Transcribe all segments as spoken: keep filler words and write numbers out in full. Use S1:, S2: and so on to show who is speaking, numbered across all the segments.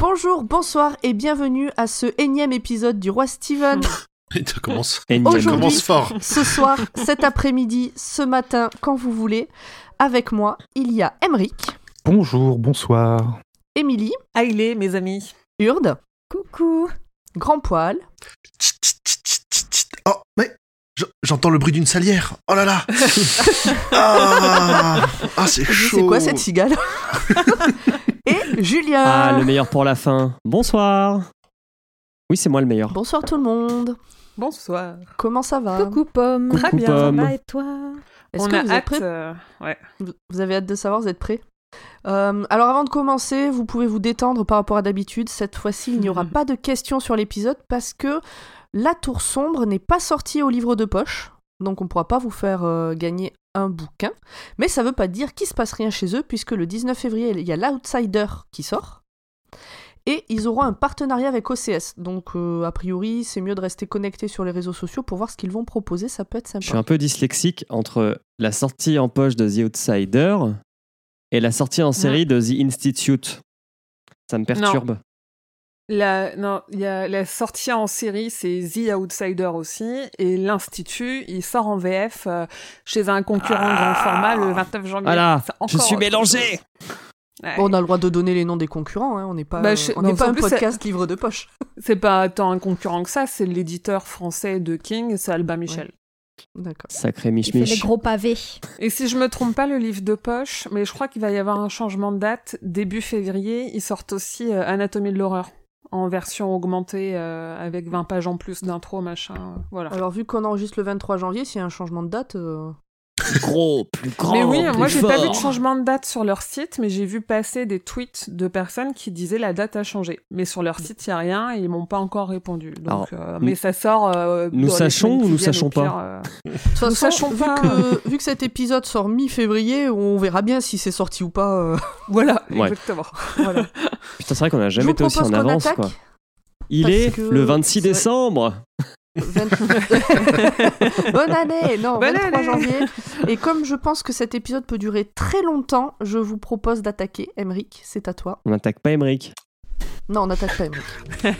S1: Bonjour, bonsoir et bienvenue à ce énième épisode du Roi Steven.
S2: Et ça commence,
S1: Aujourd'hui,
S2: ça commence fort.
S1: Ce soir, cet après-midi, ce matin, quand vous voulez, avec moi, il y a Emric.
S3: Bonjour, bonsoir.
S1: Émilie.
S4: Aïlé, mes amis.
S1: Urde.
S5: Coucou.
S1: Grand Poil.
S2: Oh, mais j'entends le bruit d'une salière. Oh là là. ah, ah, c'est chaud.
S1: C'est quoi cette cigale? Et Julien.
S6: Ah, le meilleur pour la fin. Bonsoir. Oui, c'est moi le meilleur.
S1: Bonsoir tout le monde.
S4: Bonsoir.
S1: Comment ça va?
S5: Coucou Pomme.
S6: Coucou,
S5: Très bien,
S6: Pomme.
S5: ça va et toi?
S1: Est-ce
S4: On
S1: que
S4: a
S1: vous
S4: hâte,
S1: êtes prêts
S4: euh, ouais.
S1: Vous avez hâte de savoir, vous êtes prêts? Euh, alors avant de commencer, vous pouvez vous détendre par rapport à d'habitude. Cette fois-ci, il n'y aura pas de questions sur l'épisode parce que La Tour Sombre n'est pas sortie au livre de poche. Donc on ne pourra pas vous faire euh, gagner un bouquin. Mais ça ne veut pas dire qu'il ne se passe rien chez eux puisque le dix-neuf février, il y a l'Outsider qui sort. Et ils auront un partenariat avec O C S. Donc euh, a priori, c'est mieux de rester connecté sur les réseaux sociaux pour voir ce qu'ils vont proposer. Ça peut être sympa.
S6: Je suis un peu dyslexique entre la sortie en poche de The Outsider et la sortie en série de The Institute. Ça me perturbe.
S4: Non. La, non, il y a la sortie en série, c'est The Outsider aussi, et l'Institut, il sort en V F euh, chez un concurrent
S6: Ah.
S4: grand format le vingt-neuf janvier.
S6: Voilà,
S4: C'est encore
S6: je suis
S4: autre
S6: mélangé.
S4: chose. Ouais.
S1: Bon, on a le droit de donner les noms des concurrents. Hein. On n'est pas,
S4: Bah,
S1: euh,
S4: je-
S1: on
S4: non,
S1: n'est pas
S4: en
S1: un
S4: plus,
S1: podcast livre de poche.
S4: C'est pas tant un concurrent que ça, c'est l'éditeur français de King, c'est Albin Michel.
S1: D'accord.
S6: Sacré
S5: Il fait les
S6: mich-mich.
S5: gros pavés.
S4: Et si je me trompe pas, le livre de poche, mais je crois qu'il va y avoir un changement de date, début février, ils sortent aussi euh, Anatomie de l'horreur, en version augmentée, euh, avec vingt pages en plus d'intro, machin, euh, voilà.
S1: Alors, vu qu'on enregistre le vingt-trois janvier, s'il y a un changement de date... euh,
S6: Plus gros, plus grand,
S4: Mais oui,
S6: plus
S4: moi j'ai pas vu de
S6: fort.
S4: changement de date sur leur site, mais j'ai vu passer des tweets de personnes qui disaient la date a changé. Mais sur leur site, il y a rien et ils m'ont pas encore répondu. Donc,
S6: Alors,
S4: euh,
S6: nous-
S4: mais ça sort. euh,
S6: nous
S4: dans les
S6: sachons
S4: semaines
S6: ou
S4: qui
S6: nous
S4: viennent,
S6: sachons
S4: au pire,
S6: pas
S4: euh.
S1: De toute façon,
S4: sachons
S1: vu,
S4: pas.
S1: que, vu que cet épisode sort mi-février, on verra bien si c'est sorti ou pas. euh.
S4: Voilà,
S6: Ouais.
S4: exactement.
S1: Voilà.
S6: Putain, c'est vrai qu'on a
S1: Je
S6: jamais
S1: vous
S6: été aussi
S1: propose
S6: en
S1: qu'on
S6: avance,
S1: attaque,
S6: quoi. Il
S1: parce
S6: est
S1: que
S6: le vingt-six
S1: c'est-
S6: décembre.
S1: vingt Bonne année, non,
S4: Bonne
S1: vingt-trois
S4: année.
S1: janvier. Et comme je pense que cet épisode peut durer très longtemps, je vous propose d'attaquer. Emric, c'est à toi.
S6: On n'attaque pas Emmerich.
S1: Non, on n'attaque pas Emric.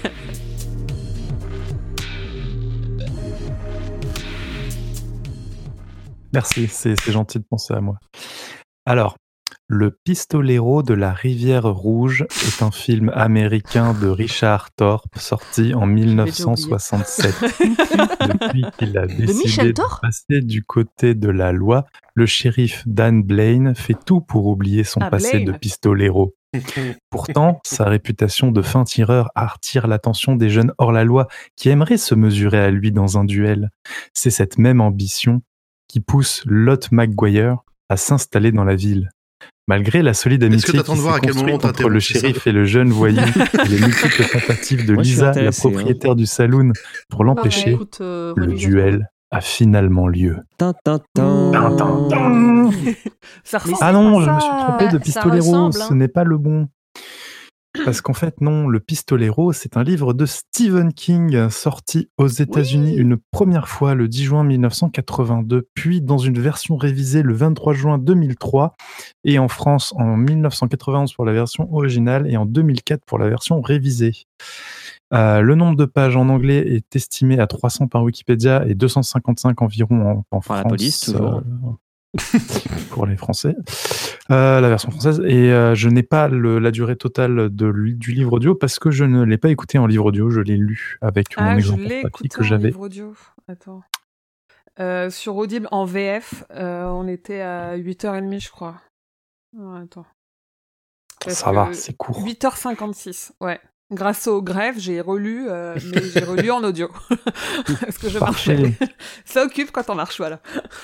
S3: Merci, c'est c'est gentil de penser à moi. Alors, Le Pistolero de la Rivière Rouge est un film américain de Richard Thorpe sorti en mille neuf cent soixante-sept. Depuis qu'il a
S1: Michel
S3: décidé de
S1: Thorpe
S3: passer du côté de la loi, le shérif Dan Blaine fait tout pour oublier son
S4: Ah,
S3: passé
S4: Blaine.
S3: de pistolero. Pourtant, sa réputation de fin tireur attire l'attention des jeunes hors-la-loi qui aimeraient se mesurer à lui dans un duel. C'est cette même ambition qui pousse Lot McGuire à s'installer dans la ville. Malgré la solide
S2: Est-ce que
S3: amitié qui
S2: t'attends de voir
S3: s'est
S2: à quel moment
S3: construite entre
S2: t'interromps,
S3: le
S2: c'est ça
S3: shérif et le jeune voyou et les multiples tentatives de
S6: Moi, je suis
S3: Lisa, la
S6: intéressé, hein.
S3: propriétaire du saloon, pour l'empêcher,
S1: Écoute, euh,
S3: le
S1: relis-le.
S3: duel a finalement lieu.
S6: Tin, tin, tin.
S3: Tin, tin, tin.
S4: Ça ressemble.
S3: Ah non,
S1: pas
S3: je me
S1: ça.
S3: suis trompé de
S5: Bah, ça
S3: Pistolero,
S5: ressemble, hein.
S3: ce n'est pas le bon. Parce qu'en fait, non, le Pistolero, c'est un livre de Stephen King sorti aux États-Unis une première fois le dix juin mille neuf cent quatre-vingt-deux, puis dans une version révisée le vingt-trois juin deux mille trois, et en France en mille neuf cent quatre-vingt-onze pour la version originale et en deux mille quatre pour la version révisée. Euh, le nombre de pages en anglais est estimé à trois cents par Wikipédia et deux cent cinquante-cinq environ en, en
S6: Par
S3: France.
S6: la police, toujours.
S3: euh, pour les Français. Euh, la version française. Et euh, je n'ai pas le- la durée totale de, l- du livre audio parce que je ne l'ai pas écouté en livre audio, je l'ai lu avec mon
S4: Ah, je
S3: exemple
S4: l'ai
S3: papier
S4: écouté
S3: que
S4: en
S3: j'avais.
S4: livre audio. Attends. Euh, sur Audible, en V F, euh, on était à huit heures trente, je crois. Oh, attends. Parce
S3: Ça
S4: que
S3: va, c'est court.
S4: huit heures cinquante-six, ouais. Grâce aux grèves, j'ai relu, euh, mais j'ai relu en audio. Parce que je
S3: Parfait.
S4: marchais. Ça occupe quand on marche, voilà.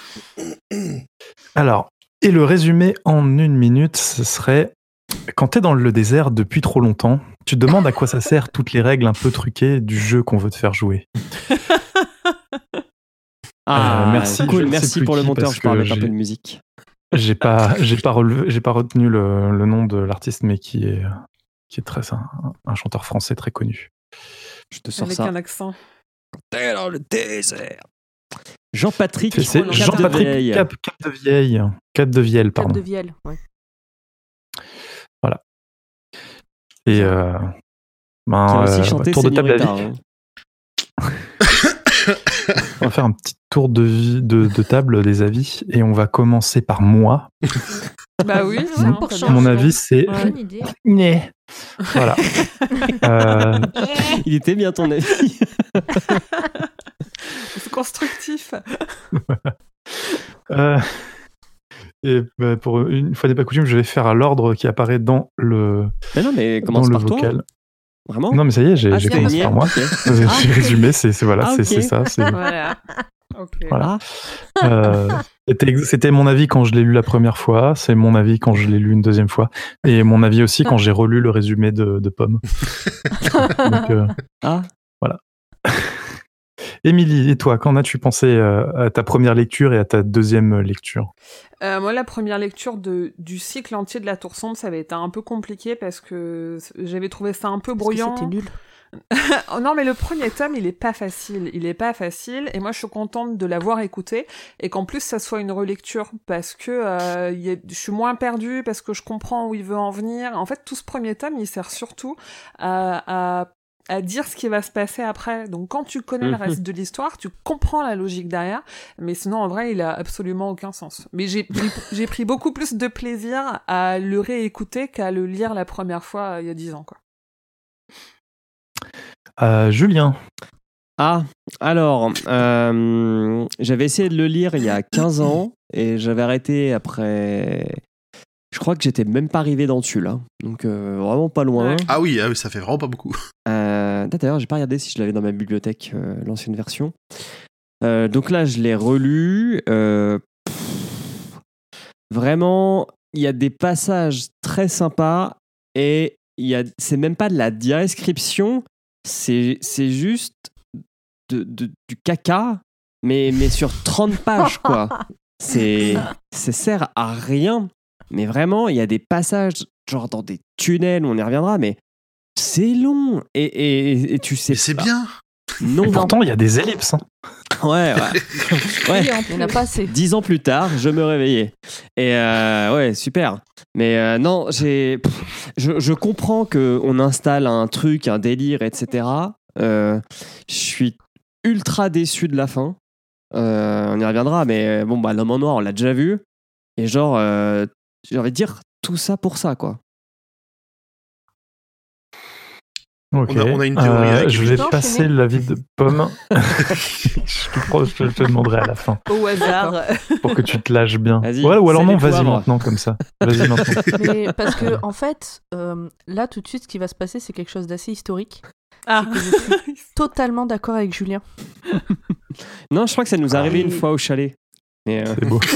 S3: Alors, et le résumé en une minute, ce serait quand t'es dans le désert depuis trop longtemps, tu te demandes à quoi ça sert toutes les règles un peu truquées du jeu qu'on veut te faire jouer.
S6: Ah,
S3: Euh, merci, je
S6: cool,
S3: ne sais
S6: merci
S3: plus
S6: pour le
S3: qui,
S6: monteur,
S3: parce
S6: je parle
S3: que
S6: avec un peu
S3: j'ai-
S6: de musique.
S3: J'ai pas, j'ai pas relevé, j'ai pas retenu le, le nom de l'artiste, mais qui est, qui est très un, un chanteur français très connu.
S6: Je te sors
S4: Avec
S6: ça.
S4: un accent.
S6: T'es dans le désert. Jean-Patrick
S3: C'est, c'est
S4: Cap de
S3: Jean-Patrick
S6: Vieille.
S3: Cap, Cap de Vieille, Cap de Vielle,
S1: Cap
S3: pardon.
S1: de Vielle, ouais.
S3: Et euh, Ben,
S6: Qui a aussi
S3: euh,
S6: chanté
S3: tour de table
S6: Señorita,
S3: d'avis.
S6: hein.
S3: On va faire un petit tour de, vie, de, de table des avis et on va commencer par moi.
S4: Bah oui,
S5: Ouais,
S4: tiens,
S5: pour
S4: très
S5: changer.
S4: bien.
S3: Mon avis, c'est...
S4: Ouais.
S5: Bonne idée.
S3: Né. Voilà. Euh,
S6: Il était bien ton avis.
S4: C'est constructif.
S3: euh, et bah, pour une fois n'est pas coutume, je vais faire à l'ordre qui apparaît dans le,
S6: Mais non, mais
S3: dans
S6: commence
S3: le
S6: par toi.
S3: vocal.
S6: Vraiment.
S3: Non, mais ça y est, j'ai
S6: Ah,
S3: j'ai
S6: c'est
S3: commencé
S6: niais.
S3: par moi.
S6: Ok.
S3: Euh,
S6: Ah,
S3: j'ai
S6: ok.
S3: résumé, c'est c'est- voilà,
S6: Ah,
S3: c'est
S6: ok.
S3: c'est ça. c'est-
S4: Voilà. Ok.
S3: Voilà. Euh, C'était ex- c'était mon avis quand je l'ai lu la première fois, c'est mon avis quand je l'ai lu une deuxième fois, et mon avis aussi quand j'ai relu le résumé de, de Pomme. Donc, euh,
S6: Ah.
S3: Émilie, et toi, qu'en as-tu pensé euh, à ta première lecture et à ta deuxième lecture?
S4: Euh, moi, la première lecture de, du cycle entier de La Tour Sombre, ça avait été un peu compliqué parce que j'avais trouvé ça un peu
S1: Parce que
S4: brouillant.
S1: c'était nul.
S4: Oh non, mais le premier tome, il est pas facile. Il est pas facile. Et moi, je suis contente de l'avoir écouté. Et qu'en plus, ça soit une relecture. Parce que euh, y a... je suis moins perdue, parce que je comprends où il veut en venir. En fait, tout ce premier tome, il sert surtout à, à, à dire ce qui va se passer après. Donc, quand tu connais le
S6: Mhm.
S4: reste de l'histoire, tu comprends la logique derrière. Mais sinon, en vrai, il a absolument aucun sens. Mais j'ai, j'ai, j'ai pris beaucoup plus de plaisir à le réécouter qu'à le lire la première fois, euh, il y a dix ans, quoi.
S3: Euh, Julien,
S6: Ah, alors, euh, j'avais essayé de le lire il y a quinze ans et j'avais arrêté après. Je crois que j'étais même pas arrivé dans Tulle, hein. Donc euh, vraiment pas loin.
S4: Ouais.
S2: Ah oui, ah oui, ça fait vraiment pas beaucoup.
S6: Euh, D'ailleurs, j'ai pas regardé si je l'avais dans ma bibliothèque, euh, l'ancienne version. Euh, donc là, je l'ai relu. Euh, pff, vraiment, il y a des passages très sympas et il y a, c'est même pas de la description, c'est, c'est juste de, de- du caca, mais, mais sur trente pages, quoi. C'est, ça sert à rien. Mais vraiment, il y a des passages, genre dans des tunnels, on y reviendra, mais c'est long. Et, et, et tu sais
S2: Mais c'est
S6: pas.
S2: bien.
S6: Non.
S3: pourtant il y a des ellipses. Hein.
S6: Ouais, ouais. Ouais.
S5: Oui, en
S1: Il n'y en a
S5: plus.
S1: pas assez.
S6: Dix ans plus tard, je me réveillais. Et euh, ouais, super. Mais euh, non, j'ai, pff, je, je comprends qu'on installe un truc, un délire, et cetera. Euh, je suis ultra déçu de la fin. Euh, on y reviendra, mais bon, bah, L'Homme en Noir, on l'a déjà vu. Et genre, euh, j'ai envie de dire tout ça pour ça, quoi.
S3: Ok.
S2: On a- on a une théorie avec
S3: je
S2: Émilie.
S3: vais passer l'avis de Pomme. je, te, pro- je te demanderai à la fin
S4: Au hasard.
S3: pour que tu te lâches bien.
S6: Vas-y,
S3: Ouais, ou alors
S6: c'est
S3: non,
S6: les
S3: vas-y
S6: poivres.
S3: maintenant comme ça. Vas-y maintenant.
S1: Mais parce que, en fait, euh, là, tout de suite, ce qui va se passer, c'est quelque chose d'assez historique.
S4: Ah.
S1: C'est que je suis totalement d'accord avec Julien.
S6: Non, je crois que ça nous est arrivé
S1: Et-
S6: une fois au chalet. Mais, euh,
S3: C'est beau.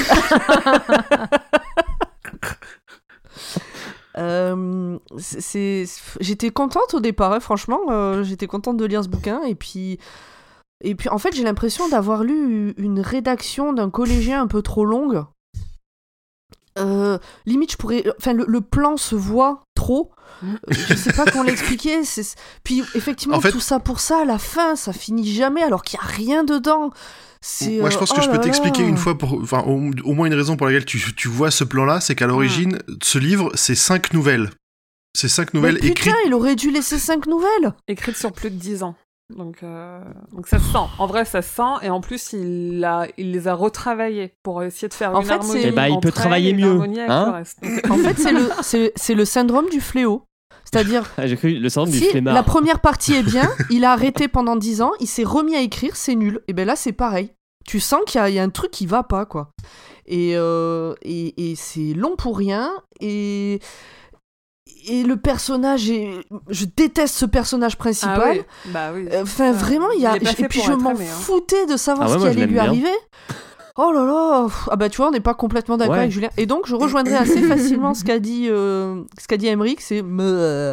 S1: Euh, c'est, c'est- j'étais contente au départ, hein, franchement. euh, j'étais contente de lire ce bouquin. Et puis, et puis, en fait, j'ai l'impression d'avoir lu une rédaction d'un collégien un peu trop longue. Euh, limite, je pourrais. Enfin, le, le plan se voit trop. Euh, je sais pas comment l'expliquer. C'est... Puis, effectivement,
S2: En fait-
S1: tout ça pour ça, à la fin, ça finit jamais alors qu'il y a rien dedans. C'est,
S2: Moi, je
S1: euh,
S2: pense que
S1: oh
S2: je peux
S1: là
S2: t'expliquer
S1: là.
S2: une fois, pour, enfin, au, au moins une raison pour laquelle tu, tu vois ce plan-là, c'est qu'à l'origine, ce livre, c'est cinq nouvelles. C'est cinq
S1: Mais
S2: nouvelles
S1: putain,
S2: écrites.
S1: il aurait dû laisser cinq nouvelles.
S4: Écrite sur plus de dix ans. Donc, euh, donc ça se sent. En vrai, ça se sent. Et en plus, il, a, il les a retravaillées pour essayer de faire
S1: En
S4: une
S1: fait,
S4: harmonie.
S1: c'est- Eh
S6: ben, il
S4: entre
S6: peut
S4: elles
S6: travailler
S4: et une
S6: mieux,
S4: harmonie avec
S6: hein.
S4: le reste. Donc,
S1: En fait, c'est le, c'est, c'est le syndrome du fléau. C'est-à-dire,
S6: ah, j'ai cru le syndrome du
S1: si
S6: flemmard.
S1: la première partie est bien, il a arrêté pendant dix ans, il s'est remis à écrire, c'est nul. Et ben là, c'est pareil. Tu sens qu'il y a, il y a un truc qui va pas, quoi. Et, euh, et, et c'est long pour rien. Et, et le personnage est... Je déteste ce personnage
S4: ah
S1: principal.
S4: oui, bah oui.
S1: Enfin,
S4: Euh,
S1: vraiment, il y a...
S4: il est pas
S1: Et
S4: fait
S1: puis
S4: pour
S1: je
S4: être
S1: m'en
S4: aimé, hein.
S1: foutais de savoir
S6: Ah ouais,
S1: ce qui
S6: moi, je
S1: allait
S6: l'aime
S1: lui
S6: bien.
S1: arriver. Oh là là. Ah bah tu vois, on n'est pas complètement d'accord
S6: Ouais.
S1: avec Julien. Et donc, je rejoindrai assez facilement ce qu'a dit, euh, ce qu'a dit Emmerich, c'est... me-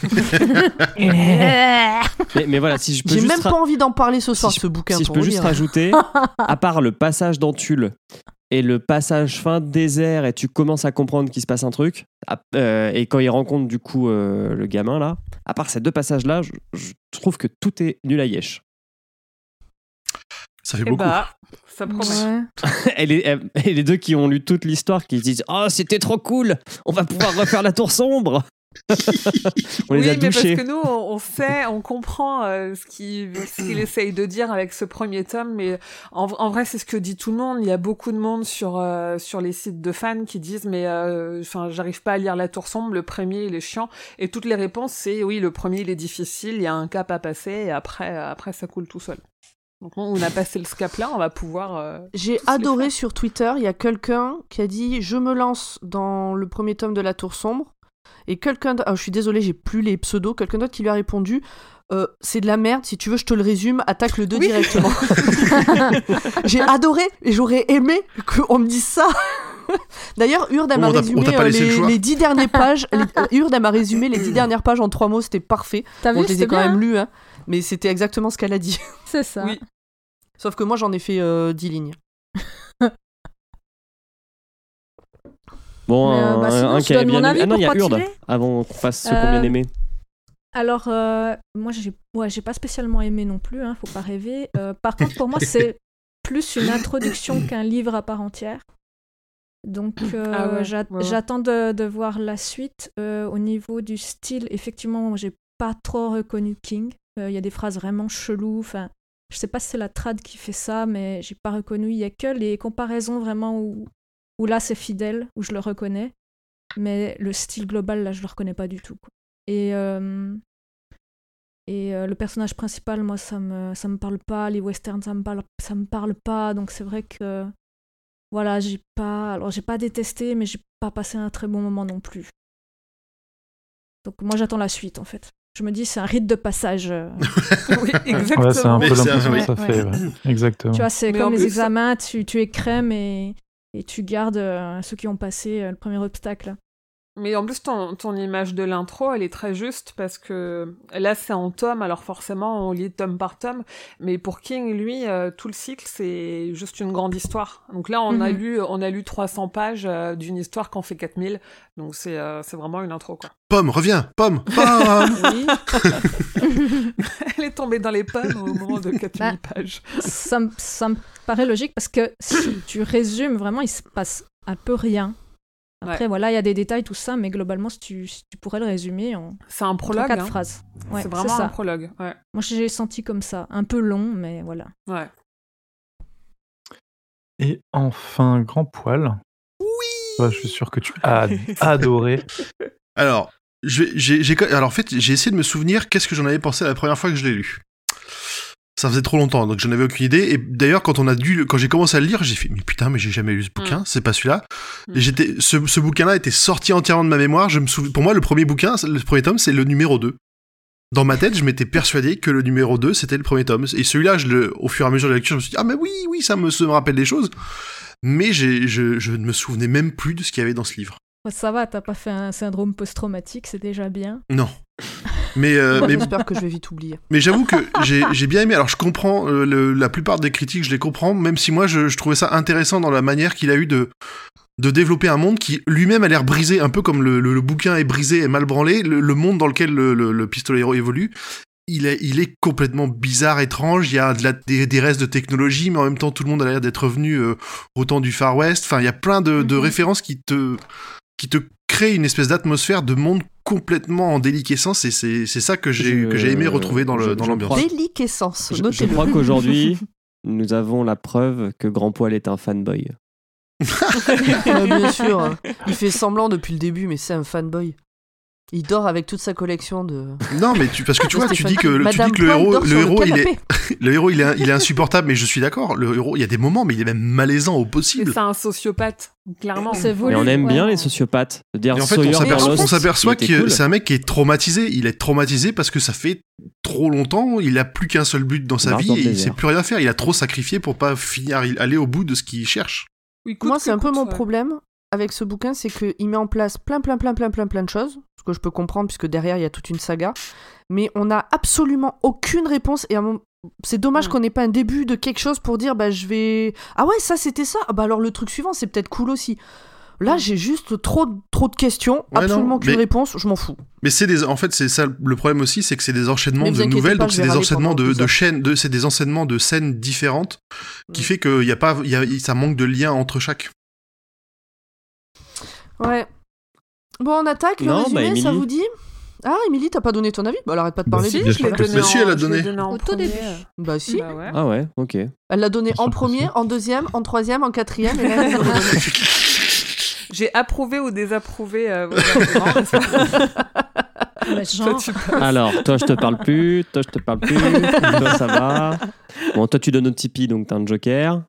S6: Mais, mais voilà, si je peux
S1: J'ai
S6: juste
S1: même
S6: ra-
S1: pas envie d'en parler ce soir,
S6: si je-
S1: ce bouquin.
S6: si je
S1: pour
S6: peux
S1: vous
S6: juste
S1: dire.
S6: rajouter, à part le passage dans Tulle et le passage fin de désert, et tu commences à comprendre qu'il se passe un truc, à- euh, et quand il rencontre du coup euh, le gamin là, à part ces deux passages-là, je, je trouve que tout est nul à Yesh.
S2: Ça fait
S4: Et
S2: beaucoup.
S4: bah, ça promet.
S1: Ouais.
S6: et, les, et les deux qui ont lu toute l'histoire, qui se disent « Oh, c'était trop cool, on va pouvoir refaire la tour sombre !» On les
S4: oui,
S6: a
S4: mais
S6: douchés.
S4: parce que nous, on, on sait, on comprend euh, ce qu'il ce qu'il essaye de dire avec ce premier tome, mais en, en vrai, c'est ce que dit tout le monde. Il y a beaucoup de monde sur euh, sur les sites de fans qui disent, mais enfin, euh, j'arrive pas à lire La Tour Sombre. Le premier, il est chiant. Et toutes les réponses, c'est oui, le premier, il est difficile. Il y a un cap à passer, et après, après, ça coule tout seul. Donc on a passé le cap-là, on va pouvoir... Euh,
S1: J'ai adoré sur Twitter, il y a quelqu'un qui a dit « Je me lance dans le premier tome de La Tour Sombre ». Et quelqu'un... Oh, je suis désolée, j'ai plus les pseudos. Quelqu'un d'autre qui lui a répondu euh, « C'est de la merde, si tu veux je te le résume, attaque le deux oui. directement. » J'ai adoré, et j'aurais aimé qu'on me dise ça. D'ailleurs, Urde m'a résumé euh, les, les dix dernières pages. Les, euh, Urde m'a résumé les dix dernières pages en trois mots, c'était parfait.
S5: T'as
S1: bon,
S5: vu,
S1: je les ai quand
S5: bien,
S1: même
S5: hein.
S1: lus, hein, mais c'était exactement ce qu'elle a dit.
S5: C'est ça.
S1: Oui. Sauf que moi, j'en ai fait euh, dix lignes.
S6: Bon,
S5: euh, bah,
S6: un, un qui a bien aimé. Ah non, il y a Urde,
S5: tirer.
S6: avant qu'on fasse ceux euh... qu'on bien aimé.
S5: Alors, euh, moi, j'ai, ouais, j'ai pas spécialement aimé non plus, hein, faut pas rêver. Euh, par contre, pour moi, c'est plus une introduction qu'un livre à part entière. Donc, euh,
S4: ah ouais,
S5: j'a-
S4: ouais, ouais.
S5: j'attends de, de voir la suite. Euh, au niveau du style, effectivement, j'ai pas trop reconnu King. Il euh, y a des phrases vraiment cheloues. Enfin, je sais pas si c'est la trad qui fait ça, mais j'ai pas reconnu. Il y a que les comparaisons vraiment où, où là c'est fidèle, où je le reconnais. Mais le style global, là, je le reconnais pas du tout, quoi. Et, euh, et euh, le personnage principal, moi, ça me, ça me parle pas. Les westerns, ça me parle, ça me parle pas. Donc c'est vrai que voilà, j'ai pas, alors j'ai pas détesté, mais j'ai pas passé un très bon moment non plus. Donc moi, j'attends la suite, en fait. Je me dis, c'est un rite de passage.
S4: Oui, exactement.
S3: Ouais, c'est un peu
S2: Mais
S3: l'impression
S2: c'est-
S3: que ça
S5: ouais.
S3: fait. Ouais. Exactement.
S5: Tu vois, c'est
S4: Mais
S5: comme
S4: en
S5: les
S4: plus,
S5: examens, tu, tu écrèmes et, et tu gardes euh, ceux qui ont passé euh, le premier obstacle.
S4: Mais en plus, ton, ton image de l'intro, elle est très juste parce que là, c'est en tome, alors forcément, on lit tome par tome. Mais pour King, lui, euh, tout le cycle, c'est juste une grande histoire. Donc là, on,
S5: Mhm.
S4: a, lu, on a lu trois cents pages euh, d'une histoire qu'en fait quatre mille. Donc c'est, euh, c'est vraiment une intro, quoi.
S2: Pomme, reviens, pomme, pomme.
S5: Oui.
S4: Elle est tombée dans les pommes au moment de quatre mille
S5: Bah,
S4: pages.
S5: ça, me- ça me paraît logique parce que si tu résumes, vraiment, il se passe un peu rien. Après,
S4: Ouais.
S5: voilà, il y a des détails, tout ça, mais globalement, si tu, si tu pourrais le résumer en
S4: C'est un prologue,
S5: quatre
S4: hein.
S5: phrases. Ouais,
S4: c'est vraiment
S5: ça.
S4: un prologue, ouais.
S5: Moi, j'ai senti comme ça. Un peu long, mais voilà.
S4: ouais.
S3: Et enfin, Grand Poil. Oui. Ouais, je suis sûr que tu as adoré.
S2: Alors, je vais- j'ai, j'ai, alors en fait, j'ai essayé de me souvenir qu'est-ce que j'en avais pensé la première fois que je l'ai lu. Ça faisait trop longtemps, donc j'en avais aucune idée. Et d'ailleurs, quand on a dû, quand j'ai commencé à le lire, j'ai fait mais putain, mais j'ai jamais lu ce bouquin,
S4: Mm.
S2: c'est pas celui-là.
S4: Mm.
S2: Et j'étais, ce, ce bouquin-là était sorti entièrement de ma mémoire. Je me souviens, pour moi, le premier bouquin, le premier tome, c'est le numéro deux. Dans ma tête, je m'étais persuadé que le numéro deux, c'était le premier tome. Et celui-là, je le, au fur et à mesure de la lecture, je me suis dit ah mais oui, oui, ça me, ça me rappelle des choses. Mais j'ai, je, je ne me souvenais même plus de ce qu'il y avait dans ce livre.
S5: Ouais, ça va, t'as pas fait un syndrome post-traumatique, c'est déjà bien.
S2: Non. Mais, euh,
S1: Bon,
S2: mais
S1: j'espère que je vais vite oublier.
S2: Mais j'avoue que j'ai, j'ai bien aimé. Alors je comprends euh, le, la plupart des critiques, je les comprends, même si moi je, je trouvais ça intéressant dans la manière qu'il a eu de de développer un monde qui lui-même a l'air brisé, un peu comme le, le, le bouquin est brisé et mal branlé. Le, le monde dans lequel le, le, le pistolero évolue, il est, il est complètement bizarre, étrange. Il y a de la, des, des restes de technologie, mais en même temps tout le monde a l'air d'être revenu euh, au temps du Far West. Enfin, il y a plein de, de
S5: Mhm.
S2: références qui te qui te créent une espèce d'atmosphère de monde complètement en déliquescence, et c'est, c'est ça que j'ai,
S6: Je-
S2: que j'ai aimé retrouver dans, le,
S6: je-
S2: dans
S6: je
S2: l'ambiance.
S6: crois-
S1: Déliquescence,
S6: Je, je
S1: notez-le.
S6: crois qu'aujourd'hui, nous avons la preuve que Grand Poil est un fanboy.
S1: Ouais, bien sûr. Il fait semblant depuis le début, mais c'est un fanboy. Il dort avec toute sa collection de.
S2: Non, mais tu, parce que tu vois, tu
S1: Stéphane,
S2: dis que, le- tu
S1: Madame
S2: dis que le
S1: Poil
S2: héros,
S1: dort
S2: le
S1: sur
S2: héros, il est,
S1: canapé.
S2: le héros, il est, il est insupportable, mais je suis d'accord. Le héros, il y a des moments, mais il est même malaisant au
S4: Mais
S2: possible.
S4: c'est un sociopathe, clairement.
S5: C'est voulu.
S6: Mais on aime
S5: ouais.
S6: bien les sociopathes. Dire
S2: Et en fait,
S6: Sawyer
S2: on s'aperçoit,
S6: dans Lost,
S2: on s'aperçoit
S6: il était
S2: que
S6: cool.
S2: c'est un mec qui est traumatisé. Il est traumatisé parce que ça fait trop longtemps. Il a plus qu'un seul but dans sa
S6: Marche
S2: vie
S6: dans le
S2: et il
S6: désert.
S2: sait plus rien faire. Il a trop sacrifié pour pas finir, aller au bout de ce qu'il cherche.
S4: Oui, coûte
S1: Moi,
S4: que
S1: c'est un peu
S4: coûte,
S1: mon
S4: ouais.
S1: problème avec ce bouquin, c'est qu'il met en place plein, plein, plein, plein, plein, plein de choses, ce que je peux comprendre, puisque derrière, il y a toute une saga, mais on n'a absolument aucune réponse, et à mon... c'est dommage
S4: Mm.
S1: qu'on n'ait pas un début de quelque chose pour dire, bah, je vais... Ah ouais, ça, c'était ça. Ah bah alors, le truc suivant, c'est peut-être cool aussi. Là,
S4: Mm.
S1: j'ai juste trop, trop de questions,
S2: Ouais,
S1: absolument
S2: non,
S1: aucune
S2: mais-
S1: réponse, je m'en fous.
S2: Mais c'est des, en fait, c'est ça le problème aussi, c'est que c'est des enchaînements
S1: Mais vous
S2: de
S1: inquiétez
S2: nouvelles,
S1: pas,
S2: donc
S1: je
S2: c'est
S1: vais
S2: des
S1: râler
S2: enchaînements
S1: pendant
S2: de,
S1: deux
S2: de
S1: heures.
S2: chaînes, de, c'est des enchaînements de scènes différentes, qui
S1: Mm.
S2: fait qu'il y a pas, il y a, ça manque de lien entre chaque.
S1: Ouais. Bon, on attaque, le
S6: Non,
S1: résumé,
S6: bah,
S1: ça
S6: Émilie.
S1: vous dit? Ah, Émilie, t'as pas donné ton avis? Bah, elle arrête pas de
S3: Bah,
S1: parler
S3: si,
S1: de
S2: bien
S1: lui.
S4: Je l'ai
S2: sûr.
S4: donné
S2: Mais
S4: en-
S2: si, elle a
S4: je l'ai
S2: donné.
S4: donné en
S5: Au tout
S4: premier.
S5: début.
S1: Bah, si.
S4: Bah ouais.
S6: Ah ouais, ok.
S1: Elle l'a donné
S3: Bien
S1: en
S3: sûr que
S1: premier,
S3: si.
S1: en deuxième, en troisième, en quatrième, et là, elle nous le redonne.
S4: J'ai approuvé ou désapprouvé euh, vos arguments, n'est-ce pas?
S5: Mais
S4: Toi,
S5: genre,
S4: tu passes.
S6: Alors, toi, je te parle plus. Toi, je te parle plus. Toi, ça va. Bon, toi, tu donnes au Tipeee, donc t'as un joker.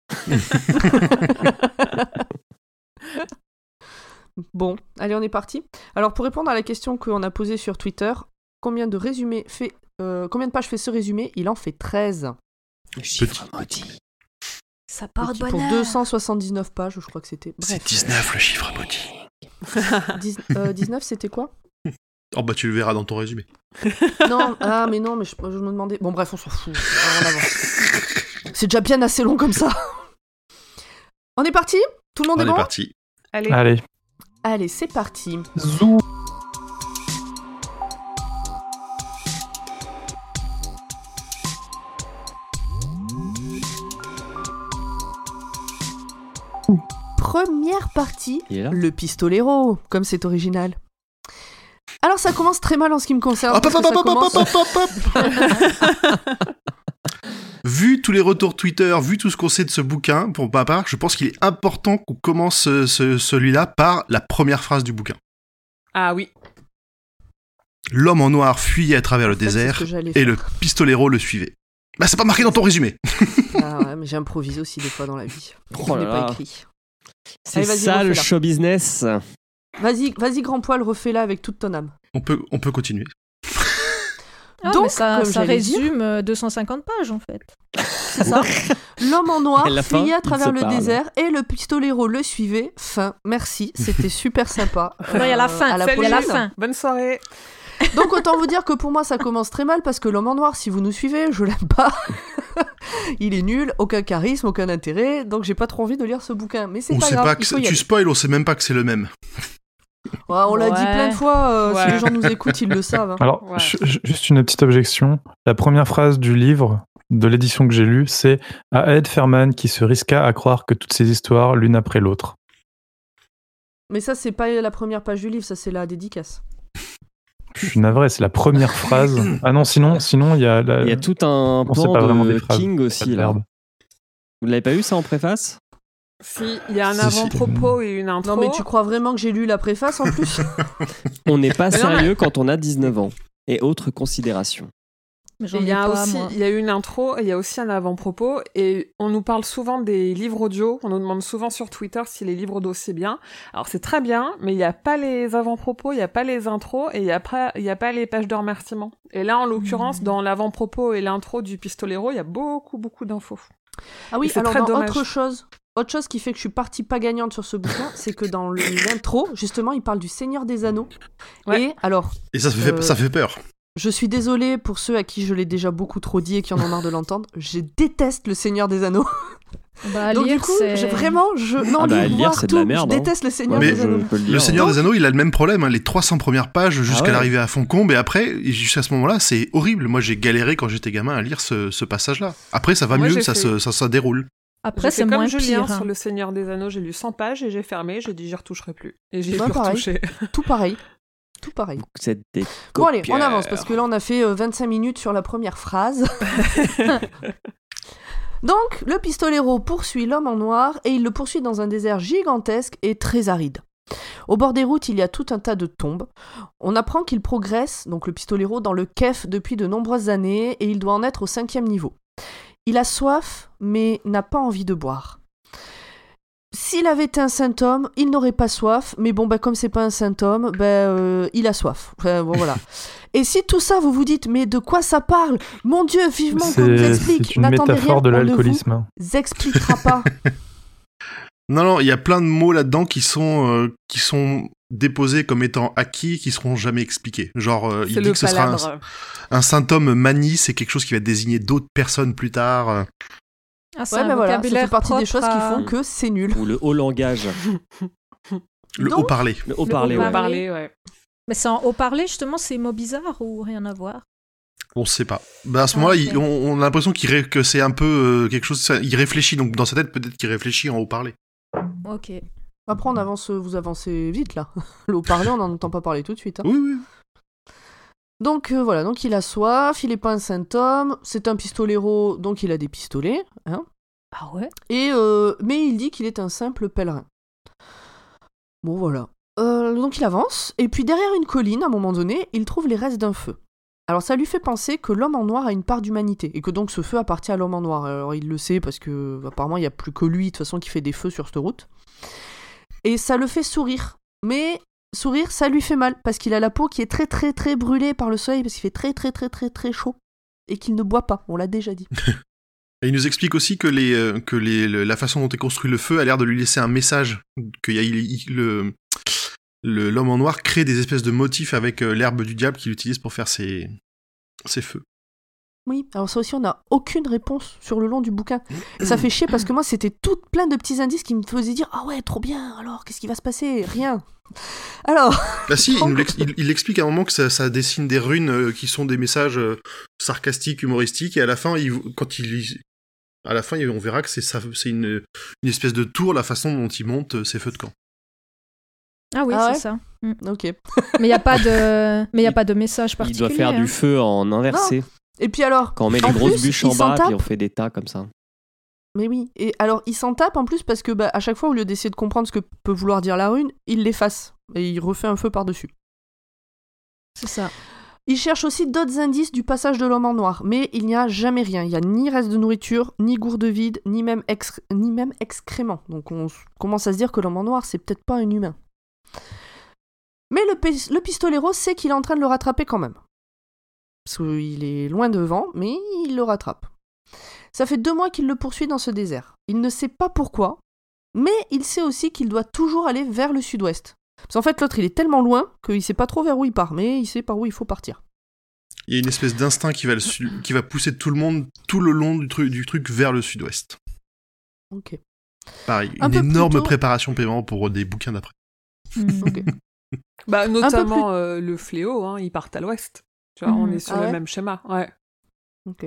S1: Bon, allez, on est parti. Alors, pour répondre à la question qu'on a posée sur Twitter, combien de résumés fait, euh, combien de pages fait ce résumé? Il en fait treize.
S6: Le chiffre maudit.
S5: ça part de
S1: Pour
S5: bonheur.
S1: deux cent soixante-dix-neuf pages, je crois que c'était.
S2: C'est
S1: Bref.
S2: dix-neuf le chiffre maudit.
S1: dix- euh, dix-neuf, c'était quoi?
S2: Oh bah tu le verras dans ton résumé.
S1: Non, ah, mais non, mais je, je me demandais. Bon, bref, on s'en fout. Alors, on avance. C'est déjà bien assez long comme ça. On est parti? Tout le monde
S2: On
S1: est
S2: est
S1: bon?
S2: parti.
S4: Allez.
S3: Allez.
S1: Allez, c'est parti.
S3: Zou.
S1: Première partie,
S6: Il est là.
S1: le pistolero, comme c'est original. Alors ça commence très mal en ce qui me concerne.
S2: Hop,
S1: parce
S2: hop,
S1: que ça
S2: hop, hop,
S1: commence-
S2: hop, hop, hop, hop. Vu tous les retours Twitter, vu tout ce qu'on sait de ce bouquin, pour ma part, je pense qu'il est important qu'on commence euh, ce- celui-là par la première phrase du bouquin.
S4: Ah oui.
S2: L'homme en noir fuyait à travers le
S1: En fait, c'est ce
S2: désert
S1: que j'allais
S2: et
S1: faire.
S2: le pistolero le suivait. Bah c'est pas marqué dans ton résumé.
S1: Ah ouais, mais j'improvise aussi des fois dans la vie.
S6: Oh
S1: Je
S6: là
S1: n'ai pas
S6: là.
S1: écrit.
S6: C'est
S1: Allez, vas-y,
S6: ça le
S1: refais-la.
S6: show business.
S1: Vas-y, vas-y grand poil, refais-la avec toute ton âme.
S2: On peut, on peut continuer.
S5: Ah,
S1: Donc,
S5: mais ça,
S1: comme
S5: ça
S1: j'allais dire-
S5: résume euh, deux cent cinquante pages en fait.
S1: C'est ça. L'homme en noir
S6: Et la fin,
S1: fuyait à
S6: il
S1: travers
S6: se
S1: le
S6: parle.
S1: désert et le pistolero le suivait. Fin. Merci, c'était super sympa.
S5: Non, il y a la
S1: Euh,
S5: fin.
S1: à la
S5: Il y a la
S1: prochaine.
S5: fin.
S4: Bonne soirée.
S1: Donc autant vous dire que pour moi ça commence très mal parce que l'homme en noir, si vous nous suivez, je l'aime pas. Il est nul, aucun charisme, aucun intérêt, donc j'ai pas trop envie de lire ce bouquin. Mais c'est
S2: On
S1: pas
S2: sait
S1: grave,
S2: pas que
S1: il faut
S2: c'est-
S1: y
S2: tu
S1: aller.
S2: spoil, on sait même pas que c'est le même.
S1: Ouais, on l'a dit
S5: Ouais.
S1: plein de fois, euh, si
S4: Ouais.
S1: les gens nous écoutent, ils le savent. hein.
S3: Alors,
S4: Ouais.
S3: ju- ju- juste une petite objection. La première phrase du livre, de l'édition que j'ai lue, c'est à Ed Ferman qui se risqua à croire que toutes ces histoires, l'une après l'autre.
S1: Mais ça, c'est pas la première page du livre, ça c'est la dédicace.
S3: Je suis navré, c'est la première phrase. Ah non, sinon, sinon il y a la.
S6: Il y a tout un
S3: Bon, c'est
S6: pan
S3: pas vraiment
S6: de
S3: des phrases,
S6: King
S3: pas
S6: aussi
S3: de
S6: là.
S3: verbe.
S6: Vous l'avez pas eu ça en préface?
S4: Si, il y a un
S2: Si, si.
S4: avant-propos et une intro.
S1: Non mais tu crois vraiment que j'ai lu la préface en plus?
S6: On n'est pas
S4: Mais non, mais-
S6: sérieux quand on a dix-neuf ans. Et autres considérations.
S5: Mais j'en
S4: Il
S5: ai
S4: y a
S5: pas,
S4: aussi,
S5: moi.
S4: il y a une intro et il y a aussi un avant-propos et on nous parle souvent des livres audio. On nous demande souvent sur Twitter si les livres audio c'est bien. Alors c'est très bien, mais il n'y a pas les avant-propos, il n'y a pas les intros et il n'y a pas, il y a pas les pages de remerciements. Et là, en l'occurrence,
S5: Mmh.
S4: dans l'avant-propos et l'intro du Pistolero, il y a beaucoup, beaucoup d'infos.
S1: Ah oui,
S4: Et c'est
S1: alors
S4: très
S1: dans
S4: dommage.
S1: autre chose, autre chose qui fait que je suis partie pas gagnante sur ce bouquin, c'est que dans l'intro, justement, il parle du Seigneur des Anneaux.
S4: Ouais.
S1: Et alors,
S2: Et ça fait,
S1: Euh,
S2: ça fait peur.
S1: je suis désolée pour ceux à qui je l'ai déjà beaucoup trop dit et qui en ont marre de l'entendre, je déteste le Seigneur des Anneaux.
S5: Bah, à
S1: Donc
S5: lire,
S1: du coup,
S5: c'est-
S1: j'ai vraiment, je non,
S6: Ah bah,
S1: lire,
S6: lire,
S1: voir
S6: c'est de la
S1: tout,
S6: merde,
S1: je
S6: hein.
S1: déteste le Seigneur
S2: Mais
S1: des
S6: je
S1: Anneaux.
S6: peux le
S2: Le
S6: dire.
S2: Seigneur des Anneaux, il a le même problème. hein, Les trois cents premières pages jusqu'à
S6: ouais.
S2: l'arrivée à Foncombe et après, et jusqu'à ce moment-là, c'est horrible. Moi, j'ai galéré quand j'étais gamin à lire ce, ce passage-là. Après, ça va
S4: Moi,
S2: mieux,
S4: j'ai
S2: ça,
S4: fait-
S2: se, ça, ça déroule.
S5: Après,
S4: J'ai
S5: c'est
S4: fait comme
S5: moins
S4: Julien
S5: pire.
S4: sur Le Seigneur des Anneaux, j'ai lu cent pages et j'ai fermé, j'ai dit j'y retoucherai plus. Et j'y ai
S1: Ouais,
S4: plus
S1: pareil.
S4: retouché.
S1: Tout pareil. Tout pareil.
S6: Vous êtes des
S1: Bon allez, on
S6: copieurs.
S1: avance parce que là on a fait euh, vingt-cinq minutes sur la première phrase. Donc, le pistolero poursuit l'homme en noir et il le poursuit dans un désert gigantesque et très aride. Au bord des routes, il y a tout un tas de tombes. On apprend qu'il progresse, donc le pistolero, dans le kef depuis de nombreuses années et il doit en être au cinquième niveau. Il a soif, mais n'a pas envie de boire. S'il avait été un saint homme, il n'aurait pas soif, mais bon, bah, comme c'est pas un saint homme, bah, euh, il a soif. Enfin, bon, voilà. Et si tout ça, vous vous dites, mais de quoi ça parle? Mon Dieu, vivement qu'on nous
S3: C'est
S1: explique.
S3: c'est une
S1: N'attendez
S3: métaphore
S1: rien,
S3: de
S1: on ne
S3: l'alcoolisme.
S1: vous expliquera pas.
S2: Non, non, il y a plein de mots là-dedans qui sont, euh, qui sont déposés comme étant acquis, qui seront jamais expliqués. Genre, euh, il
S4: C'est
S2: dit
S4: le
S2: que ce sera un,
S4: palabre.
S2: un saint homme manie, c'est quelque chose qui va désigner d'autres personnes plus tard. euh.
S5: Ah, c'est
S1: Ouais,
S5: un
S1: bah voilà, ça
S5: vocabulaire
S1: fait partie des
S5: propre
S1: choses qui
S5: à-
S1: font que c'est nul.
S6: Ou le haut langage.
S2: Le
S1: Donc,
S2: haut-parler.
S6: Le haut parler,
S5: haut
S6: ouais.
S4: Parler, ouais.
S5: Mais c'est en haut-parler, justement, c'est mots bizarres ou rien à voir?
S2: On sait pas. Bah, à ce
S5: Ah,
S2: moment-là,
S5: ok.
S2: il- on, on a l'impression qu'il ré- que c'est un peu euh, quelque chose. ça- il réfléchit, donc dans sa tête, peut-être qu'il réfléchit en haut-parler.
S5: Ok.
S1: Après, on avance, vous avancez vite là. Le haut-parleur, on n'en entend pas parler tout de suite. Hein.
S2: Oui, oui.
S1: Donc euh, voilà, donc il a soif, il est pas un saint homme, c'est un pistolero, donc il a des pistolets. Hein.
S5: Ah ouais.
S1: Et euh, mais il dit qu'il est un simple pèlerin. Bon voilà. Euh, donc il avance, et puis derrière une colline, à un moment donné, il trouve les restes d'un feu. Alors ça lui fait penser que l'homme en noir a une part d'humanité, et que donc ce feu appartient à l'homme en noir. Alors il le sait parce que apparemment il n'y a plus que lui de toute façon qui fait des feux sur cette route. Et ça le fait sourire. Mais sourire, ça lui fait mal, parce qu'il a la peau qui est très très très brûlée par le soleil, parce qu'il fait très très très très très chaud, et qu'il ne boit pas, on l'a déjà dit.
S2: Et il nous explique aussi que, les, euh, que les, le, la façon dont est construit le feu a l'air de lui laisser un message, que y a, il, il, le, le, l'homme en noir crée des espèces de motifs avec euh, l'herbe du diable qu'il utilise pour faire ses, ses feux.
S1: Oui, alors ça aussi on n'a aucune réponse sur le long du bouquin. Et ça fait chier parce que moi c'était tout plein de petits indices qui me faisaient dire « Ah ouais, trop bien, alors qu'est-ce qui va se passer ?» Rien. Alors...
S2: Bah si, il, nous l'ex- il, il explique à un moment que ça, ça dessine des runes euh, qui sont des messages euh, sarcastiques, humoristiques, et à la fin, il, quand il... À la fin, on verra que c'est, ça, c'est une, une espèce de tour, la façon dont il monte euh, ses feux de camp.
S5: Ah oui,
S1: Ah
S5: c'est
S1: ouais
S5: ça. Mm.
S1: Ok.
S5: Mais il n'y a pas de, mais il y a pas de message
S6: Il
S5: particulier.
S6: doit faire
S5: hein.
S6: du feu en inversé.
S1: Et puis alors...
S6: Quand on met
S1: en
S6: des grosses
S1: plus,
S6: bûches
S1: il
S6: en
S1: s'en
S6: bas,
S1: tape.
S6: puis on fait des tas comme ça.
S1: Mais oui, et alors il s'en tape en plus parce que bah, à chaque fois, au lieu d'essayer de comprendre ce que peut vouloir dire la rune, il l'efface, et il refait un feu par-dessus.
S5: C'est ça.
S1: Il cherche aussi d'autres indices du passage de l'homme en noir, mais il n'y a jamais rien. Il n'y a ni reste de nourriture, ni gourde vide, ni même, excr- ni même excréments. Donc on s- commence à se dire que l'homme en noir, c'est peut-être pas un humain. Mais le, pis- le pistolero sait qu'il est en train de le rattraper quand même. Parce qu'il est loin devant, mais il le rattrape. Ça fait deux mois qu'il le poursuit dans ce désert. Il ne sait pas pourquoi, mais il sait aussi qu'il doit toujours aller vers le sud-ouest. Parce qu'en fait, l'autre, il est tellement loin qu'il sait pas trop vers où il part, mais il sait par où il faut partir.
S2: Il y a une espèce d'instinct qui va, le su- qui va pousser tout le monde tout le long du, tru- du truc vers le sud-ouest.
S1: Ok.
S2: Pareil,
S1: Un
S2: une
S1: peu plus
S2: énorme
S1: tôt-
S2: préparation paiement pour des bouquins d'après.
S5: Mm.
S1: Ok.
S4: Bah,
S1: peu
S4: notamment
S1: plus-
S4: euh, le fléau, hein, ils partent à l'ouest. Tu vois,
S5: Mhm.
S4: on est sur
S1: Ah
S4: le
S1: ouais
S4: même schéma. Ouais.
S1: Ok.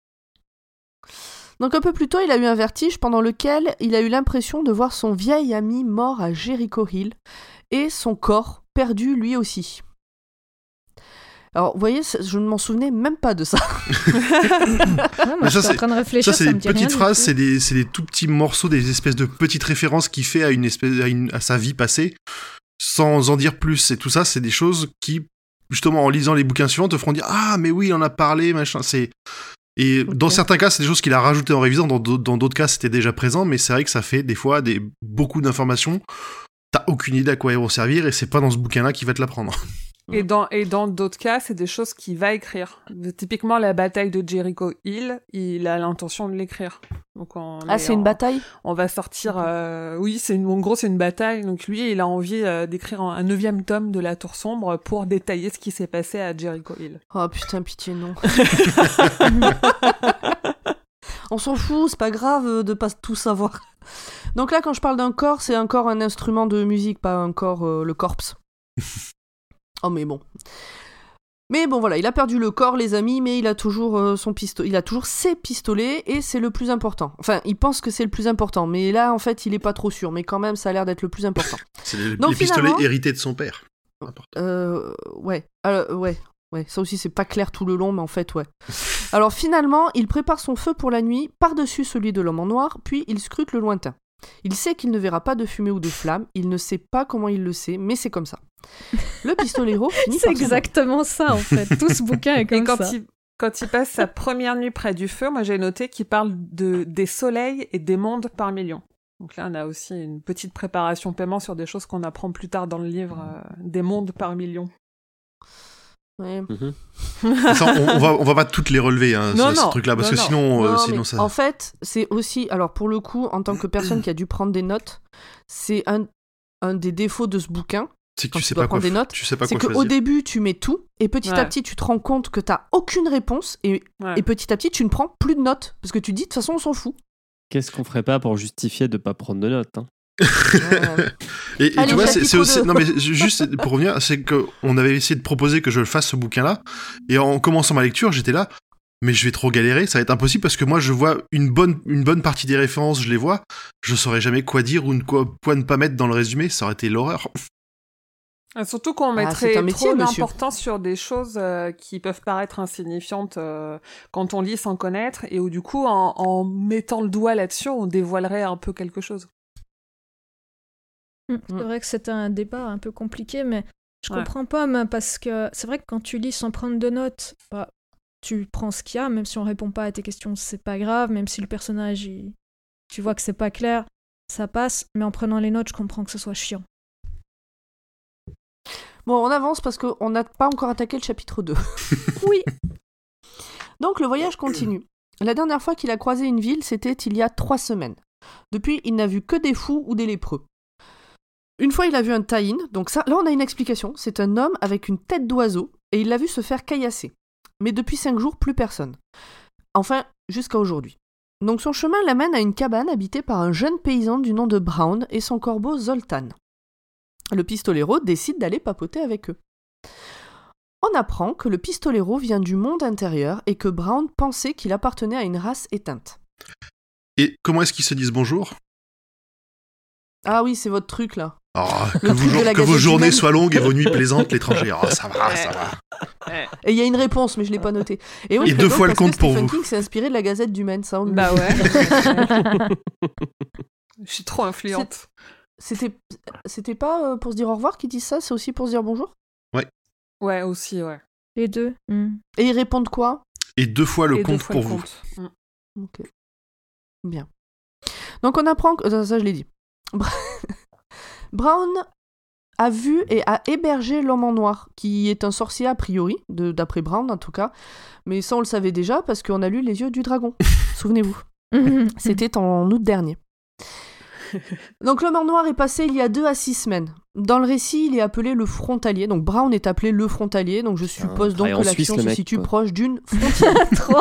S1: Donc un peu plus tôt, il a eu un vertige pendant lequel il a eu l'impression de voir son vieil ami mort à Jericho Hill et son corps perdu lui aussi. Alors, vous voyez, c'est- je ne m'en souvenais même pas de ça.
S5: Ouais, moi,
S2: Mais
S5: je
S2: ça,
S5: suis en train de réfléchir.
S2: Ça, c'est
S5: ça
S2: des
S5: me dit rien
S2: petites
S5: du
S2: phrases,
S5: tout.
S2: c'est des, c'est des tout petits morceaux, des espèces de petites références qu'il fait à, une espèce, à, une, à sa vie passée, sans en dire plus. Et tout ça, c'est des choses qui, justement, en lisant les bouquins suivants, te feront dire « Ah, mais oui, il en a parlé, machin. » C'est... Et
S1: Ok.
S2: dans certains cas, c'est des choses qu'il a rajoutées en révisant, dans d'autres, dans d'autres cas, c'était déjà présent, mais c'est vrai que ça fait des fois des, beaucoup d'informations. T'as aucune idée à quoi elles vont servir, et c'est pas dans ce bouquin-là qu'il va te l'apprendre.
S4: Et dans, et dans d'autres cas, c'est des choses qu'il va écrire. Typiquement, la bataille de Jericho Hill, il a l'intention de l'écrire. Donc on
S1: Ah,
S4: est
S1: c'est une
S4: en-
S1: bataille
S4: On va sortir... euh, oui, c'est une... en gros, c'est une bataille. Donc lui, il a envie euh, d'écrire un un neuvième tome de La Tour Sombre pour détailler ce qui s'est passé à Jericho Hill.
S1: Oh putain, pitié, non. On s'en fout, c'est pas grave euh, de pas tout savoir. Donc là, quand je parle d'un corps, c'est un corps, un instrument de musique, pas un corps, euh, le corpse. Oh mais bon. Mais bon voilà, il a perdu le corps, les amis, mais il a toujours euh, son pisto- il a toujours ses pistolets et c'est le plus important. Enfin, il pense que c'est le plus important, mais là en fait, il est pas trop sûr, mais quand même, ça a l'air d'être le plus important.
S2: C'est les,
S1: Donc,
S2: les pistolets
S1: finalement-
S2: hérités de son père. Important.
S1: Euh, ouais, Alors, ouais, ouais, ça aussi c'est pas clair tout le long, mais en fait ouais. Alors finalement, il prépare son feu pour la nuit par-dessus celui de l'homme en noir, puis il scrute le lointain. Il sait qu'il ne verra pas de fumée ou de flamme, il ne sait pas comment il le sait, mais c'est comme ça. Le pistolero finit
S5: C'est
S1: par se-
S5: exactement ça, en fait. Tout ce bouquin est
S4: Et
S5: comme
S4: quand
S5: ça.
S4: il, quand il passe sa première nuit près du feu, moi j'ai noté qu'il parle de, des soleils et des mondes par million. Donc là, on a aussi une petite préparation paiement sur des choses qu'on apprend plus tard dans le livre, euh, des mondes par million.
S1: Ouais.
S6: Mhm.
S2: Ça, on, on va, on va pas toutes les relever, hein,
S4: Non,
S2: ce, ce
S4: non,
S2: truc-là, parce
S4: non,
S2: que
S4: non.
S2: sinon, euh,
S1: Non,
S2: sinon
S1: mais
S2: ça...
S1: En fait, c'est aussi, alors pour le coup, en tant que personne qui a dû prendre des notes, c'est un, un des défauts de ce bouquin,
S2: c'est que
S1: quand
S2: tu
S1: tu
S2: sais
S1: dois
S2: pas quoi,
S1: prendre des
S2: f-
S1: notes,
S2: tu sais pas
S1: c'est
S2: quoi
S1: qu'au
S2: choisir.
S1: début, tu mets tout, et petit
S4: Ouais.
S1: à petit, tu te rends compte que t'as aucune réponse, et,
S4: Ouais.
S1: et petit à petit, tu ne prends plus de notes, parce que tu dis, de toute façon, on s'en fout.
S6: Qu'est-ce qu'on ferait pas pour justifier de pas prendre de notes hein
S1: Euh,
S2: Et, et
S1: Allez,
S2: tu vois, c'est,
S1: chapitre
S2: c'est aussi...
S1: deux.
S2: Non, mais ju- juste pour revenir, c'est qu'on avait essayé de proposer que je fasse ce bouquin-là, et en commençant ma lecture, j'étais là, mais je vais trop galérer, ça va être impossible parce que moi je vois une bonne, une bonne partie des références, je les vois, je saurais jamais quoi dire ou ne, quoi, quoi ne pas mettre dans le résumé, ça aurait été l'horreur.
S4: Et surtout qu'on
S1: Ah,
S4: mettrait
S1: c'est un métier,
S4: trop
S1: monsieur.
S4: d'importance sur des choses euh, qui peuvent paraître insignifiantes euh, quand on lit sans connaître, et où du coup, en, en mettant le doigt là-dessus, on dévoilerait un peu quelque chose.
S5: Mm. C'est vrai que c'est un débat un peu compliqué, mais je
S4: Ouais.
S5: comprends pas, mais parce que c'est vrai que quand tu lis sans prendre de notes, bah, tu prends ce qu'il y a, même si on répond pas à tes questions, c'est pas grave, même si le personnage, il- tu vois que c'est pas clair, ça passe, mais en prenant les notes, je comprends que ce soit chiant.
S1: Bon, on avance parce qu'on n'a pas encore attaqué le chapitre deux.
S5: Oui.
S1: Donc le voyage continue. La dernière fois qu'il a croisé une ville, c'était il y a trois semaines. Depuis, il n'a vu que des fous ou des lépreux. Une fois, il a vu un taïn, donc ça, là on a une explication. C'est un homme avec une tête d'oiseau, et il l'a vu se faire caillasser. Mais depuis cinq jours, plus personne. Enfin, jusqu'à aujourd'hui. Donc son chemin l'amène à une cabane habitée par un jeune paysan du nom de Brown et son corbeau Zoltan. Le pistolero décide d'aller papoter avec eux. On apprend que le pistolero vient du monde intérieur et que Brown pensait qu'il appartenait à une race éteinte.
S2: Et comment est-ce qu'ils se disent bonjour ?
S1: Ah oui, c'est votre truc là.
S2: Oh, que,
S1: Le
S2: vous
S1: truc de
S2: jour-
S1: la
S2: que vos
S1: Gazette
S2: journées
S1: humaine.
S2: soient longues et vos nuits plaisantes, l'étranger. Oh, ça va, ça va.
S1: Et il y a une réponse, mais je l'ai pas notée. Et, oui,
S2: Et deux
S1: donc,
S2: fois le
S1: parce que
S2: compte pour
S1: Stephen
S2: vous.
S1: King s'est inspiré de la Gazette du Maine, ça. On...
S4: Bah ouais. Je suis trop influente.
S1: C'était, c'était pas euh, pour se dire au revoir qu'ils disent ça, c'est aussi pour se dire bonjour.
S4: Ouais, aussi, ouais.
S5: Les deux. Mm.
S1: Et ils répondent quoi ?
S2: Et deux fois le
S4: Et deux
S2: compte
S4: fois
S2: pour
S4: le
S2: vous.
S4: compte. Mm.
S1: Ok. Bien. Donc on apprend que... Ça, ça je l'ai dit. Brown a vu et a hébergé l'homme en noir, qui est un sorcier a priori, de, d'après Brown en tout cas. Mais ça on le savait déjà parce qu'on a lu Les Yeux du Dragon. Souvenez-vous. C'était en août dernier. Donc l'homme en noir est passé il y a deux à six semaines. Dans le récit, il est appelé le frontalier. Donc Brown est appelé le frontalier. Donc je suppose donc
S6: travaille
S1: que
S6: en
S1: l'action
S6: Suisse, le
S1: se
S6: mec,
S1: situe
S6: quoi.
S1: proche d'une frontière.
S5: Trop.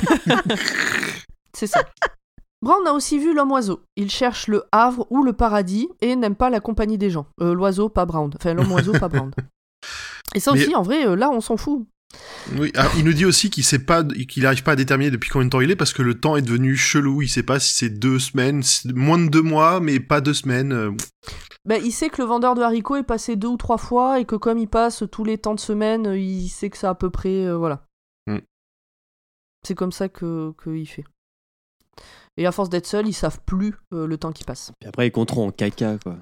S1: C'est ça. Brown a aussi vu l'homme oiseau. Il cherche le havre ou le paradis et n'aime pas la compagnie des gens. Euh, l'oiseau, pas Brown. Enfin, l'homme oiseau, pas Brown. Et ça
S2: Mais-
S1: aussi, en vrai, euh, là, on s'en fout.
S2: Oui, alors, il nous dit aussi qu'il sait pas, qu'il n'arrive pas à déterminer depuis combien de temps il est parce que le temps est devenu chelou. Il sait pas si c'est deux semaines, c'est moins de deux mois, mais pas deux semaines. euh,
S1: Ben, il sait que le vendeur de haricots est passé deux ou trois fois et que comme il passe tous les temps de semaine, euh, il sait que c'est à peu près... euh, voilà.
S2: Mm.
S1: C'est comme ça que qu'il fait. Et à force d'être seul, ils savent plus euh, le temps qui passe.
S6: Puis après, ils compteront en caca, quoi.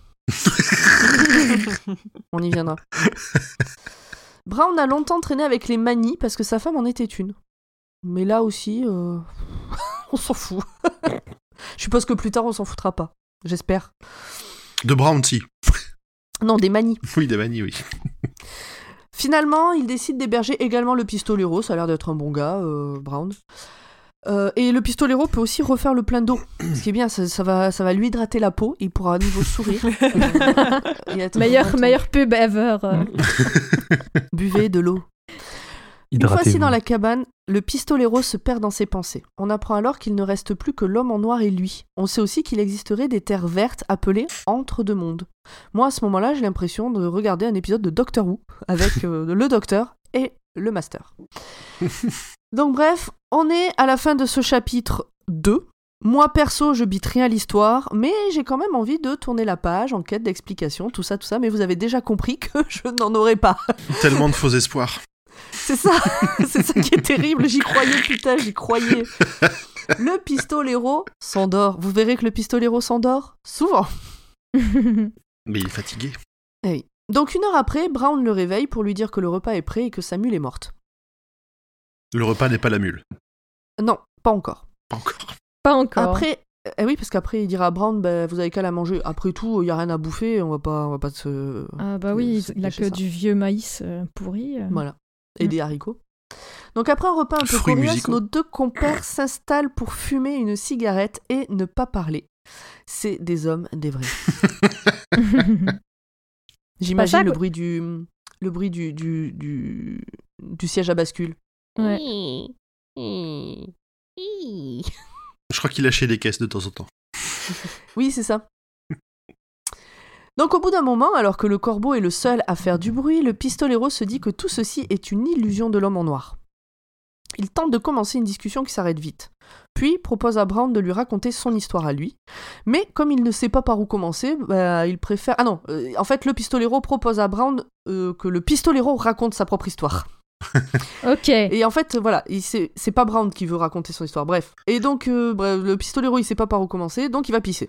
S1: On y viendra. Brown a longtemps traîné avec les manies parce que sa femme en était une. Mais là aussi, euh, on s'en fout. Je suppose que plus tard, on s'en foutra pas. J'espère.
S2: De Brown, si.
S1: Non, des manies.
S2: Oui, des manies, oui.
S1: Finalement, il décide d'héberger également le pistolero. Ça a l'air d'être un bon gars, euh, Brown. Euh, et le pistolero peut aussi refaire le plein d'eau. Ce qui est bien, ça, ça, va, ça va lui hydrater la peau. Il pourra à nouveau sourire. Euh, et être
S5: Meilleur,
S1: content.
S5: meilleur pub ever. euh.
S1: Buvez de l'eau. Une fois assis
S3: Hydratez-vous.
S1: dans la cabane, le pistolero se perd dans ses pensées. On apprend alors qu'il ne reste plus que l'homme en noir et lui. On sait aussi qu'il existerait des terres vertes appelées entre-deux-mondes. Moi, à ce moment-là, j'ai l'impression de regarder un épisode de Doctor Who avec euh, le docteur et le master. Donc bref, on est à la fin de ce chapitre deux. Moi, perso, je bite rien à l'histoire, mais j'ai quand même envie de tourner la page en quête d'explications, tout ça, tout ça, mais vous avez déjà compris que je n'en aurai pas.
S2: Tellement de faux espoirs.
S1: C'est ça, c'est ça qui est terrible, j'y croyais, putain, j'y croyais. Le pistolero s'endort. Vous verrez que le pistolero s'endort souvent.
S2: Mais il est fatigué.
S1: Eh oui. Donc une heure après, Brown le réveille pour lui dire que le repas est prêt et que sa mule est morte.
S2: Le repas n'est pas la mule.
S1: Non, pas encore.
S2: Pas encore.
S5: Pas encore.
S1: Après, eh oui, parce qu'après il dira à Brown, bah, vous avez qu'à la manger. Après tout, il y a rien à bouffer, on va pas, on va pas se.
S5: Ah bah oui,
S1: se
S5: il a
S1: cacher
S5: que
S1: ça.
S5: du vieux maïs euh, pourri. euh.
S1: Voilà. Et
S5: Mm.
S1: des haricots. Donc après un repas un peu
S2: Fruits
S1: coriace,
S2: musicaux.
S1: nos deux compères s'installent pour fumer une cigarette et ne pas parler. C'est des hommes, des vrais. J'imagine
S5: Pas ça,
S1: le
S5: quoi.
S1: bruit du le bruit du du, du, du siège à bascule.
S5: Ouais.
S2: Je crois qu'il lâchait des caisses de temps en temps.
S1: Oui, c'est ça. Donc au bout d'un moment, alors que le corbeau est le seul à faire du bruit, le pistolero se dit que tout ceci est une illusion de l'homme en noir. il tente de commencer une discussion qui s'arrête vite. Puis propose à Brown de lui raconter son histoire à lui. Mais comme il ne sait pas par où commencer, bah, il préfère... Ah non, euh, en fait, le pistolero propose à Brown euh, que le pistolero raconte sa propre histoire.
S5: Ok.
S1: Et en fait, voilà, il sait... c'est pas Brown qui veut raconter son histoire, bref. Et donc, euh, bref, le pistolero, il sait pas par où commencer, donc il va pisser.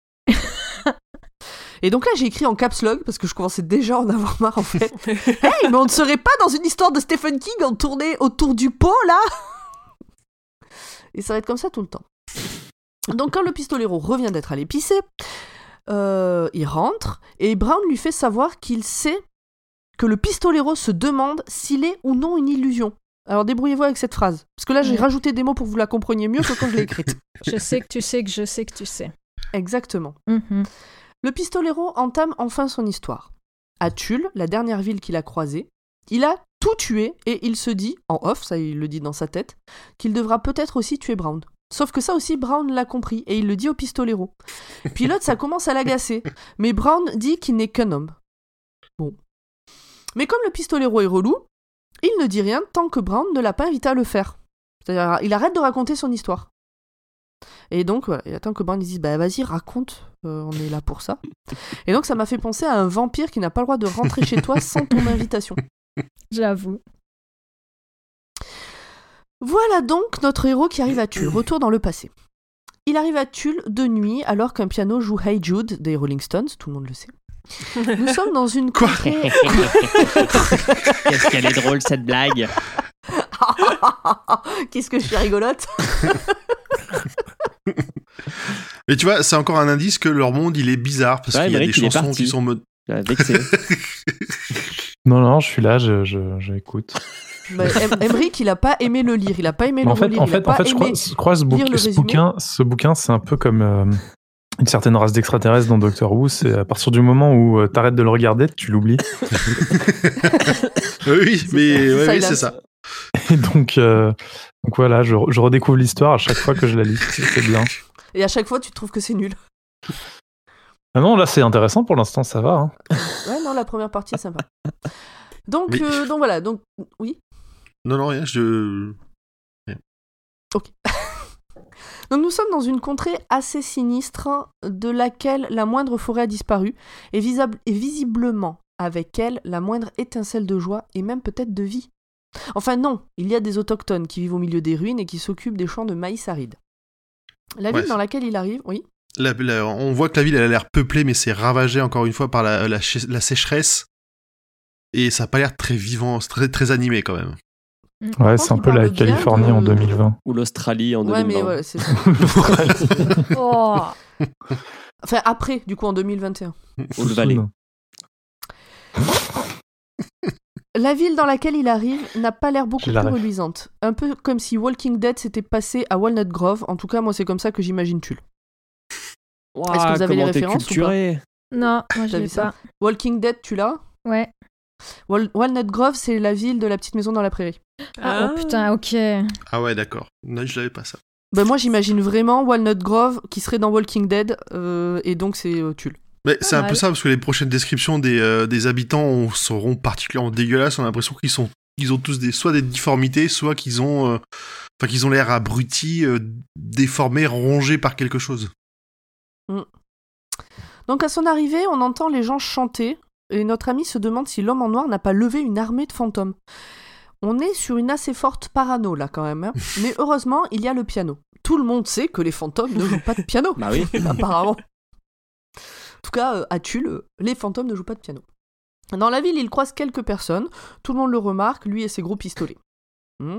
S1: Et donc là, j'ai écrit en caps lock, parce que je commençais déjà à en avoir marre, en fait. Hey, mais on ne serait pas dans une histoire de Stephen King en tournée autour du pot, là? Et ça va être comme ça tout le temps. Donc quand le pistolero revient d'être allé pisser, euh, il rentre, et Brown lui fait savoir qu'il sait que le pistolero se demande s'il est ou non une illusion. Alors débrouillez-vous avec cette phrase, parce que là, j'ai
S5: Ouais.
S1: rajouté des mots pour que vous la compreniez mieux que quand je l'ai écrite.
S5: Je sais que tu sais que je sais que tu sais.
S1: Exactement.
S5: Mhm.
S1: Le pistolero entame enfin son histoire. À Tulle, la dernière ville qu'il a croisée, il a tout tué et il se dit, en off, ça il le dit dans sa tête, qu'il devra peut-être aussi tuer Brown. Sauf que ça aussi, Brown l'a compris et il le dit au pistolero. Puis l'autre, ça commence à l'agacer. Mais Brown dit qu'il n'est qu'un homme. Bon. Mais comme le pistolero est relou, il ne dit rien tant que Brown ne l'a pas invité à le faire. C'est-à-dire, il arrête de raconter son histoire. Et donc, voilà, il attend que Brown lui dise, bah vas-y, raconte, euh, on est là pour ça. Et donc, ça m'a fait penser à un vampire qui n'a pas le droit de rentrer chez toi sans ton invitation.
S5: J'avoue.
S1: Voilà donc notre héros qui arrive à Tulle, retour dans le passé. Il arrive à Tulle de nuit alors qu'un piano joue Hey Jude des Rolling Stones, tout le monde le sait. Nous sommes dans une
S2: Quoi
S1: contrée...
S6: Qu'est-ce qu'elle est drôle cette blague.
S1: Qu'est-ce que je suis rigolote.
S2: Mais tu vois, c'est encore un indice que leur monde, il est bizarre, parce
S6: Ouais,
S2: qu'il y a des
S6: Émeric, il est
S2: chansons
S6: parti.
S2: qui sont en mode...
S6: Euh, Vexé.
S3: Non, non, je suis là, je, je, j'écoute.
S1: Bah, Em- Emmerich, il a pas aimé le lire, il a pas aimé
S3: Mais
S1: le
S3: en fait,
S1: relire,
S3: en
S1: il a
S3: fait,
S1: pas
S3: en fait je, crois,
S1: aimé...
S3: je crois ce, bouc-
S1: lire le
S3: ce
S1: résumé.
S3: bouquin, ce bouquin, c'est un peu comme euh, une certaine race d'extraterrestres dans Doctor Who. C'est à partir du moment où euh, t'arrêtes de le regarder, tu l'oublies.
S2: Oui,
S1: C'est
S2: mais
S1: ça,
S2: ouais,
S1: ça,
S2: oui,
S1: il a-
S2: c'est ça.
S3: Et donc, euh, donc voilà, je, je redécouvre l'histoire à chaque fois que je la lis. C'est c'est bien.
S1: Et à chaque fois, tu trouves que c'est nul.
S3: Ah non, là, c'est intéressant pour l'instant, ça va. Hein.
S1: Ouais, non, la première partie est sympa. Donc,
S2: Mais-
S1: euh, donc voilà, donc... Oui.
S2: Non, non, rien, je...
S1: Donc nous sommes dans une contrée assez sinistre, de laquelle la moindre forêt a disparu, et, visable, et visiblement avec elle la moindre étincelle de joie, et même peut-être de vie. Enfin non, il y a des autochtones qui vivent au milieu des ruines et qui s'occupent des champs de maïs arides. La ville
S2: Ouais,
S1: dans laquelle il arrive, oui.
S2: La- la- on voit que la ville, elle a l'air peuplée, mais c'est ravagé, encore une fois, par la, la, ché- la sécheresse. Et ça a pas l'air très vivant, c'est très, très animé, quand même.
S3: Ouais,
S1: Par
S3: c'est un
S1: contre,
S3: peu
S1: il
S3: la
S1: parle bien
S3: Californie
S1: de-
S3: en deux mille vingt.
S6: Ou l'Australie en
S1: Ouais,
S6: deux mille vingt.
S1: mais ouais, c'est ça.
S5: Oh.
S1: Enfin, après, du coup, en deux mille vingt et un.
S6: Ou le Valais.
S1: La ville dans laquelle il arrive n'a pas l'air beaucoup
S3: J'ai
S1: plus
S3: la ref.
S1: reluisante. Un peu comme si Walking Dead s'était passé à Walnut Grove. En tout cas, moi, c'est comme ça que j'imagine Tulle.
S6: Ouah,
S1: Est-ce que vous avez les
S6: comment t'es
S1: références ou
S6: culturé.
S5: Non, moi je
S1: T'as
S5: l'ai
S1: vu ça
S5: pas.
S1: Walking Dead, tu l'as
S5: Ouais.
S1: Wal- Walnut Grove, c'est la ville de la petite maison dans la prairie.
S5: Ah, oh putain, ok.
S2: Ah ouais, d'accord. Non, je l'avais pas, ça.
S1: Ben, moi, j'imagine vraiment Walnut Grove qui serait dans Walking Dead, euh, et donc c'est euh, Tulle.
S2: Mais c'est un
S5: mal.
S2: peu ça, parce que les prochaines descriptions des, euh, des habitants on- seront particulièrement dégueulasses. On a l'impression qu'ils sont, ils ont tous des, soit des difformités, soit qu'ils ont, euh, enfin, qu'ils ont l'air abrutis, euh, déformés, rongés par quelque chose.
S1: Donc à son arrivée, on entend les gens chanter, et notre ami se demande si l'homme en noir n'a pas levé une armée de fantômes. On est sur une assez forte parano là quand même, hein. Mais heureusement, il y a le piano. Tout le monde sait que les fantômes ne jouent pas de piano,
S6: Bah oui.
S1: apparemment. En tout cas, euh, à Tulle, euh, les fantômes ne jouent pas de piano. Dans la ville, il croise quelques personnes, tout le monde le remarque, lui et ses gros pistolets. Mmh.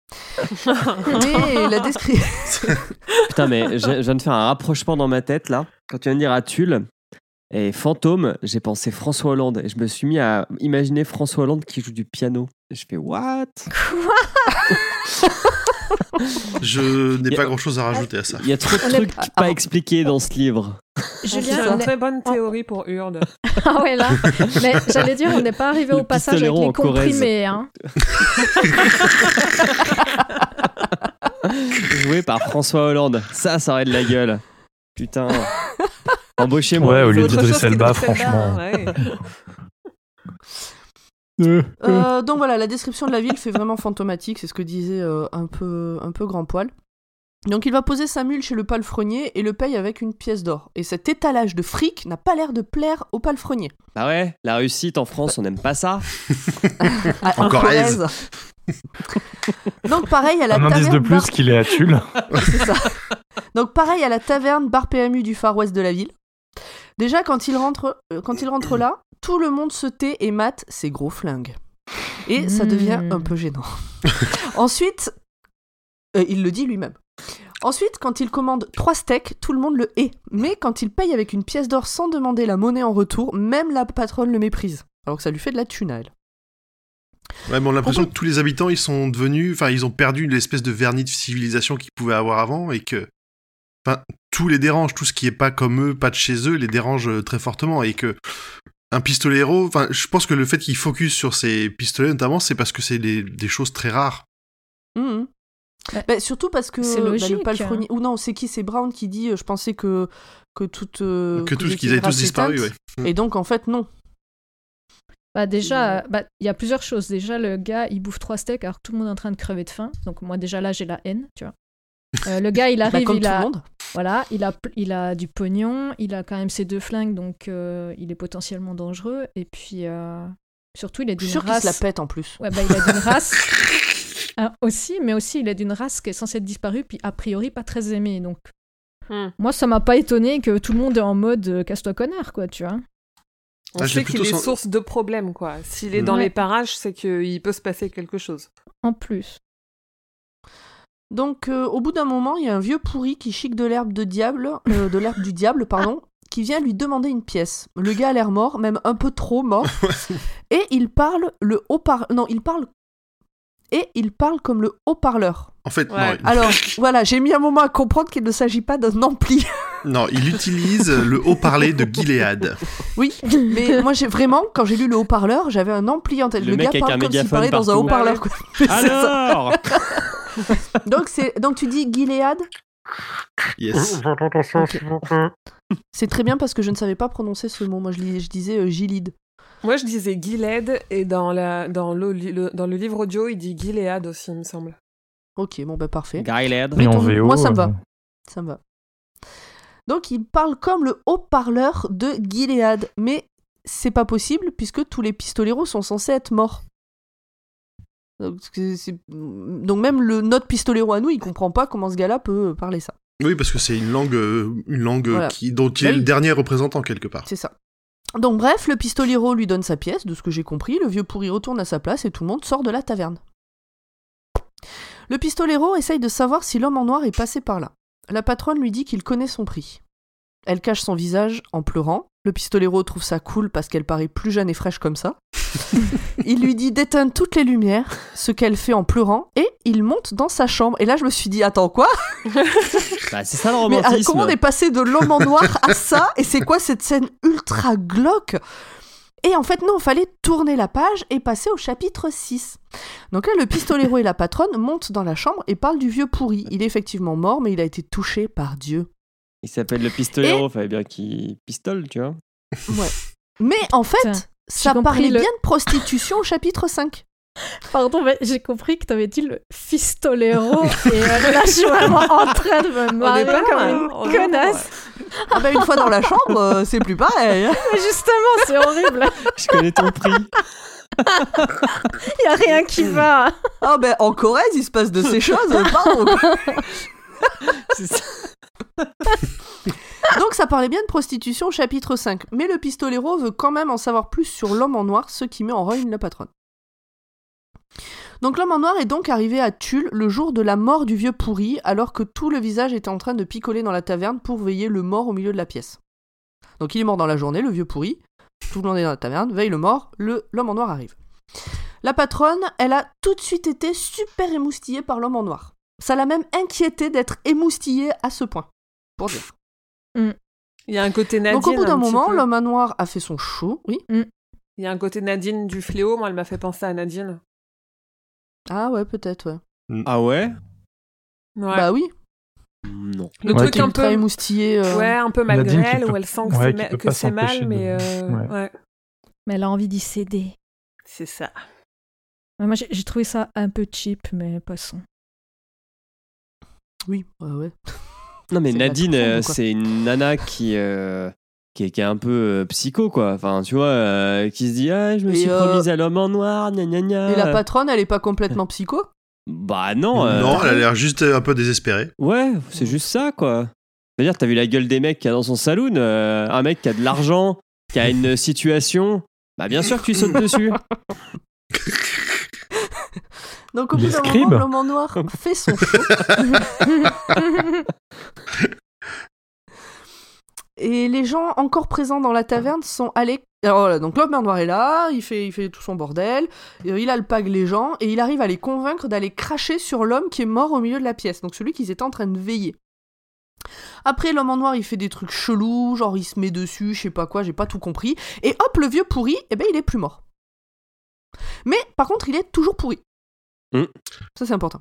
S1: Mais la description...
S6: Putain, mais je, je viens de faire un rapprochement dans ma tête là. Quand tu viens de dire à Tulle et fantôme, j'ai pensé François Hollande et je me suis mis à imaginer François Hollande qui joue du piano. Et je fais what?
S2: Je n'ai
S6: Y a-
S2: pas grand chose à rajouter à ça.
S6: Il y a trop de
S5: On est-
S6: trucs
S1: Ah,
S6: pas
S1: ah.
S6: expliqués dans ce livre.
S4: C'est
S5: Julien, on
S4: une
S5: est-
S4: très bonne théorie pour Urde.
S5: ah ouais là. Mais j'allais dire, on n'est pas arrivé
S6: Le
S5: au passage avec
S6: pistolero
S5: les
S6: en Corrèze.
S5: comprimés, hein.
S6: Joué par François Hollande. Ça, ça aurait de la gueule. Putain. Embauchez-moi.
S3: Ouais, au lieu
S4: C'est autre
S3: d'Idriss
S4: chose
S3: Elba,
S4: qu'Idriss Elba,
S3: franchement.
S4: ouais.
S3: Euh, euh.
S1: Euh, donc voilà, la description de la ville fait vraiment fantomatique, c'est ce que disait euh, un peu, un peu grand poil. Donc il va poser sa mule chez le palefrenier et le paye avec une pièce d'or. Et cet étalage de fric n'a pas l'air de plaire au palefrenier.
S6: Bah ouais, la réussite en France, on n'aime pas ça.
S1: Ah,
S2: Encore
S1: en
S2: aise.
S1: Corrèze. Donc pareil à la
S3: Un
S1: taverne.
S3: indice de plus
S1: bar...
S3: qu'il est à Tulle.
S1: C'est ça. Donc pareil à la taverne bar P M U du Far West de la ville. Déjà quand il rentre, euh, quand il rentre là, tout le monde se tait et mate ses gros flingues. Et ça devient un peu gênant. Ensuite, euh, il le dit lui-même. Ensuite, quand il commande trois steaks, tout le monde le hait. Mais quand il paye avec une pièce d'or sans demander la monnaie en retour, même la patronne le méprise. Alors que ça lui fait de la thune à elle.
S2: Ouais, mais on a l'impression
S1: Pourquoi
S2: que tous les habitants, ils sont devenus... Enfin, ils ont perdu une espèce de vernis de civilisation qu'ils pouvaient avoir avant et que... Enfin, tout les dérange. Tout ce qui est pas comme eux, pas de chez eux, les dérange très fortement. Et que... Un pistolero... Enfin, je pense que le fait qu'il focus sur ces pistolets, notamment, c'est parce que c'est des, des choses très rares.
S1: Mmh.
S5: Bah,
S1: Bah, surtout parce que
S5: c'est
S1: bah,
S5: logique.
S1: le palefrenier... Ou non, c'est qui? C'est Brown qui dit euh, je pensais que, que toute... euh,
S2: que tous,
S1: vous
S2: qu'ils
S1: étiez
S2: avaient tous
S1: race
S2: disparu,
S1: éteinte.
S2: ouais.
S1: Et donc, en fait, non.
S5: Bah déjà, bah, il y a plusieurs choses. Déjà, le gars, il bouffe trois steaks alors que tout le monde est en train de crever de faim. Donc moi, déjà là, j'ai la haine, tu vois. Euh, le gars, il
S1: Bah,
S5: arrive,
S1: comme
S5: il
S1: tout
S5: a,
S1: le monde.
S5: voilà, il a, il a du pognon, il a quand même ses deux flingues, donc euh, il est potentiellement dangereux. Et puis, euh, surtout, il est
S1: Je suis
S5: d'une
S1: sûre qu'il
S5: race...
S1: se la pète en plus.
S5: Ouais, bah il est d'une race... Ah, aussi, mais aussi, il est d'une race qui est censée être disparue, puis a priori pas très aimée. Donc,
S4: Hmm.
S5: moi, ça m'a pas étonné que tout le monde est en mode euh, casse-toi connard, quoi, tu vois.
S4: On
S2: Ah, j'ai
S4: sait qu'il
S2: plutôt
S4: est
S2: sens-
S4: source de problèmes, quoi. S'il est dans
S5: Ouais.
S4: les parages, c'est qu'il peut se passer quelque chose.
S5: En plus.
S1: Donc, euh, au bout d'un moment, il y a un vieux pourri qui chique de l'herbe de diable, euh, de l'herbe du diable, pardon, qui vient lui demander une pièce. Le gars a l'air mort, même un peu trop mort, et il parle le haut-parleur. Non, il parle. Et il parle comme le haut-parleur.
S2: En fait,
S4: Ouais.
S2: non,
S1: Alors, voilà, j'ai mis un moment à comprendre qu'il ne s'agit pas d'un ampli.
S2: non, il utilise le haut-parler de Gilead.
S1: Oui, mais moi, j'ai vraiment, quand j'ai lu le haut-parleur, j'avais un ampli en tête.
S6: Le
S1: Le,
S6: mec
S1: gars
S6: avec
S1: parle
S6: un
S1: comme s'il
S6: mégaphone
S1: parlait dans un
S6: partout.
S1: haut-parleur. quoi. C'est ça.
S6: Alors
S1: Donc, c'est... Donc, tu dis Gilead.
S2: Yes.
S1: Ok. C'est très bien parce que je ne savais pas prononcer ce mot. Moi, je, lis- je disais euh, Gilead.
S4: Moi, je disais Gilead, et dans, la, dans, le, le- dans le livre audio, il dit Gilead aussi, il me semble.
S1: Ok, bon, bah parfait.
S6: Gilead.
S3: Et en
S1: Mettons-
S3: V O.
S1: moi, ça me va.
S3: euh,
S1: Ça me va. Donc, il parle comme le haut-parleur de Gilead. Mais c'est pas possible puisque tous les pistoleros sont censés être morts. Donc, c'est- c'est- Donc même le, notre pistolero à nous, il comprend pas comment ce gars-là peut parler ça.
S2: Oui, parce que c'est une langue, euh, une langue
S1: Voilà.
S2: qui, dont il
S1: Bah
S2: est
S1: oui.
S2: le dernier représentant quelque part.
S1: C'est ça. Donc bref, le pistolero lui donne sa pièce, de ce que j'ai compris, le vieux pourri retourne à sa place et tout le monde sort de la taverne. Le pistolero essaye de savoir si l'homme en noir est passé par là. La patronne lui dit qu'il connaît son prix. Elle cache son visage en pleurant. Le pistolero trouve ça cool parce qu'elle paraît plus jeune et fraîche comme ça. Il lui dit d'éteindre toutes les lumières, ce qu'elle fait en pleurant, et il monte dans sa chambre. Et là, je me suis dit, attends, quoi?
S6: Bah, c'est ça le
S1: Mais ah,
S6: romantisme.
S1: comment on est passé de l'homme en noir à ça? Et c'est quoi cette scène ultra glauque? Et en fait, non, il fallait tourner la page et passer au chapitre six. Donc là, le pistolero et la patronne montent dans la chambre et parlent du vieux pourri. Il est effectivement mort, mais il a été touché par Dieu.
S6: Il s'appelle le pistolero, fallait bien qu'il pistole, tu vois.
S1: Ouais. Mais en fait,
S5: Tiens,
S1: ça
S5: compris
S1: parlait
S5: le-
S1: bien de prostitution au chapitre cinq.
S5: Pardon, mais j'ai compris que t'avais dit le fistolero et euh, là, je suis vraiment en train de me marrer
S4: pas
S5: comme
S4: mal,
S5: une
S4: on est pas
S5: connasse.
S1: Ah bah une fois dans la chambre, euh, c'est plus pareil. hein.
S5: Mais justement, c'est horrible.
S6: Je connais ton prix.
S5: Il y a rien qui va.
S1: Ah bah en Corrèze, il se passe de ces choses, euh, pardon.
S6: C'est ça.
S1: Donc ça parlait bien de prostitution au chapitre cinq, mais le pistolero veut quand même en savoir plus sur l'homme en noir, ce qui met en rogne la patronne. Donc l'homme en noir est donc arrivé à Tulle le jour de la mort du vieux pourri, alors que tout le visage était en train de picoler dans la taverne pour veiller le mort au milieu de la pièce. Donc il est mort dans la journée, le vieux pourri, tout le monde est dans la taverne, veille le mort, le, l'homme en noir arrive. La patronne, elle a tout de suite été super émoustillée par l'homme en noir. Ça l'a même inquiétée d'être émoustillée à ce point, pour dire.
S4: Il y a un côté Nadine.
S1: Donc au bout d'un
S4: un petit
S1: moment,
S4: peu.
S1: l'homme en noir a fait son show, oui.
S4: Il y a un côté Nadine du fléau, moi, elle m'a fait penser à Nadine.
S1: Ah ouais, peut-être, ouais.
S6: Ah ouais
S4: Ouais.
S1: Bah oui,
S6: Non.
S4: Le
S3: Ouais,
S4: truc
S3: qui-
S4: un
S1: ultra
S4: peu.
S1: émoustillé. euh,
S4: Ouais, un peu malgré
S3: Nadine qui
S4: elle,
S3: peut-
S4: où elle sent que
S3: ouais,
S4: c'est,
S3: qui
S4: ma-
S3: peut
S4: que
S3: pas
S4: c'est
S3: s'empêcher
S4: mal,
S3: de-
S4: mais. euh,
S3: Ouais.
S4: ouais.
S5: Mais elle a envie d'y céder.
S4: C'est ça.
S5: Ouais, moi, j'ai, j'ai trouvé ça un peu cheap, mais passons.
S1: Oui, ouais, ouais.
S6: Non, mais
S1: C'est de la
S6: Nadine,
S1: tour sombre,
S6: euh,
S1: quoi.
S6: c'est une nana qui, euh, qui, est, qui est un peu euh, psycho, quoi. Enfin, tu vois, euh, qui se dit ah, je me
S1: Et,
S6: suis
S1: euh,
S6: promise à l'homme en noir, gna gna gna.
S1: Et la patronne, elle est pas complètement psycho?
S6: Bah non. euh,
S2: Non, elle a l'air juste un peu désespérée.
S6: Ouais, c'est juste ça, quoi. C'est-à-dire, t'as vu la gueule des mecs qu'il y a dans son saloon, euh, un mec qui a de l'argent, qui a une situation, bah bien sûr que tu sautes dessus.
S1: Donc au
S3: Les
S1: bout d'un
S3: scribes.
S1: moment, l'homme en noir fait son show. Et les gens encore présents dans la taverne sont allés... Alors voilà, donc l'homme en noir est là, il fait, il fait tout son bordel, euh, il alpague les gens, et il arrive à les convaincre d'aller cracher sur l'homme qui est mort au milieu de la pièce, donc celui qu'ils étaient en train de veiller. Après, l'homme en noir, il fait des trucs chelous, genre il se met dessus, je sais pas quoi, j'ai pas tout compris, et hop, le vieux pourri, eh ben il est plus mort. Mais par contre, il est toujours pourri.
S6: Mm.
S1: Ça, c'est important.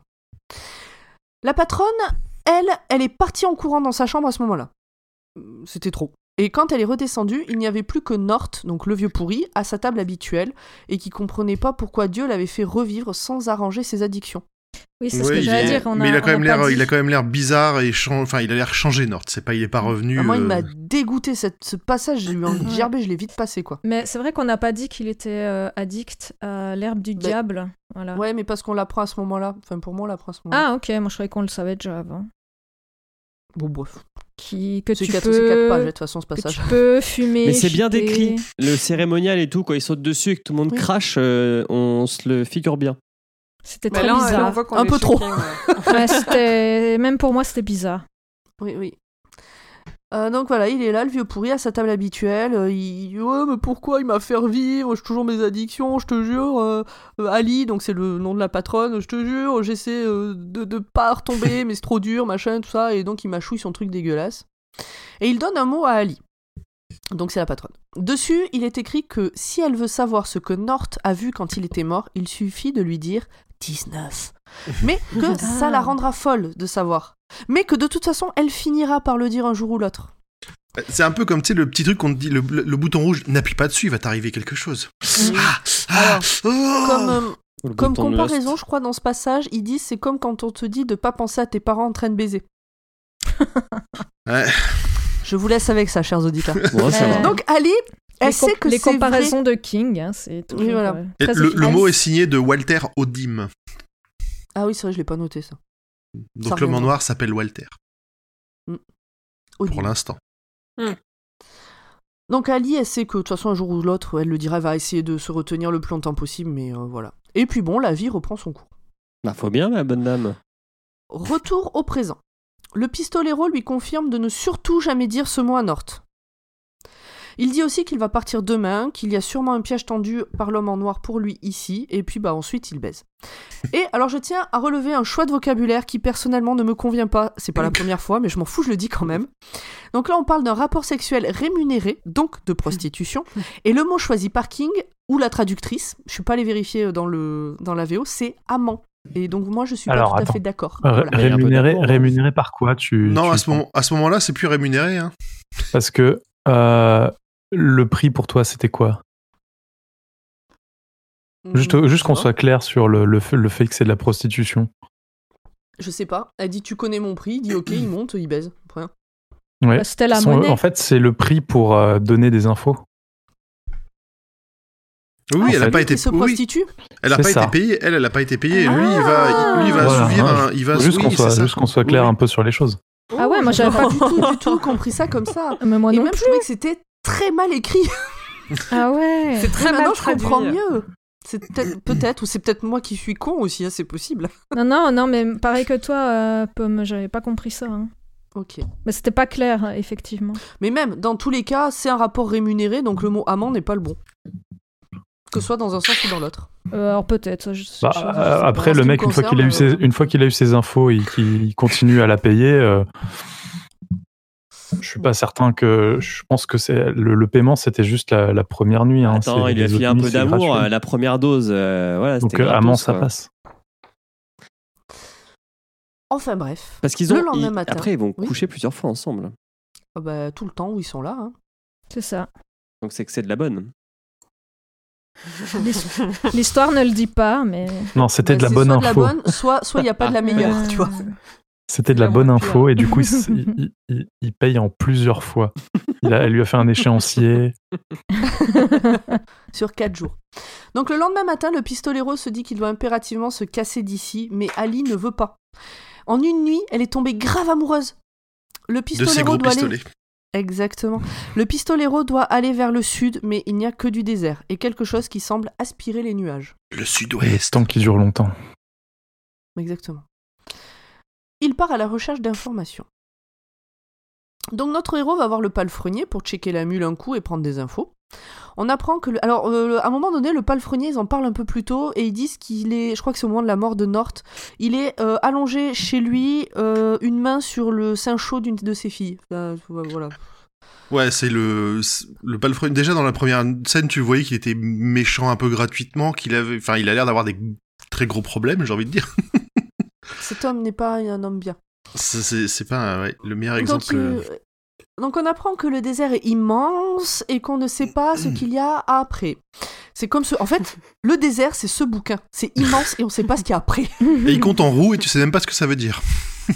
S1: La patronne, elle, elle est partie en courant dans sa chambre à ce moment-là. C'était trop. Et quand elle est redescendue, il n'y avait plus que Nort, donc le vieux pourri, à sa table habituelle, et qui comprenait pas pourquoi Dieu l'avait fait revivre sans arranger ses addictions.
S5: Oui, c'est ce
S2: Ouais,
S5: que
S2: il
S5: j'allais
S2: est-
S5: dire. On
S2: mais
S5: a,
S2: il a quand
S5: on
S2: même
S5: pas
S2: l'air,
S5: dit.
S2: il a quand même l'air bizarre et chan- enfin, il a l'air changé, Nord. C'est pas, il est pas revenu.
S1: Ah, moi, il
S2: euh,
S1: m'a dégoûté, cette, ce passage, j'ai eu envie de gerber, je l'ai vite passé, quoi.
S5: Mais c'est vrai qu'on n'a pas dit qu'il était euh, addict à l'herbe du
S1: Mais-
S5: diable. Voilà.
S1: Ouais, mais parce qu'on l'apprend à ce moment-là. Enfin, pour moi, on l'apprend à ce moment-là.
S5: Ah, ok, moi je croyais qu'on le savait déjà avant.
S1: Bon, bref.
S5: Qui, que
S1: C'est
S5: tu
S1: quatre,
S5: peux...
S1: c'est quatre pages, de toute façon, ce
S5: que
S1: passage.
S5: tu peux fumer.
S6: Mais c'est bien
S5: chipper.
S6: décrit. Le cérémonial et tout, quand il saute dessus et que tout le monde
S1: Oui.
S6: crache, euh, on se le figure bien.
S5: C'était
S4: Mais
S5: très
S4: là, on- là, on
S5: bizarre.
S4: voit qu'on
S1: Un
S4: est
S1: peu trop.
S4: choqués, ouais.
S5: Ouais, c'était... Même pour moi, c'était bizarre.
S1: Oui, oui. Euh, donc voilà, il est là, le vieux pourri, à sa table habituelle. euh, il dit ouais, mais pourquoi il m'a fait revivre? J'ai toujours mes addictions, je te jure. euh, euh, Ali, donc c'est le nom de la patronne, je te jure, j'essaie euh, de, de pas retomber, mais c'est trop dur, machin, tout ça. Et donc il mâchouille son truc dégueulasse. Et il donne un mot à Ali. Donc c'est la patronne. Dessus, il est écrit que si elle veut savoir ce que Nort a vu quand il était mort, il suffit de lui dire dix-neuf. Mais que ça la rendra folle de savoir. Mais que de toute façon, elle finira par le dire un jour ou l'autre.
S2: C'est un peu comme, tu sais, le petit truc qu'on te dit, le, le- le bouton rouge, n'appuie pas dessus, il va t'arriver quelque chose. Ah, ah,
S1: Alors,
S2: oh.
S1: Comme, euh,
S6: Le
S1: comme
S6: bouton de
S1: comparaison,
S6: Lost.
S1: je crois, dans ce passage, ils disent c'est comme quand on te dit de pas penser à tes parents en train de baiser.
S2: Ouais.
S1: Je vous laisse avec ça, chers auditeurs.
S6: Bon, ça
S5: Euh,
S6: va.
S1: Donc Ali, elle
S5: les
S1: sait
S5: comp-
S1: que
S5: les
S1: c'est
S5: comparaisons de King, hein, c'est toujours
S1: Oui, voilà.
S5: euh,
S2: Et
S5: très
S2: le, le
S5: efficace.
S2: mot est signé de Walter Odim.
S1: vrai. Ah oui, c'est vrai, je l'ai pas noté ça.
S2: Donc
S1: Ça
S2: l'homme en
S1: reviendra.
S2: noir s'appelle Walter,
S1: Odile.
S2: pour l'instant.
S1: Donc Ali, elle sait que de toute façon, un jour ou l'autre, elle le dira, elle va essayer de se retenir le plus longtemps possible, mais euh, voilà. Et puis bon, la vie reprend son cours.
S6: Bah, faut bien, ma bonne dame.
S1: Retour au présent. Le pistolero lui confirme de ne surtout jamais dire ce mot à Nort. Il dit aussi qu'il va partir demain, qu'il y a sûrement un piège tendu par l'homme en noir pour lui ici, et puis bah ensuite il baise. Et alors je tiens à relever un choix de vocabulaire qui personnellement ne me convient pas, c'est pas la première fois, mais je m'en fous, je le dis quand même. Donc là on parle d'un rapport sexuel rémunéré, donc de prostitution, et le mot choisi par King, ou la traductrice, je suis pas allé vérifier dans, le, dans la V O, c'est amant. Et donc moi je suis
S3: Alors,
S1: pas tout
S3: attends.
S1: à fait d'accord.
S3: Ré-
S1: Voilà.
S6: Il y a un peu
S3: Rémunéré,
S6: d'accord, hein.
S3: rémunéré par quoi tu,
S2: Non,
S3: tu
S2: à ce, moment, à ce moment-là, c'est plus rémunéré. Hein.
S3: Parce que euh, le prix pour toi, c'était quoi? Juste,
S1: Mmh,
S3: juste
S1: je
S3: qu'on
S1: sais pas.
S3: soit clair sur le, le, fait, le fait que c'est de la prostitution.
S1: Je sais pas. Elle dit tu connais mon prix, il dit ok, il monte, il baise. Rien.
S3: Ouais.
S5: Bah, c'était la
S3: Son-
S5: monnaie.
S3: En fait, c'est le prix pour euh, donner des infos.
S2: Oui,
S3: Ah,
S2: elle n'a
S3: c'est
S2: pas
S1: Lui
S2: été,
S1: qui se
S2: oui,
S1: prostitue.
S2: elle a
S3: C'est
S2: pas
S3: ça.
S2: été payée. Elle, elle a pas été payée. Lui, il
S1: Ah.
S2: va, lui, il va
S3: Voilà,
S2: assouvir
S3: hein,
S2: un, il va
S3: Juste
S2: oui,
S3: qu'on
S2: c'est
S3: soit,
S2: ça.
S3: juste qu'on soit clair
S2: Oui,
S3: un
S2: oui.
S3: peu sur les choses.
S5: Ah ouais, moi,
S1: j'ai
S5: j'avais
S1: pas
S5: pas-
S1: du tout, du tout compris ça comme ça.
S5: Mais moi
S1: Et
S5: non
S1: même je
S5: plus.
S1: trouvais que c'était très mal écrit.
S5: Ah ouais.
S4: C'est très
S1: Et
S4: mal
S1: maintenant je
S4: traduit.
S1: comprends mieux. C'est peut-être, peut-être, ou c'est peut-être moi qui suis con aussi, hein, c'est possible.
S5: Non, non, non, mais pareil que toi, euh, Pomme, j'avais pas compris ça. hein.
S1: Ok.
S5: Mais c'était pas clair, hein, effectivement.
S1: Mais même, dans tous les cas, c'est un rapport rémunéré, donc le mot amant n'est pas le bon. Que ce soit dans un sens ou dans l'autre.
S5: Euh, alors peut-être. Je,
S3: Bah,
S5: je- je sais
S3: euh,
S5: pas.
S3: après,
S1: En ce
S3: le
S1: qui
S3: mec,
S1: me
S3: une fois qu'il a eu
S1: concerne,
S3: ses, une fois qu'il a eu ses infos et qu'il continue à la payer, euh, je suis pas certain que. Je pense que c'est le, le paiement, c'était juste la, la première nuit. Hein.
S6: Attends,
S3: C'est-
S6: il lui a
S3: les
S6: filé
S3: autres
S6: un
S3: nuits,
S6: peu
S3: c'est
S6: d'amour,
S3: gratuit.
S6: euh, la première dose. euh, voilà,
S3: Donc,
S6: c'était
S3: euh,
S6: gratos,
S3: amant, ça
S6: quoi.
S3: passe.
S1: Enfin bref.
S6: Parce qu'ils
S1: Le
S6: ont.
S1: lendemain
S6: ils-
S1: matin.
S6: Après, ils vont
S1: Oui.
S6: coucher plusieurs fois ensemble.
S1: Ah bah, tout le temps où ils sont là. hein.
S5: C'est ça.
S6: Donc c'est que c'est de la bonne.
S5: L'histoire ne le dit pas, mais...
S3: Non, c'était
S1: Bah,
S3: de la
S1: c'est
S3: bonne
S1: soit de la
S3: info.
S1: bonne, soit soit il n'y a pas de la meilleure,
S5: Euh,
S1: tu vois.
S3: C'était de la
S4: La
S3: bonne
S4: moins pire.
S3: info et du coup, il, s- il- il- il- il paye en plusieurs fois. Il a, elle lui a fait un échéancier.
S1: Sur quatre jours. Donc le lendemain matin, le pistolero se dit qu'il doit impérativement se casser d'ici, mais Ali ne veut pas. En une nuit, elle est tombée grave amoureuse. Le
S2: De ces
S1: pistolero
S2: gros
S1: doit aller...
S2: pistolets.
S1: Exactement. Le pistolero doit aller vers le sud, mais il n'y a que du désert et quelque chose qui semble aspirer les nuages.
S2: Le sud-ouest.
S3: Tant qu'il dure longtemps.
S1: Exactement. Il part à la recherche d'informations. Donc notre héros va voir le palefrenier pour checker la mule un coup et prendre des infos. On apprend que... Le... Alors, euh, à un moment donné, le palefrenier, ils en parlent un peu plus tôt et ils disent qu'il est... Je crois que c'est au moment de la mort de Nort. Il est euh, allongé chez lui, euh, une main sur le sein chaud d'une de ses filles. Euh, voilà.
S2: Ouais, c'est le le palefrenier. Déjà dans la première scène, tu voyais qu'il était méchant un peu gratuitement, qu'il avait, enfin, il a l'air d'avoir des très gros problèmes, j'ai envie de dire.
S1: Cet homme n'est pas un homme bien.
S2: C'est c'est, c'est pas ouais, le meilleur exemple.
S1: Donc, euh, donc on apprend que le désert est immense et qu'on ne sait pas ce qu'il y a après. C'est comme ce... En fait, le désert, c'est ce bouquin. C'est immense et on ne sait pas ce qu'il y a après.
S2: Et il compte en roue et tu sais même pas ce que ça veut dire.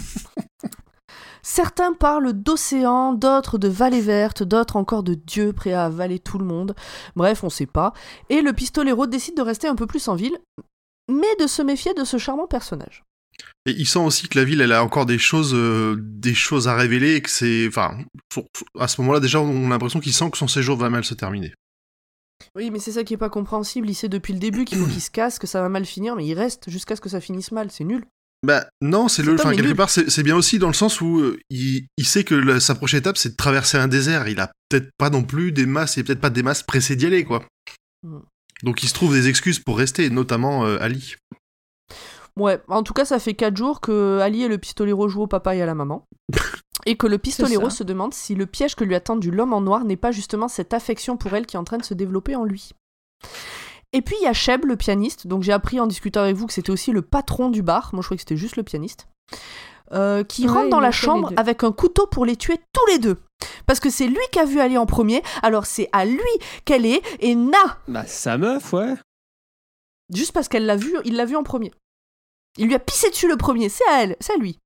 S1: Certains parlent d'océan, d'autres de vallées vertes, d'autres encore de Dieu prêt à avaler tout le monde. Bref, on sait pas. Et le pistolero décide de rester un peu plus en ville, mais de se méfier de ce charmant personnage.
S2: Et il sent aussi que la ville, elle a encore des choses, euh, des choses à révéler et que c'est, enfin, son- à ce moment-là déjà, on a l'impression qu'il sent que son séjour va mal se terminer.
S1: Oui, mais c'est ça qui est pas compréhensible. Il sait depuis le début qu'il faut qu'il se casse, que ça va mal finir, mais il reste jusqu'à ce que ça finisse mal. C'est nul.
S2: Bah non, c'est le,
S1: Cet homme
S2: enfin
S1: est
S2: quelque
S1: nul.
S2: part, c'est, c'est bien aussi dans le sens où euh, il, il sait que la- sa prochaine étape, c'est de traverser un désert. Il a peut-être pas non plus des masses, et peut-être pas des masses pressées d'y aller, quoi.
S1: Mm.
S2: Donc il se trouve des excuses pour rester, notamment euh, Ali.
S1: Ouais, en tout cas, ça fait quatre jours que Ali et le pistolero jouent au papa et à la maman. Et que le pistolero
S5: ça.
S1: se demande si le piège que lui a tendu l'homme en noir n'est pas justement cette affection pour elle qui est en train de se développer en lui. Et puis il y a Sheb, le pianiste, donc j'ai appris en discutant avec vous que c'était aussi le patron du bar, moi je croyais que c'était juste le pianiste, euh, qui
S5: Ouais,
S1: rentre dans
S5: il
S1: la
S5: les fait, les
S1: chambre
S5: deux.
S1: avec un couteau pour les tuer tous les deux. Parce que c'est lui qui a vu Ali en premier, alors c'est à lui qu'elle est, et na
S6: Bah, sa meuf, ouais.
S1: Juste parce qu'elle l'a vu, il l'a vu en premier. Il lui a pissé dessus le premier, c'est à elle, c'est à lui.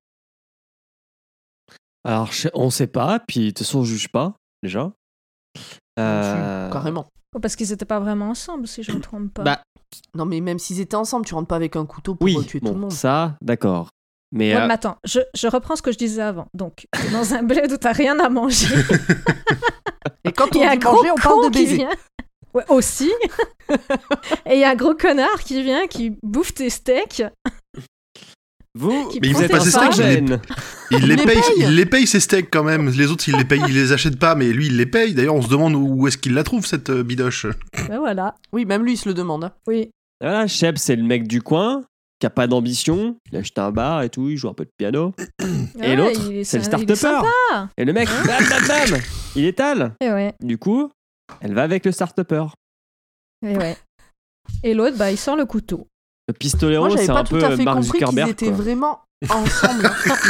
S6: Alors, je- on sait pas, puis de toute façon, on juge pas, déjà. Euh,
S1: Carrément.
S5: Oh, parce qu'ils n'étaient pas vraiment ensemble, si je ne me trompe pas.
S6: Bah,
S1: Non mais même s'ils étaient ensemble, tu rentres pas avec un couteau pour
S6: oui,
S1: euh, tuer tout le
S6: bon,
S1: monde.
S6: ça, d'accord. Mais,
S5: Ouais,
S6: euh,
S5: mais attends, je, je reprends ce que je disais avant. Donc, t'es dans un bled où t'as rien à manger.
S1: Et quand
S5: Il y
S1: on
S5: a un
S1: dit
S5: gros
S1: manger, on parle
S5: con
S1: de
S5: qui
S1: baiser.
S5: vient. Ouais, aussi. Et il y a un gros connard qui vient, qui bouffe tes steaks.
S6: vous,
S5: Qui
S2: Mais il
S5: prend
S2: fait
S5: tes
S2: pas ses
S5: pains.
S2: steaks, il les,
S6: gêne.
S2: il les
S1: les
S2: paye,
S1: paye.
S2: il les paye ses steaks quand même. Les autres, il les paye, il les achète pas, mais lui, il les paye. D'ailleurs, on se demande où est-ce qu'il la trouve cette euh, bidoche.
S5: Ben voilà.
S1: Oui, même lui il se le demande. hein.
S5: Oui.
S6: Voilà, Sheb, c'est le mec du coin, qui a pas d'ambition, il a acheté un bar et tout, il joue un peu de piano. Et
S5: Ouais,
S6: l'autre,
S5: il est-
S6: c'est le
S5: il est
S6: start-upper.
S5: sympa.
S6: Et le mec, bam, bam, bam, il étale.
S5: Et ouais,
S6: Du coup, elle va avec le start-upper.
S5: et ouais. Et l'autre, bah, il sort le couteau.
S6: Le pistolero,
S1: Moi j'avais
S6: c'est
S1: pas
S6: un
S1: tout
S6: peu
S1: à fait
S6: Mark
S1: compris qu'ils
S6: Zuckerberg.
S1: étaient
S6: quoi.
S1: vraiment ensemble.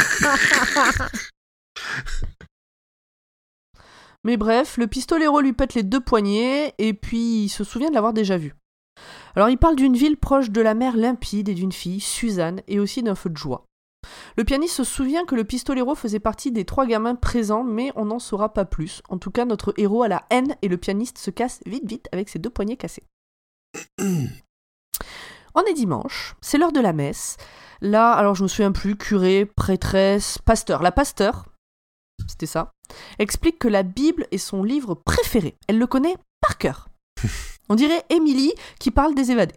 S1: Mais bref, le pistolero lui pète les deux poignets et puis il se souvient de l'avoir déjà vu. Alors il parle d'une ville proche de la mer limpide et d'une fille, Suzanne, et aussi d'un feu de joie. Le pianiste se souvient que le pistolero faisait partie des trois gamins présents, mais on n'en saura pas plus. En tout cas, notre héros a la haine et le pianiste se casse vite vite avec ses deux poignets cassés. On est dimanche, c'est l'heure de la messe. Là, alors je me souviens plus, curé, prêtresse, pasteur. La pasteur, c'était ça, explique que la Bible est son livre préféré. Elle le connaît par cœur. On dirait Émilie qui parle des évadés.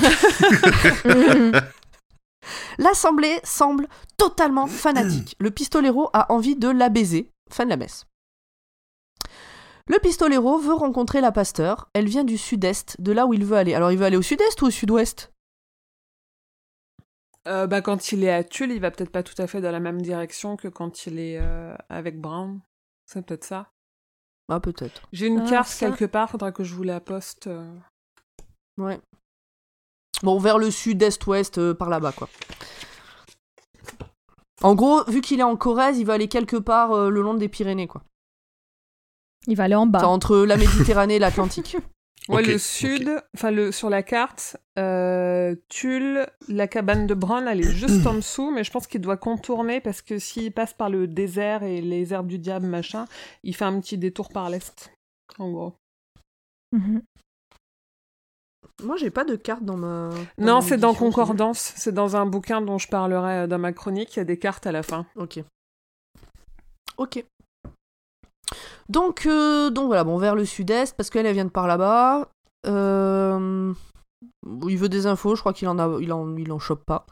S1: L'assemblée semble totalement fanatique. Le pistolero a envie de la baiser. Fin de la messe. Le pistolero veut rencontrer la pasteur. Elle vient du sud-est, de là où il veut aller. Alors il veut aller au sud-est ou au sud-ouest ?
S4: Euh, bah, quand il est à Tulle, il va peut-être pas tout à fait dans la même direction que quand il est euh, avec Brown. C'est peut-être ça.
S1: Ah, peut-être.
S4: J'ai une
S5: Ah,
S4: carte
S5: ça.
S4: quelque part, faudra que je vous la poste. euh.
S1: Ouais. Bon, vers le sud-est-ouest, euh, par là-bas, quoi. En gros, vu qu'il est en Corrèze, il va aller quelque part euh, le long des Pyrénées, quoi.
S5: Il va aller en
S1: Enfin,
S5: bas.
S1: entre la Méditerranée et l'Atlantique.
S4: Ouais,
S2: Ok,
S4: le sud, enfin le sur la carte, euh, Tulle, la cabane de Bron, elle est juste en dessous, mais je pense qu'il doit contourner parce que s'il passe par le désert et les herbes du diable, machin, il fait un petit détour par l'est, en gros.
S5: Mhm.
S1: Moi, j'ai pas de carte dans ma. dans
S4: Non,
S1: mon
S4: c'est dans
S1: édition,
S4: Concordance, c'est dans un bouquin dont je parlerai dans ma chronique, il y a des cartes à la fin.
S1: Ok. Ok. Donc, euh, donc voilà, bon, vers le sud-est, parce qu'elle elle vient de par là-bas. Euh, il veut des infos, je crois qu'il en a, il en, il en chope pas.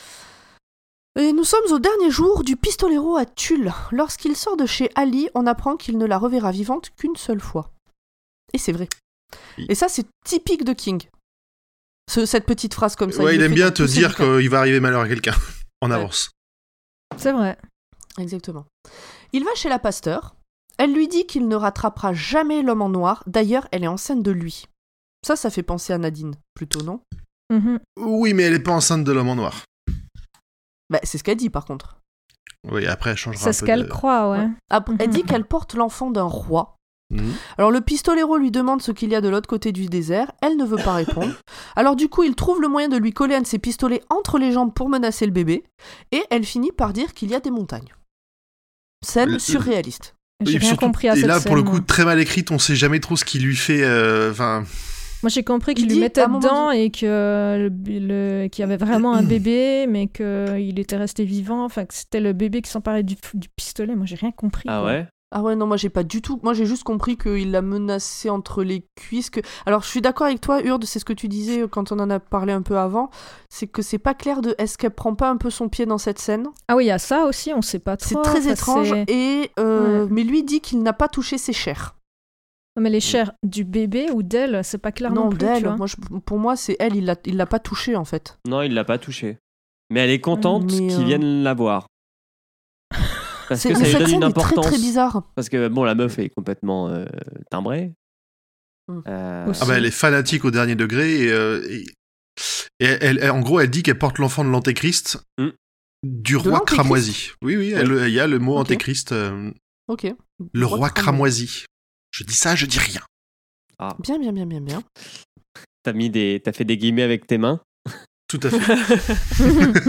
S1: Et nous sommes au dernier jour du pistolero à Tulle. Lorsqu'il sort de chez Ali, on apprend qu'il ne la reverra vivante qu'une seule fois. Et c'est vrai. Et ça, c'est typique de King. Ce- cette petite phrase comme ça.
S2: Ouais, il
S1: le
S2: aime
S1: fait
S2: bien
S1: dans
S2: te
S1: tous ses
S2: dire
S1: bouquins.
S2: qu'il va arriver malheur à quelqu'un. En
S1: Ouais.
S2: avance.
S5: C'est vrai.
S1: Exactement. Il va chez la pasteur. Elle lui dit qu'il ne rattrapera jamais l'homme en noir. D'ailleurs, elle est enceinte de lui. Ça, ça fait penser à Nadine, plutôt, non?
S5: Mhm.
S2: Oui, mais elle est pas enceinte de l'homme en noir.
S1: Bah, c'est ce qu'elle dit, par contre.
S2: Oui, après, elle changera
S5: C'est
S2: un
S5: ce
S2: peu
S5: qu'elle
S2: de...
S5: croit, ouais.
S1: Après, elle
S5: Mhm.
S1: dit qu'elle porte l'enfant d'un roi.
S2: Mhm.
S1: Alors, le pistolero lui demande ce qu'il y a de l'autre côté du désert. Elle ne veut pas répondre. Alors, du coup, il trouve le moyen de lui coller un de ses pistolets entre les jambes pour menacer le bébé. Et elle finit par dire qu'il y a des montagnes. Scène
S2: Le-
S1: surréaliste.
S5: J'ai
S2: Et
S5: rien
S2: surtout-
S5: compris à
S2: et
S5: cette
S2: là,
S5: scène.
S2: pour le coup,
S5: moi.
S2: très mal écrite, on sait jamais trop ce qu'il lui fait. euh, Enfin,
S5: Moi, j'ai compris
S1: Il
S5: qu'il lui
S1: dit,
S5: mettait
S1: à un moment
S5: dedans et que le, le- qu'il y avait vraiment un bébé, mais qu'il était resté vivant. Enfin, que c'était le bébé qui s'emparait du, du pistolet. Moi, j'ai rien compris.
S6: Ah
S5: quoi.
S6: ouais?
S1: Ah ouais, non, moi j'ai pas du tout. Moi j'ai juste compris qu'il l'a menacé entre les cuisses. Que... Alors je suis d'accord avec toi, Urde, c'est ce que tu disais quand on en a parlé un peu avant. C'est que c'est pas clair de est-ce qu'elle prend pas un peu son pied dans cette scène.
S5: Ah oui, il y a ça aussi, on sait pas trop.
S1: C'est très
S5: Enfin,
S1: étrange.
S5: c'est-
S1: Et euh,
S5: Ouais.
S1: Mais lui dit qu'il n'a pas touché ses chairs.
S5: Mais les chairs du bébé ou d'elle, c'est pas clair non,
S1: non,
S5: plus. tu
S1: d'elle.
S5: vois.
S1: Moi, je- pour moi, c'est elle. Il l'a, il l'a pas touché en fait.
S6: Non, il l'a pas touché. Mais elle est contente
S1: Mais,
S6: qu'ils
S1: euh,
S6: vienne la voir. Parce
S1: C'est-
S6: que ça
S1: mais
S6: lui
S1: cette
S6: donne
S1: scène
S6: une
S1: est très
S6: importance.
S1: très bizarre.
S6: Parce que bon, la meuf est complètement euh, timbrée.
S1: Mm.
S6: Euh,
S5: Aussi.
S2: ah bah, elle est fanatique au dernier degré. Et, euh, et, et elle, elle- en gros, elle dit qu'elle porte l'enfant de l'antéchrist
S6: Mm.
S2: du
S1: De
S2: roi
S1: l'antéchrist
S2: cramoisi. Oui, oui, elle- il y a le mot
S1: Ok.
S2: antéchrist. euh,
S1: Ok.
S2: le
S1: Roi
S2: roi
S1: cramoisi.
S2: cramoisi. Je dis ça, je dis rien.
S1: Bien, bien, bien, bien, bien.
S6: T'as mis des, t'as fait des guillemets avec tes mains.
S2: Tout à fait.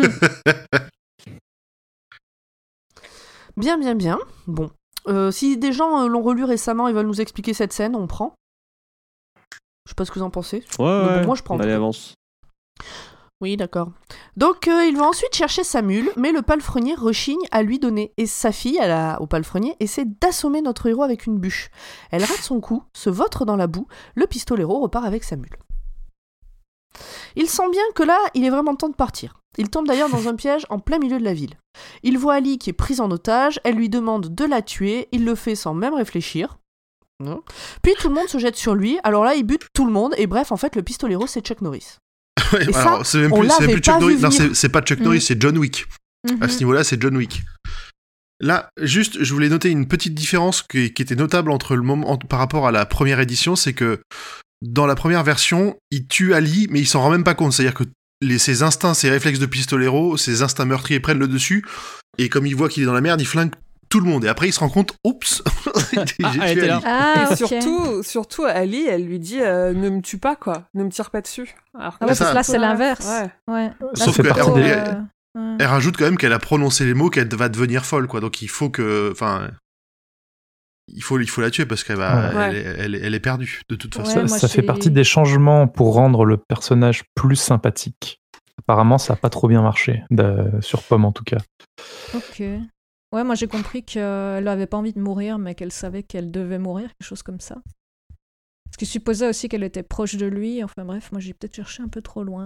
S1: Bien, bien, bien. Bon. Euh, si des gens euh, l'ont relu récemment et veulent nous expliquer cette scène, on prend. Je sais pas ce que vous en pensez.
S6: Ouais,
S1: Mais bon,
S6: ouais.
S1: moi, je prends.
S6: Allez, avance.
S1: Oui, d'accord. Donc, euh, il va ensuite chercher sa mule, mais le palefrenier rechigne à lui donner. Et sa fille, à la- au palefrenier, essaie d'assommer notre héros avec une bûche. Elle rate son coup, se vautre dans la boue, le pistolero repart avec sa mule. Il sent bien que là, il est vraiment temps de partir. Il tombe d'ailleurs dans un piège en plein milieu de la ville. Il voit Ali qui est prise en otage, elle lui demande de la tuer, il le fait sans même réfléchir. Non. Puis tout le monde se jette sur lui, alors là il bute tout le monde, et bref, en fait, le pistolero c'est Chuck Norris.
S2: Ouais,
S1: Et ça,
S2: alors, c'est même
S1: on
S2: plus, c'est même
S1: l'avait
S2: plus Chuck
S1: pas
S2: Norris.
S1: vu
S2: Non,
S1: venir.
S2: c'est, c'est pas Chuck Norris,
S5: Mm.
S2: c'est John Wick. À ce
S5: Mhm.
S2: niveau-là, c'est John Wick. Là, juste, je voulais noter une petite différence qui, qui était notable entre le moment, en- par rapport à la première édition, c'est que dans la première version, il tue Ali, mais il s'en rend même pas compte. C'est-à-dire que les, ses instincts, ses réflexes de pistolero, ses instincts meurtriers prennent le dessus, et comme il voit qu'il est dans la merde, il flingue tout le monde. Et après, il se rend compte, oups, j'ai
S6: Ah,
S2: tué
S6: elle était là.
S2: Ali.
S5: Ah,
S4: Et
S5: ok.
S4: surtout, surtout, Ali, elle lui dit euh, ne me tue pas, quoi. Ne me tire pas dessus. Alors que
S5: Ah ouais,
S2: ça.
S5: parce que là, c'est l'inverse.
S4: Ouais.
S5: Ouais. Là,
S2: Sauf
S5: c'est
S2: que
S5: plutôt,
S2: elle-
S5: euh, ouais.
S2: Elle rajoute quand même qu'elle a prononcé les mots qu'elle va devenir folle, quoi. Donc il faut que, enfin, il faut, il faut la tuer parce qu'elle va,
S5: Ouais.
S2: elle, est- elle, est- elle est perdue de toute façon.
S5: Ouais,
S3: ça
S5: moi,
S3: ça fait
S5: j'ai-
S3: partie des changements pour rendre le personnage plus sympathique. Apparemment, ça n'a pas trop bien marché, de- sur Pomme en tout cas.
S5: Ok. Ouais, moi j'ai compris qu'elle avait pas envie de mourir, mais qu'elle savait qu'elle devait mourir, quelque chose comme ça. Ce qui supposait aussi qu'elle était proche de lui. Enfin bref, moi j'ai peut-être cherché un peu trop loin.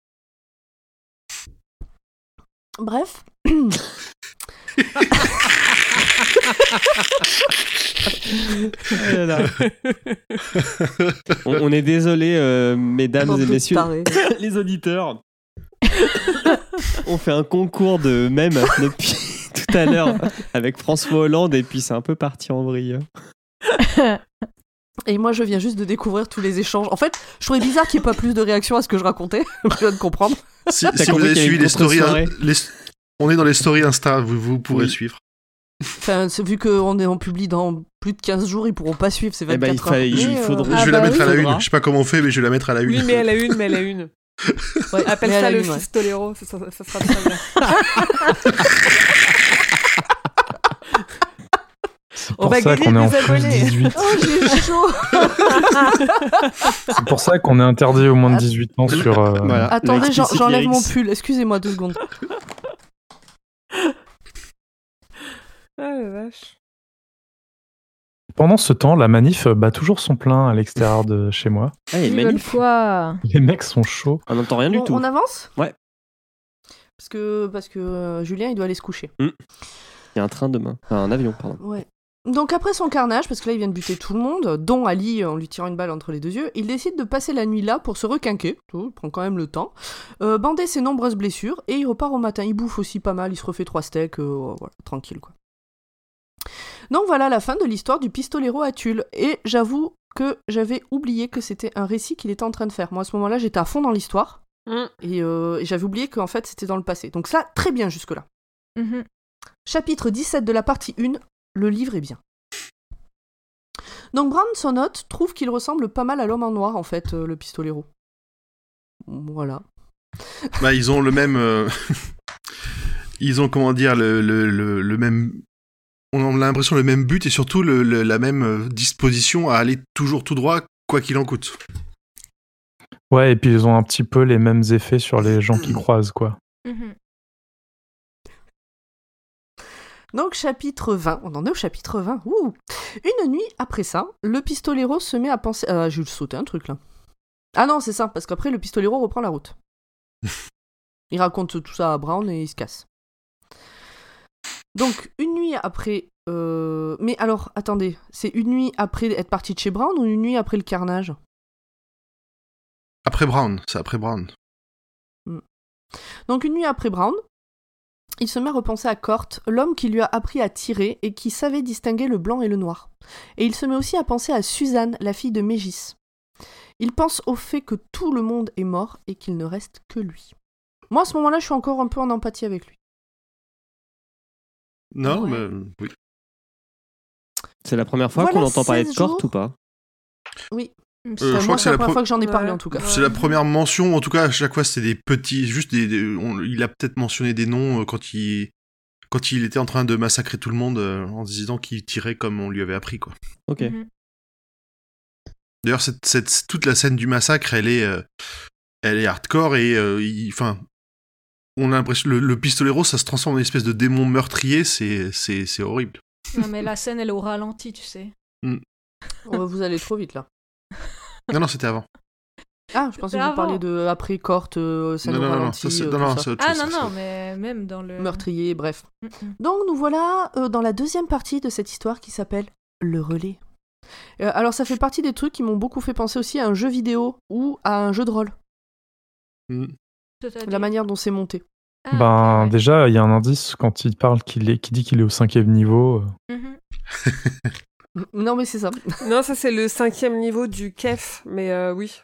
S1: Bref.
S6: on, on est désolé, euh, mesdames
S1: Bande
S6: et
S1: de
S6: messieurs,
S1: tarés.
S6: les auditeurs. On fait un concours de mèmes depuis tout à l'heure avec François Hollande et puis c'est un peu parti en vrille.
S1: Et moi, je viens juste de découvrir tous les échanges. En fait, je trouvais bizarre qu'il n'y ait pas plus de réactions à ce que je racontais. Je viens de comprendre.
S2: Si,
S6: T'as
S2: si vous
S6: compris
S2: avez
S6: qu'il y a
S2: suivi
S6: une
S2: les stories,
S6: contre-soirée
S2: les- on est dans les stories Insta, vous, vous pourrez
S6: Oui.
S2: suivre.
S1: Enfin, c'est- vu qu'on est en publie dans plus de quinze jours, ils pourront pas suivre ces
S6: Eh ben,
S1: vingt-quatre
S6: il, fallait,
S1: heures.
S6: il
S1: Mais,
S6: faudrait.
S1: euh,
S5: Ah
S2: je vais la
S5: bah
S2: mettre à la
S6: faudra.
S2: une. Je sais pas comment on fait, mais je vais la mettre à la une.
S4: Oui, mais elle a une, mais elle a une.
S1: ouais,
S4: Appelle
S1: mais à
S4: ça
S1: la
S4: le
S1: une, ouais.
S4: fistolero, ça, ça, ça sera très bien.
S3: C'est
S1: On
S3: pour
S1: va
S3: ça
S1: gagner
S3: qu'on est en
S1: des
S3: plus
S1: abonnés.
S3: dix-huit.
S1: Oh, j'ai chaud.
S3: C'est pour ça qu'on est interdit aux moins de dix-huit ans sur. euh,
S6: Voilà.
S1: Attendez, j'en-
S6: L'explicit
S1: j'enlève
S6: lyrics.
S1: mon pull. Excusez-moi deux secondes.
S4: Ah la vache.
S3: Pendant ce temps, la manif bat toujours son plein à l'extérieur de chez moi.
S6: Ah, il y a une
S5: Ils veulent
S6: manif.
S5: quoi?
S3: Les mecs sont chauds.
S6: On n'entend rien du
S1: Bon,
S6: tout.
S1: on avance
S6: Ouais.
S1: Parce que, parce que euh, Julien, il doit aller se coucher.
S6: Il y a un train demain. Enfin, un avion, pardon.
S1: Ouais. Donc après son carnage, parce que là il vient de buter tout le monde, dont Ali en lui tirant une balle entre les deux yeux, il décide de passer la nuit là pour se requinquer, il prend quand même le temps, euh, bander ses nombreuses blessures, et il repart au matin. Il bouffe aussi pas mal, il se refait trois steaks, euh, voilà, tranquille quoi. Donc voilà la fin de l'histoire du pistolero à Tulle, et j'avoue que j'avais oublié que c'était un récit qu'il était en train de faire. Moi à ce moment-là j'étais à fond dans l'histoire,
S4: Mm.
S1: et, euh, et j'avais oublié qu'en fait c'était dans le passé. Donc ça, très bien jusque-là.
S5: Mhm.
S1: Chapitre dix-sept de la partie un, le livre est bien. Donc Brown, son hôte, trouve qu'il ressemble pas mal à l'homme en noir, en fait, euh, le pistolero. Voilà.
S2: Bah, ils ont le même. euh, ils ont, comment dire, le, le, le, le même. On a l'impression le même but et surtout le, le- la même euh, disposition à aller toujours tout droit, quoi qu'il en coûte.
S3: Ouais, et puis ils ont un petit peu les mêmes effets sur les gens qui croisent, quoi.
S5: Mhm.
S1: Donc chapitre vingt, on en est au chapitre vingt. Ouh. Une nuit après ça, le pistolero se met à penser... Ah, j'ai sauté un truc là. Ah non, c'est ça, parce qu'après le pistolero reprend la route. Il raconte tout ça à Brown et il se casse. Donc une nuit après... euh, Mais alors, attendez, c'est une nuit après être parti de chez Brown ou une nuit après le carnage?
S2: Après Brown, c'est après Brown.
S1: Donc une nuit après Brown, il se met à repenser à Cort, l'homme qui lui a appris à tirer et qui savait distinguer le blanc et le noir. Et il se met aussi à penser à Suzanne, la fille de Mégis. Il pense au fait que tout le monde est mort et qu'il ne reste que lui. Moi, à ce moment-là, je suis encore un peu en empathie avec lui.
S2: Non,
S1: Ouais.
S2: mais euh, oui.
S6: C'est la première fois
S1: Voilà
S6: qu'on entend parler de
S1: seize
S6: Cort
S1: jours.
S6: ou pas?
S1: Oui.
S2: Euh,
S1: Enfin,
S2: je
S1: moi,
S2: crois que
S1: c'est
S2: c'est
S1: la
S2: la
S1: première
S2: pro-
S1: fois que j'en ai parlé,
S4: Ouais.
S1: en tout cas.
S2: C'est la première mention, en tout cas, à chaque fois, c'était des petits, juste des, des- on- il a peut-être mentionné des noms euh, quand il, quand il était en train de massacrer tout le monde euh, en se disant qu'il tirait comme on lui avait appris, quoi.
S6: Ok.
S5: Mhm.
S2: D'ailleurs, cette, cette, toute la scène du massacre, elle est, euh, elle est hardcore et, euh, il- enfin, on a l'impression, le, le pistolero, ça se transforme en une espèce de démon meurtrier, c'est, c'est, c'est horrible.
S5: Non, mais la scène, elle est au ralenti, tu sais.
S1: Oh, vous allez trop vite, là.
S2: Non, non, c'était avant.
S1: Ah, je pensais que
S5: C'était
S1: vous parliez
S5: avant.
S1: de après Cort, euh, scène
S2: Non,
S1: au
S2: non, non, non,
S1: ralenti,
S2: ça, c'est,
S1: euh,
S2: non,
S1: tout
S2: non,
S1: ça.
S2: c'est autre
S5: Ah
S2: chose.
S5: non,
S2: ça,
S5: non,
S2: c'est-
S5: mais même dans le...
S1: Meurtrier, bref.
S5: Mhm.
S1: Donc nous voilà euh, dans la deuxième partie de cette histoire qui s'appelle Le Relais. Euh, alors ça fait partie des trucs qui m'ont beaucoup fait penser aussi à un jeu vidéo ou à un jeu de rôle,
S2: Mm.
S5: C'est-à-dire-
S1: la manière dont c'est monté.
S5: Ah, ok,
S3: Ben,
S5: ouais.
S3: déjà, il y a un indice quand il parle qu'il est, qui dit qu'il est au cinquième niveau. euh.
S5: Mhm.
S1: Non mais c'est ça.
S4: Non, ça c'est le cinquième niveau du K E F, mais euh, oui.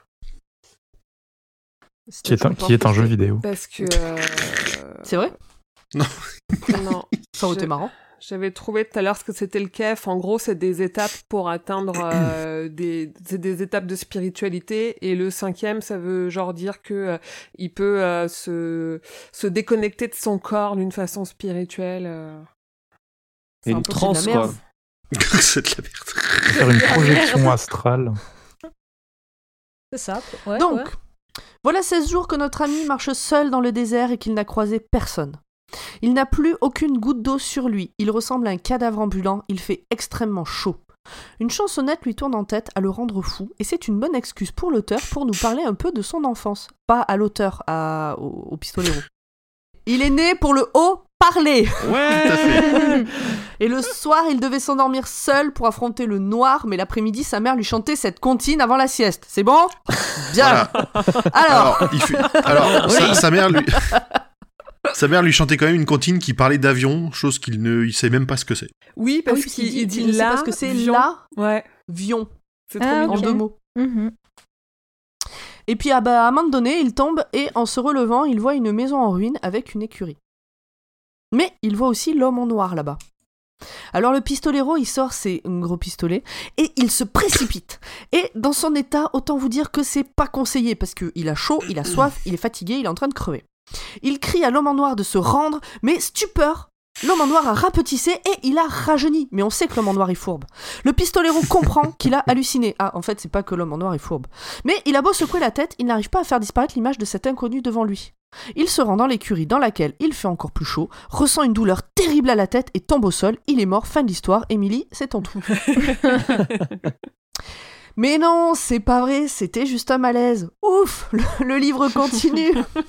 S3: Qui est, un, qui est un jeu vidéo.
S4: Parce que. euh,
S1: C'est vrai?
S4: Non.
S1: Ça aurait été
S4: Je-
S1: marrant.
S4: J'avais trouvé tout à l'heure ce que c'était le K E F. En gros, c'est des étapes pour atteindre euh, des, c'est des étapes de spiritualité. Et le cinquième, ça veut genre dire que euh, il peut euh, se se déconnecter de son corps d'une façon spirituelle. euh.
S1: C'est
S6: Une
S1: un peu de la
S6: transe,
S1: merde.
S6: quoi.
S2: c'est de la merde.
S3: Faire une projection astrale.
S5: C'est ça. Ouais,
S1: Donc,
S5: ouais.
S1: voilà seize jours que notre ami marche seul dans le désert et qu'il n'a croisé personne. Il n'a plus aucune goutte d'eau sur lui, il ressemble à un cadavre ambulant, il fait extrêmement chaud. Une chansonnette lui tourne en tête à le rendre fou, et c'est une bonne excuse pour l'auteur pour nous parler un peu de son enfance. Pas à l'auteur, à... au, au pistolero. Il est né pour le haut parler.
S6: Ouais.
S1: Et le soir, il devait s'endormir seul pour affronter le noir, mais l'après-midi, sa mère lui chantait cette comptine avant la sieste. C'est bon? Bien.
S2: Voilà.
S1: Alors,
S2: Alors, il fait- alors sa, sa mère lui... Sa mère lui chantait quand même une comptine qui parlait d'avion, chose qu'il ne il sait même pas ce que c'est.
S4: Oui,
S1: ah
S4: parce
S1: oui, parce
S4: qu'il
S1: qu'il dit,
S4: il dit
S1: il ne sait
S4: là.
S1: pas ce que c'est
S4: vion.
S1: là,
S4: Ouais,
S1: vion,
S4: c'est trop
S5: Ah,
S1: en
S4: mignon.
S5: ok.
S1: deux mots.
S5: Mhm.
S1: Et puis à, bah, à un moment donné, il tombe et en se relevant, il voit une maison en ruine avec une écurie. Mais il voit aussi l'homme en noir là-bas. Alors le pistolero, il sort ses gros pistolets et il se précipite. Et dans son état, autant vous dire que c'est pas conseillé parce qu'il a chaud, il a soif, il est fatigué, il est en train de crever. Il crie à l'homme en noir de se rendre, mais stupeur, l'homme en noir a rapetissé et il a rajeuni. Mais on sait que l'homme en noir est fourbe. Le pistolero comprend qu'il a halluciné. Ah, en fait, c'est pas que l'homme en noir est fourbe. Mais il a beau secouer la tête, il n'arrive pas à faire disparaître l'image de cet inconnu devant lui. Il se rend dans l'écurie dans laquelle il fait encore plus chaud, ressent une douleur terrible à la tête et tombe au sol. Il est mort, fin de l'histoire. Émilie, c'est ton tour. Mais non, c'est pas vrai, c'était juste un malaise. Ouf, le, le livre continue.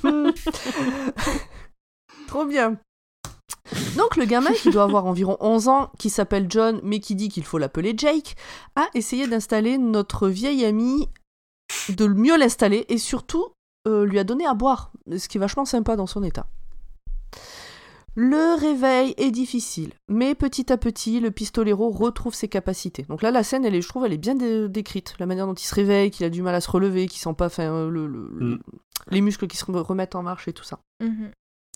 S1: Trop bien. Donc le gamin, qui doit avoir environ onze ans, qui s'appelle John, mais qui dit qu'il faut l'appeler Jake, a essayé d'installer notre vieil ami, de mieux l'installer, et surtout euh, lui a donné à boire, ce qui est vachement sympa dans son état. Le réveil est difficile, mais petit à petit, le pistolero retrouve ses capacités. Donc là, la scène, elle est, je trouve, elle est bien dé- décrite. La manière dont il se réveille, qu'il a du mal à se relever, qu'il sent pas enfin, le, le, mm. les muscles qui se remettent en marche et tout ça. Mm-hmm.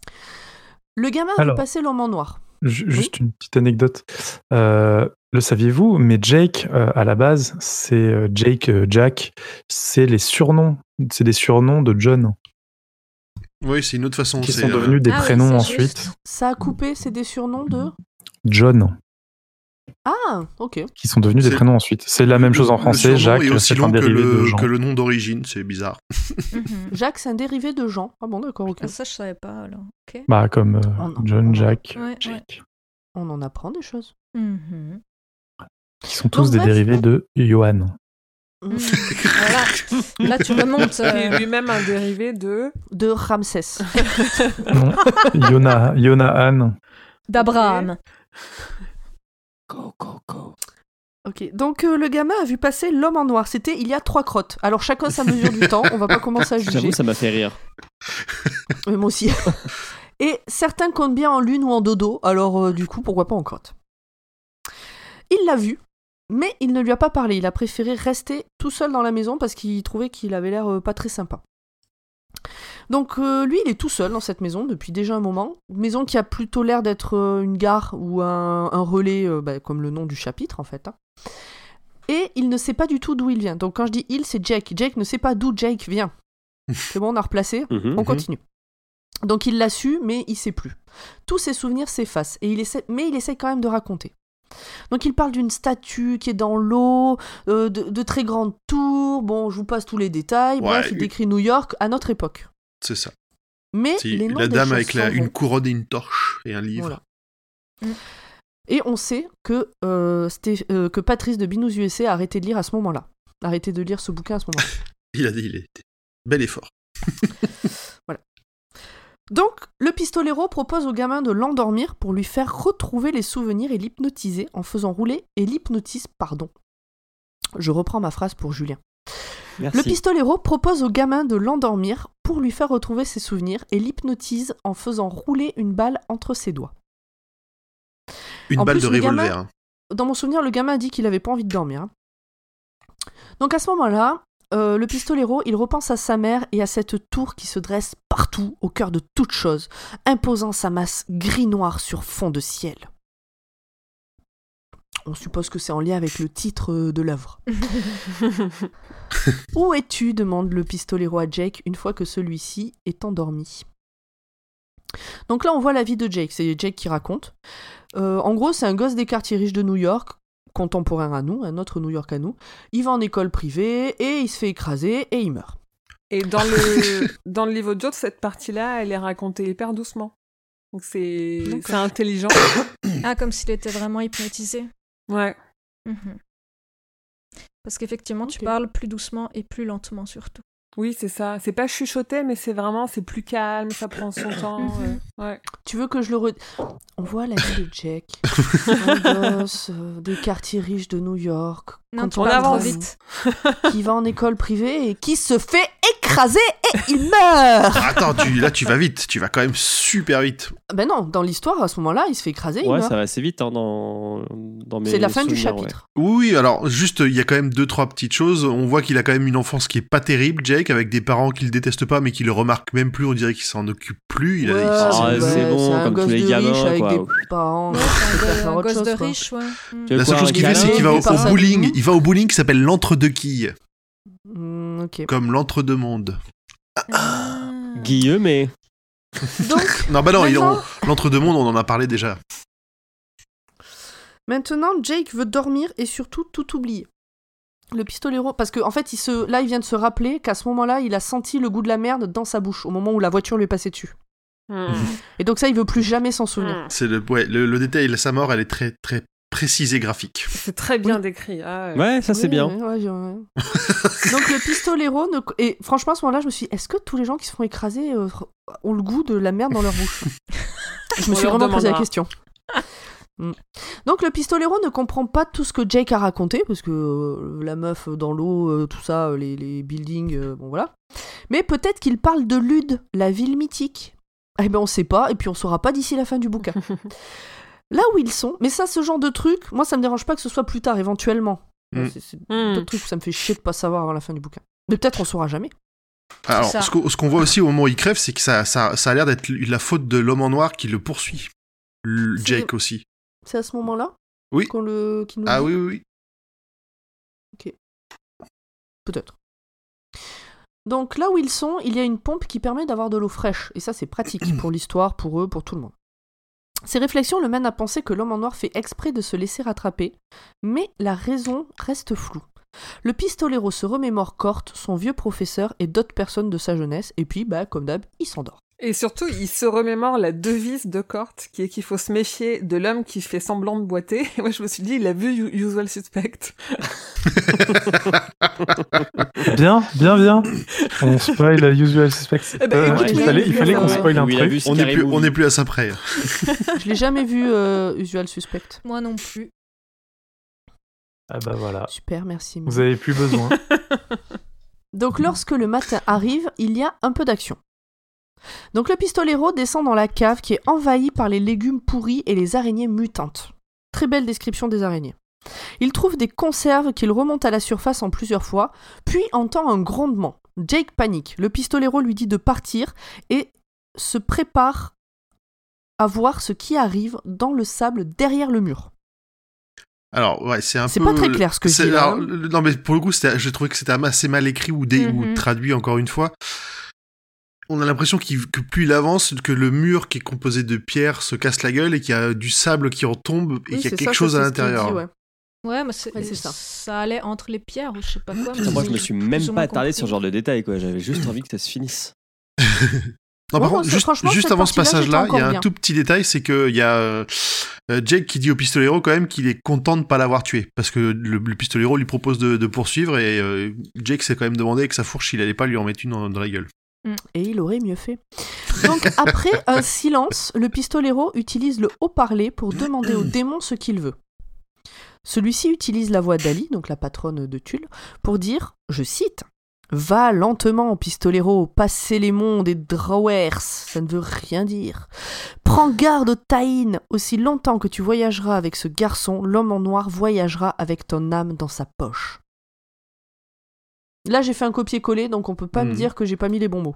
S1: Le gamin a vu passer l'homme en noir.
S3: J- juste oui une petite anecdote. Euh, le saviez-vous, mais Jake, euh, à la base, c'est euh, Jake, euh, Jack, c'est les surnoms. C'est des surnoms de John.
S2: Oui, c'est une autre façon.
S3: Qui
S2: c'est,
S3: sont devenus
S2: euh...
S3: des
S5: ah
S3: prénoms
S5: oui,
S3: ensuite.
S5: Juste.
S1: Ça a coupé, c'est des surnoms de
S3: John.
S1: Ah, ok.
S3: Qui sont devenus
S2: c'est...
S3: des prénoms ensuite. C'est la même
S2: le,
S3: chose en français. Jacques,
S2: est aussi
S3: c'est
S2: long
S3: un dérivé
S2: que le,
S3: de Jean.
S2: que le nom d'origine, c'est bizarre.
S1: Mm-hmm. Jacques, c'est un dérivé de Jean. Ah bon, d'accord, ok.
S5: Ah, ça, je savais pas alors. Okay.
S3: Bah, comme euh,
S1: on en...
S3: John, Jack,
S5: ouais,
S3: Jake.
S5: Ouais.
S1: On en apprend des choses.
S5: Mm-hmm.
S3: Qui sont tous
S1: Donc,
S3: des
S1: bref,
S3: dérivés de Johan.
S1: Mmh.
S5: Voilà. Là, tu remontes. Euh...
S4: Qui est lui-même un dérivé de...
S1: De Ramsès.
S3: Non, Yona, Yonahan.
S5: D'Abraham.
S6: Go, go, go.
S1: Ok, donc euh, le gamin a vu passer l'homme en noir. C'était il y a trois crottes. Alors chacun sa mesure du temps, on va pas commencer à juger.
S6: J'avoue, ça m'a fait rire.
S1: Mais moi aussi. Et certains comptent bien en lune ou en dodo, alors euh, du coup, pourquoi pas en crotte. Il l'a vu, mais il ne lui a pas parlé. Il a préféré rester tout seul dans la maison parce qu'il trouvait qu'il avait l'air euh, pas très sympa. Donc euh, lui, il est tout seul dans cette maison depuis déjà un moment. Maison qui a plutôt l'air d'être euh, une gare ou un, un relais, euh, bah, comme le nom du chapitre en fait. Hein. Et il ne sait pas du tout d'où il vient. Donc quand je dis il, c'est Jake. Jake ne sait pas d'où Jake vient. C'est bon, on a replacé,
S6: mm-hmm,
S1: on continue. Donc il l'a su, mais il sait plus. Tous ses souvenirs s'effacent, et il essaie, mais il essaie quand même de raconter. Donc il parle d'une statue qui est dans l'eau, euh, de, de très grandes tours, bon je vous passe tous les détails,
S2: ouais,
S1: bref il
S2: une...
S1: décrit New York à notre époque.
S2: C'est ça.
S1: Mais
S2: c'est
S1: les noms
S2: la
S1: des
S2: dame
S1: choses
S2: avec la,
S1: sont
S2: une
S1: bons.
S2: couronne et une torche et un livre.
S1: Voilà. Et on sait que, euh, c'était, euh, que Patrice de Binous U S A a arrêté de lire à ce moment-là. Arrêté de lire ce bouquin à ce moment-là.
S2: il a dit, il a été bel effort.
S1: Voilà. Donc, le pistolero propose au gamin de l'endormir pour lui faire retrouver les souvenirs et l'hypnotiser en faisant rouler et l'hypnotise, pardon. Je reprends ma phrase pour Julien.
S6: Merci.
S1: Le pistolero propose au gamin de l'endormir pour lui faire retrouver ses souvenirs et l'hypnotise en faisant rouler une balle entre ses doigts.
S2: Une
S1: en
S2: balle
S1: plus,
S2: de revolver.
S1: Gamin,
S2: hein.
S1: Dans mon souvenir, le gamin a dit qu'il avait pas envie de dormir. Hein. Donc à ce moment-là, euh, le pistolero, il repense à sa mère et à cette tour qui se dresse partout, au cœur de toute chose, imposant sa masse gris-noir sur fond de ciel. On suppose que c'est en lien avec le titre de l'œuvre. Où es-tu ? Demande le pistolero à Jake une fois que celui-ci est endormi. Donc là, on voit la vie de Jake. C'est Jake qui raconte. Euh, en gros, c'est un gosse des quartiers riches de New York, contemporain à nous, un autre New York à nous. Il va en école privée et il se fait écraser et il meurt.
S4: Et dans le, dans le livre audio, cette partie-là, elle est racontée hyper doucement. Donc c'est, c'est intelligent.
S5: Ah, comme s'il était vraiment hypnotisé.
S4: Ouais.
S5: Mm-hmm. Parce qu'effectivement,
S1: okay.
S5: tu parles plus doucement et plus lentement surtout.
S4: Oui, c'est ça. C'est pas chuchoté, mais c'est vraiment, c'est plus calme, ça prend son temps.
S5: Mm-hmm.
S4: Ouais. Ouais.
S1: Tu veux que je le re... On voit la vie de Jack, un gosse euh, des quartiers riches de New York,
S5: Non,
S1: Quand
S5: tu
S4: on
S5: parles trop
S4: avance.
S5: vite.
S1: qui va en école privée et qui se fait écraser et il meurt.
S2: Attends, tu, là tu vas vite, tu vas quand même super vite.
S1: Ben non, dans l'histoire, à ce moment-là, il se fait écraser, il
S6: Ouais,
S1: meurt.
S6: ça va assez vite hein, dans, dans mes
S1: C'est la fin du
S6: souvenirs, ouais.
S1: chapitre.
S2: Oui, alors juste, il y a quand même deux, trois petites choses. On voit qu'il a quand même une enfance qui est pas terrible, Jake, avec des parents qui le détestent pas, mais qui le remarquent même plus. On dirait qu'il s'en occupe plus. Il a,
S1: Ouais,
S2: il-
S6: Ah,
S1: ouais,
S6: c'est bon,
S1: un
S6: comme
S1: gosse
S6: tous les
S1: de
S6: gamins,
S1: riche avec
S6: quoi.
S1: des parents.
S5: Ouais,
S1: qui
S5: c'est
S1: préfèrent
S5: un,
S1: faire
S5: go- un
S1: autre
S5: gosse
S1: chose,
S5: de
S1: quoi.
S5: riche, ouais. Mm.
S6: Tu veux
S2: La seule
S6: quoi,
S2: chose
S6: un
S2: qu'il fait,
S6: câlin
S2: c'est qu'il va au,
S1: des parents
S2: au bowling.
S1: avec nous.
S2: Il va au bowling qui s'appelle l'entre-deux-quilles,
S1: Hmm, ok.
S2: comme l'entre-deux-mondes.
S5: Ah.
S6: Guillemets.
S1: Donc,
S2: Non, bah non, il-
S1: Maintenant-
S2: on- l'entre-deux-mondes, on en a parlé déjà.
S1: maintenant, Jake veut dormir et surtout tout oublier. Le pistolero, parce que en fait, il se, là, il vient de se rappeler qu'à ce moment-là, il a senti le goût de la merde dans sa bouche au moment où la voiture lui est passée dessus.
S4: Hmm.
S1: Et donc ça, il veut plus jamais s'en souvenir.
S4: Hmm.
S2: C'est le, ouais, le, le détail de sa mort, elle est très, très précise et graphique.
S4: C'est très bien décrit. Ah, ouais.
S6: Ouais, ça c'est
S1: Oui,
S6: bien.
S1: ouais, ouais, ouais. Donc le pistolero, ne... et franchement, à ce moment-là, je me suis dit, est-ce que tous les gens qui se font écraser euh, ont le goût de la merde dans leur bouche? Je me
S4: On
S1: suis
S4: leur
S1: vraiment posé la
S4: demandera.
S1: question. Mm. Donc le pistolero ne comprend pas tout ce que Jake a raconté, parce que euh, la meuf dans l'eau, euh, tout ça, euh, les, les buildings, euh, bon voilà. Mais peut-être qu'il parle de Lude, la ville mythique. Eh ben on sait pas, et puis on saura pas d'ici la fin du bouquin. Là où ils sont, mais ça, ce genre de truc, moi ça me dérange pas que ce soit plus tard, éventuellement.
S2: Mm.
S1: C'est, c'est
S4: Hmm.
S1: d'autres trucs où ça me fait chier de pas savoir avant la fin du bouquin. Mais peut-être on saura jamais.
S2: Alors,
S5: ça.
S2: ce qu'on, ce qu'on voit aussi au moment où il crève, c'est que ça, ça, ça a l'air d'être la faute de l'homme en noir qui le poursuit. Le-
S1: C'est-
S2: Jake aussi.
S1: C'est à ce moment-là
S2: Oui.
S1: qu'on le, qu'il nous
S2: Ah
S1: dit
S2: oui, oui, oui.
S1: Peut-être. Donc là où ils sont, il y a une pompe qui permet d'avoir de l'eau fraîche. Et ça, c'est pratique pour l'histoire, pour eux, pour tout le monde. Ces réflexions le mènent à penser que l'homme en noir fait exprès de se laisser rattraper, mais la raison reste floue. Le pistolero se remémore Cort, son vieux professeur et d'autres personnes de sa jeunesse, et puis, bah, comme d'hab, il s'endort.
S4: Et surtout, il se remémore la devise de Cort, qui est qu'il faut se méfier de l'homme qui fait semblant de boiter. Et moi, je me suis dit, il a vu U- Usual Suspect.
S3: Bien, bien, bien. On spoil la Usual Suspect.
S4: Eh ben,
S3: Euh,
S4: écoute,
S3: il
S4: oui,
S3: fallait,
S4: oui,
S3: il fallait
S4: oui,
S3: qu'on
S4: oui.
S3: spoil un
S6: Oui, il a
S3: truc.
S6: vu
S2: On n'est
S6: Scary
S2: plus,
S6: Movie.
S2: on n'est plus à ça près.
S1: Je l'ai jamais vu, euh, Usual Suspect.
S5: Moi non plus.
S3: Ah bah voilà.
S1: Super, merci.
S3: Vous avez plus besoin.
S1: Donc lorsque le matin arrive, il y a un peu d'action. Donc le pistolero descend dans la cave qui est envahie par les légumes pourris et les araignées mutantes. Très belle description des araignées. Il trouve des conserves qu'il remonte à la surface en plusieurs fois, puis entend un grondement. Jake panique. Le pistolero lui dit de partir et se prépare à voir ce qui arrive dans le sable derrière le mur.
S2: Alors, ouais, c'est un
S1: C'est
S2: peu.
S1: pas très clair ce que je
S2: c'est-
S1: dis là,
S2: alors,
S1: hein.
S2: le- Non, mais pour le coup, c'était- j'ai trouvé que c'était assez mal écrit ou, dé- ou
S5: Mhm.
S2: traduit encore une fois. On a l'impression qu'il- que plus il avance, que le mur qui est composé de pierres se casse la gueule et qu'il y a du sable qui retombe et
S1: Oui,
S2: qu'il y a
S1: c'est
S2: quelque
S1: ça,
S2: chose
S1: ça,
S2: à
S1: c'est ce qu'il
S2: l'intérieur.
S1: dit, ouais.
S5: Ouais, mais c'est,
S1: Ouais, c'est ça.
S5: ça allait entre les pierres ou je sais pas quoi. mais
S6: Putain, moi, je
S5: j'ai
S6: me suis
S5: plus
S6: même
S5: ou moins
S6: pas attardé
S5: compris.
S6: sur ce genre de détails, quoi. J'avais juste envie que ça se finisse.
S2: Non,
S1: Ouais,
S2: par
S1: moi,
S2: contre,
S1: c'est-
S2: juste,
S1: franchement,
S2: juste
S1: cette
S2: avant ce
S1: partie-là,
S2: passage-là,
S1: j'étais
S2: il y a
S1: encore
S2: un
S1: bien.
S2: tout petit détail, c'est qu'il y a euh, euh, Jake qui dit au pistolero quand même qu'il est content de ne pas l'avoir tué, parce que le, le pistolero lui propose de, de poursuivre et euh, Jake s'est quand même demandé avec sa fourche s'il allait pas lui en mettre une dans, dans la gueule.
S1: Et il aurait mieux fait. Donc après un silence, le pistolero utilise le haut-parler pour demander au démon ce qu'il veut. Celui-ci utilise la voix d'Ali, donc la patronne de Tulle, pour dire, je cite, « Va lentement, pistolero, passer les mondes et drawers, ça ne veut rien dire. Prends garde au Taïn, aussi longtemps que tu voyageras avec ce garçon, l'homme en noir voyagera avec ton âme dans sa poche. » Là, j'ai fait un copier-coller, donc on peut pas me
S2: Mhm.
S1: dire que j'ai pas mis les bons mots.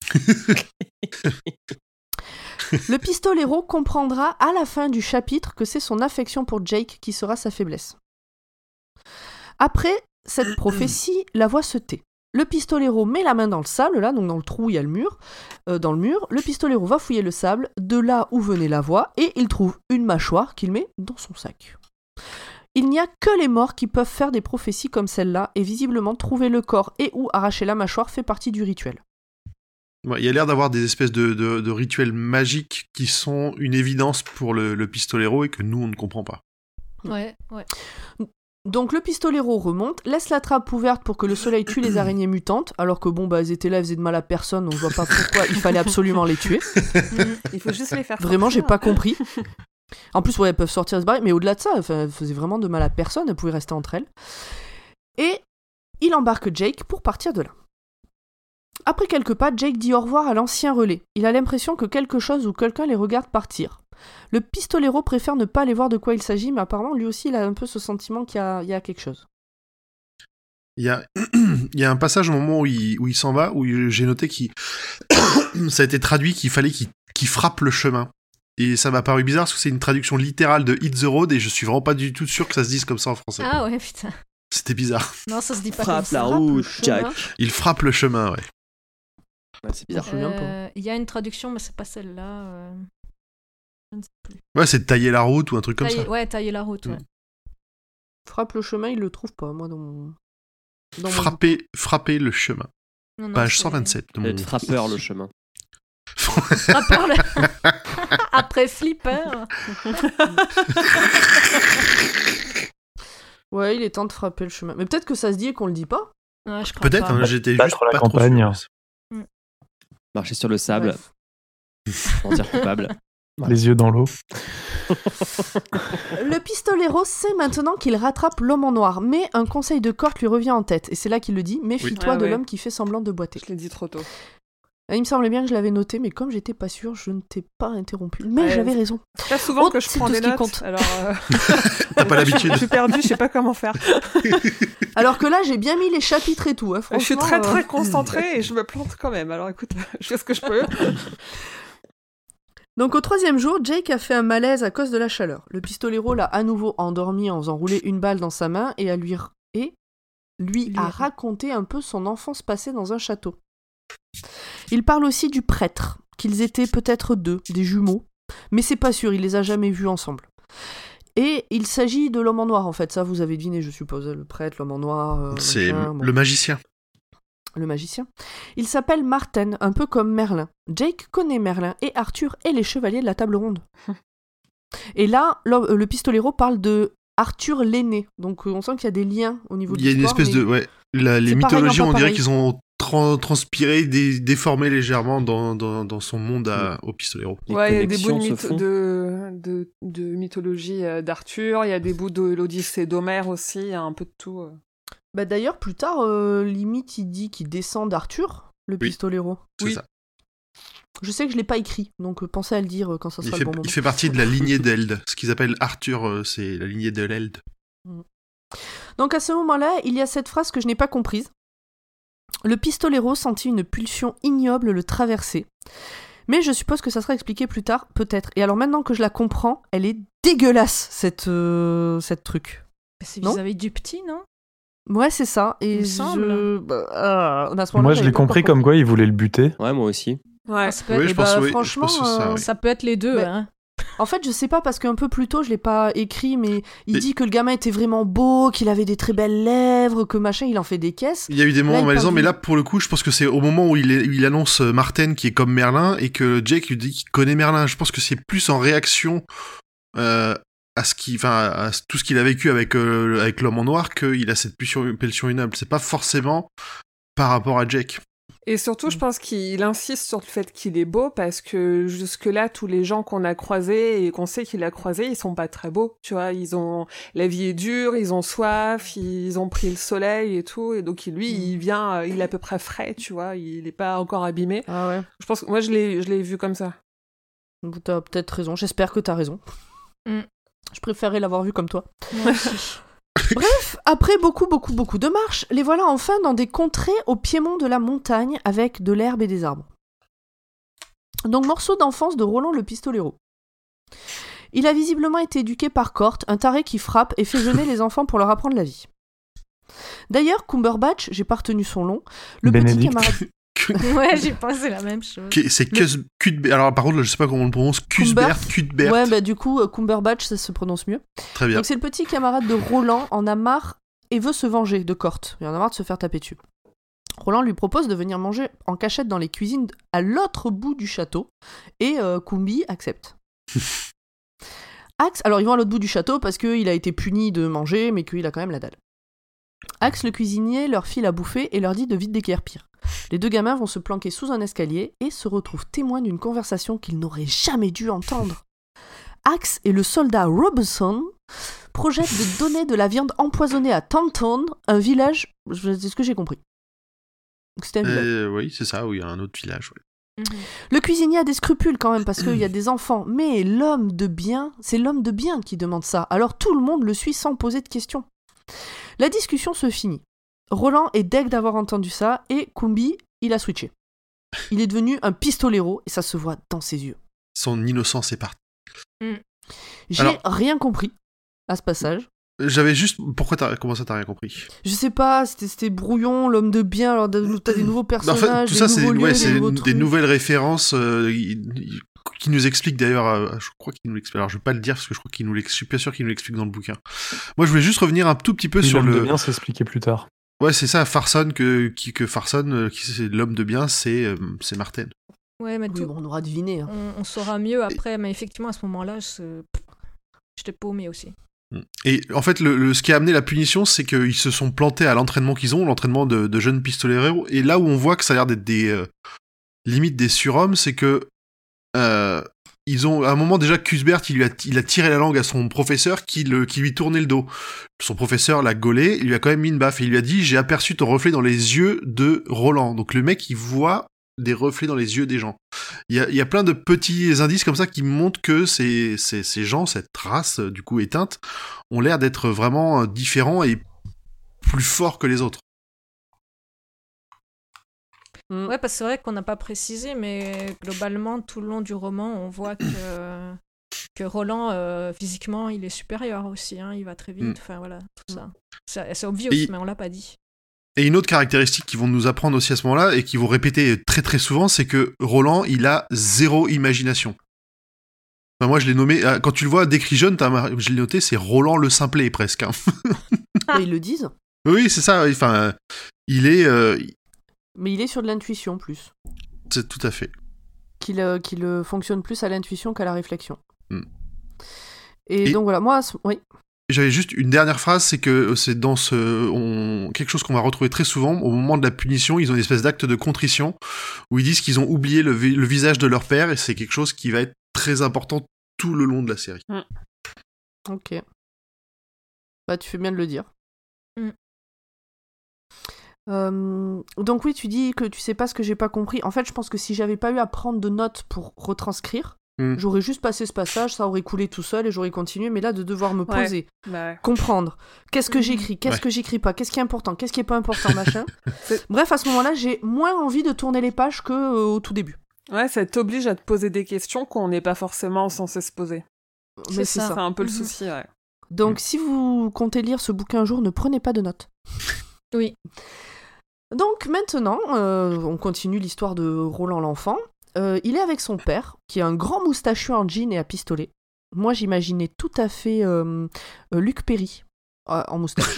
S1: Le pistolero comprendra à la fin du chapitre que c'est son affection pour Jake qui sera sa faiblesse. Après cette prophétie, la voix se tait. Le pistolero met la main dans le sable, là, donc dans le trou, il y a le mur. Euh, dans le mur, le pistolero va fouiller le sable, de là où venait la voix, et il trouve une mâchoire qu'il met dans son sac. Il n'y a que les morts qui peuvent faire des prophéties comme celle-là, et visiblement trouver le corps et ou arracher la mâchoire fait partie du rituel.
S2: Ouais, il y a l'air d'avoir des espèces de, de, de rituels magiques qui sont une évidence pour le, le pistolero et que nous, on ne comprend pas.
S5: Ouais, ouais.
S1: Donc le pistolero remonte, laisse la trappe ouverte pour que le soleil tue les araignées mutantes, alors que bon bah elles étaient là, elles faisaient de mal à personne, donc je vois pas pourquoi il fallait absolument les tuer.
S4: Il faut juste les faire
S1: Vraiment, j'ai
S4: sortir.
S1: pas compris. En plus, ouais, elles peuvent sortir et se barrer, mais au-delà de ça, elles faisaient vraiment de mal à personne, elles pouvaient rester entre elles. Et il embarque Jake pour partir de là. Après quelques pas, Jake dit au revoir à l'ancien relais. Il a l'impression que quelque chose ou quelqu'un les regarde partir. Le pistolero préfère ne pas aller voir de quoi il s'agit, mais apparemment, lui aussi, il a un peu ce sentiment qu'il y a, il y a quelque chose.
S2: Il y a, il y a un passage au moment où il, où il s'en va, où j'ai noté qu'il ça a été traduit qu'il fallait qu'il, qu'il frappe le chemin. Et ça m'a paru bizarre parce que c'est une traduction littérale de Hit the Road et je suis vraiment pas du tout sûr que ça se dise comme ça en français.
S5: Ah ouais, putain.
S2: C'était bizarre.
S5: Non, ça se dit pas
S6: Frappe
S5: comme ça.
S6: la route, Jack.
S2: Il frappe le chemin, ouais.
S6: Ouais, c'est bizarre.
S1: Je me souviens
S5: Euh, Il y a une traduction, mais c'est pas celle-là. euh, Je ne sais plus.
S2: Ouais, c'est de tailler la route ou un truc comme
S5: Tailler-
S2: ça.
S5: Ouais, tailler la route, ouais.
S2: Mm.
S1: Frappe le chemin, il le trouve pas, moi, dans mon... Dans mon...
S2: Frapper, frapper le chemin.
S5: Non, non,
S2: Page
S5: c'est-
S2: cent vingt-sept. De
S6: Ça doit
S2: mon...
S6: être frappeur le chemin.
S5: Frappeur, le- Après Flipper.
S1: Ouais, il est temps de frapper le chemin. Mais peut-être que ça se dit et qu'on le dit pas.
S5: Ouais, je crois
S2: Peut-être,
S5: pas.
S2: hein, j'étais
S3: Battre
S2: juste
S3: la
S2: pas trop
S3: campagne.
S2: sûr.
S6: Marcher sur le sable,
S1: Bref.
S6: mentir coupable.
S3: Les yeux dans l'eau.
S1: Le pistolero sait maintenant qu'il rattrape l'homme en noir, mais un conseil de Cort lui revient en tête. Et c'est là qu'il le dit, méfie-toi
S4: Oui. Ah
S1: de
S4: ouais.
S1: l'homme qui fait semblant de boiter.
S4: Je l'ai dit trop tôt.
S1: Il me semblait bien que je l'avais noté, mais comme j'étais pas sûre, je ne t'ai pas interrompu. Mais
S4: Ouais,
S1: j'avais
S4: c'est-
S1: raison.
S4: C'est pas souvent
S1: Oh,
S4: que je
S1: c'est
S4: prends
S1: tout
S4: des
S1: ce qui
S4: notes.
S1: compte.
S4: Alors, euh,
S2: T'as pas l'habitude.
S4: je suis perdue, je sais pas comment faire.
S1: Alors que là, j'ai bien mis les chapitres et tout. Hein,
S4: Je suis
S1: franchement,
S4: très très
S1: euh,
S4: concentrée et je me plante quand même. Alors écoute, je fais ce que je peux.
S1: Donc au troisième jour, Jake a fait un malaise à cause de la chaleur. Le pistolero l'a à nouveau endormi en faisant rouler une balle dans sa main et, à lui, r- et lui
S5: Lui
S1: a
S5: a-
S1: raconté un peu son enfance passée dans un château. Il parle aussi du prêtre, qu'ils étaient peut-être deux, des jumeaux, mais c'est pas sûr, il les a jamais vus ensemble. Et il s'agit de l'homme en noir en fait, ça vous avez deviné je suppose, le prêtre, l'homme en noir, euh,
S2: C'est
S1: machin, bon.
S2: le magicien.
S1: Le magicien. Il s'appelle Marten, un peu comme Merlin. Jake connaît Merlin et Arthur et les chevaliers de la table ronde. Et là, le, le pistolero parle de Arthur l'aîné. Donc euh, on sent qu'il y a des liens au niveau de
S2: Il y a une
S1: l'histoire,
S2: espèce
S1: mais-
S2: de... Ouais, la- les
S1: c'est pareil,
S2: mythologies,
S1: non, pas
S2: on dirait
S1: pareil.
S2: qu'ils ont tran- transpiré, dé- déformé légèrement dans, dans, dans son monde à- au pistolero.
S6: Les
S4: Ouais, il y a des bouts de,
S6: connexions
S4: mytho-
S6: se font.
S4: de, de, de mythologie euh, d'Arthur, il y a des bouts de l'Odyssée d'Homère aussi, il y a un peu de tout. euh.
S1: Bah, d'ailleurs, plus tard, euh, limite, il dit qu'il descend d'Arthur, le
S2: Oui.
S1: pistolero.
S2: C'est
S4: Oui.
S2: ça.
S1: Je sais que je l'ai pas écrit, donc euh, pensez à le dire euh, quand ça
S2: Il
S1: sera
S2: fait,
S1: le bon moment.
S2: il fait partie de la lignée d'Eld. Ce qu'ils appellent Arthur, euh, c'est la lignée de l'Eld.
S1: Donc à ce moment-là, il y a cette phrase que je n'ai pas comprise. Le pistolero sentit une pulsion ignoble le traverser. Mais je suppose que ça sera expliqué plus tard, peut-être. Et alors maintenant que je la comprends, elle est dégueulasse, cette, euh, cette truc.
S5: C'est
S1: Non
S5: vis-à-vis du petit, non?
S1: Ouais, c'est ça. Et
S5: Il me
S1: je...
S5: semble.
S1: bah, ah, à ce moment-là,
S3: Moi, je
S1: j'avais
S3: l'ai
S1: pas
S3: compris
S1: encore
S3: comme quoi il voulait le buter.
S6: Ouais, moi aussi.
S4: Ouais.
S5: Ah, ça, peut
S2: Oui,
S5: être...
S2: je
S1: Eh
S2: pense,
S1: bah,
S2: oui, je
S1: franchement,
S2: pense que c'est ça,
S1: euh,
S2: oui.
S5: ça peut être les deux.
S1: Mais-
S5: Hein.
S1: En fait, je sais pas parce qu'un peu plus tôt, je l'ai pas écrit, mais il
S2: Et-
S1: dit que le gamin était vraiment beau, qu'il avait des très belles lèvres, que machin, il en fait des caisses.
S2: Il y a eu des moments
S1: Là, il
S2: malaisants,
S1: parle
S2: mais
S1: du-
S2: là, pour le coup, je pense que c'est au moment où il, est- où il annonce euh, Marten qui est comme Merlin et que Jake lui dit qu'il connaît Merlin. Je pense que c'est plus en réaction euh, à ce qui, enfin, à tout ce qu'il a vécu avec euh, avec l'homme en noir qu'il a cette pulsion, pulsion ignoble. C'est pas forcément par rapport à Jake.
S4: Et surtout, je pense qu'il insiste sur le fait qu'il est beau parce que jusque-là, tous les gens qu'on a croisés et qu'on sait qu'il a croisés, ils sont pas très beaux. Tu vois, ils ont, la vie est dure, ils ont soif, ils ont pris le soleil et tout. Et donc, lui, il vient, euh, il est à peu près frais, tu vois, il est pas encore abîmé.
S1: Ah ouais.
S4: Je pense que moi, je l'ai, je l'ai vu comme ça.
S1: T'as peut-être raison, j'espère que t'as raison.
S5: Mm.
S1: Je préférais l'avoir vu comme toi.
S5: Moi aussi.
S1: Bref, après beaucoup, beaucoup, beaucoup de marches, les voilà enfin dans des contrées au piémont de la montagne avec de l'herbe et des arbres. Donc, morceau d'enfance de Roland le pistolero. Il a visiblement été éduqué par Cort, un taré qui frappe et fait jeûner les enfants pour leur apprendre la vie. D'ailleurs, Cumberbatch, j'ai pas retenu son nom, le
S3: Bénédicte.
S1: petit camarade...
S5: Ouais, j'ai pensé la même chose.
S2: Qui- C'est Cus- Cuthbert. Alors, par contre, je sais pas comment on le prononce. Cusbert, Cuthbert.
S1: Ouais, bah du coup, euh, Cumberbatch, ça se prononce mieux.
S2: Très bien.
S1: Donc c'est le petit camarade de Roland, en a marre et veut se venger de Cort. Il en a marre de se faire taper dessus. Roland lui propose de venir manger en cachette dans les cuisines à l'autre bout du château, et euh, Kumbi accepte. Axe, alors ils vont à l'autre bout du château parce qu'il a été puni de manger, mais qu'il a quand même la dalle. Axe, le cuisinier, leur file à bouffer et leur dit de vite déguerpir. Les deux gamins vont se planquer sous un escalier et se retrouvent témoins d'une conversation qu'ils n'auraient jamais dû entendre. Axe et le soldat Robinson projettent de donner de la viande empoisonnée à Taunton, un village. C'est ce que j'ai compris. C'était un village.
S2: Euh, oui, c'est ça, oui, un autre village. Oui.
S5: Mhm.
S1: Le cuisinier a des scrupules quand même parce qu'il y a des enfants, mais l'homme de bien, c'est l'homme de bien qui demande ça. Alors tout le monde le suit sans poser de questions. La discussion se finit. Roland est deg d'avoir entendu ça et Kumbi, il a switché. Il est devenu un pistolero et ça se voit dans ses yeux.
S2: Son innocence est partie.
S1: J'ai
S2: Alors-
S1: rien compris à ce passage.
S2: J'avais juste... Pourquoi t'as... Comment ça, t'as rien compris?
S1: Je sais pas, c'était, c'était brouillon, l'homme de bien, alors t'as des nouveaux
S2: En
S1: personnages,
S2: fait, tout ça,
S1: des
S2: c'est,
S1: nouveaux lieux,
S2: ouais,
S1: des
S2: c'est
S1: nouveaux
S2: des
S1: trucs.
S2: nouvelles références euh, il- il- qui nous expliquent d'ailleurs... euh, je crois qu'il nous l'explique. Alors, je vais pas le dire parce que je crois qu'il nous l'explique. Je suis pas sûr qu'il nous l'explique dans le bouquin. Moi, je voulais juste revenir un tout petit peu
S3: Oui,
S2: sur
S3: l'homme
S2: le...
S3: de bien s'expliquer plus tard.
S2: Ouais, c'est ça, Farson, que, qui, que Farson, euh, qui c'est l'homme de bien, c'est, euh, c'est Martin.
S5: Ouais, mais
S1: Oui,
S5: tout-
S1: bon, on aura deviné. Hein.
S5: on, on saura mieux après, mais effectivement, à ce moment-là, je... j'étais paumée aussi.
S2: Et en fait, le, le- ce qui a amené la punition, c'est qu'ils se sont plantés à l'entraînement qu'ils ont, l'entraînement de, de jeunes pistoleros. Et là où on voit que ça a l'air d'être des euh, limites des surhommes, c'est que euh, ils ont à un moment déjà Cuthbert, il, lui a, il a tiré la langue à son professeur qui, le, qui lui tournait le dos. Son professeur l'a gaulé, il lui a quand même mis une baffe et il lui a dit « J'ai aperçu ton reflet dans les yeux de Roland ». Donc le mec, il voit des reflets dans les yeux des gens. Il y a, il y a plein de petits indices comme ça qui montrent que ces, ces, ces gens, cette race euh, du coup éteinte, ont l'air d'être vraiment euh, différents et plus forts que les autres.
S1: Mm.
S5: Ouais, parce que c'est vrai qu'on n'a pas précisé, mais globalement, tout le long du roman, on voit que, que Roland, euh, physiquement, il est supérieur aussi. Hein, il va très vite,
S2: Mm.
S5: enfin voilà, tout ça. C'est, c'est obvious,
S2: Et-
S5: mais on l'a pas dit.
S2: Et une autre caractéristique qu'ils vont nous apprendre aussi à ce moment-là, et qu'ils vont répéter très très souvent, c'est que Roland, il a zéro imagination. Enfin, moi, je l'ai nommé... euh, Quand tu le vois décrit jeune, t'as mar- je l'ai noté, c'est Roland le Simplet, presque. Hein.
S1: Mais ils le disent,
S2: Oui, c'est ça. Enfin, euh, il est... euh,
S1: mais il est sur de l'intuition plus.
S2: c'est tout à fait.
S1: Qu'il, euh, qu'il euh, fonctionne plus à l'intuition qu'à la réflexion.
S2: Mm.
S1: Et,
S2: Et-
S1: donc voilà, moi, ce- oui.
S2: J'avais juste une dernière phrase, c'est que c'est dans ce... On... quelque chose qu'on va retrouver très souvent, au moment de la punition, ils ont une espèce d'acte de contrition, où ils disent qu'ils ont oublié le, vi- le visage de leur père, et c'est quelque chose qui va être très important tout le long de la série.
S1: Ok. Bah, tu fais bien de le dire.
S5: Mm.
S1: Euh, donc oui, tu dis que tu sais pas ce que j'ai pas compris. En fait, je pense que si j'avais pas eu à prendre de notes pour retranscrire,
S2: Mm.
S1: j'aurais juste passé ce passage, ça aurait coulé tout seul et j'aurais continué. Mais là, de devoir me
S4: Ouais.
S1: poser,
S4: Bah ouais.
S1: comprendre, qu'est-ce que
S5: Mhm.
S1: j'écris, qu'est-ce
S2: Ouais.
S1: que j'écris pas, qu'est-ce qui est important, qu'est-ce qui est pas important, machin.
S4: C'est-
S1: Bref, à ce moment-là, j'ai moins envie de tourner les pages que euh, au tout début.
S4: Ouais, ça t'oblige à te poser des questions qu'on n'est pas forcément censé se poser.
S1: Mais
S5: C'est
S1: c'est
S5: ça.
S1: ça.
S4: C'est un peu le
S5: Mhm.
S4: souci, ouais.
S1: Donc, si vous comptez lire ce bouquin un jour, ne prenez pas de notes.
S5: Oui.
S1: Donc maintenant, euh, on continue l'histoire de Roland l'enfant. Euh, il est avec son père, qui est un grand moustachu en jean et à pistolet. Moi, j'imaginais tout à fait euh, euh, Luc Perry euh, en moustache.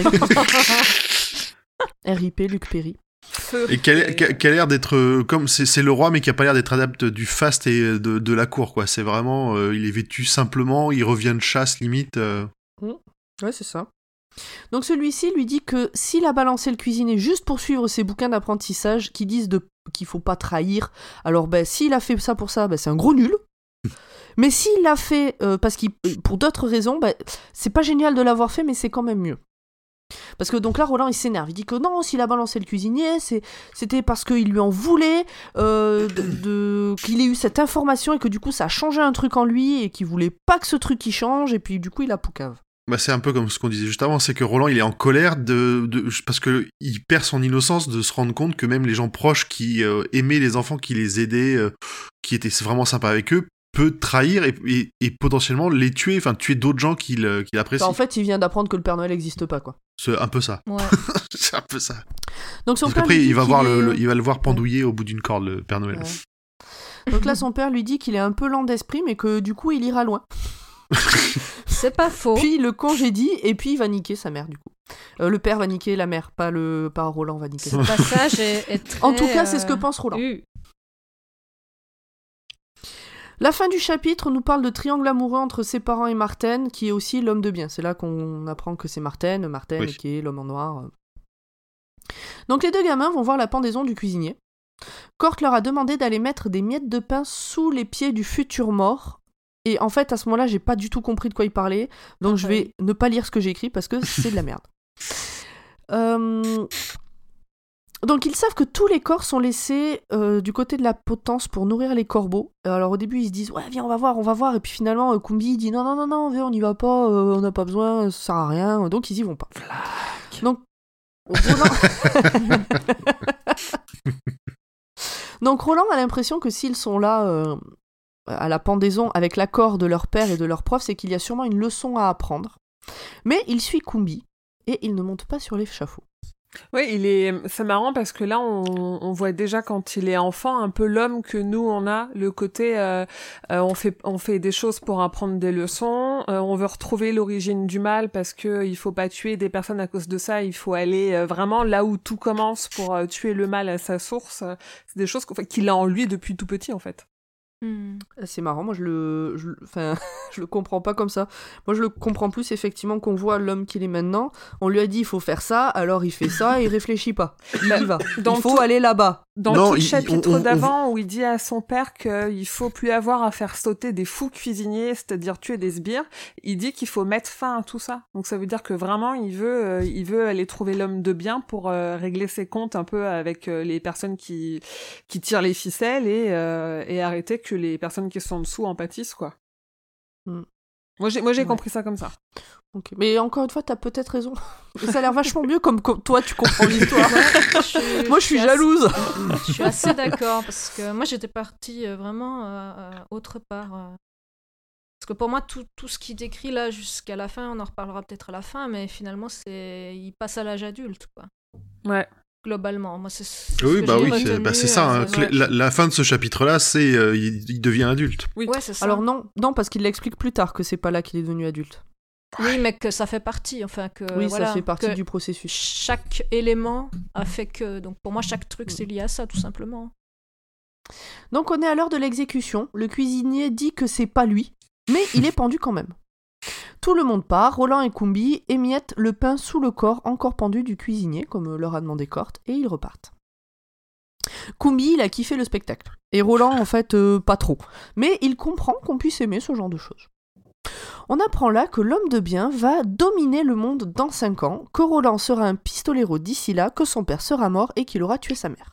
S1: R I P Luc Perry.
S4: Feu.
S2: Et qui a, qui a- qui a l'air d'être euh, comme c'est, c'est le roi, mais qui a pas l'air d'être adepte du faste et de, de la cour, quoi. C'est vraiment, euh, il est vêtu simplement, il revient de chasse limite. euh.
S1: Ouais, c'est ça. Donc celui-ci lui dit que s'il a balancé le cuisinier juste pour suivre ses bouquins d'apprentissage qui disent de, qu'il faut pas trahir, alors ben, s'il a fait ça pour ça, ben, c'est un gros nul. Mais s'il l'a fait euh, parce qu'il, pour d'autres raisons, ben, c'est pas génial de l'avoir fait, mais c'est quand même mieux. Parce que donc là, Roland, il s'énerve. Il dit que non, s'il a balancé le cuisinier, c'est, c'était parce qu'il lui en voulait, euh, de, de- qu'il ait eu cette information et que du coup, ça a changé un truc en lui et qu'il voulait pas que ce truc il change. Et puis du coup, il a poucave.
S2: Bah, c'est un peu comme ce qu'on disait juste avant, c'est que Roland, il est en colère de, de parce que il perd son innocence de se rendre compte que même les gens proches qui euh, aimaient les enfants, qui les aidaient, euh, qui étaient vraiment sympas avec eux, peut trahir et, et, et potentiellement les tuer, enfin tuer d'autres gens qu'il, euh, qu'il apprécie.
S1: Enfin, en fait, il vient d'apprendre que le Père Noël n'existe pas, quoi.
S2: C'est un peu ça.
S5: Ouais.
S2: C'est un peu ça.
S1: Donc son
S2: Parce
S1: père
S2: qu'après,
S1: lui dit
S2: il va
S1: qu'il
S2: voir
S1: est-
S2: le, le- il va le voir pendouillé au bout d'une corde, le Père Noël.
S1: Ouais. Donc là, son père lui dit qu'il est un peu lent d'esprit, mais que du coup, il ira loin.
S5: C'est pas faux.
S1: Puis il le congédie, et puis il va niquer sa mère, du coup. Euh, le père va niquer la mère, pas le pas Roland va niquer sa
S5: Ce
S1: mère.
S5: passage est, est très...
S1: En tout cas, c'est ce que
S5: euh,
S1: pense Roland.
S5: eu.
S1: La fin du chapitre nous parle de triangle amoureux entre ses parents et Martine, qui est aussi l'homme de bien. C'est là qu'on apprend que c'est Martine, Martine
S2: Oui.
S1: qui est l'homme en noir. Donc les deux gamins vont voir la pendaison du cuisinier. Kort leur a demandé d'aller mettre des miettes de pain sous les pieds du futur mort, Et en fait, à ce moment-là, j'ai pas du tout compris de quoi il parlait, donc je vais ne pas lire ce que j'ai écrit parce que c'est de la merde. Euh... Donc ils savent que tous les corps sont laissés euh, du côté de la potence pour nourrir les corbeaux. Alors au début ils se disent ouais viens on va voir, on va voir, et puis finalement euh, Kumbi dit non non non non viens on n'y va pas, euh, on n'a pas besoin, ça sert à rien, donc ils y vont pas. Flac. Donc Roland... donc Roland a l'impression que s'ils sont là euh, à la pendaison avec l'accord de leur père et de leur prof, c'est qu'il y a sûrement une leçon à apprendre. Mais il suit Kumbi et il ne monte pas sur l'échafaud.
S4: Oui, il est. C'est marrant parce que là, on, on voit déjà quand il est enfant un peu l'homme que nous on a, le côté euh, euh, on fait on fait des choses pour apprendre des leçons, euh, on veut retrouver l'origine du mal parce que il faut pas tuer des personnes à cause de ça, il faut aller euh, vraiment là où tout commence pour euh, tuer le mal à sa source. C'est des choses enfin, qu'il a en lui depuis tout petit en fait.
S1: Mmh. C'est marrant, moi je le, je, enfin, je le comprends pas comme ça. Moi je le comprends plus effectivement qu'on voit l'homme qu'il est maintenant. On lui a dit il faut faire ça, alors il fait ça et il réfléchit pas. Il y va. Dans il faut tout... aller là-bas.
S4: Dans non, tout le il, chapitre on, on, d'avant on... où il dit à son père qu'il faut plus avoir à faire sauter des fous cuisiniers, c'est-à-dire tuer des sbires, il dit qu'il faut mettre fin à tout ça. Donc ça veut dire que vraiment il veut, euh, il veut aller trouver l'homme de bien pour euh, régler ses comptes un peu avec euh, les personnes qui, qui tirent les ficelles et, euh, et arrêter que que les personnes qui sont en dessous en pâtissent, quoi. Mm. Moi, j'ai, moi, j'ai ouais. compris ça comme ça.
S1: Okay. Mais encore une fois, t'as peut-être raison. Mais ça a l'air vachement mieux comme, comme toi, tu comprends l'histoire. je suis, moi, je suis, je suis jalouse.
S5: Assez, je suis assez d'accord, parce que moi, j'étais partie euh, vraiment euh, autre part. Euh, parce que pour moi, tout, tout ce qu'il décrit là jusqu'à la fin, on en reparlera peut-être à la fin, mais finalement, c'est... il passe à l'âge adulte, quoi.
S4: Ouais.
S5: Globalement, moi c'est, c'est
S2: oui,
S5: ce que
S2: bah
S5: j'ai
S2: oui,
S5: retenu,
S2: c'est, bah c'est ça.
S5: euh,
S2: Hein,
S5: c'est
S2: la, la fin de ce chapitre-là, c'est euh, il, il devient adulte.
S5: Oui, ouais, c'est ça.
S1: Alors non, non, parce qu'il l'explique plus tard que c'est pas là qu'il est devenu adulte.
S5: Oui, mais que ça fait partie, enfin que.
S1: Oui,
S5: voilà,
S1: ça fait partie du processus.
S5: Chaque élément a fait que, donc pour moi, chaque truc c'est lié à ça, tout simplement.
S1: Donc on est à l'heure de l'exécution. Le cuisinier dit que c'est pas lui, mais il est pendu quand même. Tout le monde part, Roland et Kumbi émiettent le pain sous le corps encore pendu du cuisinier, comme leur a demandé Cort, et ils repartent. Kumbi, il a kiffé le spectacle. Et Roland, en fait, euh, pas trop. Mais il comprend qu'on puisse aimer ce genre de choses. On apprend là que l'homme de bien va dominer le monde dans cinq ans, que Roland sera un pistolero d'ici là, que son père sera mort et qu'il aura tué sa mère.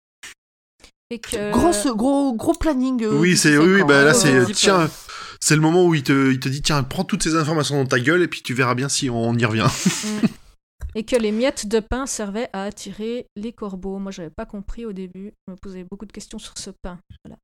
S5: Et que...
S1: Grosse, gros, gros planning. Euh,
S2: oui, c'est, oui, oui, bah là,
S1: euh,
S2: c'est,
S1: euh,
S2: tiens, c'est le moment où il te, il te dit, tiens, prends toutes ces informations dans ta gueule et puis tu verras bien si on y revient.
S5: Et que les miettes de pain servaient à attirer les corbeaux. Moi, j'avais pas compris au début. Je me posais beaucoup de questions sur ce pain. Voilà.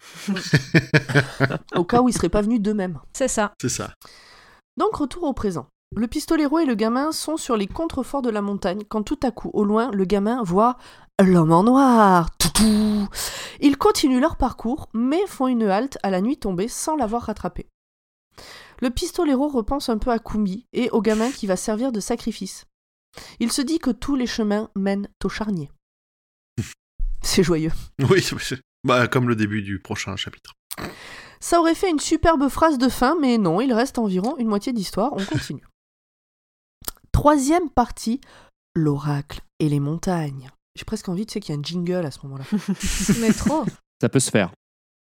S1: Au cas où ils seraient pas venus d'eux-mêmes.
S5: C'est ça.
S2: C'est ça.
S1: Donc, retour au présent. Le pistolero et le gamin sont sur les contreforts de la montagne quand tout à coup, au loin, le gamin voit l'homme en noir. Toutou. Ils continuent leur parcours, mais font une halte à la nuit tombée sans l'avoir rattrapé. Le pistolero repense un peu à Kumbi et au gamin qui va servir de sacrifice. Il se dit que tous les chemins mènent au charnier. C'est joyeux.
S2: Oui, bah, comme le début du prochain chapitre.
S1: Ça aurait fait une superbe phrase de fin, mais non, il reste environ une moitié d'histoire, on continue. Troisième partie, l'oracle et les montagnes. J'ai presque envie, tu sais, qu'il y a un jingle à ce moment-là.
S5: Mais trop.
S6: Ça peut se faire.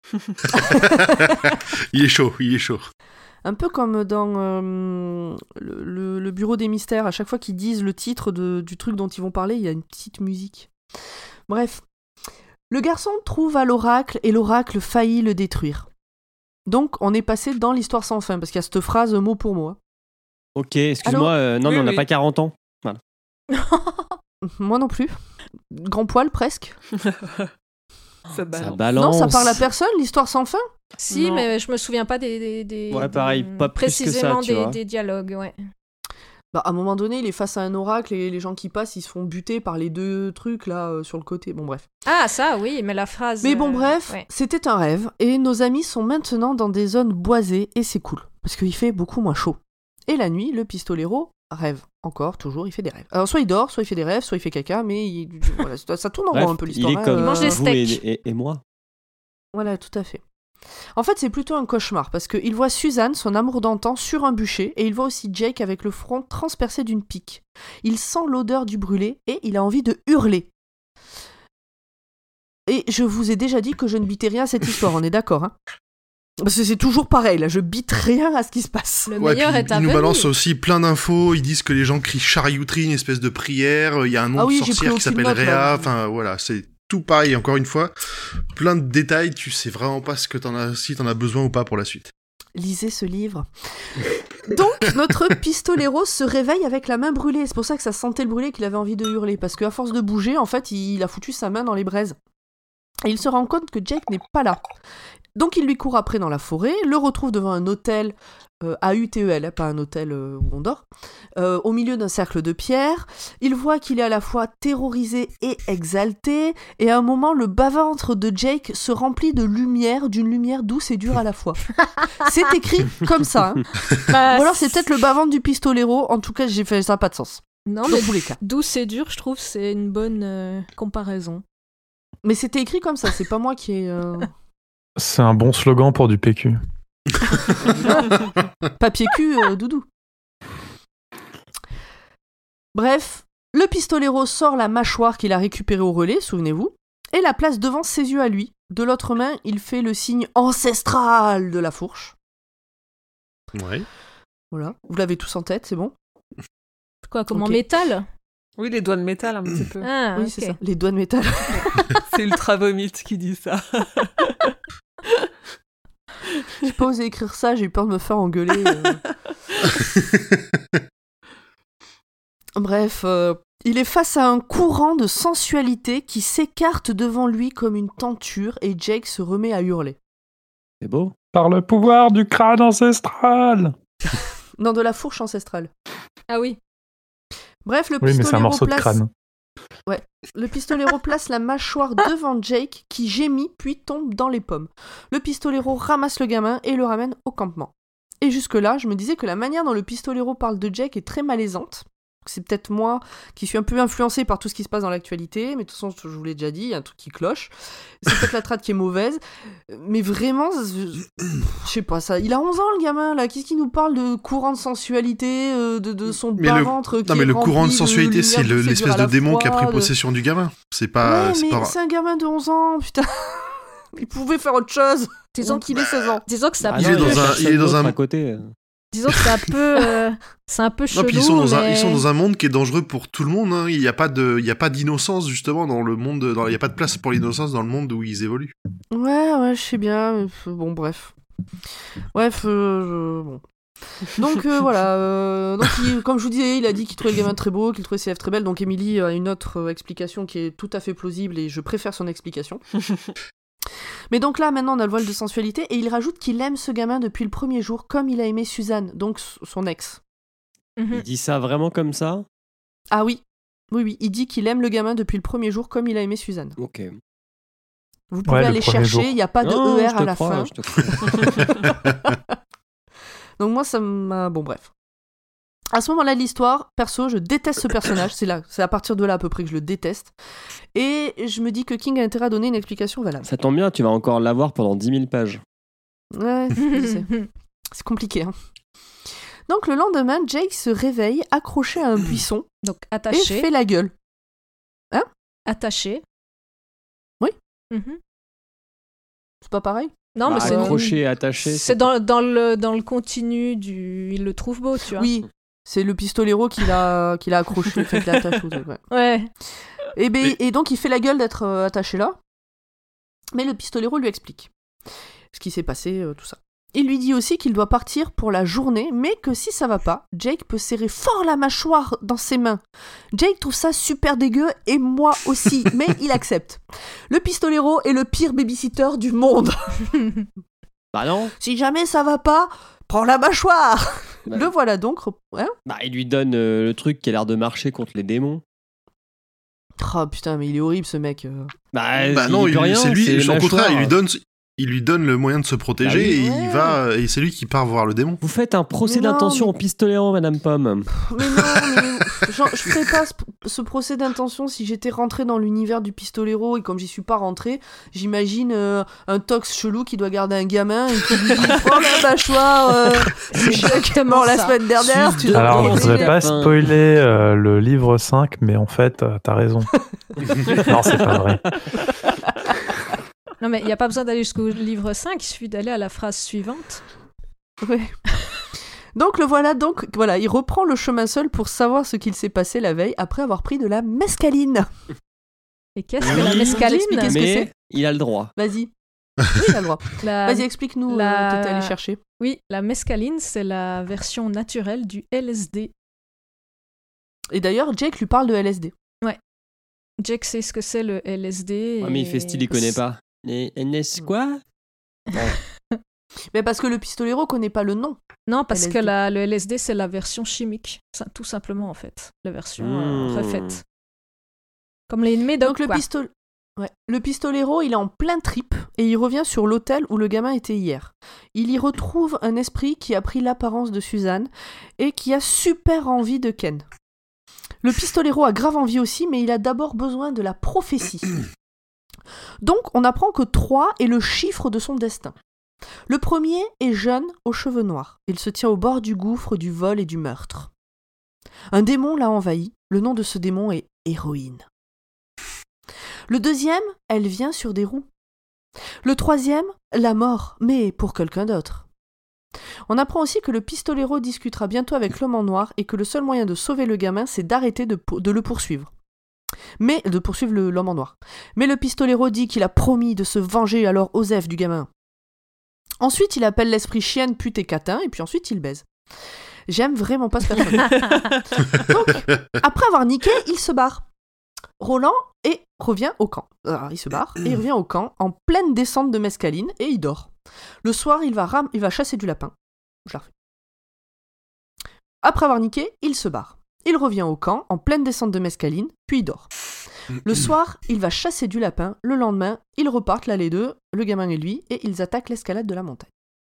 S2: Il est chaud, il est chaud.
S1: Un peu comme dans euh, le, le, le bureau des mystères, à chaque fois qu'ils disent le titre de, du truc dont ils vont parler, il y a une petite musique. Bref. Le garçon trouve à l'oracle et l'oracle faillit le détruire. Donc, on est passé dans l'histoire sans fin, parce qu'il y a cette phrase mot pour mot. Hein.
S6: Ok, excuse-moi, euh, non, oui, mais on n'a oui. pas quarante ans. Voilà.
S1: Moi non plus. Grand poil, presque.
S4: Ça balance.
S6: Ça balance.
S1: Non, ça parle à personne, l'histoire sans fin.
S5: Si,
S4: non.
S5: mais je me souviens pas des... des, des
S6: ouais, pareil,
S5: des,
S6: pas plus que ça, tu
S5: des,
S6: vois.
S5: des dialogues, ouais.
S1: Bah, à un moment donné, il est face à un oracle et les gens qui passent, ils se font buter par les deux trucs là euh, sur le côté. Bon, bref.
S5: Ah, ça, oui, mais la phrase.
S1: Mais bon,
S5: euh,
S1: bref,
S5: ouais.
S1: C'était un rêve et nos amis sont maintenant dans des zones boisées et c'est cool parce qu'il fait beaucoup moins chaud. Et la nuit, le pistolero rêve. Encore, toujours, il fait des rêves. Alors, soit il dort, soit il fait des rêves, soit il fait caca, mais il... voilà, ça tourne en rond un peu l'histoire.
S6: Il est comme
S1: hein,
S5: il mange des
S6: vous
S5: steaks.
S6: Et, et, et moi.
S1: Voilà, tout à fait. En fait, c'est plutôt un cauchemar, parce qu'il voit Suzanne, son amour d'antan, sur un bûcher, et il voit aussi Jake avec le front transpercé d'une pique. Il sent l'odeur du brûlé, et il a envie de hurler. Et je vous ai déjà dit que je ne bitais rien à cette histoire, on est d'accord, hein ? Parce que c'est toujours pareil, là, je bite rien à ce qui se passe.
S5: Le
S2: Ouais,
S5: meilleur
S2: puis
S5: est à
S2: ils nous
S5: venir.
S2: balancent aussi plein d'infos. Ils disent que les gens crient chariouterie, une espèce de prière. Il y a un nom
S1: Ah
S2: de
S1: oui, j'ai
S2: sorcière
S1: pris
S2: qui s'appelle
S1: aucune note, là.
S2: Réa. Enfin, voilà, c'est tout pareil. Encore une fois, plein de détails. Tu sais vraiment pas ce que t'en as, si t'en as besoin ou pas pour la suite.
S1: Lisez ce livre. Donc, notre pistolero se réveille avec la main brûlée. C'est pour ça que ça sentait le brûlé qu'il avait envie de hurler. Parce qu'à force de bouger, en fait, il a foutu sa main dans les braises. Et il se rend compte que Jake n'est pas là. Donc, il lui court après dans la forêt, le retrouve devant un hôtel, euh, A U T E L, hein, pas un hôtel euh, où on dort, euh, au milieu d'un cercle de pierre. Il voit qu'il est à la fois terrorisé et exalté. Et à un moment, le bas-ventre de Jake se remplit de lumière, d'une lumière douce et dure à la fois. C'est écrit comme ça. Hein.
S5: Bah,
S1: Ou alors c'est peut-être le bas-ventre du pistolero. En tout cas, j'ai fait ça n'a pas de sens.
S5: Non,
S1: Dans
S5: mais
S1: tous les cas.
S5: douce et dur, je trouve, c'est une bonne euh, comparaison.
S1: Mais c'était écrit comme ça. C'est pas moi qui ai euh...
S3: C'est un bon slogan pour du P Q.
S1: papier cul, euh, doudou. Bref, le pistolero sort la mâchoire qu'il a récupérée au relais, souvenez-vous, et la place devant ses yeux à lui. De l'autre main, il fait le signe ancestral de la fourche.
S2: Ouais.
S1: Voilà, vous l'avez tous en tête, c'est bon?
S5: Quoi, comme en
S1: Ok.
S5: métal?
S4: Oui, les doigts de métal un petit peu.
S5: Ah,
S1: Oui,
S5: ok.
S1: c'est ça. Les doigts de métal.
S4: C'est Ultra Vomit qui dit ça.
S1: J'ai pas osé écrire ça, j'ai eu peur de me faire engueuler. euh. Bref, euh, il est face à un courant de sensualité qui s'écarte devant lui comme une tenture et Jake se remet à hurler.
S6: C'est beau.
S3: Par le pouvoir du crâne ancestral.
S1: Non, de la fourche ancestrale.
S5: Ah oui.
S1: Bref, le
S3: Oui, mais c'est un
S1: pistolero
S3: morceau de
S1: place...
S3: crâne.
S1: Le pistolero place la mâchoire devant Jake qui gémit puis tombe dans les pommes. Le pistolero ramasse le gamin et le ramène au campement. Et jusque-là, je me disais que la manière dont le pistolero parle de Jake est très malaisante. C'est peut-être moi qui suis un peu influencée par tout ce qui se passe dans l'actualité, mais de toute façon, je vous l'ai déjà dit, il y a un truc qui cloche. C'est peut-être la trad qui est mauvaise, mais vraiment, je, je sais pas ça. Il a onze ans, le gamin, là. Qu'est-ce qu'il nous parle de courant de sensualité, euh, de, de son
S2: Mais le-
S1: bas-ventre qui
S2: Non, mais
S1: est
S2: le courant de
S1: rempli
S2: sensualité, c'est
S1: lumière
S2: le-
S1: douce et dure
S2: l'espèce
S1: à
S2: de
S1: la
S2: démon qui a pris
S1: fois, de-
S2: possession du gamin. C'est pas.
S1: Ouais,
S2: c'est
S1: mais
S2: pas...
S1: c'est un gamin de onze ans, putain. Il pouvait faire autre chose. Disons qu'il ait seize ans.
S5: Disons que ça
S6: Ah
S2: Il
S6: non,
S2: est
S6: y a
S2: dans un-
S6: personne
S2: il est dans
S6: d'autre
S2: un-
S6: à côté.
S5: Disons que c'est un peu, euh, c'est un peu
S2: Non,
S5: chelou,
S2: puis ils sont, dans un,
S5: mais...
S2: ils sont dans un monde qui est dangereux pour tout le monde. Hein. Il n'y a pas de, il y a pas d'innocence justement dans le monde. Dans, il n'y a pas de place pour l'innocence dans le monde où ils évoluent.
S1: Ouais, ouais, je sais bien. mais, euh, Bon, bref. Bref, euh, je- bon. Donc euh, voilà, euh, donc, il- comme je vous disais, il a dit qu'il trouvait le gamin très beau, qu'il trouvait ses lèvres très belles, donc Émilie a une autre euh, explication qui est tout à fait plausible et je préfère son explication. Mais donc là, maintenant, on a le voile de sensualité et il rajoute qu'il aime ce gamin depuis le premier jour, comme il a aimé Suzanne, donc s- son ex.
S5: Mhm.
S6: Il dit ça vraiment comme ça?
S1: Ah oui, oui, oui, il dit qu'il aime le gamin depuis le premier jour, comme il a aimé Suzanne.
S6: Ok.
S1: Vous pouvez
S3: Ouais, le
S1: aller
S3: premier
S1: chercher,
S3: jour.
S1: il n'y a pas de
S6: Non,
S1: E
S6: je
S1: R
S6: te
S1: à la
S6: crois,
S1: fin.
S6: je te crois.
S1: Donc moi, ça m'a... Bon, bref. À ce moment-là de l'histoire, perso, je déteste ce personnage. C'est là, c'est à partir de là à peu près que je le déteste. Et je me dis que King a intérêt à donner une explication valable.
S6: Ça tombe bien, tu vas encore l'avoir pendant dix mille pages.
S1: Ouais, je sais. C'est compliqué. Hein. Donc le lendemain, Jake se réveille accroché à un buisson
S5: Donc
S1: et
S5: attaché,
S1: fait la gueule.
S5: attaché.
S1: Oui.
S5: Mhm.
S1: C'est pas pareil?
S5: Non,
S6: Bah,
S5: mais c'est
S6: accroché et attaché.
S5: c'est dans, dans le dans le continu du, il le trouve beau, tu vois.
S1: Oui, c'est le pistolero qui l'a, qui l'a accroché, fait qu'il l'attache au truc, ouais.
S5: Ouais.
S1: Et, ben,
S2: Mais-
S1: et donc il fait la gueule d'être euh, attaché là, mais le pistolero lui explique ce qui s'est passé, euh, tout ça. Il lui dit aussi qu'il doit partir pour la journée, mais que si ça va pas, Jake peut serrer fort la mâchoire dans ses mains. Jake trouve ça super dégueu, et moi aussi, mais il accepte. Le pistolero est le pire babysitter du monde.
S6: Bah non.
S1: Si jamais ça va pas, prends la mâchoire.
S6: Bah,
S1: Le voilà donc. Hein
S6: bah, il lui donne euh, le truc qui a l'air de marcher contre les démons.
S1: Oh putain, mais il est horrible ce mec. euh.
S6: Bah,
S2: Bah
S6: il
S2: non,
S6: peut
S2: il-
S6: rien,
S2: c'est lui.
S6: les
S2: Au contraire, il lui
S6: mâchoires.
S2: donne, il lui donne le moyen de se protéger
S6: Bah oui.
S2: et
S1: Ouais.
S2: il va et c'est lui qui part voir le démon.
S6: Vous faites un procès
S1: Mais non,
S6: d'intention
S1: mais-
S6: au pistolet, Madame Pomme.
S1: Mais non, mais genre, je ferais pas ce, ce procès d'intention si j'étais rentrée dans l'univers du pistolero et comme j'y suis pas rentrée, j'imagine euh, un tox chelou qui doit garder un gamin et qui lui dit prends la mâchoire euh, exactement la
S5: ça.
S1: semaine dernière.
S6: Suce
S1: Tu
S6: de
S1: dois
S3: Alors, je
S6: protéger
S3: voudrais
S6: la
S3: pas
S6: fin.
S3: spoiler euh, le livre cinq, mais en fait, euh, t'as raison. Non, c'est pas vrai.
S5: Non, mais il n'y a pas besoin d'aller jusqu'au livre cinq, il suffit d'aller à la phrase suivante.
S1: Ouais. Donc le voilà, donc voilà, il reprend le chemin seul pour savoir ce qu'il s'est passé la veille après avoir pris de la mescaline.
S5: Et qu'est-ce que la mescaline?
S1: Qu'est-ce que
S6: Mais
S1: c'est
S6: il a le droit.
S1: Vas-y. Oui, il a le droit.
S5: La-
S1: Vas-y, explique-nous,
S5: la-
S1: euh, t'étais allé chercher.
S5: Oui, la mescaline, c'est la version naturelle du L S D.
S1: Et d'ailleurs, Jake lui parle de L S D.
S5: Jake sait ce que c'est le L S D.
S6: Ah, mais il fait style, il connaît pas. Et N S quoi?
S1: Mais parce que le pistolero connaît pas le nom.
S5: Non, parce
S1: L S D.
S5: que la- le L S D, c'est la version chimique. Ça, tout simplement, en fait. La version euh,
S6: Mmh.
S5: refaite. Comme les médocs,
S1: Donc le,
S5: quoi.
S1: pistol... ouais. le pistolero, il est en plein trip et il revient sur l'hôtel où le gamin était hier. Il y retrouve un esprit qui a pris l'apparence de Suzanne et qui a super envie de Ken. Le pistolero a grave envie aussi, mais il a d'abord besoin de la prophétie. Donc on apprend que trois est le chiffre de son destin. Le premier est jeune, aux cheveux noirs. Il se tient au bord du gouffre du vol et du meurtre. Un démon l'a envahi. Le nom de ce démon est Héroïne. Le deuxième, elle vient sur des roues. Le troisième, la mort, mais pour quelqu'un d'autre. On apprend aussi que le pistolero discutera bientôt avec l'homme en noir et que le seul moyen de sauver le gamin, c'est d'arrêter de, de le poursuivre. Mais, de poursuivre le, l'homme en noir. Mais le pistolero dit qu'il a promis de se venger alors Osef du gamin. Ensuite, il appelle l'esprit chienne, pute et catin, et puis ensuite, il baise. J'aime vraiment pas ce personnage. Donc, après avoir niqué, il se barre. Roland et revient au camp. Alors, il se barre et il revient au camp en pleine descente de mescaline et il dort. Le soir, il va, ram- il va chasser du lapin. Je la refais. Après avoir niqué, il se barre. Il revient au camp en pleine descente de mescaline, puis il dort. Le soir, il va chasser du lapin. Le lendemain, ils repartent là les deux, le gamin et lui, et ils attaquent l'escalade de la montagne.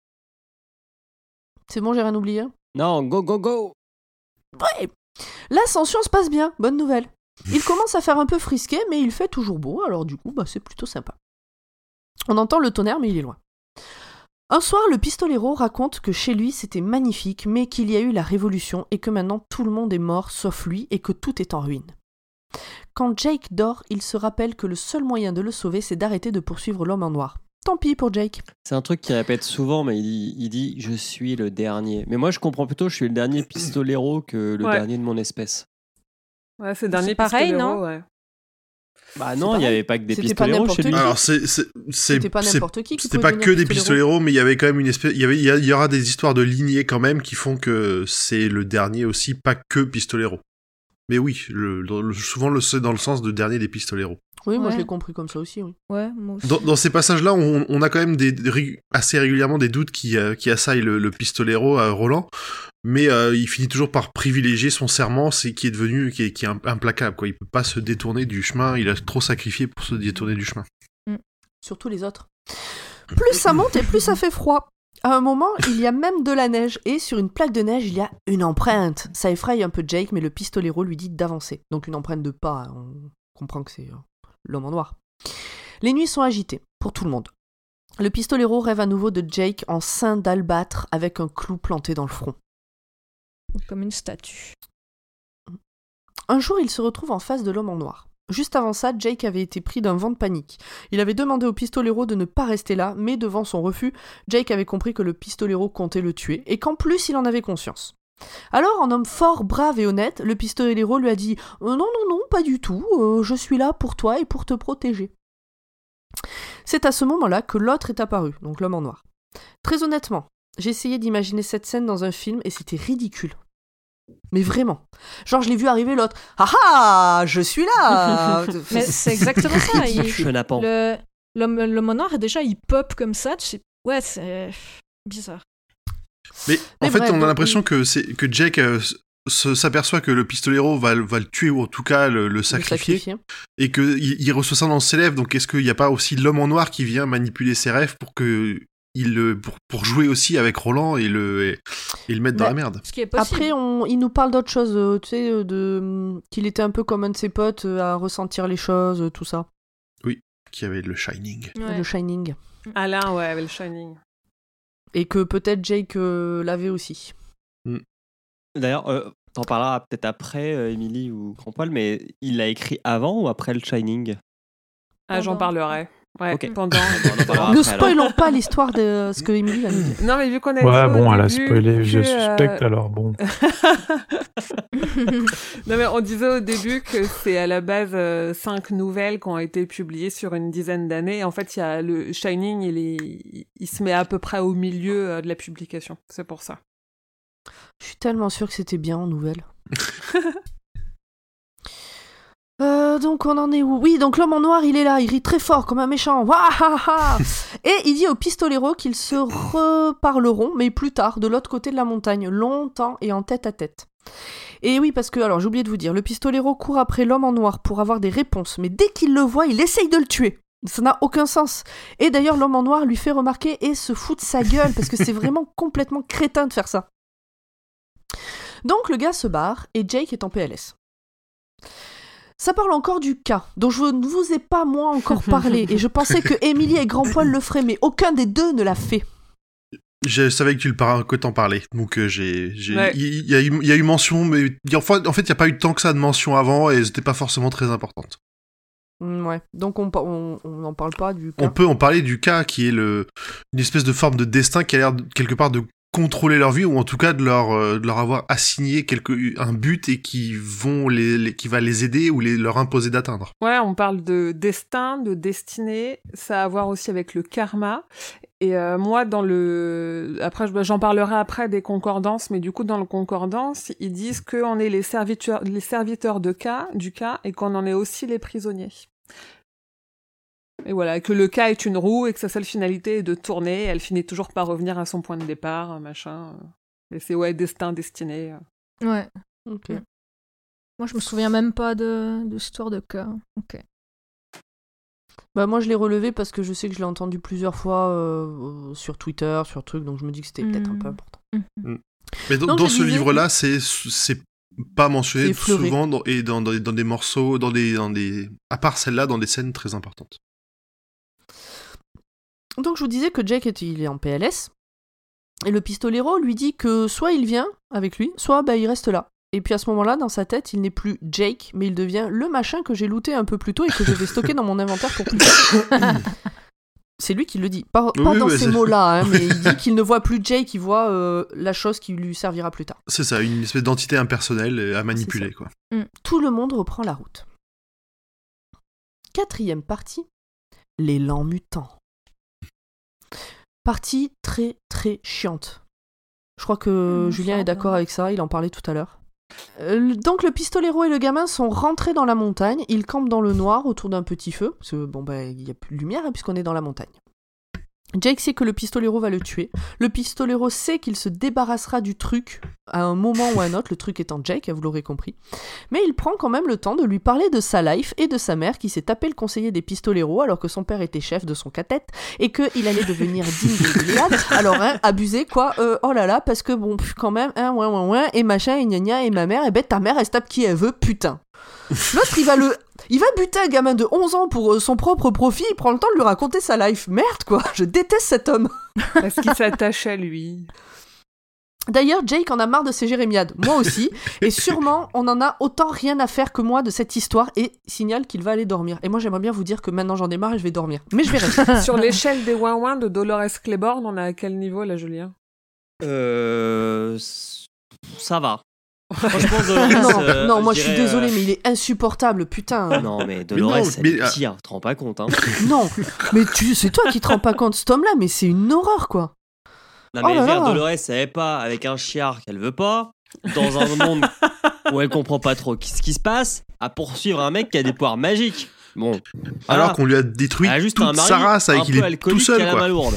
S1: C'est bon, j'ai rien oublié?
S6: Non, go, go, go!
S1: Ouais. L'ascension se passe bien, bonne nouvelle. Il commence à faire un peu frisqué, mais il fait toujours beau, alors du coup, bah, c'est plutôt sympa. On entend le tonnerre, mais il est loin. Un soir, le pistolero raconte que chez lui, c'était magnifique, mais qu'il y a eu la révolution et que maintenant tout le monde est mort sauf lui et que tout est en ruine. Quand Jake dort, il se rappelle que le seul moyen de le sauver, c'est d'arrêter de poursuivre l'homme en noir. Tant pis pour Jake.
S6: C'est un truc qu'il répète souvent, mais il dit, il dit « Je suis le dernier ». Mais moi, je comprends plutôt « Je suis le dernier pistolero » que le
S4: Ouais.
S6: dernier de mon espèce.
S4: Ouais, c'est le dernier
S5: C'est pareil,
S4: pistolero,
S5: non
S4: ouais.
S6: Bah non, il
S1: pareil.
S6: n'y avait pas que des
S1: C'était pas
S6: pistoleros
S1: n'importe
S6: chez lui.
S1: qui.
S2: Alors, c'est, c'est, c'est,
S1: C'était pas
S2: c'est-
S1: n'importe qui qui
S2: c'était
S1: pouvait
S2: pas
S1: devenir
S2: que des
S1: pistolero.
S2: pistoleros, mais il y avait quand même une espèce, il y avait, il y, a- il y aura des histoires de lignées quand même qui font que c'est le dernier aussi, pas que pistolero. Mais oui, le, le- souvent le c'est dans le sens de dernier des pistoleros.
S1: Oui, moi
S5: Ouais.
S1: je l'ai compris comme ça aussi, oui.
S5: Ouais, moi aussi.
S2: Dans, dans ces passages-là, on, on a quand même des, des rég- assez régulièrement des doutes qui, euh, qui assaillent le, le pistolero à Roland, mais euh, il finit toujours par privilégier son serment, c'est qui est devenu, qui est, qui est implacable, quoi. Il peut pas se détourner du chemin, il a trop sacrifié pour se détourner du chemin.
S1: Surtout les autres. Plus ça monte et plus ça fait froid. À un moment, il y a même de la neige, et sur une plaque de neige, il y a une empreinte. Ça effraie un peu Jake, mais le pistolero lui dit d'avancer. Donc une empreinte de pas, on comprend que c'est euh, l'homme en noir. Les nuits sont agitées, pour tout le monde. Le pistolero rêve à nouveau de Jake en sein d'albâtre avec un clou planté dans le front.
S5: Comme une statue.
S1: Un jour, il se retrouve en face de l'homme en noir. Juste avant ça, Jake avait été pris d'un vent de panique. Il avait demandé au pistolero de ne pas rester là, mais devant son refus, Jake avait compris que le pistolero comptait le tuer, et qu'en plus il en avait conscience. Alors, en homme fort, brave et honnête, le pistolero lui a dit euh, « Non, non, non, pas du tout, euh, je suis là pour toi et pour te protéger. » C'est à ce moment-là que l'autre est apparu, donc l'homme en noir. Très honnêtement, j'ai essayé d'imaginer cette scène dans un film et c'était ridicule. Mais vraiment. Genre, je l'ai vu arriver l'autre. Ah ah, je suis là.
S5: Mais c'est exactement ça. il-
S6: Chenapan.
S5: le, l'homme, l'homme en noir, déjà, il pop comme ça. Tu sais, ouais, c'est bizarre.
S2: Mais,
S1: Mais
S2: en fait,
S1: bref,
S2: on a
S1: donc,
S2: l'impression
S1: oui.
S2: que, c'est, que Jake euh, se, s'aperçoit que le pistolero va, va le tuer, ou en tout cas le, le
S1: Le
S2: sacrifier,
S1: sacrifier.
S2: et qu'il il reçoit ça dans ses rêves. Donc est-ce qu'il n'y a pas aussi l'homme en noir qui vient manipuler ses rêves pour que il le pour, pour jouer aussi avec Roland et le et, et le mettre dans
S1: Mais-
S2: la merde?
S5: Ce qui est possible.
S1: Après, on, il nous parle d'autre chose, euh, tu sais, euh, de, hum, qu'il était un peu comme un de ses potes euh, à ressentir les choses, euh, tout ça.
S2: Qui avait le Shining.
S5: Ouais.
S1: Le Shining.
S4: Alain, ouais, avec le Shining.
S1: Et que peut-être Jake euh, l'avait aussi.
S6: D'ailleurs, euh, t'en parleras peut-être après, euh, Émilie ou Grand Poil, mais il l'a écrit avant ou après le Shining?
S4: Ah, j'en
S5: Pardon.
S4: parlerai. Ouais,
S6: Ok.
S4: pendant.
S6: On en parlera
S1: Ne
S6: après, alors.
S1: spoilons pas l'histoire de ce que Émilie va nous dire.
S4: Non, mais vu qu'on a dit
S3: Ouais,
S4: au
S3: bon, elle a
S4: début
S3: spoilé, je
S4: que,
S3: suspecte,
S4: euh,
S3: alors bon.
S4: Non, mais on disait au début que c'est à la base euh, cinq nouvelles qui ont été publiées sur une dizaine d'années. En fait, il y a le Shining, il est, il se met à peu près au milieu euh, de la publication. C'est pour ça.
S1: Je suis tellement sûre que c'était bien en nouvelle. Euh, donc on en est où? Oui, donc l'homme en noir, il est là, il rit très fort comme un méchant. Wahaha. Et il dit au pistolero qu'ils se reparleront, mais plus tard, de l'autre côté de la montagne, longtemps et en tête à tête. Et oui, parce que, alors j'ai oublié de vous dire, le pistolero court après l'homme en noir pour avoir des réponses, mais dès qu'il le voit, il essaye de le tuer. Ça n'a aucun sens. Et d'ailleurs, l'homme en noir lui fait remarquer et se fout de sa gueule, parce que c'est vraiment complètement crétin de faire ça. Donc le gars se barre, et Jake est en P L S. Ça parle encore du cas, dont je ne vous ai pas moi encore parlé, et je pensais que Émilie et Grandpoil le feraient, mais aucun des deux ne l'a fait.
S2: Je savais que tu le par... que t'en parlais, donc euh, j'ai, j'ai...
S4: Ouais.
S2: Il, y a eu, il y a eu mention, mais en fait, en fait, il n'y a pas eu tant que ça de mention avant, et c'était pas forcément très importante.
S1: Mm, ouais, donc on on, on n'en parle pas du cas.
S2: On peut en parler du cas qui est le, une espèce de forme de destin qui a l'air de- quelque part de contrôler leur vie, ou en tout cas de leur, euh, de leur avoir assigné quelque, un but et qui vont les, les- qui va les aider ou les, leur imposer d'atteindre.
S4: Ouais, on parle de destin, de destinée. Ça a à voir aussi avec le karma. Et euh, moi, dans le... Après, je- j'en parlerai après des concordances, mais du coup, dans le concordance, ils disent qu'on est les serviteurs, les serviteurs de cas, du cas et qu'on en est aussi les prisonniers. Et voilà, que le cas est une roue et que sa seule finalité est de tourner. Elle finit toujours par revenir à son point de départ, machin. Et c'est, ouais, destin, destinée.
S5: Ouais.
S1: Ok.
S5: Moi, je me souviens même pas de, de cette histoire de cas. Ok.
S1: Bah moi je l'ai relevé parce que je sais que je l'ai entendu plusieurs fois euh, sur Twitter, sur truc, donc je me dis que c'était peut-être un
S5: Mm.
S1: peu important.
S5: Mhm.
S2: Mais dans,
S1: Donc,
S2: dans
S1: je
S2: ce
S1: disais-
S2: livre-là, c'est, c'est pas mentionné
S1: C'est effleuré.
S2: souvent dans, et dans, dans, dans des morceaux, dans des, dans des, à part celle-là, dans des scènes très importantes.
S1: Donc je vous disais que Jake est, il est en P L S, et le pistolero lui dit que soit il vient avec lui, soit bah, il reste là. Et puis à ce moment-là, dans sa tête, il n'est plus Jake, mais il devient le machin que j'ai looté un peu plus tôt et que je vais stocker dans mon inventaire pour plus tard. C'est lui qui le dit, pas, pas
S2: Oui,
S1: dans
S2: ouais,
S1: ces
S2: c'est-
S1: mots-là, hein, mais il dit qu'il ne voit plus Jake, il voit euh, la chose qui lui servira plus tard.
S2: C'est ça, une espèce d'entité impersonnelle à manipuler, quoi.
S1: Tout le monde reprend la route. Quatrième partie, l'élan mutant. Partie très très chiante. Je crois que
S5: Mmh,
S1: Julien
S5: ça
S1: est d'accord
S5: va.
S1: avec ça, il en parlait tout à l'heure. Euh, donc le pistolero et le gamin sont rentrés dans la montagne, ils campent dans le noir autour d'un petit feu, parce que bon bah il n'y a plus de lumière hein, puisqu'on est dans la montagne. Jake sait que le pistolero va le tuer. Le pistolero sait qu'il se débarrassera du truc à un moment ou à un autre, le truc étant Jake, vous l'aurez compris. Mais il prend quand même le temps de lui parler de sa life et de sa mère qui s'est tapé le conseiller des pistoleros alors que son père était chef de son cathète et qu'il allait devenir digne de Gilead. Alors, hein, abusé quoi, euh, oh là là, parce que bon, pff, quand même, hein, ouin ouin ouin, et machin, et gna gna, et ma mère, et ben ta mère elle se tape qui elle veut, putain. L'autre il va le... Il va buter un gamin de onze ans pour euh, son propre profit, il prend le temps de lui raconter sa life. Merde quoi, je déteste cet homme.
S4: Parce qu'il s'attache à lui.
S1: D'ailleurs, Jake en a marre de ses jérémiades, moi aussi, et sûrement on en a autant rien à faire que moi de cette histoire, et signale qu'il va aller dormir. Et moi j'aimerais bien vous dire que maintenant j'en ai marre et je vais dormir. Mais je vais rester.
S4: Sur l'échelle des ouin-ouin de Dolores Claiborne, on est à quel niveau là, Julien?
S6: Euh, c- ça va. Franchement, Dolores,
S1: non,
S6: euh,
S1: non, moi je suis
S6: dirais,
S1: désolée,
S6: euh,
S1: mais il est insupportable, putain.
S6: Non, mais Dolores,
S2: non,
S6: elle
S2: mais,
S6: est
S2: euh,
S6: pire, tu te rends pas compte, hein.
S1: Non, mais tu, c'est toi qui te rends pas compte, cet homme-là, mais c'est une horreur quoi.
S6: Non,
S1: Oh
S6: mais
S1: là
S6: vers
S1: là.
S6: Dolores, elle est pas avec un chiard qu'elle veut pas, dans un monde où elle comprend pas trop ce qui se passe, à poursuivre un mec qui a des pouvoirs magiques. Bon.
S2: Alors
S6: voilà.
S2: qu'on lui a détruit
S6: Elle a juste
S2: toute
S6: un mari
S2: sa race
S6: un
S2: et qu'il
S6: peu
S2: est
S6: alcoolique
S2: tout seul,
S6: qui a la
S2: quoi.
S6: main lourde.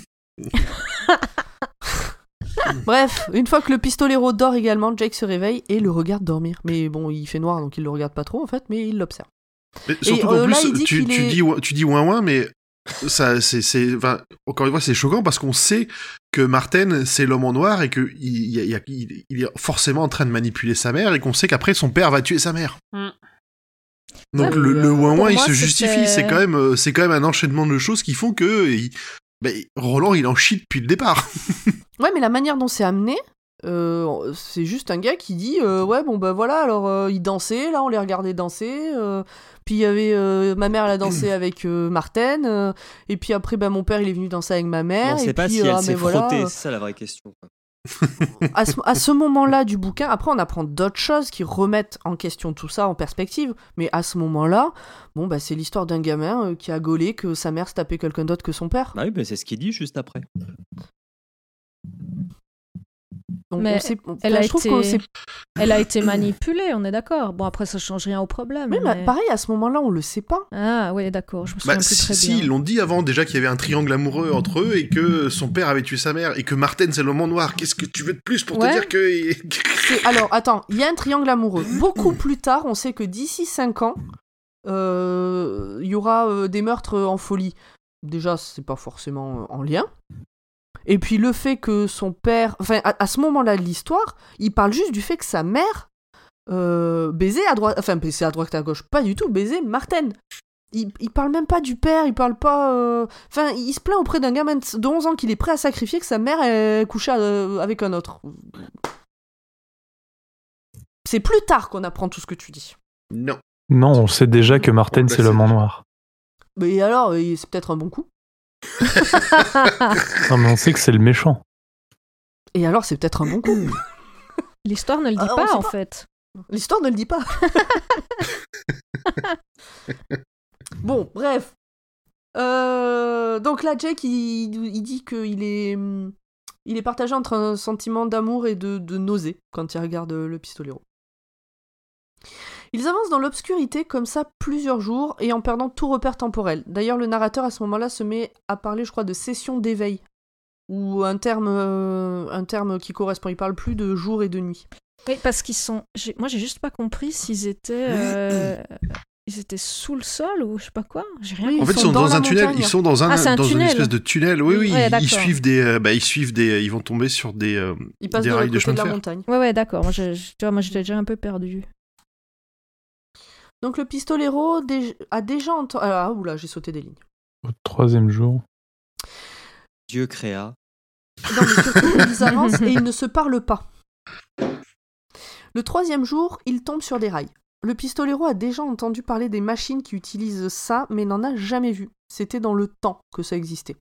S1: Bref, une fois que le pistolero dort également, Jake se réveille et le regarde dormir. Mais bon, il fait noir donc il le regarde pas trop en fait, mais il l'observe.
S2: Mais surtout
S1: euh,
S2: qu'en
S1: là, il
S2: plus,
S1: dit
S2: tu,
S1: qu'il
S2: tu
S1: est-
S2: dis, ouin- tu dis ouin ouin, mais ça, c'est, c'est, enfin, encore une fois, c'est choquant parce qu'on sait que Martin, c'est l'homme en noir et qu'il il, il, il, il est forcément en train de manipuler sa mère et qu'on sait qu'après son père va tuer sa mère.
S4: Mm.
S2: Donc
S5: Ouais,
S2: le,
S5: mais,
S2: le
S5: euh,
S2: ouin
S5: pour
S2: ouin, il
S5: moi,
S2: se
S5: c'était-
S2: justifie. C'est quand même, euh, c'est quand même un enchaînement de choses qui font que il- ben, Roland, il en chie depuis le départ.
S1: Ouais, mais la manière dont c'est amené, Euh, c'est juste un gars qui dit euh, ouais bon bah voilà alors euh, il dansait là on les regardait danser euh, puis il y avait euh, ma mère elle a dansé avec euh, Martine euh, et puis après bah mon père il est venu danser avec ma mère
S6: On
S1: et
S6: sait pas
S1: puis,
S6: si elle
S1: ah,
S6: s'est
S1: mais voilà,
S6: frottée,
S1: euh,
S6: c'est ça la vraie question. quoi.
S1: à ce, à ce moment-là du bouquin, après on apprend d'autres choses qui remettent en question tout ça en perspective, mais à ce moment-là, bon bah c'est l'histoire d'un gamin euh, qui a gaulé que sa mère se tapait quelqu'un d'autre que son père.
S6: Bah oui, mais c'est ce qu'il dit juste après.
S1: Donc
S5: Mais
S1: on sait, on-
S5: elle
S1: enfin,
S5: a
S1: je trouve
S5: été-
S1: qu'on sait.
S5: Elle a été manipulée, on est d'accord. Bon, après, ça change rien au problème.
S1: Oui, mais
S5: mais-
S1: pareil à ce moment-là on le sait pas.
S5: Ah, oui, d'accord, je me souviens
S2: Bah,
S5: plus
S2: si,
S5: très
S2: si,
S5: bien.
S2: ils l'ont dit avant déjà qu'il y avait un triangle amoureux entre eux et que son père avait tué sa mère et que Martine c'est l'homme en noir. Qu'est-ce que tu veux de plus pour
S5: Ouais.
S2: te dire que...
S1: C'est- Alors attends, il y a un triangle amoureux. Beaucoup plus tard, on sait que d'ici cinq ans, euh, il y aura euh, des meurtres en folie. Déjà, c'est pas forcément euh, en lien. Et puis le fait que son père... Enfin, à, à ce moment-là de l'histoire, il parle juste du fait que sa mère euh, baisait à droite... Enfin, baisait à droite à gauche. Pas du tout, baisait Martine. Il, il parle même pas du père, il parle pas... euh, Enfin, il se plaint auprès d'un gamin de onze ans qu'il est prêt à sacrifier que sa mère est couchée euh, avec un autre. C'est plus tard qu'on apprend tout ce que tu dis.
S2: Non.
S3: Non, on sait déjà que Martine,
S2: On
S3: c'est
S2: le
S3: l'homme
S2: sait
S3: en
S2: déjà.
S3: noir.
S1: Mais alors, euh, c'est peut-être un bon coup.
S3: Non, mais on sait que c'est le méchant.
S1: Et alors, c'est peut-être un bon coup.
S5: L'histoire ne le dit
S1: Ah, on
S5: pas,
S1: sait
S5: en
S1: pas.
S5: fait.
S1: L'histoire ne le dit pas. Bon, bref. Euh, donc là, Jake, il, il dit qu'il est, hum, il est partagé entre un sentiment d'amour et de, de nausée quand il regarde le pistolero. Ils avancent dans l'obscurité comme ça plusieurs jours et en perdant tout repère temporel. D'ailleurs, le narrateur à ce moment-là se met à parler, je crois, de session d'éveil, ou un terme, euh, un terme qui correspond. Il parle plus de jour et de nuit.
S5: Oui, parce qu'ils sont... j'ai- Moi, j'ai juste pas compris s'ils étaient... euh, Ils étaient sous le sol ou je sais pas quoi. J'ai rien
S1: Oui,
S2: En
S5: compris.
S2: fait,
S1: sont
S2: ils sont
S1: dans
S2: dans
S1: la
S2: un tunnel.
S1: montagne.
S2: Ils sont dans un
S5: Ah, c'est un
S2: dans une
S5: tunnel.
S2: espèce de tunnel. Oui, oui.
S5: Ouais,
S2: ils,
S5: d'accord.
S2: ils suivent des. euh, bah, ils suivent des. Ils vont tomber sur des. euh,
S1: Il passe
S2: des
S1: de
S2: rails
S1: l'autre
S2: de
S1: côté
S2: chemin
S1: de
S2: de
S1: la
S2: fer.
S1: montagne.
S5: Ouais, ouais, d'accord. Moi, je- je- tu vois, moi, j'étais déjà un peu perdu.
S1: Donc le pistolero dé- a déjà entendu... Ah, oula, j'ai sauté des lignes.
S3: Au troisième jour.
S6: Dieu créa.
S1: Non, mais surtout, ils avancent et ils ne se parlent pas. Le troisième jour, ils tombent sur des rails. Le pistolero a déjà entendu parler des machines qui utilisent ça, mais n'en a jamais vu. C'était dans le temps que ça existait.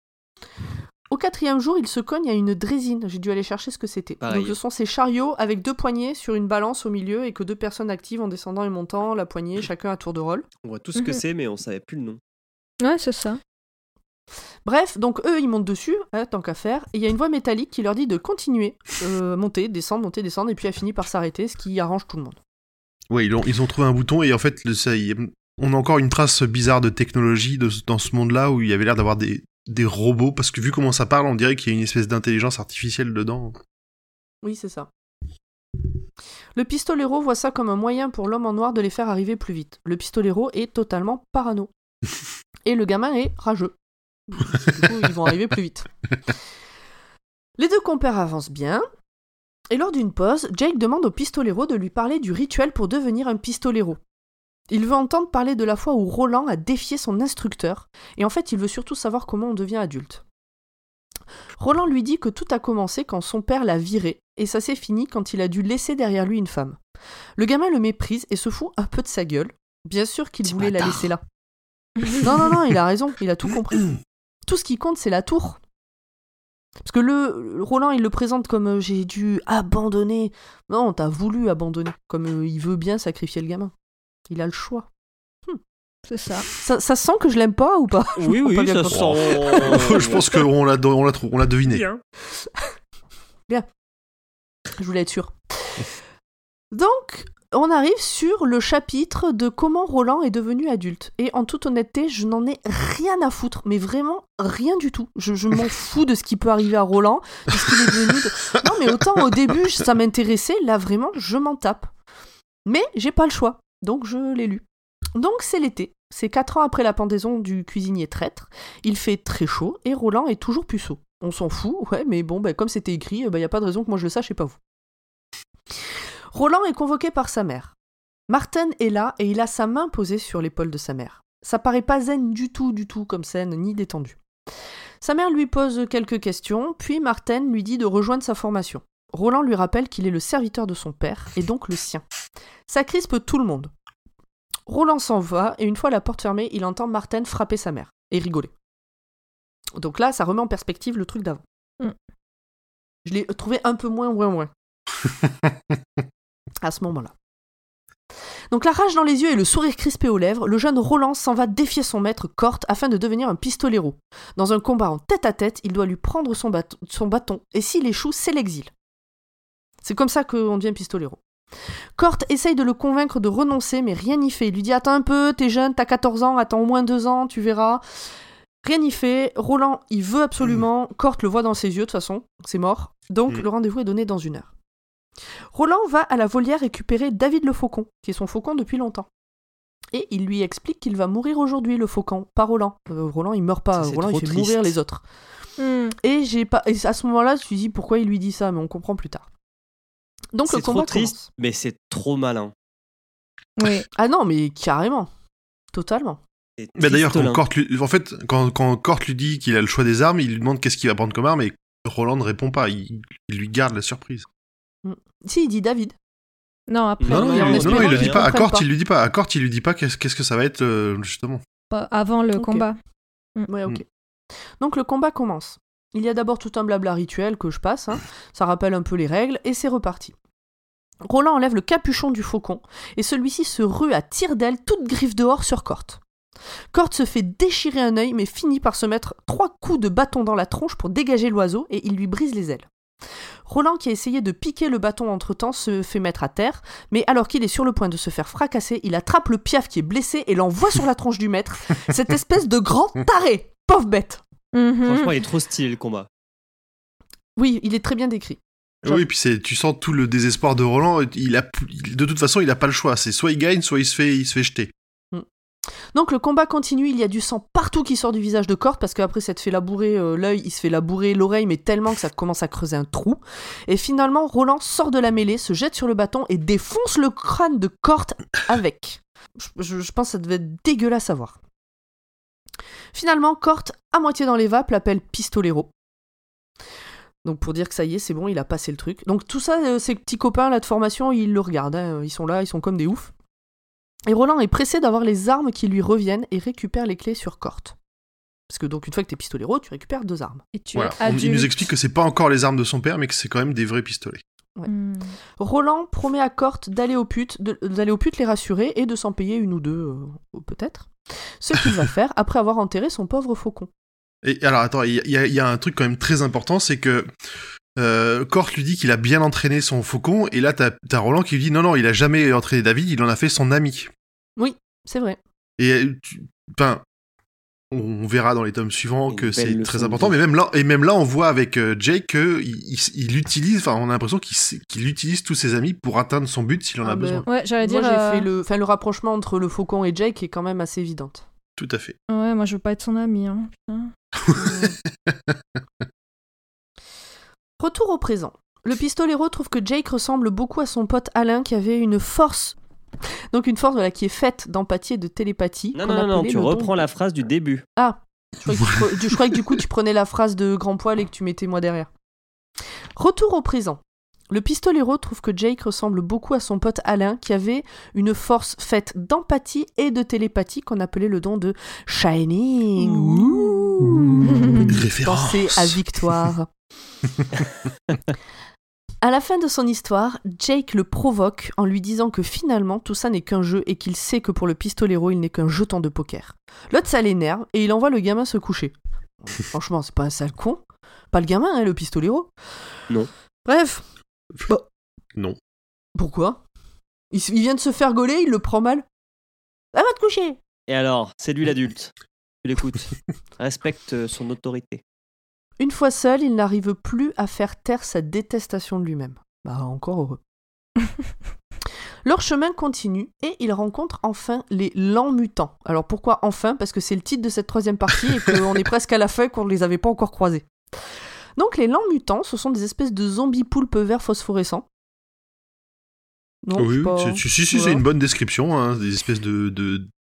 S1: Au quatrième jour, il se cogne à une drésine. J'ai dû aller chercher ce que c'était.
S6: Pareil.
S1: Donc ce sont ces chariots avec deux poignées sur une balance au milieu et que deux personnes activent en descendant et montant la poignée, chacun à tour de rôle.
S6: On voit tout ce que
S5: Mhm.
S6: c'est, mais on savait plus le nom.
S5: Ouais, c'est ça.
S1: Bref, donc eux, ils montent dessus, hein, tant qu'à faire, et il y a une voix métallique qui leur dit de continuer, euh, monter, descendre, monter, descendre, et puis elle finit par s'arrêter, ce qui arrange tout le monde.
S2: Ouais, ils ont, ils ont trouvé un bouton et en fait, le, ça, y- on a encore une trace bizarre de technologie de, dans ce monde-là où il y avait l'air d'avoir des, des robots, parce que vu comment ça parle, on dirait qu'il y a une espèce d'intelligence artificielle dedans.
S1: Oui, c'est ça. Le pistolero voit ça comme un moyen pour l'homme en noir de les faire arriver plus vite. Le pistolero est totalement parano. Et le gamin est rageux. Du coup, ils vont arriver plus vite. Les deux compères avancent bien. Et lors d'une pause, Jake demande au pistolero de lui parler du rituel pour devenir un pistolero. Il veut entendre parler de la fois où Roland a défié son instructeur, et en fait il veut surtout savoir comment on devient adulte. Roland lui dit que tout a commencé quand son père l'a viré, et ça s'est fini quand il a dû laisser derrière lui une femme. Le gamin le méprise et se fout un peu de sa gueule. Bien sûr qu'il
S6: Petit
S1: voulait la
S6: bâtard.
S1: laisser là. Non, non, non, il a raison, il a tout compris. Tout ce qui compte, c'est la tour. Parce que le, le Roland, il le présente comme euh, j'ai dû abandonner. Non, t'as voulu abandonner. Comme euh, il veut bien sacrifier le gamin. Il a le choix.
S5: C'est ça.
S1: Ça, ça sent que je l'aime pas ou pas?
S6: Oui,
S1: Je
S6: oui,
S1: comprends pas bien
S6: ça
S1: comment-
S6: sent.
S2: Je pense qu'on l'a, on l'a, trou- on l'a deviné.
S6: Bien.
S1: Je voulais être sûre. Donc, on arrive sur le chapitre de comment Roland est devenu adulte. Et en toute honnêteté, je n'en ai rien à foutre, mais vraiment rien du tout. Je, je m'en fous de ce qui peut arriver à Roland, de ce qu'il est devenu. de- Non, mais autant au début, ça m'intéressait, là vraiment, je m'en tape. Mais j'ai pas le choix, donc je l'ai lu. Donc c'est l'été. C'est quatre ans après la pendaison du cuisinier traître. Il fait très chaud et Roland est toujours puceau. On s'en fout, ouais, mais bon, bah, comme c'était écrit, il n'y a pas de raison que moi je le sache et pas vous. Roland est convoqué par sa mère. Martin est là et il a sa main posée sur l'épaule de sa mère. Ça paraît pas zen du tout, du tout comme scène, ni détendu. Sa mère lui pose quelques questions, puis Martin lui dit de rejoindre sa formation. Roland lui rappelle qu'il est le serviteur de son père, et donc le sien. Ça crispe tout le monde. Roland s'en va, et une fois la porte fermée, il entend Martin frapper sa mère, et rigoler. Donc là, ça remet en perspective le truc d'avant. Mm. Je l'ai trouvé un peu moins, moins, moins. À ce moment-là. Donc la rage dans les yeux et le sourire crispé aux lèvres, le jeune Roland s'en va défier son maître Cort afin de devenir un pistolero. Dans un combat en tête-à-tête, il doit lui prendre son, bat- son bâton, et s'il échoue, c'est l'exil. C'est comme ça qu'on devient pistolero. Cort essaye de le convaincre de renoncer, mais rien n'y fait. Il lui dit « Attends un peu, t'es jeune, t'as quatorze ans, attends au moins deux ans, tu verras. » Rien n'y fait. Roland, il veut absolument. Mmh. Cort le voit dans ses yeux, de toute façon, c'est mort. Donc mmh. le rendez-vous est donné dans une heure. Roland va à la volière récupérer David le faucon, qui est son faucon depuis longtemps. Et il lui explique qu'il va mourir aujourd'hui, le faucon, pas Roland. Euh, Roland, il meurt pas. Ça, Roland, il fait triste. Mourir les autres. Mm. Et, j'ai pas... Et à ce moment-là, je me suis dit pourquoi il lui dit ça, mais on comprend plus tard. Donc
S6: c'est
S1: le combat
S6: trop triste,
S1: commence.
S6: Mais c'est trop malin.
S1: Oui. Ah non, mais carrément. Totalement.
S2: Mais d'ailleurs, quand Cort lui... en fait, quand, quand Cort lui dit qu'il a le choix des armes, il lui demande qu'est-ce qu'il va prendre comme arme, et Roland ne répond pas. Il, il lui garde la surprise.
S1: Mm. Si, il dit David.
S5: Non, après.
S2: Non, non, il, non, non, il le dit pas. À Cort, il lui dit pas. À Cort, il lui dit pas qu'est-ce, qu'est-ce que ça va être, euh, justement.
S5: Pas avant le okay. combat.
S1: Mm. Ouais, ok. Mm. Donc le combat commence. Il y a d'abord tout un blabla rituel que je passe. Hein. Ça rappelle un peu les règles, et c'est reparti. Roland enlève le capuchon du faucon, et celui-ci se rue à tire-d'aile, toute griffe dehors sur Cort. Cort se fait déchirer un œil, mais finit par se mettre trois coups de bâton dans la tronche pour dégager l'oiseau, et il lui brise les ailes. Roland, qui a essayé de piquer le bâton entre-temps, se fait mettre à terre, mais alors qu'il est sur le point de se faire fracasser, il attrape le piaf qui est blessé et l'envoie sur la tronche du maître, cette espèce de grand taré. Pauvre bête.
S6: Mm-hmm. Franchement, il est trop stylé, le combat.
S1: Oui, il est très bien décrit.
S2: Genre... Oui, puis c'est, tu sens tout le désespoir de Roland. Il a, de toute façon, il n'a pas le choix. C'est soit il gagne, soit il se fait, il se fait jeter.
S1: Mm. Donc le combat continue, il y a du sang partout qui sort du visage de Cort, parce qu'après ça te fait labourer euh, l'œil, il se fait labourer l'oreille, mais tellement que ça commence à creuser un trou. Et finalement, Roland sort de la mêlée, se jette sur le bâton et défonce le crâne de Cort avec. Je, je, je pense que ça devait être dégueulasse à voir. Finalement, Cort, à moitié dans les vapes, l'appelle Pistolero. Donc pour dire que ça y est, c'est bon, il a passé le truc. Donc tout ça, euh, ces petits copains là de formation, ils le regardent, hein, ils sont là, ils sont comme des oufs. Et Roland est pressé d'avoir les armes qui lui reviennent et récupère les clés sur Cort. Parce que donc une fois que t'es pistolero, tu récupères deux armes.
S5: Et tu
S2: voilà.
S5: es adulte.
S2: Il nous explique que c'est pas encore les armes de son père, mais que c'est quand même des vrais pistolets.
S1: Ouais. Mm. Roland promet à Cort d'aller aux putes, de, d'aller aux putes les rassurer et de s'en payer une ou deux, euh, peut-être. Ce qu'il va faire après avoir enterré son pauvre faucon.
S2: Et alors attends, il y, y, y a un truc quand même très important, c'est que euh, Cort lui dit qu'il a bien entraîné son faucon, et là t'as, t'as Roland qui lui dit non non, il a jamais entraîné David, il en a fait son ami.
S1: Oui, c'est vrai.
S2: Et enfin, on verra dans les tomes suivants que c'est très important, mais même là, et même là on voit avec euh, Jake que il, il, il utilise, enfin on a l'impression qu'il, qu'il utilise tous ses amis pour atteindre son but s'il en
S1: ah
S2: a
S1: ben,
S2: besoin.
S5: Ouais, j'allais dire.
S1: Moi j'ai
S5: euh...
S1: fait le, enfin le rapprochement entre le faucon et Jake est quand même assez évidente.
S2: Tout à fait.
S5: Ouais, moi je veux pas être son ami. Hein.
S1: Retour au présent. Le pistolero trouve que Jake ressemble beaucoup à son pote Alain qui avait une force, donc une force voilà, qui est faite d'empathie et de télépathie.
S6: Non, non, non, non, tu reprends don... la phrase du début.
S1: Ah, je croyais, que tu, je croyais que du coup tu prenais la phrase de Grand Poil et que tu mettais moi derrière. Retour au présent. Le pistolero trouve que Jake ressemble beaucoup à son pote Alain qui avait une force faite d'empathie et de télépathie qu'on appelait le don de Shining. Ouh.
S2: Référence.
S1: Pensez à Victoire. À la fin de son histoire, Jake le provoque en lui disant que finalement tout ça n'est qu'un jeu et qu'il sait que pour le pistolero il n'est qu'un jeton de poker. L'autre ça l'énerve et il envoie le gamin se coucher. Franchement c'est pas un sale con. Pas le gamin hein, le pistolero.
S6: Non.
S1: Bref. Bah.
S2: Non.
S1: Pourquoi ? il, il vient de se faire gauler, il le prend mal. Ah, va te coucher.
S6: Et alors, c'est lui l'adulte. Tu l'écoutes. Respecte son autorité.
S1: Une fois seul, il n'arrive plus à faire taire sa détestation de lui-même. Bah, encore heureux. Leur chemin continue et ils rencontrent enfin les lents mutants. Alors pourquoi enfin ? Parce que c'est le titre de cette troisième partie et qu'on est presque à la fin qu'on ne les avait pas encore croisés. Donc les lents mutants, ce sont des espèces de zombies poulpes verts phosphorescents.
S2: Non, oui, pas... si, si, si voilà. C'est une bonne description, hein, des espèces de, de,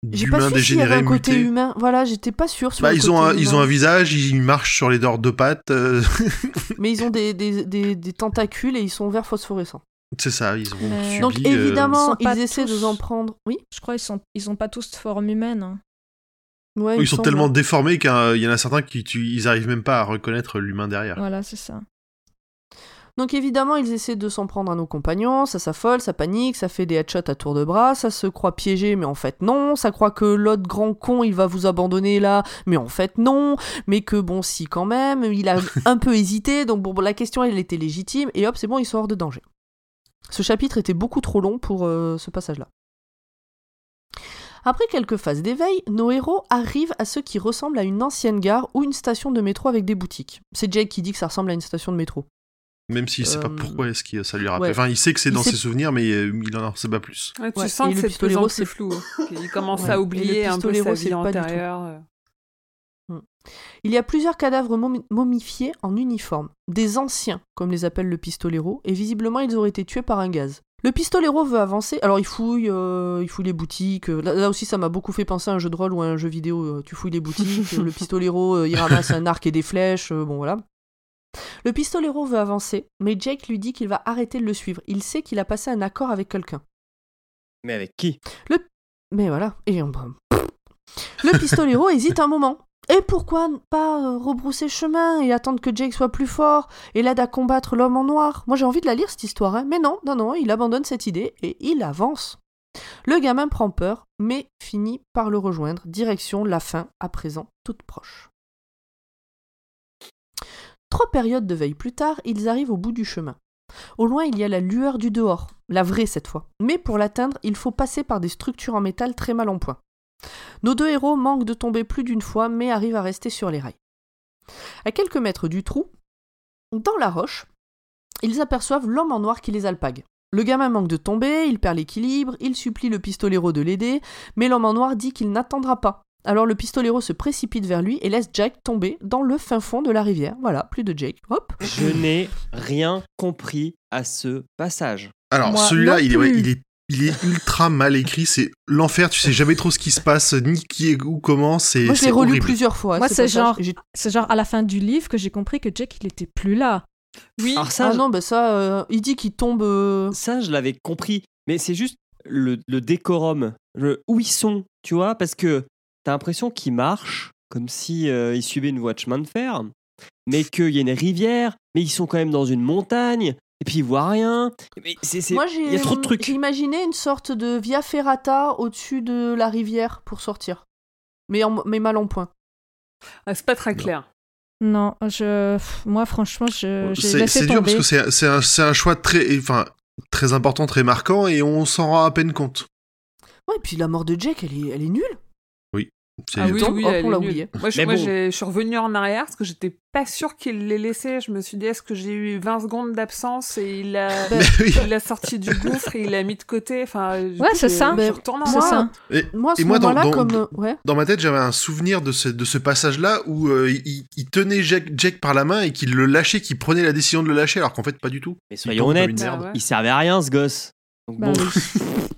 S1: J'ai pas
S2: d'humains
S1: su s'il y avait
S2: dégénérés,
S1: un côté
S2: mutés.
S1: humain. Voilà, j'étais pas sûre sur
S2: Bah,
S1: le
S2: ils
S1: côté
S2: ont, un,
S1: humain.
S2: ils ont un visage, ils marchent sur les dors de pattes. euh,
S1: Mais ils ont des, des, des, des tentacules et ils sont verts phosphorescents.
S2: C'est ça, ils ont
S5: Mais-
S2: subi...
S1: Donc
S2: euh,
S1: évidemment,
S5: Ils sont
S1: ils,
S5: pas
S1: essaient
S5: tous-
S1: de en prendre. Oui.
S5: Je crois qu'ils sont, ils ont pas tous de forme humaine. hein.
S1: Ouais,
S2: Ils
S1: il
S2: sont
S1: semble.
S2: tellement déformés qu'il y en a certains qui tu, ils arrivent même pas à reconnaître l'humain derrière.
S5: Voilà, c'est ça.
S1: Donc évidemment, ils essaient de s'en prendre à nos compagnons, ça s'affole, ça panique, ça fait des headshots à tour de bras, ça se croit piégé, mais en fait non, ça croit que l'autre grand con, il va vous abandonner là, mais en fait non, mais que bon, si quand même, il a un peu hésité, donc bon, la question, elle était légitime, et hop, c'est bon, ils sont hors de danger. Ce chapitre était beaucoup trop long pour euh, ce passage-là. Après quelques phases d'éveil, nos héros arrivent à ce qui ressemble à une ancienne gare ou une station de métro avec des boutiques. C'est Jake qui dit que ça ressemble à une station de métro.
S2: Même s'il sait
S1: Euh,
S2: pas pourquoi est-ce que ça lui rappelle.
S1: ouais.
S2: Enfin, il sait que c'est
S1: Il
S2: dans
S1: sait-
S2: ses souvenirs, mais euh, il en sait pas plus.
S4: Ouais, tu
S1: Ouais,
S4: sens
S1: et
S4: que
S1: le
S4: c'est de plus en
S1: pistolero,
S4: plus
S1: c'est-
S4: flou. Il commence
S1: Ouais.
S4: à
S1: Et
S4: oublier
S1: le
S4: un peu
S1: pistolero,
S4: sa
S1: c'est
S4: vie
S1: pas du tout.
S4: antérieure.
S1: Il y a plusieurs cadavres momi- momifiés en uniforme, des anciens, comme les appelle le pistolero, et visiblement ils auraient été tués par un gaz. Le pistolero veut avancer, alors il fouille, euh, il fouille les boutiques, euh, là, là aussi ça m'a beaucoup fait penser à un jeu de rôle ou à un jeu vidéo, euh, tu fouilles les boutiques, euh, le pistolero euh, il ramasse un arc et des flèches, euh, bon voilà. Le pistolero veut avancer, mais Jake lui dit qu'il va arrêter de le suivre, il sait qu'il a passé un accord avec quelqu'un.
S6: Mais avec qui?
S1: Mais voilà, et on... Le pistolero hésite un moment. Et pourquoi ne pas euh, rebrousser chemin et attendre que Jake soit plus fort et l'aide à combattre l'homme en noir? Moi j'ai envie de la lire cette histoire, hein. Mais non, non, non, il abandonne cette idée et il avance. Le gamin prend peur, mais finit par le rejoindre, direction la fin, à présent toute proche. Trois périodes de veille plus tard, ils arrivent au bout du chemin. Au loin, il y a la lueur du dehors, la vraie cette fois. Mais pour l'atteindre, il faut passer par des structures en métal très mal en point. Nos deux héros manquent de tomber plus d'une fois, mais arrivent à rester sur les rails. À quelques mètres du trou, dans la roche, ils aperçoivent l'homme en noir qui les alpague. Le gamin manque de tomber, il perd l'équilibre, il supplie le pistolero de l'aider, mais l'homme en noir dit qu'il n'attendra pas. Alors le pistolero se précipite vers lui et laisse Jake tomber dans le fin fond de la rivière. Voilà, plus de Jake. Hop.
S6: Je n'ai rien compris à ce passage.
S2: Alors,
S5: Moi
S2: celui-là,
S5: non
S2: il est, ouais,
S5: plus.
S2: il, est, il est ultra mal écrit. C'est l'enfer, tu sais jamais trop ce qui se passe, ni qui est où, comment. C'est
S1: Moi je
S2: c'est
S1: l'ai relu
S2: horrible.
S1: plusieurs fois.
S5: Moi,
S1: ce
S5: c'est
S1: passage,
S5: genre-
S1: et j'ai-
S5: C'est genre à la fin du livre que j'ai compris que Jake, il était plus là.
S4: Oui,
S6: Alors ça,
S1: Ah
S6: je-
S1: non, bah ça, euh, il dit qu'il tombe... euh,
S6: ça, je l'avais compris. Mais c'est juste le, le décorum. Le, où ils sont, tu vois? Parce que t'as l'impression qu'ils marchent comme si euh, ils suivaient une voie de chemin de fer, mais qu'il y a une rivière, mais ils sont quand même dans une montagne, et puis ils voient rien. Mais c'est, c'est...
S1: Moi,
S6: il y a trop de
S1: j'ai
S6: trucs.
S1: j'ai imaginé une sorte de via ferrata au-dessus de la rivière pour sortir. Mais, en- mais mal en point.
S4: ah, c'est pas très clair.
S5: Non, je... pff, moi, franchement, je... j'ai
S2: C'est
S5: laissé
S2: c'est dur
S5: tomber.
S2: parce que c'est c'est un, c'est un choix très, enfin, très important, très marquant, et on s'en rend à peine compte.
S1: Ouais, et puis la mort de Jake, elle est, elle est nulle.
S2: C'est-
S4: Ah oui,
S1: tombe,
S4: oui,
S1: hop,
S4: elle
S1: on
S4: est
S1: l'a
S4: nulle.
S1: oublié.
S4: Moi, je,
S6: Mais
S4: moi,
S6: bon.
S4: j'ai- je suis revenue en arrière parce que j'étais pas sûre qu'il l'ait laissé. Je me suis dit, est-ce que j'ai eu vingt secondes d'absence et il a,
S1: Ben,
S2: Mais oui.
S4: il l'a sorti du gouffre et il l'a mis de côté. Enfin, du
S5: Ouais,
S4: coup,
S5: c'est
S4: j'ai-
S5: ça.
S4: Je suis
S1: Ben,
S4: retournée en
S5: C'est
S1: moi,
S5: ça.
S2: Et,
S1: Moi, à ce
S2: et moi, dans,
S1: moment-là,
S2: dans-
S1: comme... euh, Ouais.
S2: dans ma tête, j'avais un souvenir de ce, de ce passage-là où euh, il, il tenait Jack, Jack par la main et qu'il le lâchait, qu'il prenait la décision de le lâcher, alors qu'en fait, pas du tout.
S6: Mais
S2: Il
S6: soyons
S2: tombe comme
S6: honnêtes,
S2: une merde.
S4: Ah ouais.
S6: il servait à rien, ce gosse. Donc
S5: Bah
S6: bon.
S5: oui.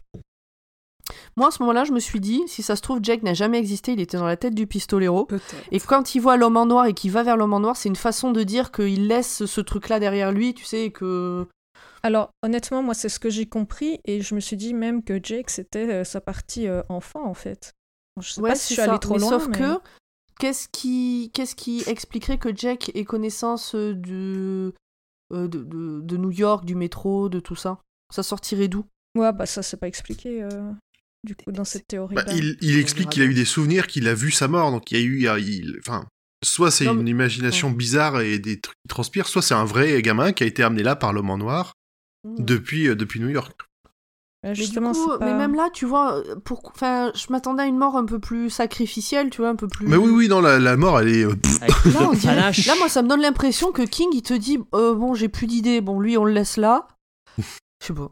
S1: Moi, à ce moment-là, je me suis dit, si ça se trouve, Jake n'a jamais existé, il était dans la tête du pistolero.
S4: Peut-être.
S1: Et quand il voit l'homme en noir et qu'il va vers l'homme en noir, c'est une façon de dire qu'il laisse ce truc-là derrière lui, tu sais, et que...
S5: Alors, honnêtement, moi, c'est ce que j'ai compris, et je me suis dit même que Jake, c'était euh, sa partie euh, enfant, en fait. Je sais
S1: Ouais,
S5: pas si je
S1: c'est
S5: suis
S1: ça.
S5: allée trop
S1: mais
S5: loin,
S1: sauf
S5: mais...
S1: que, qu'est-ce qui, qu'est-ce qui expliquerait que Jake ait connaissance euh, de, euh, de, de, de New York, du métro, de tout ça? Ça sortirait d'où?
S5: Ouais, bah ça, c'est pas expliqué, euh, du coup, dans cette théorie.
S2: Bah, il, il explique qu'il a eu des souvenirs, qu'il a vu sa mort, donc il y a eu, il y a- il- enfin, soit c'est
S1: Non,
S2: une
S1: mais-
S2: imagination bizarre et des trucs qui transpirent, soit c'est un vrai gamin qui a été amené là par l'homme en noir depuis, euh, depuis New York.
S5: Ouais,
S1: Mais, du
S5: justement,
S1: coup,
S5: c'est pas...
S1: mais même là, tu vois, pour... enfin, je m'attendais à une mort un peu plus sacrificielle, tu vois, un peu plus...
S2: Mais oui, oui, non, la, la mort, elle est. euh, pff,
S6: Avec
S1: Là, on
S6: le
S1: dirait-
S6: panache.
S1: là, moi, ça me donne l'impression que King, il te dit, euh, bon, j'ai plus d'idées, bon, lui, on le laisse là. Je sais pas.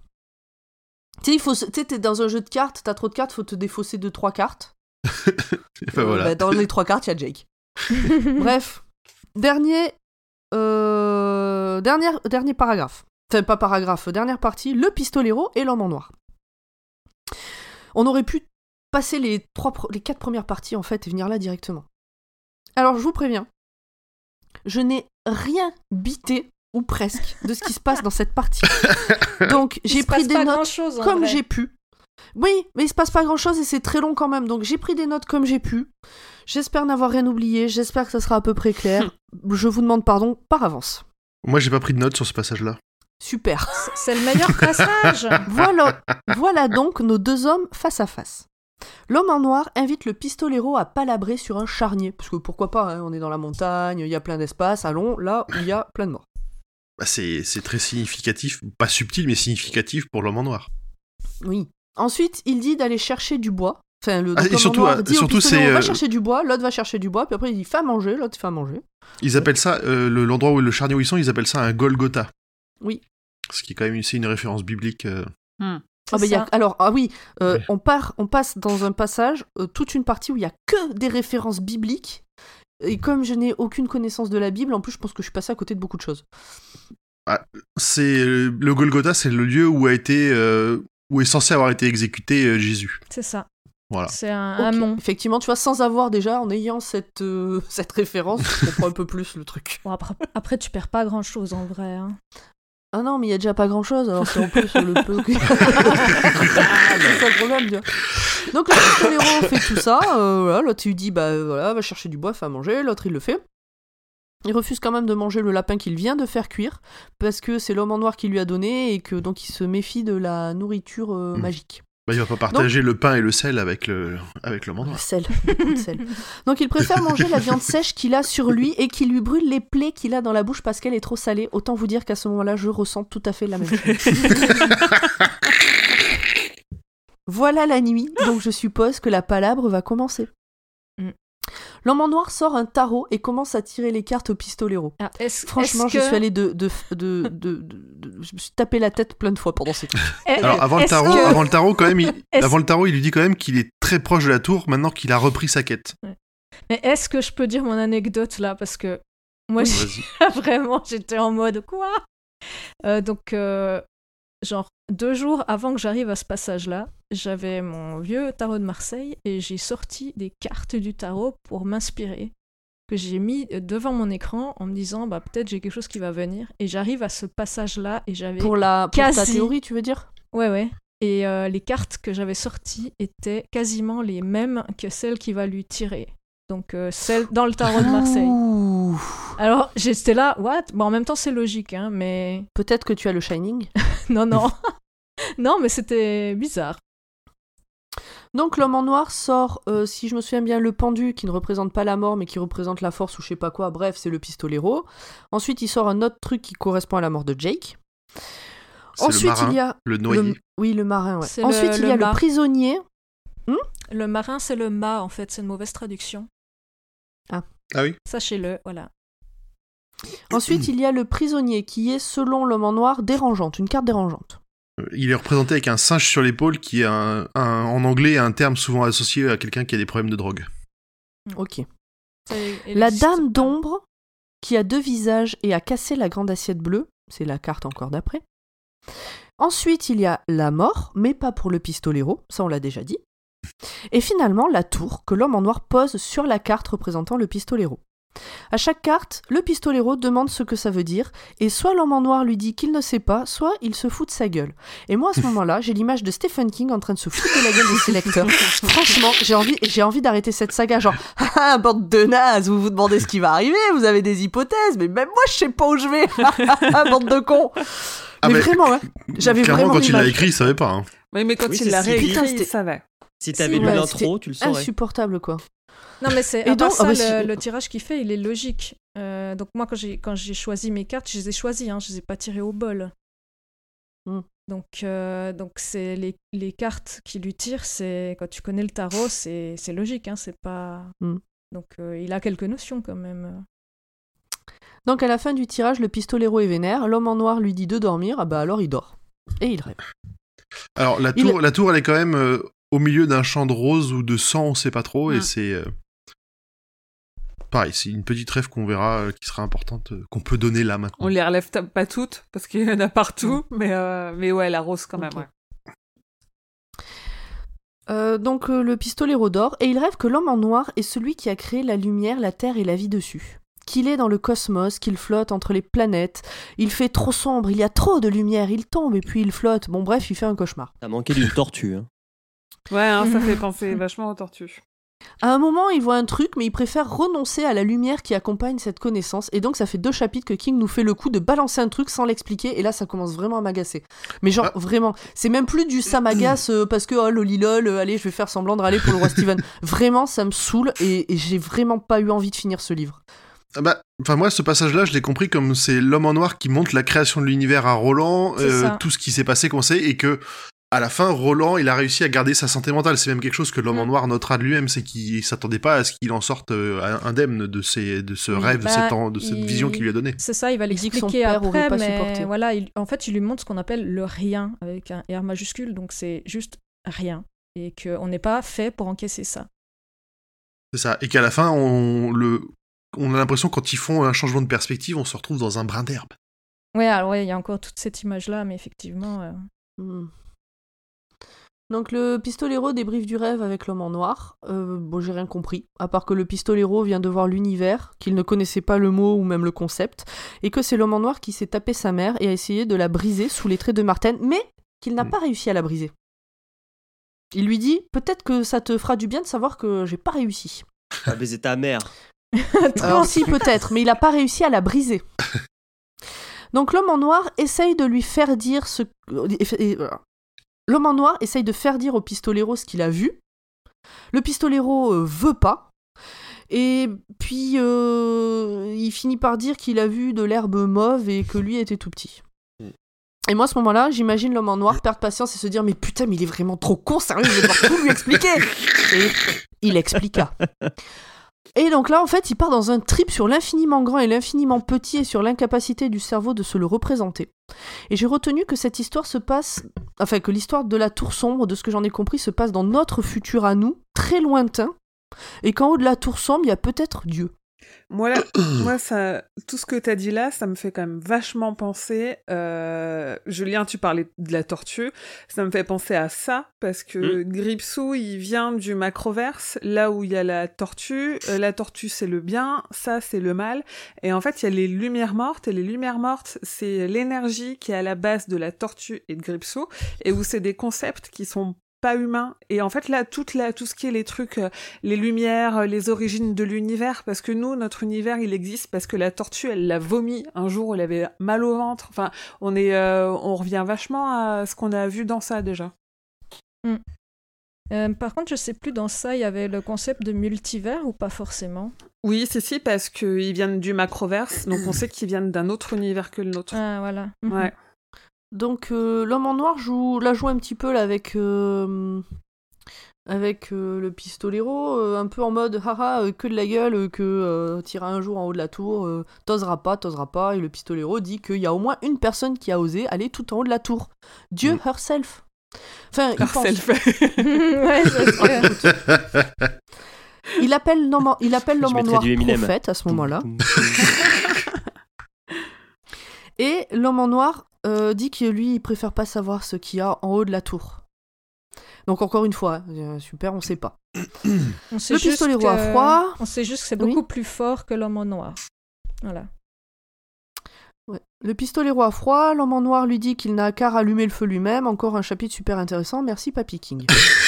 S1: Tu sais, il faut... se- tu sais, t'es dans un jeu de cartes, t'as trop de cartes, faut te défausser de trois cartes.
S2: enfin, voilà.
S1: Euh, bah, dans les trois cartes, il y a Jake. Bref, dernier, euh, dernière, dernier paragraphe. Enfin, pas paragraphe, dernière partie, le pistolero et l'homme en noir. On aurait pu passer les, trois, les quatre premières parties, en fait, et venir là directement. Alors, je vous préviens, je n'ai rien bité, ou presque, de ce qui se passe dans cette partie. Donc,
S5: Il
S1: j'ai
S5: se
S1: pris
S5: passe
S1: des
S5: pas
S1: notes
S5: grand-chose, en
S1: comme
S5: vrai.
S1: j'ai pu. Oui, mais il se passe pas grand-chose et c'est très long quand même. Donc, j'ai pris des notes comme j'ai pu. J'espère n'avoir rien oublié. J'espère que ça sera à peu près clair. Je vous demande pardon par avance.
S2: Moi, j'ai pas pris de notes sur ce passage-là.
S1: Super.
S5: C'est le meilleur passage.
S1: Voilà, voilà donc nos deux hommes face à face. L'homme en noir invite le pistolero à palabrer sur un charnier. Parce que pourquoi pas, hein, on est dans la montagne, il y a plein d'espace, allons là où il y a plein de morts.
S2: Bah, c'est, c'est très significatif, pas subtil, mais significatif pour l'homme en noir.
S1: Oui. Ensuite, il dit d'aller chercher du bois. Enfin, le
S2: Ah, et
S1: donc, l'homme
S2: surtout,
S1: en noir
S2: euh,
S1: dit
S2: surtout,
S1: au pistolero,
S2: c'est,
S1: va
S2: euh,
S1: chercher du bois, l'autre va chercher du bois, puis après il dit fais à manger, l'autre fait à manger.
S2: Ils appellent ça, euh, le, l'endroit où le charnier où ils sont, ils appellent ça un Golgotha.
S1: Oui.
S2: Ce qui est quand même c'est une référence biblique. Euh...
S4: Hmm.
S1: Ah bah, y a, alors, ah oui, euh,
S2: Ouais.
S1: on, part, on passe dans un passage, euh, toute une partie où il n'y a que des références bibliques. Et comme je n'ai aucune connaissance de la Bible, en plus, je pense que je suis passé à côté de beaucoup de choses.
S2: Ah, c'est, euh, le Golgotha, c'est le lieu où a été, euh, où est censé avoir été exécuté euh, Jésus.
S5: C'est ça.
S2: Voilà.
S5: C'est un,
S1: Ok.
S5: un mont.
S1: Effectivement, tu vois, sans avoir déjà, en ayant cette, euh, cette référence, je comprends un peu plus le truc.
S5: Bon, après, après, tu perds pas grand-chose en vrai. Hein.
S1: Ah non, mais il y a déjà pas grand-chose, alors c'est en plus le peu... que- c'est ça le problème, tu vois. Donc le pistolero fait tout ça, euh, voilà, l'autre il lui dit, bah euh, voilà, va chercher du bois, fais à manger, l'autre il le fait. Il refuse quand même de manger le lapin qu'il vient de faire cuire, parce que c'est l'homme en noir qui lui a donné, et que donc il se méfie de la nourriture euh,
S2: Mmh.
S1: magique.
S2: Bah, il va pas partager le pain et le sel avec le, avec l'homme en
S1: Le
S2: noir.
S1: sel, beaucoup de sel. Donc il préfère manger la viande sèche qu'il a sur lui et qui lui brûle les plaies qu'il a dans la bouche parce qu'elle est trop salée. Autant vous dire qu'à ce moment-là, je ressens tout à fait la même chose. Voilà la nuit, donc je suppose que la palabre va commencer.
S5: Mm.
S1: L'homme en noir sort un tarot et commence à tirer les cartes au pistolero.
S5: Ah, est-ce,
S1: Franchement,
S5: est-ce
S1: je
S5: que...
S1: suis allée de, de, de, de, de- de- je me suis tapé la tête plein de fois pendant ces trucs.
S5: Eh,
S2: Alors avant le
S5: est-ce
S2: tarot,
S5: que-
S2: avant le tarot quand même, il,
S5: Est-ce-
S2: avant le tarot, il lui dit quand même qu'il est très proche de la tour maintenant qu'il a repris sa quête.
S5: Mais est-ce que je peux dire mon anecdote là? Parce que moi,
S2: Oui,
S5: j'ai-
S2: vas-y.
S5: vraiment, j'étais en mode quoi? Euh, donc, euh, genre, deux jours avant que j'arrive à ce passage-là, j'avais mon vieux tarot de Marseille et j'ai sorti des cartes du tarot pour m'inspirer, que j'ai mis devant mon écran en me disant, bah peut-être j'ai quelque chose qui va venir. Et j'arrive à ce passage-là et j'avais.
S1: Pour, la, pour ta
S5: Quasi.
S1: théorie, tu veux dire?
S5: Ouais, ouais. Et euh, les cartes que j'avais sorties étaient quasiment les mêmes que celles qui va lui tirer. Donc, euh, celles dans le tarot de Marseille.
S1: Ouh.
S5: Alors, j'étais là, what? Bon, en même temps, c'est logique, hein, mais.
S1: Peut-être que tu as le Shining.
S5: Non, non. Non, mais c'était bizarre.
S1: Donc l'homme en noir sort, euh, si je me souviens bien, le pendu qui ne représente pas la mort mais qui représente la force ou je sais pas quoi, bref, c'est le pistolero. Ensuite, il sort un autre truc qui correspond à la mort de Jake.
S2: C'est
S1: Ensuite,
S2: le marin,
S1: il y a
S2: le noyé.
S1: le- oui, le marin, ouais.
S5: C'est
S1: Ensuite,
S5: le-
S1: il
S5: le
S1: y a
S5: mât.
S1: le prisonnier.
S5: Le marin, c'est le mât, en fait. C'est une mauvaise traduction.
S2: Ah oui.
S5: Sachez-le, voilà.
S1: Ensuite, il y a le prisonnier qui est, selon l'homme en noir, dérangeante, une carte dérangeante.
S2: Il est représenté avec un singe sur l'épaule qui est un, un- en anglais un terme souvent associé à quelqu'un qui a des problèmes de drogue.
S1: Ok.
S5: Ça, il
S1: La
S5: existe
S1: dame
S5: pas.
S1: d'ombre qui a deux visages et a cassé la grande assiette bleue, c'est la carte encore d'après. Ensuite, il y a la mort, mais pas pour le pistolero, ça on l'a déjà dit. Et finalement, la tour que l'homme en noir pose sur la carte représentant le pistolero. À chaque carte, le pistolero demande ce que ça veut dire, et soit l'homme en noir lui dit qu'il ne sait pas, soit il se fout de sa gueule. Et moi, à ce moment-là, j'ai l'image de Stephen King en train de se foutre de la gueule de ses lecteurs. Franchement, j'ai envie, j'ai envie d'arrêter cette saga, genre, ah, bande de nazes, vous vous demandez ce qui va arriver, vous avez des hypothèses, mais même moi, je sais pas où je vais, bande de cons.
S2: Ah,
S1: mais
S2: mais-
S1: vraiment, ouais, j'avais
S2: Clairement,
S1: vraiment
S2: quand il l'a
S1: l'image.
S2: écrit, il savait pas. Hein.
S4: Oui, mais quand
S6: Oui,
S4: il
S6: c'est
S4: l'a
S6: si
S4: réécrit,
S1: putain,
S4: il
S1: c'était-
S4: savait.
S6: Si t'avais
S1: Si,
S6: lu
S1: ouais,
S6: l'intro, tu le saurais.
S1: Insupportable, quoi.
S5: Non, mais c'est
S1: Et
S5: à part
S1: donc-
S5: ça,
S1: ah bah,
S5: le,
S1: si-
S5: le tirage qu'il fait, il est logique. Euh, donc moi, quand j'ai, quand j'ai choisi mes cartes, je les ai choisies, hein, je les ai pas tirées au bol.
S1: Hmm.
S5: Donc, euh, donc c'est les, les cartes qui lui tirent, c'est quand tu connais le tarot, c'est, c'est logique, hein, c'est pas.
S1: Hmm.
S5: Donc euh, il a quelques notions quand même.
S1: Donc à la fin du tirage, le pistolero est vénère, l'homme en noir lui dit de dormir, ah bah alors il dort. Et il rêve.
S2: Alors la
S1: Il-
S2: tour, la tour, elle est quand même euh, au milieu d'un champ de roses ou de sang, on sait pas trop, et
S4: Mm.
S2: c'est euh, pareil, c'est une petite rêve qu'on verra, euh, qui sera importante, euh, qu'on peut donner là maintenant.
S4: On les relève t- pas toutes, parce qu'il y en a partout, mais, euh, mais ouais, la rose quand même,
S1: Ok.
S4: ouais.
S1: Euh, donc euh, le pistolero dort et il rêve que l'homme en noir est celui qui a créé la lumière, la terre et la vie dessus. Qu'il est dans le cosmos, qu'il flotte entre les planètes. Il fait trop sombre, il y a trop de lumière, il tombe et puis il flotte. Bon bref, il fait un cauchemar.
S6: T'as manqué d'une tortue. Hein.
S4: Ouais, hein, ça fait penser vachement aux tortues.
S1: À un moment, il voit un truc, mais il préfère renoncer à la lumière qui accompagne cette connaissance. Et donc, ça fait deux chapitres que King nous fait le coup de balancer un truc sans l'expliquer. Et là, ça commence vraiment à m'agacer. Mais genre, ah. vraiment, c'est même plus du ça m'agace euh, parce que, oh, lolilol, euh, allez, je vais faire semblant de râler pour le roi Steven. Vraiment, ça me saoule et, et j'ai vraiment pas eu envie de finir ce livre.
S2: Ah bah, enfin moi, ce passage-là, je l'ai compris comme c'est l'homme en noir qui montre la création de l'univers à Roland, euh, tout ce qui s'est passé, qu'on sait, et que à la fin, Roland, il a réussi à garder sa santé mentale. C'est même quelque chose que l'homme en noir notera de lui-même, c'est qu'il s'attendait pas à ce qu'il en sorte euh, indemne de, ses, de ce rêve,
S5: bah,
S2: de, cette, en, de cette
S5: il...
S2: vision qu'il lui a donnée.
S5: C'est ça, il va l'expliquer après, mais voilà, il... en fait, il lui montre ce qu'on appelle le rien, avec un R majuscule, donc c'est juste rien, et qu'on n'est pas fait pour encaisser ça.
S2: C'est ça, et qu'à la fin, on, le... on a l'impression, quand ils font un changement de perspective, on se retrouve dans un brin d'herbe.
S5: Ouais, alors ouais, il y a encore toute cette image-là, mais effectivement... Euh...
S1: Mm. Donc le pistolero débriefe du rêve avec l'homme en noir. Euh, bon, j'ai rien compris, à part que le pistolero vient de voir l'univers, qu'il ne connaissait pas le mot ou même le concept, et que c'est l'homme en noir qui s'est tapé sa mère et a essayé de la briser sous les traits de Martin, mais qu'il n'a mmh. pas réussi à la briser. Il lui dit « Peut-être que ça te fera du bien de savoir que j'ai pas réussi. »
S6: Ah, baiser ta mère.
S1: Alors si, peut-être, mais il a pas réussi à la briser. Donc l'homme en noir essaye de lui faire dire ce... L'homme en noir essaye de faire dire au pistolero ce qu'il a vu. Le pistolero euh, veut pas. Et puis, euh, il finit par dire qu'il a vu de l'herbe mauve et que lui était tout petit. Et moi, à ce moment-là, j'imagine l'homme en noir perdre patience et se dire « Mais putain, mais il est vraiment trop con, sérieux, je vais devoir tout lui expliquer !» Et il expliqua. Et donc là, en fait, il part dans un trip sur l'infiniment grand et l'infiniment petit et sur l'incapacité du cerveau de se le représenter. Et j'ai retenu que cette histoire se passe... Enfin, que l'histoire de la tour sombre, de ce que j'en ai compris, se passe dans notre futur à nous, très lointain, et qu'en haut de la tour sombre, il y a peut-être Dieu.
S4: Moi, là, moi ça, tout ce que t'as dit là, ça me fait quand même vachement penser... Euh, Julien, tu parlais de la tortue. Ça me fait penser à ça, parce que mmh. Gripsou, il vient du macroverse, là où il y a la tortue. Euh, la tortue, c'est le bien, ça, c'est le mal. Et en fait, il y a les lumières mortes, et les lumières mortes, c'est l'énergie qui est à la base de la tortue et de Gripsou, et où c'est des concepts qui sont pas humain. Et en fait, là, toute la, tout ce qui est les trucs, euh, les lumières, euh, les origines de l'univers, parce que nous, notre univers, il existe parce que la tortue, elle l'a vomi un jour où elle avait mal au ventre. Enfin, on est, euh, on revient vachement à ce qu'on a vu dans ça, déjà.
S5: Mm. Euh, par contre, je sais plus, dans ça, il y avait le concept de multivers ou pas forcément?
S4: Oui, c'est si, parce qu'ils viennent du macroverse, donc on sait qu'ils viennent d'un autre univers que le nôtre.
S5: Ah, voilà.
S4: Mm-hmm. Ouais.
S1: Donc euh, l'homme en noir joue, la joue un petit peu là, avec, euh, avec euh, le pistolero, euh, un peu en mode haha, euh, que de la gueule, euh, que euh, t'iras un jour en haut de la tour, euh, t'oseras pas, t'oseras pas, et le pistolero dit qu'il y a au moins une personne qui a osé aller tout en haut de la tour. Dieu, mmh. herself. Enfin, il
S4: herself.
S1: pense. Ouais, ça il appelle l'homme, il appelle l'homme en noir prophète à ce moment-là. Et l'homme en noir euh, dit que lui, il préfère pas savoir ce qu'il y a en haut de la tour. Donc encore une fois, euh, super, on sait pas.
S5: On sait
S1: le
S5: juste
S1: pistolero
S5: que...
S1: à froid.
S5: On sait juste que c'est beaucoup oui. plus fort que l'homme en noir. Voilà.
S1: Ouais. Le pistolero à froid, l'homme en noir lui dit qu'il n'a qu'à rallumer le feu lui-même. Encore un chapitre super intéressant, merci Papy King.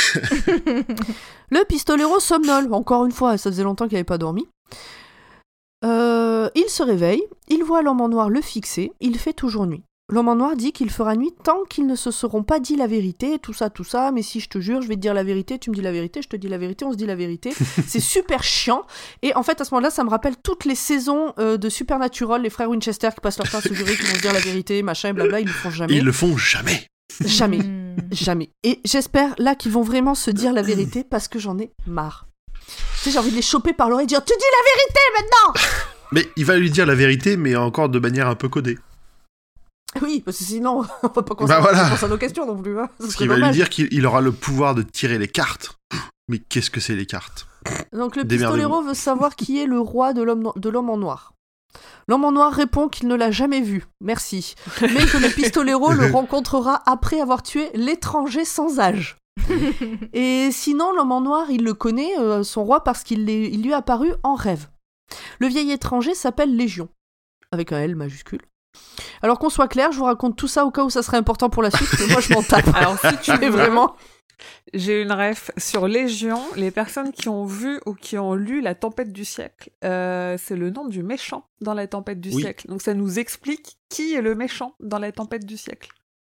S1: Le pistolero somnole, encore une fois, ça faisait longtemps qu'il n'avait pas dormi. Euh, il se réveille, il voit l'homme en noir le fixer, il fait toujours nuit. L'homme en noir dit qu'il fera nuit tant qu'ils ne se seront pas dit la vérité, tout ça, tout ça, mais si je te jure, je vais te dire la vérité, tu me dis la vérité, je te dis la vérité, on se dit la vérité. C'est super chiant. Et en fait, à ce moment-là, ça me rappelle toutes les saisons euh, de Supernatural, les frères Winchester qui passent leur temps à se jurer, qui vont se dire la vérité, machin, et blabla, ils le font jamais.
S2: Ils le font jamais.
S1: Jamais. Jamais. Et j'espère là qu'ils vont vraiment se dire la vérité parce que j'en ai marre. Tu sais, j'ai envie de les choper par l'oreille et dire « Tu dis la vérité maintenant !»
S2: Mais il va lui dire la vérité, mais encore de manière un peu codée.
S1: Oui, parce que sinon, on va pas commencer bah voilà. à nos questions non plus. Hein.
S2: Parce qu'il va lui dire qu'il aura le pouvoir de tirer les cartes. Mais qu'est-ce que c'est les cartes?
S1: Donc le pistolero veut savoir qui est le roi de l'homme, de l'homme en noir. L'homme en noir répond qu'il ne l'a jamais vu, merci, mais que le pistolero le rencontrera après avoir tué l'étranger sans âge. Et sinon, l'homme en noir, il le connaît, euh, son roi, parce qu'il est- il lui est apparu en rêve. Le vieil étranger s'appelle Légion, avec un L majuscule. Alors qu'on soit clair, je vous raconte tout ça au cas où ça serait important pour la suite, mais moi je m'en tape.
S4: Alors, si tu
S1: Mais
S4: veux,
S1: vraiment.
S4: j'ai une ref sur Légion. Les personnes qui ont vu ou qui ont lu La Tempête du siècle, euh, c'est le nom du méchant dans La Tempête du
S2: Oui.
S4: siècle. Donc ça nous explique qui est le méchant dans La Tempête du siècle.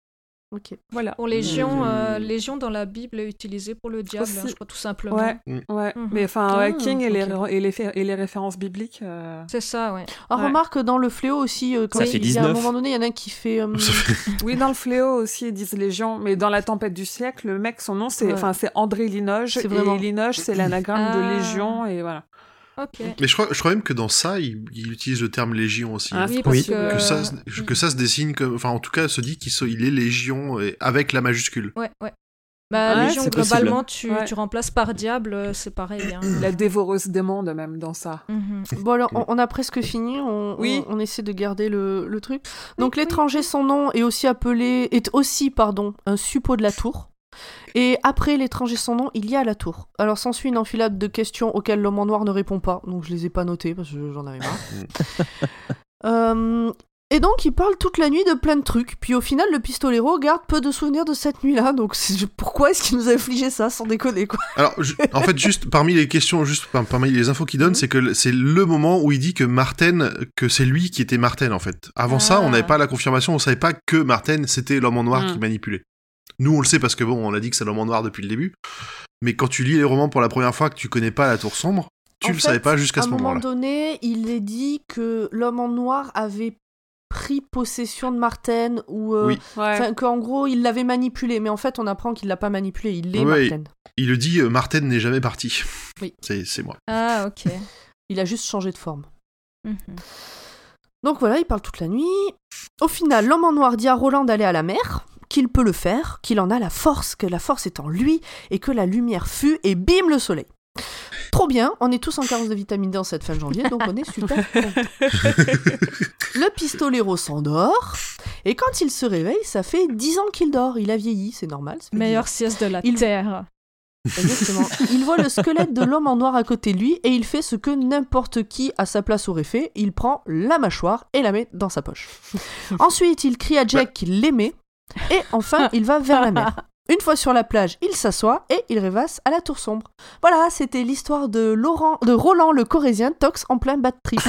S1: Ok.
S4: Voilà.
S5: Pour Légion,
S6: Mmh.
S5: euh, Légion dans la Bible est utilisé pour le diable,
S4: Aussi.
S5: hein, je crois tout simplement.
S4: Ouais,
S2: Mm.
S4: ouais.
S5: Mhm.
S4: Mais enfin, ouais,
S1: Ah,
S4: King et les,
S1: ok.
S4: et les, fé- et les références bibliques. euh,
S5: C'est ça, ouais.
S1: Ah,
S4: Ouais.
S1: remarque, dans le fléau aussi, euh, quand
S6: Ça
S1: il
S6: fait
S1: y a un
S6: dix-neuf.
S1: moment donné, il y en a un qui fait... euh,
S2: Ça fait-
S4: Oui, dans le Fléau aussi, ils disent Légion. Mais dans La Tempête du siècle, le mec, son nom, c'est
S1: Ouais.
S4: enfin c'est André Linoge.
S1: C'est
S4: Et
S1: vraiment-
S4: Linoge, c'est l'anagramme de
S5: Ah.
S4: Légion. Et voilà.
S5: Ok.
S2: Mais je crois, je crois même que dans ça, il, il utilise le terme légion aussi.
S4: Ah,
S5: Oui,
S4: c'est
S5: parce
S3: Oui.
S4: possible.
S5: que...
S2: Que, ça, se- que ça se dessine comme, enfin en tout cas se dit qu'il so- il est légion et- avec la majuscule.
S5: Ouais, ouais. Bah,
S4: Ouais,
S5: Légion,
S6: c'est possible.
S5: globalement, tu,
S4: Ouais.
S5: tu remplaces par diable, euh, c'est pareil. Hein.
S4: La dévoreuse des mondes, même, dans ça.
S5: Mhm.
S1: Bon alors, on, on a presque fini, on,
S4: Oui.
S1: on, on essaie de garder le, le truc. Donc
S5: Oui,
S1: l'étranger, son nom est aussi appelé, est aussi, pardon, un suppôt de la tour. Et après l'étranger, son nom, il y a la tour. Alors s'ensuit une enfilade de questions auxquelles l'homme en noir ne répond pas, donc je les ai pas notées parce que j'en avais marre. Euh, et donc il parle toute la nuit de plein de trucs, puis au final le pistolero garde peu de souvenirs de cette nuit-là, donc c'est- pourquoi est-ce qu'il nous a infligé ça, sans déconner quoi.
S2: Alors, je- en fait, juste parmi les questions, juste par- parmi les infos qu'il donne,
S1: Mhm.
S2: c'est que le- c'est le moment où il dit que Marten, que c'est lui qui était Marten en fait. Avant ça, on
S5: Ah.
S2: n'avait pas la confirmation, on savait pas que Marten c'était l'homme en noir
S4: Mhm.
S2: qui manipulait. Nous, on le sait parce que bon, on a dit que c'est l'homme en noir depuis le début. Mais quand tu lis les romans pour la première fois, que tu connais pas la Tour Sombre, tu
S1: En
S2: le
S1: fait,
S2: savais pas jusqu'à
S1: à
S2: ce
S1: un moment
S2: moment-là.
S1: donné, il est dit que l'homme en noir avait pris possession de Marten ou euh,
S2: Oui.
S4: Ouais.
S1: enfin qu'en gros il l'avait manipulé, mais en fait on apprend qu'il l'a pas manipulé, il est
S2: Ouais.
S1: Marten.
S2: Il le dit, euh, Marten n'est jamais parti.
S1: Oui.
S2: C'est c'est moi.
S5: Ah, ok.
S1: Il a juste changé de forme.
S5: Mhm.
S1: Donc voilà, il parle toute la nuit. Au final, l'homme en noir dit à Roland d'aller à la mer, qu'il peut le faire, qu'il en a la force, que la force est en lui, et que la lumière fut, et bim, le soleil. Trop bien, on est tous en carence de vitamine D en cette fin de janvier, donc on est super contents. Le pistolero s'endort, et quand il se réveille, ça fait dix ans qu'il dort. Il a vieilli, c'est normal. ça fait
S5: Meilleure
S1: dix
S5: sieste de la
S1: Il-
S5: Terre.
S1: ans. Exactement. Il voit le squelette de l'homme en noir à côté de lui, et il fait ce que n'importe qui à sa place aurait fait. Il prend la mâchoire et la met dans sa poche. Ensuite, il crie à Jack qu'il l'aimait, et enfin, il va vers la mer. Une fois sur la plage, il s'assoit et il rêvasse à la tour sombre. Voilà, c'était l'histoire de, Laurent, de Roland le Corésien, tox en plein bad trip.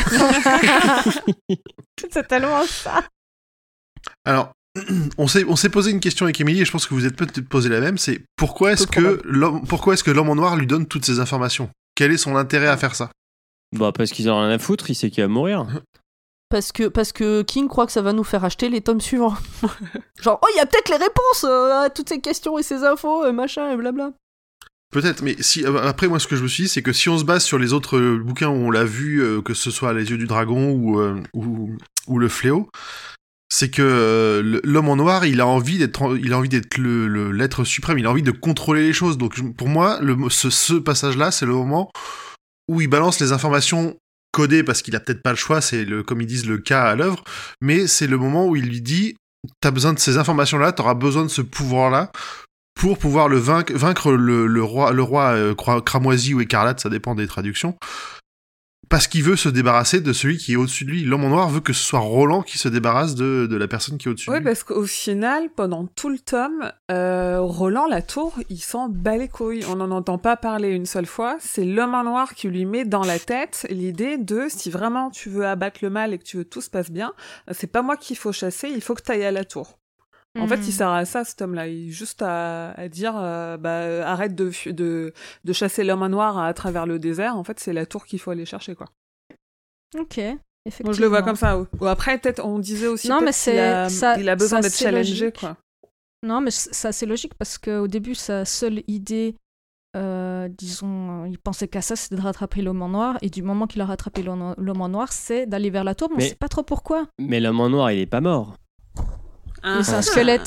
S5: C'est tellement ça.
S2: Alors, on s'est on s'est posé une question avec Émilie et je pense que vous êtes peut-être posé la même. C'est pourquoi est-ce
S1: Peu
S2: que l'homme pourquoi est-ce que l'homme en noir lui donne toutes ces informations? Quel est son intérêt à faire ça?
S6: Bah, parce qu'ils en ont rien à foutre, il sait qu'il va mourir.
S1: Parce que, parce que King croit que ça va nous faire acheter les tomes suivants. Genre, oh, il y a peut-être les réponses euh, à toutes ces questions et ces infos, euh, machin, et blabla.
S2: Peut-être, mais si euh, après moi ce que je me suis dit c'est que si on se base sur les autres euh, bouquins où on l'a vu, euh, que ce soit Les Yeux du Dragon ou euh, ou, ou Le Fléau, c'est que euh, le- l'homme en noir il a envie d'être en- il a envie d'être le, le- l'être suprême, il a envie de contrôler les choses. Donc je- pour moi le ce, ce passage là c'est le moment où il balance les informations codées parce qu'il a peut-être pas le choix, c'est le comme ils disent le cas à l'œuvre, mais c'est le moment où il lui dit t'as besoin de ces informations là, t'auras besoin de ce pouvoir là pour pouvoir le vaincre, vaincre le, le roi, le roi euh, cra- cramoisi ou écarlate, ça dépend des traductions, parce qu'il veut se débarrasser de celui qui est au-dessus de lui. L'homme en noir veut que ce soit Roland qui se débarrasse de, de la personne qui est au-dessus
S4: Oui,
S2: de lui.
S4: parce qu'au final, pendant tout le tome, euh, Roland Latour, il s'en bat les couilles. On n'en entend pas parler une seule fois. C'est l'homme en noir qui lui met dans la tête l'idée de si vraiment tu veux abattre le mal et que tu veux que tout se passe bien, c'est pas moi qu'il faut chasser, il faut que tu ailles à la tour. En fait, il sert à ça, cet homme-là. Il juste à, à dire, euh, bah, arrête de, fu- de, de chasser l'homme en noir à, à travers le désert. En fait, c'est la tour qu'il faut aller chercher, quoi.
S5: Ok, effectivement.
S4: Moi, je le vois comme ça. Ou après, peut-être, on disait aussi
S5: Non,
S4: peut-être
S5: mais
S4: qu'il
S5: c'est-
S4: a,
S5: ça-
S4: il a besoin
S5: ça,
S4: d'être
S5: c'est
S4: challengé,
S5: logique.
S4: quoi.
S5: Non, mais c- ça, c'est logique parce qu'au début, sa seule idée, euh, disons, euh, il pensait qu'à ça, c'était de rattraper l'homme en noir. Et du moment qu'il a rattrapé l'homme l'homme en noir, c'est d'aller vers la tour, mais on
S6: Mais-
S5: sait pas trop pourquoi.
S6: Mais l'homme en noir, il est pas mort.
S5: Et c'est un squelette.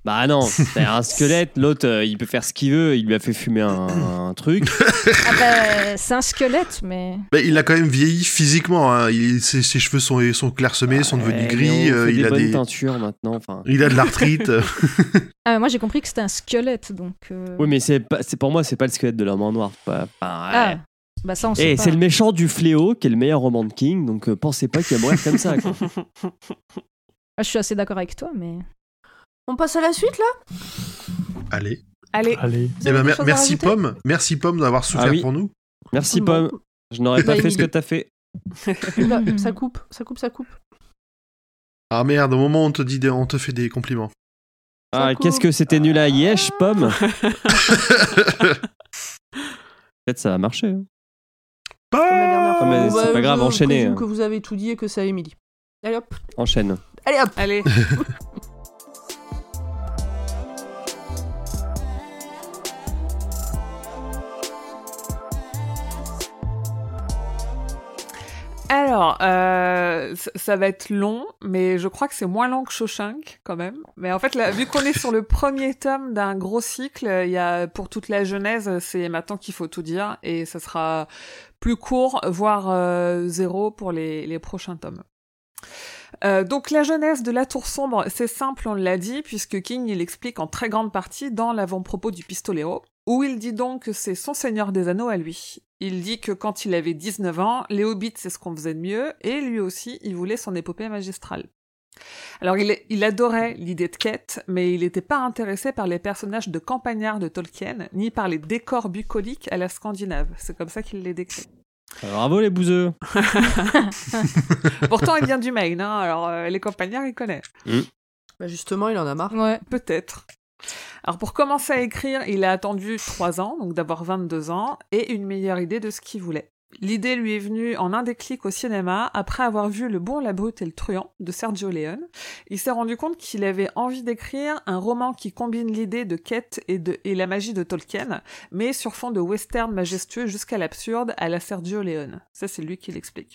S6: Bah non, c'est un squelette, l'autre euh, il peut faire ce qu'il veut, il lui a fait fumer un, un truc.
S5: Ah bah, c'est un squelette, mais...
S2: Bah, il a quand même vieilli physiquement, hein. il, ses, ses cheveux sont, sont clairsemés, sont devenus
S6: Ouais,
S2: gris,
S6: mais on
S2: euh,
S6: fait
S2: il
S6: des
S2: a
S6: bonnes
S2: des...
S6: teintures maintenant. Enfin.
S2: Il a de l'arthrite.
S5: Ah, moi j'ai compris que c'était un squelette, donc... euh,
S6: Oui, mais c'est pas, c'est pour moi, c'est pas le squelette de l'homme en noir. Pas, pas- ouais.
S5: Ah, bah ça on
S6: Et
S5: sait pas.
S6: c'est le méchant du Fléau, qui est le meilleur roman de King, donc euh, pensez pas qu'il va mourir comme ça. Quoi.
S5: Ah, je suis assez d'accord avec toi, mais...
S1: On passe à la suite, là?
S2: Allez.
S4: Allez,
S3: Allez.
S1: Vous
S2: Eh
S1: avez
S2: ben,
S1: des
S2: mer-
S1: choses à
S2: merci
S1: rajouter
S2: Pomme, merci Pomme d'avoir souffert
S6: Ah oui.
S2: pour nous.
S6: Merci,
S1: Bon.
S6: Pomme. Je n'aurais pas
S1: Bah,
S6: fait ce que
S1: Émilie.
S6: t'as fait.
S1: Oula, ça coupe, ça coupe, ça coupe.
S2: Ah merde, au moment où on te, dit des- on te fait des compliments.
S6: Ah,
S1: Ça
S6: qu'est-ce
S1: coupe.
S6: que c'était nul à Yesh, Pomme. Peut-être ça va marcher. hein.
S1: Comme la dernière fois.
S6: Ah, mais
S1: Bon,
S6: c'est
S1: bah,
S6: pas grave,
S1: je
S6: enchaînez,
S1: présume
S6: hein.
S1: que vous avez tout dit et que c'est à Émilie. Allez hop.
S6: Enchaîne.
S1: Allez hop.
S4: allez. Alors, euh, ça- ça va être long, mais je crois que c'est moins long que Shawshank, quand même. Mais en fait, là, vu qu'on est sur le premier tome d'un gros cycle, il y a, pour toute la genèse, c'est maintenant qu'il faut tout dire, et ça sera plus court, voire euh, zéro pour les, les prochains tomes. Euh, donc la genèse de la Tour Sombre, c'est simple, on l'a dit, puisque King il explique en très grande partie dans l'avant-propos du Pistolero, où il dit donc que c'est son Seigneur des Anneaux à lui. Il dit que quand il avait dix-neuf ans, les hobbits c'est ce qu'on faisait de mieux, et lui aussi il voulait son épopée magistrale. Alors il, il adorait l'idée de quête, mais il n'était pas intéressé par les personnages de campagnards de Tolkien, ni par les décors bucoliques à la Scandinave, c'est comme ça qu'il les décrit.
S6: Bravo les bouseux.
S4: Pourtant il vient du Maine, hein, alors euh, les campagnards il connaît.
S1: Bah justement, il en a marre.
S5: Ouais.
S4: Peut-être. Alors pour commencer à écrire, il a attendu trois ans, donc d'avoir vingt-deux ans, et une meilleure idée de ce qu'il voulait. L'idée lui est venue en un déclic au cinéma, après avoir vu Le Bon, la Brute et le Truand de Sergio Leone. Il s'est rendu compte qu'il avait envie d'écrire un roman qui combine l'idée de quête et, de, et la magie de Tolkien, mais sur fond de western majestueux jusqu'à l'absurde à la Sergio Leone. Ça, c'est lui qui l'explique.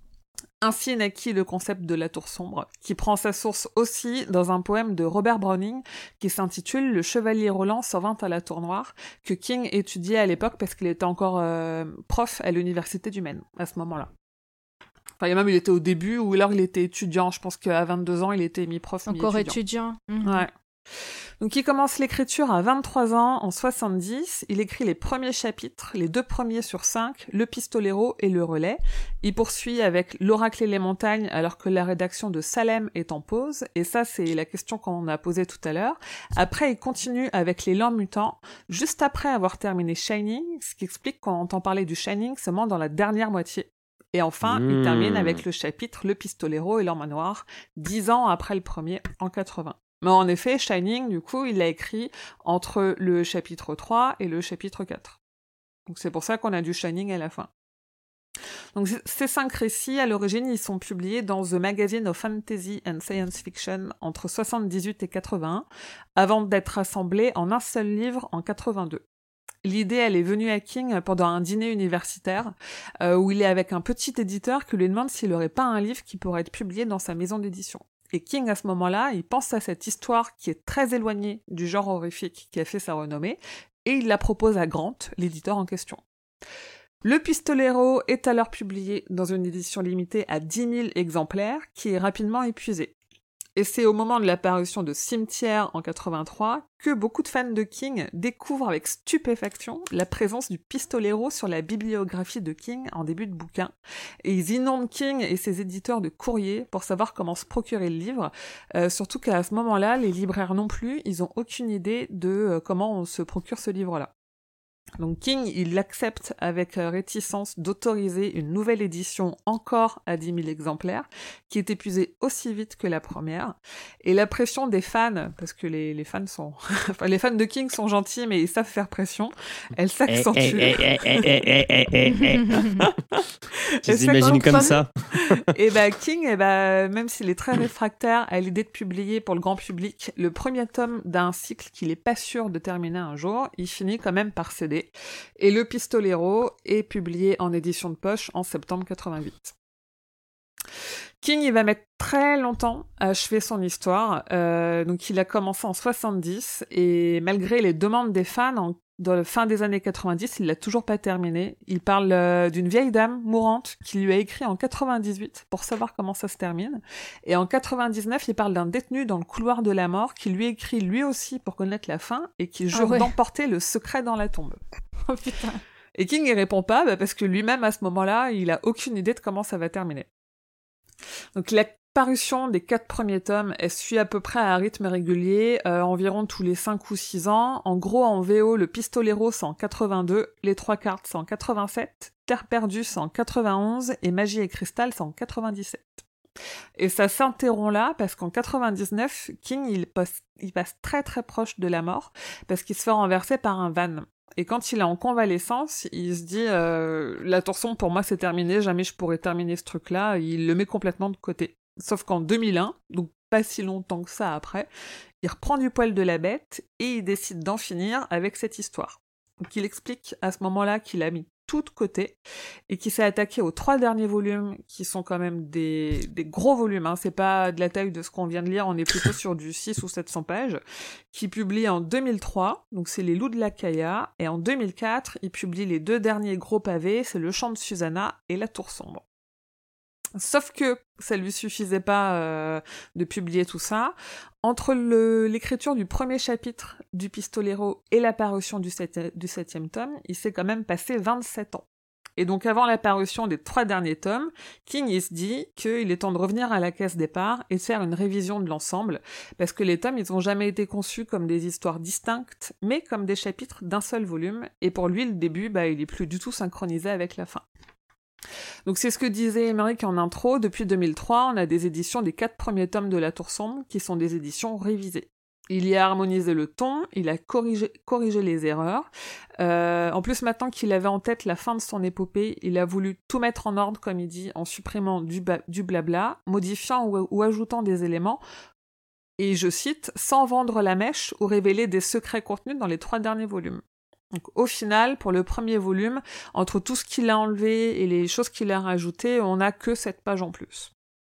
S4: Ainsi naquit le concept de la Tour Sombre, qui prend sa source aussi dans un poème de Robert Browning qui s'intitule « Le Chevalier Roland s'en vint à la Tour Noire », que King étudiait à l'époque parce qu'il était encore euh, prof à l'université du Maine, à ce moment-là. Enfin, même il était au début, ou alors il était étudiant, je pense qu'à vingt-deux ans, il était mi-prof, mi-étudiant.
S5: Encore étudiant. Mhm.
S4: Ouais. Donc il commence l'écriture à vingt-trois ans, en soixante-dix. Il écrit les premiers chapitres, les deux premiers sur cinq, Le Pistolero et Le Relais. Il poursuit avec L'Oracle et les montagnes, alors que la rédaction de Salem est en pause. Et ça, c'est la question qu'on a posée tout à l'heure. Après, il continue avec Les Lents Mutants, juste après avoir terminé Shining, ce qui explique qu'on entend parler du Shining seulement dans la dernière moitié. Et enfin,
S6: Mmh.
S4: il termine avec le chapitre Le Pistolero et l'Homme noir, dix ans après le premier, en quatre-vingts. Mais en effet, Shining, du coup, il l'a écrit entre le chapitre trois et le chapitre quatre. Donc c'est pour ça qu'on a du Shining à la fin. Donc ces cinq récits, à l'origine, ils sont publiés dans The Magazine of Fantasy and Science Fiction entre soixante-dix-huit et quatre-vingt-un, avant d'être rassemblés en un seul livre en quatre-vingt-deux. L'idée, elle est venue à King pendant un dîner universitaire, euh, où il est avec un petit éditeur qui lui demande s'il n'aurait pas un livre qui pourrait être publié dans sa maison d'édition. Et King, à ce moment-là, il pense à cette histoire qui est très éloignée du genre horrifique qui a fait sa renommée, et il la propose à Grant, l'éditeur en question. Le Pistolero est alors publié dans une édition limitée à dix mille exemplaires, qui est rapidement épuisée. Et c'est au moment de la parution de Cimetière en quatre-vingt-trois que beaucoup de fans de King découvrent avec stupéfaction la présence du Pistolero sur la bibliographie de King en début de bouquin. Et ils inondent King et ses éditeurs de courriers pour savoir comment se procurer le livre, euh, surtout qu'à ce moment-là, les libraires non plus, ils ont aucune idée de euh, comment on se procure ce livre-là. Donc King, il accepte avec réticence d'autoriser une nouvelle édition encore à dix mille exemplaires, qui est épuisée aussi vite que la première. Et la pression des fans, parce que les, les fans sont... enfin, les fans de King sont gentils, mais ils savent faire pression, elle s'accentue.
S6: Tu les imagines comme ça.
S4: Et bah King, et bah, même s'il est très réfractaire à l'idée de publier pour le grand public le premier tome d'un cycle qu'il n'est pas sûr de terminer un jour, il finit quand même par céder. Et Le Pistolero est publié en édition de poche en septembre quatre-vingt-huit. King, il va mettre très longtemps à achever son histoire. Euh, donc il a commencé en soixante-dix et malgré les demandes des fans, en, dans la fin des années quatre-vingt-dix, il l'a toujours pas terminé. Il parle euh, d'une vieille dame mourante qui lui a écrit en quatre-vingt-dix-huit pour savoir comment ça se termine. Et en quatre-vingt-dix-neuf, il parle d'un détenu dans le couloir de la mort qui lui écrit lui aussi pour connaître la fin et qui jure
S5: Ah ouais.
S4: d'emporter le secret dans la tombe.
S5: Oh putain.
S4: Et King, il répond pas bah, parce que lui-même, à ce moment-là, il a aucune idée de comment ça va terminer. Donc la parution des quatre premiers tomes, elle suit à peu près à un rythme régulier, euh, environ tous les cinq ou six ans. En gros, en V O, le Pistolero, c'est en quatre-vingt-deux, Les Trois Cartes, c'est en quatre-vingt-sept, Terre perdue, c'est en quatre-vingt-onze, et Magie et Cristal, c'est en quatre-vingt-dix-sept. Et ça s'interrompt là, parce qu'en quatre-vingt-dix-neuf, King, il passe, il passe très très proche de la mort, parce qu'il se fait renverser par un van. Et quand il est en convalescence, il se dit euh, « La torsion, pour moi, c'est terminé, jamais je pourrais terminer ce truc-là », il le met complètement de côté. Sauf qu'en deux mille un, donc pas si longtemps que ça après, il reprend du poil de la bête et il décide d'en finir avec cette histoire. Donc il explique à ce moment-là qu'il a mis tout de côté et qu'il s'est attaqué aux trois derniers volumes qui sont quand même des, des gros volumes, hein. C'est pas de la taille de ce qu'on vient de lire, on est plutôt sur du six ou sept cents pages, qui publie en deux mille trois, donc c'est Les Loups de la Caïa, et en deux mille quatre, il publie les deux derniers gros pavés, c'est Le Chant de Susanna et La Tour Sombre. Sauf que ça lui suffisait pas euh, de publier tout ça. Entre le, l'écriture du premier chapitre du Pistolero et la parution du, sept, du septième tome, il s'est quand même passé vingt-sept ans. Et donc avant la parution des trois derniers tomes, King il se dit qu'il est temps de revenir à la case départ et de faire une révision de l'ensemble, parce que les tomes ils n'ont jamais été conçus comme des histoires distinctes, mais comme des chapitres d'un seul volume, et pour lui le début bah, il est plus du tout synchronisé avec la fin. Donc c'est ce que disait Émeric en intro, depuis deux mille trois, on a des éditions des quatre premiers tomes de La Tour Sombre, qui sont des éditions révisées. Il y a harmonisé le ton, il a corrigé, corrigé les erreurs. Euh, en plus, maintenant qu'il avait en tête la fin de son épopée, il a voulu tout mettre en ordre, comme il dit, en supprimant du, ba- du blabla, modifiant ou, ou ajoutant des éléments, et je cite, sans vendre la mèche ou révéler des secrets contenus dans les trois derniers volumes. Donc, au final, pour le premier volume, entre tout ce qu'il a enlevé et les choses qu'il a rajoutées, on n'a que sept pages en plus.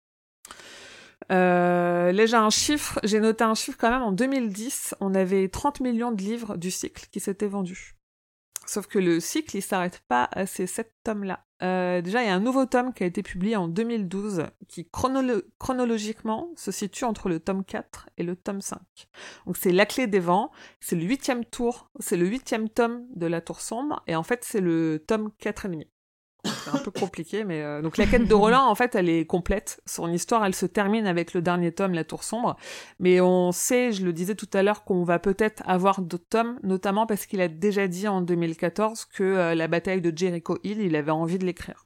S4: Euh, là, j'ai un chiffre, j'ai noté un chiffre quand même, en deux mille dix, on avait trente millions de livres du cycle qui s'étaient vendus. Sauf que le cycle, il s'arrête pas à ces sept tomes-là. Euh, déjà, il y a un nouveau tome qui a été publié en deux mille douze, qui chronolo- chronologiquement se situe entre le tome quatre et le tome cinq. Donc c'est La Clé des Vents, c'est le huitième tour, c'est le huitième tome de La Tour Sombre, et en fait c'est le tome quatre et demi. C'est un peu compliqué, mais... Euh... Donc la quête de Roland, en fait, elle est complète. Son histoire, elle se termine avec le dernier tome, La Tour Sombre. Mais on sait, je le disais tout à l'heure, qu'on va peut-être avoir d'autres tomes, notamment parce qu'il a déjà dit en deux mille quatorze que euh, la bataille de Jericho Hill, il avait envie de l'écrire.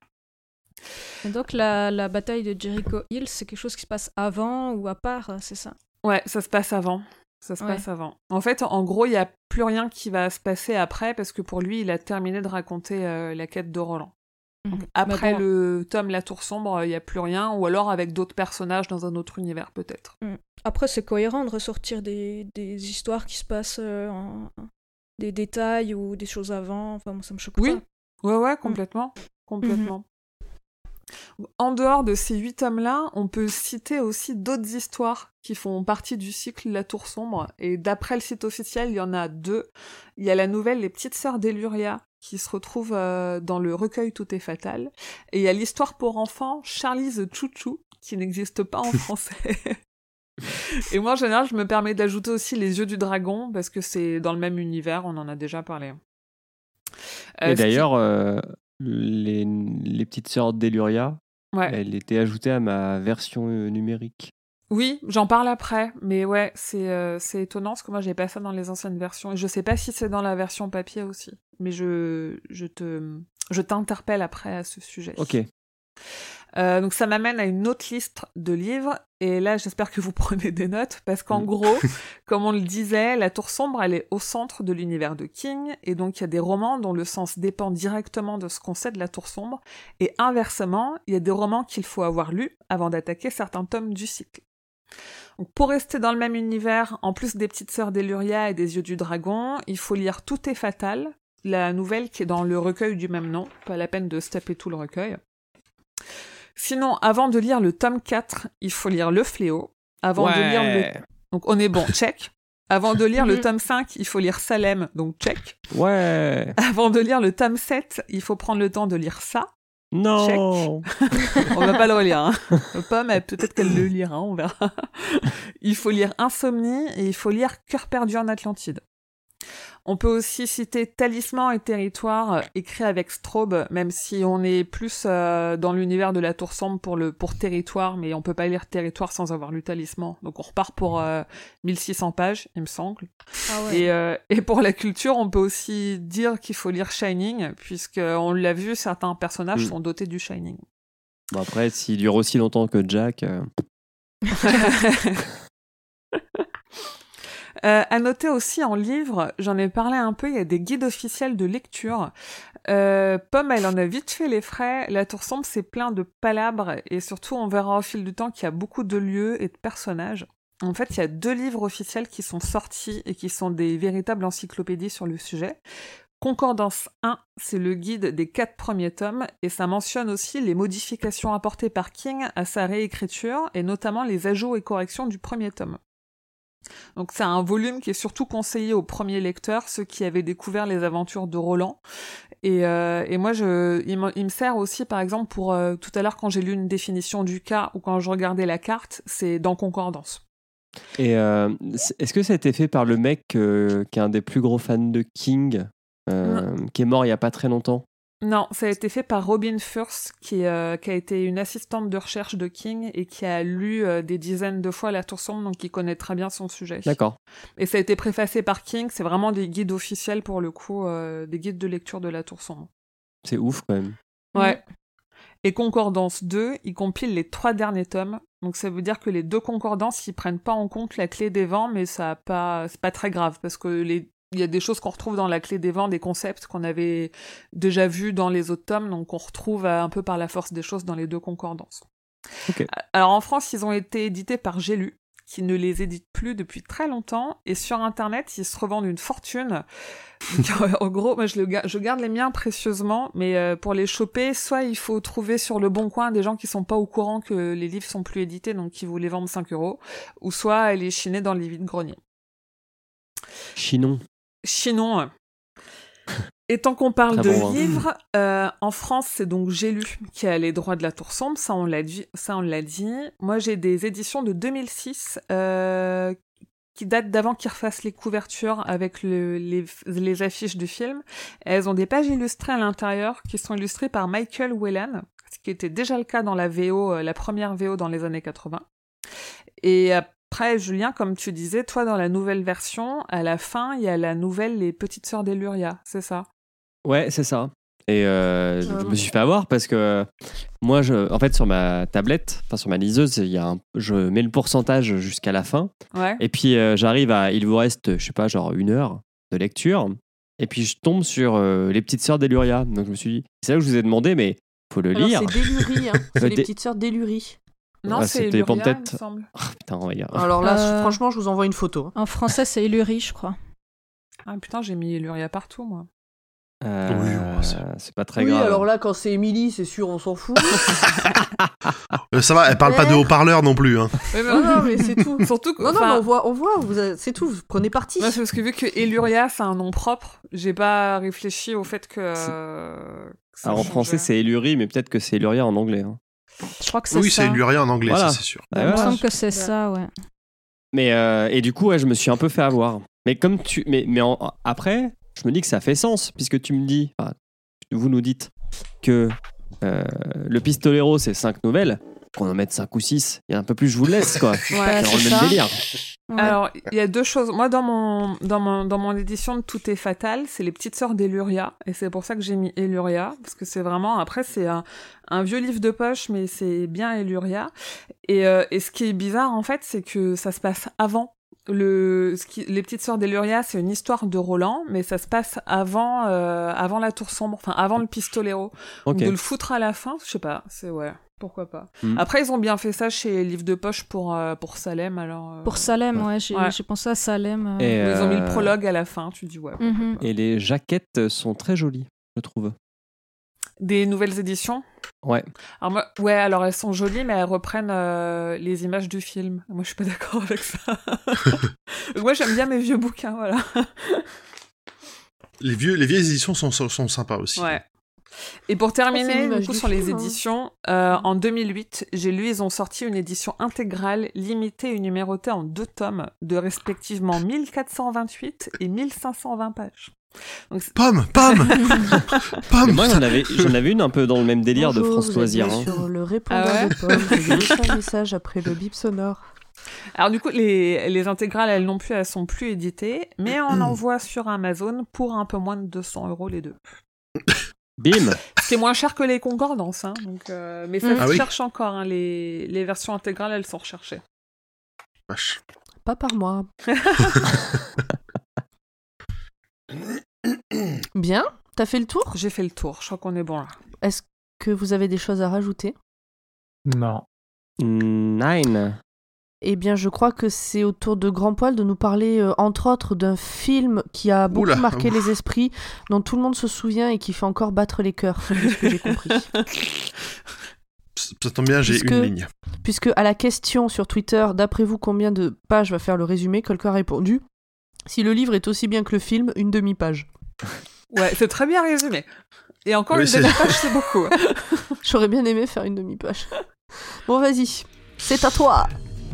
S5: Et donc la, la bataille de Jericho Hill, c'est quelque chose qui se passe avant ou à part, c'est ça?
S4: Ouais, ça se passe avant. Ça se ouais. passe avant. En fait, en gros, il n'y a plus rien qui va se passer après, parce que pour lui, il a terminé de raconter euh, la quête de Roland. Donc, après bah bon. le tome La Tour Sombre, il n'y a plus rien, ou alors avec d'autres personnages dans un autre univers, peut-être.
S5: Après, c'est cohérent de ressortir des, des histoires qui se passent euh, en des détails ou des choses avant. Enfin, moi, ça me choque
S4: oui.
S5: pas.
S4: Oui, ouais, ouais, complètement. Mm. Complètement. Mm-hmm. En dehors de ces huit tomes-là, on peut citer aussi d'autres histoires qui font partie du cycle La Tour Sombre. Et d'après le site officiel, il y en a deux. Il y a la nouvelle Les Petites Sœurs d'Eluria, qui se retrouve euh, dans le recueil Tout est fatal. Et il y a l'histoire pour enfants Charlie the Chouchou, qui n'existe pas en français. Et moi, en général, je me permets d'ajouter aussi Les Yeux du Dragon, parce que c'est dans le même univers, on en a déjà parlé.
S6: Euh, Et d'ailleurs, qui... euh, les, les Petites Sœurs d'Eluria, ouais. Elle était ajoutée à ma version euh, numérique.
S4: Oui, j'en parle après, mais ouais, c'est, euh, c'est étonnant, parce que moi, j'ai pas ça dans les anciennes versions, et je sais pas si c'est dans la version papier aussi, mais je, je, te, je t'interpelle après à ce sujet.
S6: Ok.
S4: Euh, donc ça m'amène à une autre liste de livres, et là, j'espère que vous prenez des notes, parce qu'en gros, comme on le disait, La Tour Sombre, elle est au centre de l'univers de King, et donc il y a des romans dont le sens dépend directement de ce qu'on sait de La Tour Sombre, et inversement, il y a des romans qu'il faut avoir lus avant d'attaquer certains tomes du cycle. Donc pour rester dans le même univers, en plus des Petites Sœurs d'Eluria et des Yeux du Dragon, il faut lire Tout est fatal, la nouvelle qui est dans le recueil du même nom, pas la peine de se taper tout le recueil. Sinon, avant de lire le tome quatre, il faut lire Le Fléau. Avant
S6: ouais.
S4: de lire le... Donc, on est bon, check. Avant de lire le tome cinq, il faut lire Salem, donc check.
S6: Ouais.
S4: Avant de lire le tome sept, il faut prendre le temps de lire ça.
S6: Non.
S4: On va pas le relire. Hein. Pas, mais peut-être qu'elle le lira, on verra. Il faut lire Insomnie et il faut lire Cœur perdu en Atlantide. On peut aussi citer Talisman et Territoire, euh, écrit avec Straub, même si on est plus euh, dans l'univers de la Tour Sombre pour, le, pour Territoire, mais on peut pas lire Territoire sans avoir lu Talisman. Donc on repart pour euh, mille six cents pages, il me semble.
S5: Ah ouais.
S4: Et, euh, et pour la culture, on peut aussi dire qu'il faut lire Shining, puisqu'on l'a vu, certains personnages
S6: Mm.
S4: sont dotés du Shining.
S6: Bon, après, s'il dure aussi longtemps que Jack... Euh...
S4: Euh, à noter aussi en livre, j'en ai parlé un peu, il y a des guides officiels de lecture. Euh, Pomme, elle en a vite fait les frais. La Tour Sombre, c'est plein de palabres et surtout, on verra au fil du temps qu'il y a beaucoup de lieux et de personnages. En fait, il y a deux livres officiels qui sont sortis et qui sont des véritables encyclopédies sur le sujet. Concordance un, c'est le guide des quatre premiers tomes et ça mentionne aussi les modifications apportées par King à sa réécriture et notamment les ajouts et corrections du premier tome. Donc c'est un volume qui est surtout conseillé aux premiers lecteurs, ceux qui avaient découvert les aventures de Roland. Et, euh, et moi, je, il, me, il me sert aussi, par exemple, pour euh, tout à l'heure quand j'ai lu une définition du cas ou quand je regardais la carte, c'est dans Concordance.
S6: Et euh, est-ce que ça a été fait par le mec euh, qui est un des plus gros fans de King, euh, qui est mort il y a pas très longtemps?
S4: Non, ça a été fait par Robin Furst, qui, euh, qui a été une assistante de recherche de King et qui a lu euh, des dizaines de fois La Tour Sombre, donc il connaît très bien son sujet.
S6: D'accord.
S4: Et ça a été préfacé par King, c'est vraiment des guides officiels pour le coup, euh, des guides de lecture de La Tour Sombre.
S6: C'est ouf quand même.
S4: Ouais. Et Concordance deux, il compile les trois derniers tomes, donc ça veut dire que les deux concordances, ils prennent pas en compte la clé des vents, mais ça a pas, c'est pas très grave, parce que les il y a des choses qu'on retrouve dans la clé des vents, des concepts qu'on avait déjà vus dans les autres tomes, donc on retrouve un peu par la force des choses dans les deux concordances.
S6: Okay.
S4: Alors en France, ils ont été édités par J'ai lu, qui ne les édite plus depuis très longtemps, et sur Internet, ils se revendent une fortune. Donc, en gros, moi je, le ga- je garde les miens précieusement, mais euh, pour les choper, soit il faut trouver sur le Bon Coin des gens qui sont pas au courant que les livres sont plus édités, donc qui vous les vendent cinq euros, ou soit aller chiner dans les vides-greniers.
S6: Chinon.
S4: Chinon. Et tant qu'on parle
S6: Très
S4: de
S6: bon, hein.
S4: livres, euh, en France, c'est donc J'ai lu qui a les droits de La Tour Sombre, ça on l'a dit. Ça on l'a dit. Moi, j'ai des éditions de deux mille six euh, qui datent d'avant qu'ils refassent les couvertures avec le, les, les affiches du film. Et elles ont des pages illustrées à l'intérieur qui sont illustrées par Michael Whelan, ce qui était déjà le cas dans la V O, euh, la première V O dans les années quatre-vingts. Et après, Julien, comme tu disais, toi, dans la nouvelle version, à la fin, il y a la nouvelle Les Petites Sœurs d'Eluria, c'est ça?
S6: Ouais, c'est ça. Et euh,
S1: Ah
S6: je
S1: bon.
S6: me suis fait avoir parce que moi, je, en fait, sur ma tablette, enfin sur ma liseuse, il y a un, je mets le pourcentage jusqu'à la fin.
S4: Ouais.
S6: Et puis euh, j'arrive à, il vous reste, je sais pas, genre une heure de lecture. Et puis je tombe sur euh, Les Petites Sœurs d'Eluria. Donc je me suis dit, c'est là que je vous ai demandé, mais faut le
S1: Alors,
S6: lire.
S1: c'est Délurie, hein. C'est
S6: Euh,
S1: les
S6: dé-
S1: petites sœurs Délurie.
S4: Non,
S6: Ah,
S4: c'est
S6: c'était
S4: Eluria,
S6: peut-être-
S4: il me semble.
S6: Ah, putain, on va dire.
S1: Alors là,
S5: Euh,
S1: franchement, je vous envoie une photo.
S5: En français, c'est Illurie, je crois.
S4: Ah putain, j'ai mis Eluria partout, moi.
S6: Euh,
S2: Oui, ouais, c'est-
S6: c'est pas très
S1: oui,
S6: grave.
S1: alors là, quand c'est Émilie, c'est sûr, on s'en fout.
S2: Euh, ça va, elle parle pas de
S1: Ouais.
S2: haut-parleur non plus. Hein.
S4: Ouais, mais
S1: non, non, mais c'est tout.
S4: Surtout que,
S1: Non, non,
S4: enfin,
S1: mais on voit, on voit, vous avez- c'est tout, vous prenez parti.
S4: moi, c'est parce que vu que Eluria, c'est un nom propre, j'ai pas réfléchi au fait que.
S6: C'est-
S4: euh, que ça
S6: Alors en
S4: changeait.
S6: français, c'est Elurie, mais peut-être que c'est Eluria en anglais. hein.
S5: Je crois que c'est
S2: Oui,
S5: ça.
S2: c'est Illyria en anglais,
S6: Voilà.
S2: ça c'est sûr.
S6: Ah,
S5: Il me
S6: voilà.
S5: semble que c'est ça, ouais.
S6: Mais euh, et du coup, ouais, je me suis un peu fait avoir. Mais comme tu, mais mais en- après, je me dis que ça fait sens puisque tu me dis, enfin, vous nous dites que euh, le Pistolero c'est cinq nouvelles, qu'on en mette cinq ou six. Il y a un peu plus, je vous le laisse quoi.
S4: Ouais,
S6: C'est dans
S5: c'est
S6: le même
S5: ça.
S6: délire.
S5: Ouais.
S4: Alors, il y a deux choses. Moi, dans mon, dans mon, dans mon édition de Tout est fatal, c'est les petites sœurs d'Eluria. Et c'est pour ça que j'ai mis Eluria. Parce que c'est vraiment, après, c'est un, un vieux livre de poche, mais c'est bien Eluria. Et, euh, et ce qui est bizarre, en fait, c'est que ça se passe avant. Le, ce qui, les petites sœurs d'Eluria, c'est une histoire de Roland, mais ça se passe avant, euh, avant la Tour Sombre, enfin, avant le Pistolero.
S6: Ok.
S4: Donc, de le foutre à la fin, je sais pas, c'est, ouais. Pourquoi pas.
S6: Hmm.
S4: Après, ils ont bien fait ça chez Livre de Poche pour, euh, pour Salem, alors... euh,
S5: Pour Salem, ouais, j'ai
S4: Ouais.
S5: j'ai pensé à Salem. euh.
S6: Et,
S4: Ils ont mis le
S6: euh,
S4: prologue à la fin, tu dis ouais. pourquoi
S5: Mhm.
S4: pas.
S6: Et les jaquettes sont très jolies, je trouve.
S4: Des nouvelles éditions.
S6: Ouais.
S4: Alors moi, ouais, alors elles sont jolies, mais elles reprennent euh, les images du film. Moi, je suis pas d'accord avec ça. Moi, j'aime bien mes vieux bouquins, voilà.
S2: Les, vieux, les vieilles éditions sont, sont, sont sympas aussi.
S4: Ouais. Et pour terminer,
S1: oh,
S4: du coup,
S1: du
S4: sur
S1: film,
S4: les
S1: hein.
S4: éditions, euh, en deux mille huit, j'ai lu, ils ont sorti une édition intégrale, limitée et numérotée en deux tomes, de respectivement mille quatre cent vingt-huit et mille cinq cent vingt pages. Donc,
S2: Pomme, pomme, pomme.
S6: Et moi, j'en avais, j'en avais une un peu dans le même délire
S1: Bonjour,
S6: de France
S1: vous êtes
S6: Loisirs.
S1: bien
S6: Hein.
S1: sur le répondeur
S4: Ah ouais
S1: de Pomme. Je vais laisser un message après le bip sonore.
S4: Alors du coup, les, les intégrales, elles non plus, elles sont plus éditées, mais on en voit sur Amazon pour un peu moins de deux cents euros les deux.
S6: Bim.
S4: C'est moins cher que les concordances, hein, donc, euh, mais ça
S1: Mm.
S4: se
S2: Ah oui.
S4: cherche encore. Hein, les, les versions intégrales, elles sont recherchées.
S2: Vache.
S1: Pas par moi. Bien, t'as fait le tour?
S4: J'ai fait le tour, je crois qu'on est bon là.
S1: Est-ce que vous avez des choses à rajouter?
S3: Non.
S6: Nine.
S1: Eh bien, je crois que c'est au tour de Grand Poil de nous parler, euh, entre autres, d'un film qui a beaucoup
S2: Oula,
S1: marqué
S2: ouf.
S1: les esprits, dont tout le monde se souvient et qui fait encore battre les cœurs, de ce que j'ai compris.
S2: Ça tombe bien, j'ai
S1: Puisque-
S2: une ligne.
S1: Puisque à la question sur Twitter, d'après vous, combien de pages va faire le résumé, quelqu'un a répondu: si le livre est aussi bien que le film, une demi-page.
S4: Ouais, c'est très bien résumé. Et encore
S2: Oui,
S4: une
S2: c'est-
S4: demi-page, c'est beaucoup.
S1: J'aurais bien aimé faire une demi-page. Bon, vas-y, c'est à toi.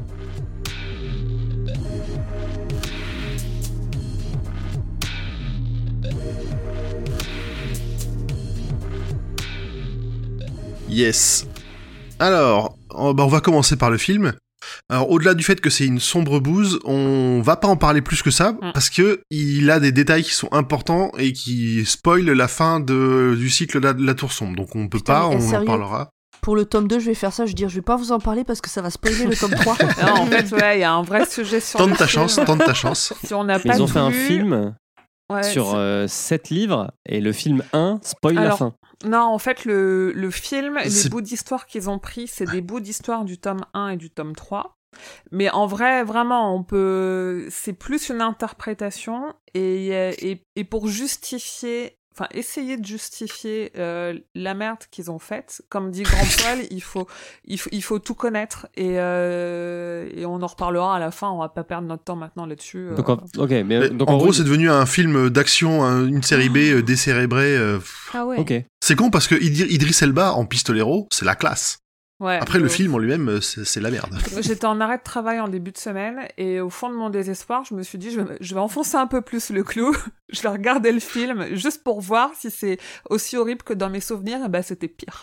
S2: Yes. Alors, on, bah, on va commencer par le film. Alors, au-delà du fait que c'est une sombre bouse, on va pas en parler plus que ça,
S4: Mm.
S2: parce que il a des détails qui sont importants et qui spoilent la fin de, du cycle de la, de la Tour Sombre. Donc on peut
S1: Putain,
S2: pas,
S1: mais, eh,
S2: on en
S1: sérieux
S2: parlera.
S1: Pour le tome deux, je vais faire ça, je veux dire, je vais pas vous en parler parce que ça va spoiler le tome trois.
S4: Non, en fait, ouais, il y a un vrai sujet sur
S2: Tente
S4: le
S2: ta
S4: film.
S2: chance, tente ta chance.
S4: Si on n'a
S6: Mais
S4: pas
S6: ils ont fait un
S4: vu-
S6: film
S4: Ouais,
S6: sur
S4: c'est-
S6: euh, sept livres et le film un spoil la
S4: Alors,
S6: fin.
S4: Non, en fait, le, le film, les
S2: C'est-
S4: bouts d'histoire qu'ils ont pris, c'est des bouts d'histoire du tome un et du tome trois. Mais en vrai, vraiment, on peut... C'est plus une interprétation et, et, et pour justifier... Enfin, essayer de justifier euh, la merde qu'ils ont faite, comme dit Grand Poil, il faut, il faut, il faut tout connaître et, euh, et on en reparlera à la fin, on va pas perdre notre temps maintenant là-dessus. euh.
S6: Donc, en- ok, mais,
S2: Mais
S6: donc
S2: en
S6: en
S2: gros,
S6: gros,
S2: c'est devenu un film d'action, un- une série B euh, décérébrée. euh, pff.
S5: Ah ouais.
S6: ok.
S2: C'est con parce que Idri- Idris Elba en pistolero, c'est la classe.
S4: Ouais,
S2: Après, le
S4: euh,
S2: film en lui-même, euh, c'est c'est la merde.
S4: J'étais en arrêt de travail en début de semaine et au fond de mon désespoir, je me suis dit je vais, je vais enfoncer un peu plus le clou, je vais regarder le film juste pour voir si c'est aussi horrible que dans mes souvenirs. Et ben c'était pire.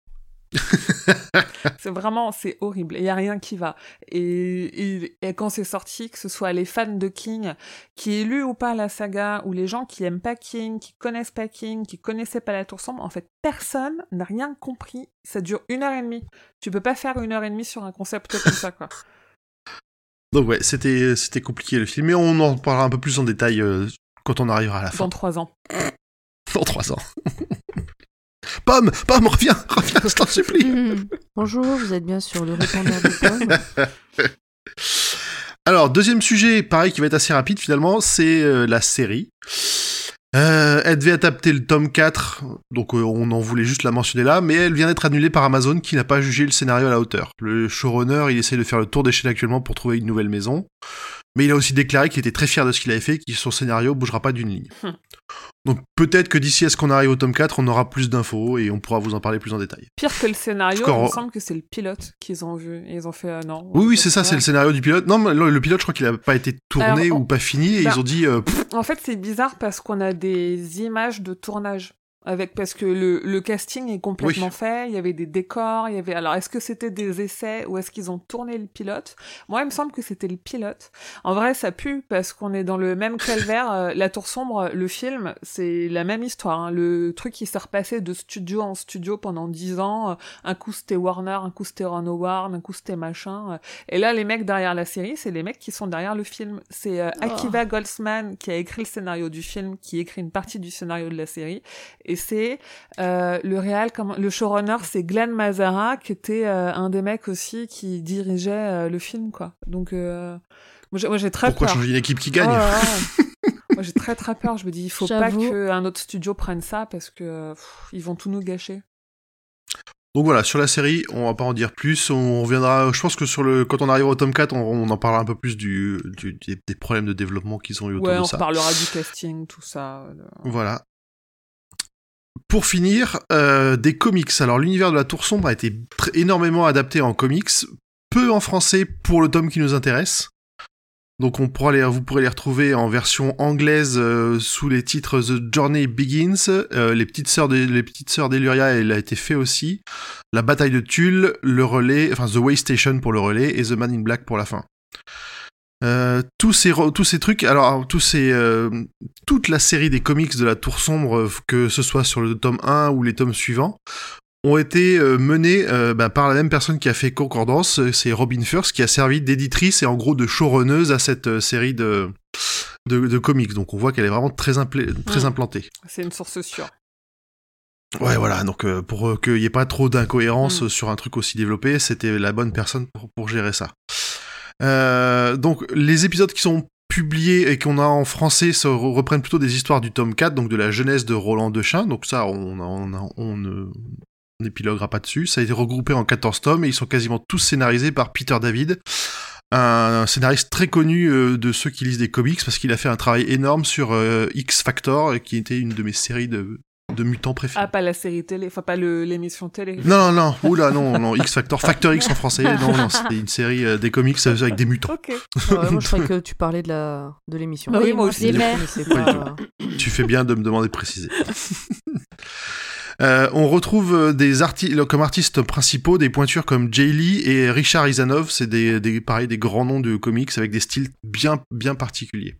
S4: C'est vraiment, c'est horrible. Il y a rien qui va. Et, et, et quand c'est sorti, que ce soit les fans de King qui aient lu ou pas la saga, ou les gens qui aiment pas King, qui connaissent pas King, qui connaissaient pas la Tour Sombre, en fait, personne n'a rien compris. Ça dure une heure et demie. Tu peux pas faire une heure et demie sur un concept comme ça, quoi.
S2: Donc ouais, c'était c'était compliqué le film, mais on en parlera un peu plus en détail euh, quand on arrivera à la fin.
S4: Dans trois ans.
S2: Dans trois ans. Pomme, Pomme, reviens, reviens, je t'en supplie.
S1: Mhm. Bonjour, vous êtes bien sur le répondeur de Pomme.
S2: Alors, deuxième sujet, pareil, qui va être assez rapide finalement, c'est euh, la série. Euh, elle devait adapter le tome quatre, donc euh, on en voulait juste la mentionner là, mais elle vient d'être annulée par Amazon qui n'a pas jugé le scénario à la hauteur. Le showrunner, il essaie de faire le tour des chaînes actuellement pour trouver une nouvelle maison, mais il a aussi déclaré qu'il était très fier de ce qu'il avait fait et que son scénario bougera pas d'une ligne.
S4: Hmm.
S2: Donc peut-être que d'ici à ce qu'on arrive au tome quatre, on aura plus d'infos et on pourra vous en parler plus en détail.
S4: Pire que le scénario,
S2: Encore-
S4: il me semble que c'est le pilote qu'ils ont vu. Et ils ont fait, euh, non.
S2: Oui, oui, c'est ça, c'est le scénario du pilote. Non, mais le, le pilote, je crois qu'il a pas été tourné
S4: Alors, on-
S2: ou pas fini, et
S4: bah,
S2: ils ont dit... euh, pff,
S4: En fait, c'est bizarre parce qu'on a des images de tournage. Avec, parce que le, le casting est complètement
S2: Oui.
S4: fait, il y avait des décors, il y avait... Alors, est-ce que c'était des essais ou est-ce qu'ils ont tourné le pilote? Moi, il me semble que c'était le pilote. En vrai, ça pue parce qu'on est dans le même calvaire. Euh, La Tour Sombre, le film, c'est la même histoire. Hein. Le truc qui s'est repassé de studio en studio pendant dix ans. Euh, Un coup, c'était Warner, un coup, c'était Ron Howard, un coup, c'était machin. Euh, Et là, les mecs derrière la série, c'est les mecs qui sont derrière le film. C'est euh, Akiva Goldsman qui a écrit le scénario du film, qui écrit une partie du scénario de la série. Et c'est euh, le réal, comment, le showrunner, c'est Glenn Mazzara, qui était euh, un des mecs aussi qui dirigeait euh, le film, quoi. Donc, euh, moi, j'ai, moi, j'ai très
S2: pourquoi
S4: peur.
S2: changer une équipe qui gagne?
S4: Oh là là. Moi, j'ai très très peur. Je me dis, il faut
S5: J'avoue.
S4: pas qu'un autre studio prenne ça parce que pff, ils vont tout nous gâcher.
S2: Donc voilà, sur la série, on va pas en dire plus. On reviendra, je pense que sur le, quand on arrivera au tome quatre, on, on en parlera un peu plus du, du des, des problèmes de développement qu'ils ont eu autour
S4: Ouais,
S2: de
S4: on
S2: ça.
S4: parlera du casting, tout ça. de-
S2: Voilà. Pour finir, euh, des comics. Alors l'univers de la Tour Sombre a été tr- énormément adapté en comics, peu en français pour le tome qui nous intéresse. Donc on pourra les, vous pourrez les retrouver en version anglaise euh, sous les titres The Journey Begins, euh, les petites sœurs de, les petites sœurs d'Eluria, elle a été fait aussi, La bataille de Tulle, le relais, enfin The Way Station pour le relais et The Man in Black pour la fin. Euh, tous ces re- tous ces trucs, alors tous ces euh, toute la série des comics de la Tour Sombre, euh, que ce soit sur le tome un ou les tomes suivants, ont été euh, menés euh, bah, par la même personne qui a fait Concordance, euh, c'est Robin Furst, qui a servi d'éditrice et en gros de showrunneuse à cette euh, série de, de de comics. Donc on voit qu'elle est vraiment très implé- très
S4: Mm.
S2: implantée.
S4: C'est une source sûre.
S2: Ouais, voilà. Donc euh, pour euh, qu'il y ait pas trop d'incohérence
S4: Mm.
S2: euh, sur un truc aussi développé, c'était la bonne personne pour pour gérer ça. Euh, donc les épisodes qui sont publiés et qu'on a en français se re- reprennent plutôt des histoires du tome quatre, donc de la jeunesse de Roland Deschamps. Donc ça, on, on, on, on ne on n'épiloguera pas dessus. Ça a été regroupé en quatorze tomes et ils sont quasiment tous scénarisés par Peter David, un scénariste très connu euh, de ceux qui lisent des comics parce qu'il a fait un travail énorme sur euh, X Factor, qui était une de mes séries de, de mutants préférées.
S4: Ah, pas la série télé, enfin pas le, l'émission télé.
S2: Non, non, non, oula, non, non, X Factor, Factor X en français, non, non, c'était une série euh, des comics euh, avec des mutants.
S4: Ok.
S1: Ouais, moi, je croyais que tu parlais de la de l'émission.
S4: Bah oui, moi
S5: moi
S4: aussi.
S5: aussi.
S1: Je connaissais pas.
S2: Tu fais bien de me demander de préciser. Euh, on retrouve euh, des arti- comme artistes principaux des pointures comme Jay Lee et Richard Izanov, c'est des, des pareil des grands noms de comics avec des styles bien bien particuliers.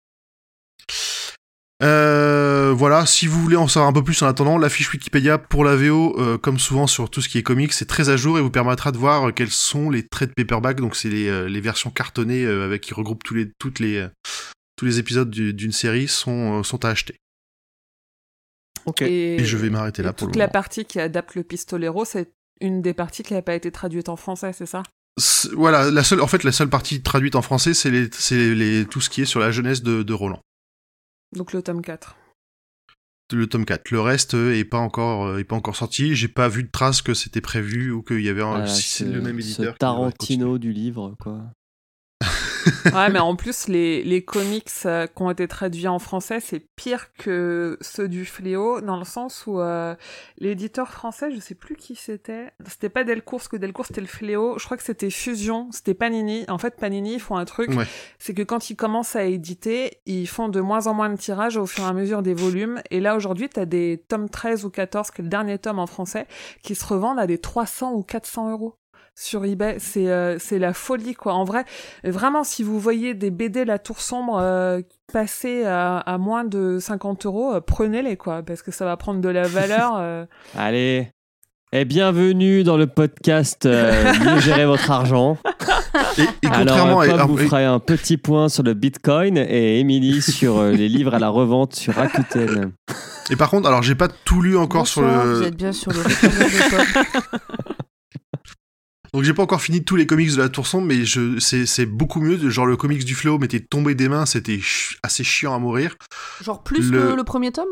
S2: Euh, voilà, si vous voulez en savoir un peu plus en attendant, la fiche Wikipédia pour la V O, euh, comme souvent sur tout ce qui est comics, c'est très à jour et vous permettra de voir euh, quels sont les traits de paperback, donc c'est les, euh, les versions cartonnées euh, avec qui regroupent tous les toutes les euh, tous les épisodes du- d'une série sont euh, sont à acheter.
S6: Ok.
S4: Et,
S2: Et je vais m'arrêter là
S4: et
S2: pour
S4: toute
S2: le
S4: la
S2: moment.
S4: partie qui adapte le pistolero, c'est une des parties qui n'a pas été traduite en français, c'est ça?
S2: C'est- Voilà, la seule, en fait, la seule partie traduite en français, c'est les, c'est les, les- tout ce qui est sur la jeunesse de, de Roland.
S4: Donc le tome quatre.
S2: Le tome quatre. Le reste euh, est pas encore, euh, est pas encore sorti. J'ai pas vu de traces que c'était prévu ou qu'il y avait un,
S6: Voilà,
S2: si c'est
S6: ce-
S2: le même
S6: ce
S2: éditeur. qui
S6: Tarantino du livre, quoi.
S4: Ouais, mais en plus, les, les comics euh, qui ont été traduits en français, c'est pire que ceux du Fléau, dans le sens où euh, l'éditeur français, je sais plus qui c'était, c'était pas Delcourt, parce que Delcourt c'était le Fléau, je crois que c'était Fusion, c'était Panini. En fait, Panini, ils font un truc,
S2: Ouais.
S4: c'est que quand ils commencent à éditer, ils font de moins en moins de tirages au fur et à mesure des volumes, et là, aujourd'hui, t'as des tomes treize ou quatorze, qui est le dernier tome en français, qui se revendent à des trois cents ou quatre cents euros. Sur eBay, c'est euh, c'est la folie, quoi. En vrai, vraiment, si vous voyez des B D La Tour Sombre euh, passer à, à moins de cinquante euros, euh, prenez-les, quoi, parce que ça va prendre de la valeur. euh.
S6: Allez. Et bienvenue dans le podcast euh, Mieux gérer votre argent.
S2: Et, et contrairement
S6: Alors,
S2: à,
S6: Pam vous
S2: et-
S6: ferez un petit point sur le Bitcoin et Émilie sur euh, les livres à la revente sur Rakuten.
S2: et par contre, alors j'ai pas tout lu encore
S1: Bonsoir,
S2: sur
S1: vous
S2: le,
S1: êtes bien sur le répondeur de Pop.
S2: donc j'ai pas encore fini tous les comics de la Tour Sombre, mais je, c'est, c'est beaucoup mieux. Genre le comics du Fléau m'était tombé des mains, c'était ch- assez chiant à mourir.
S1: Genre plus
S2: Le-
S1: que le premier tome?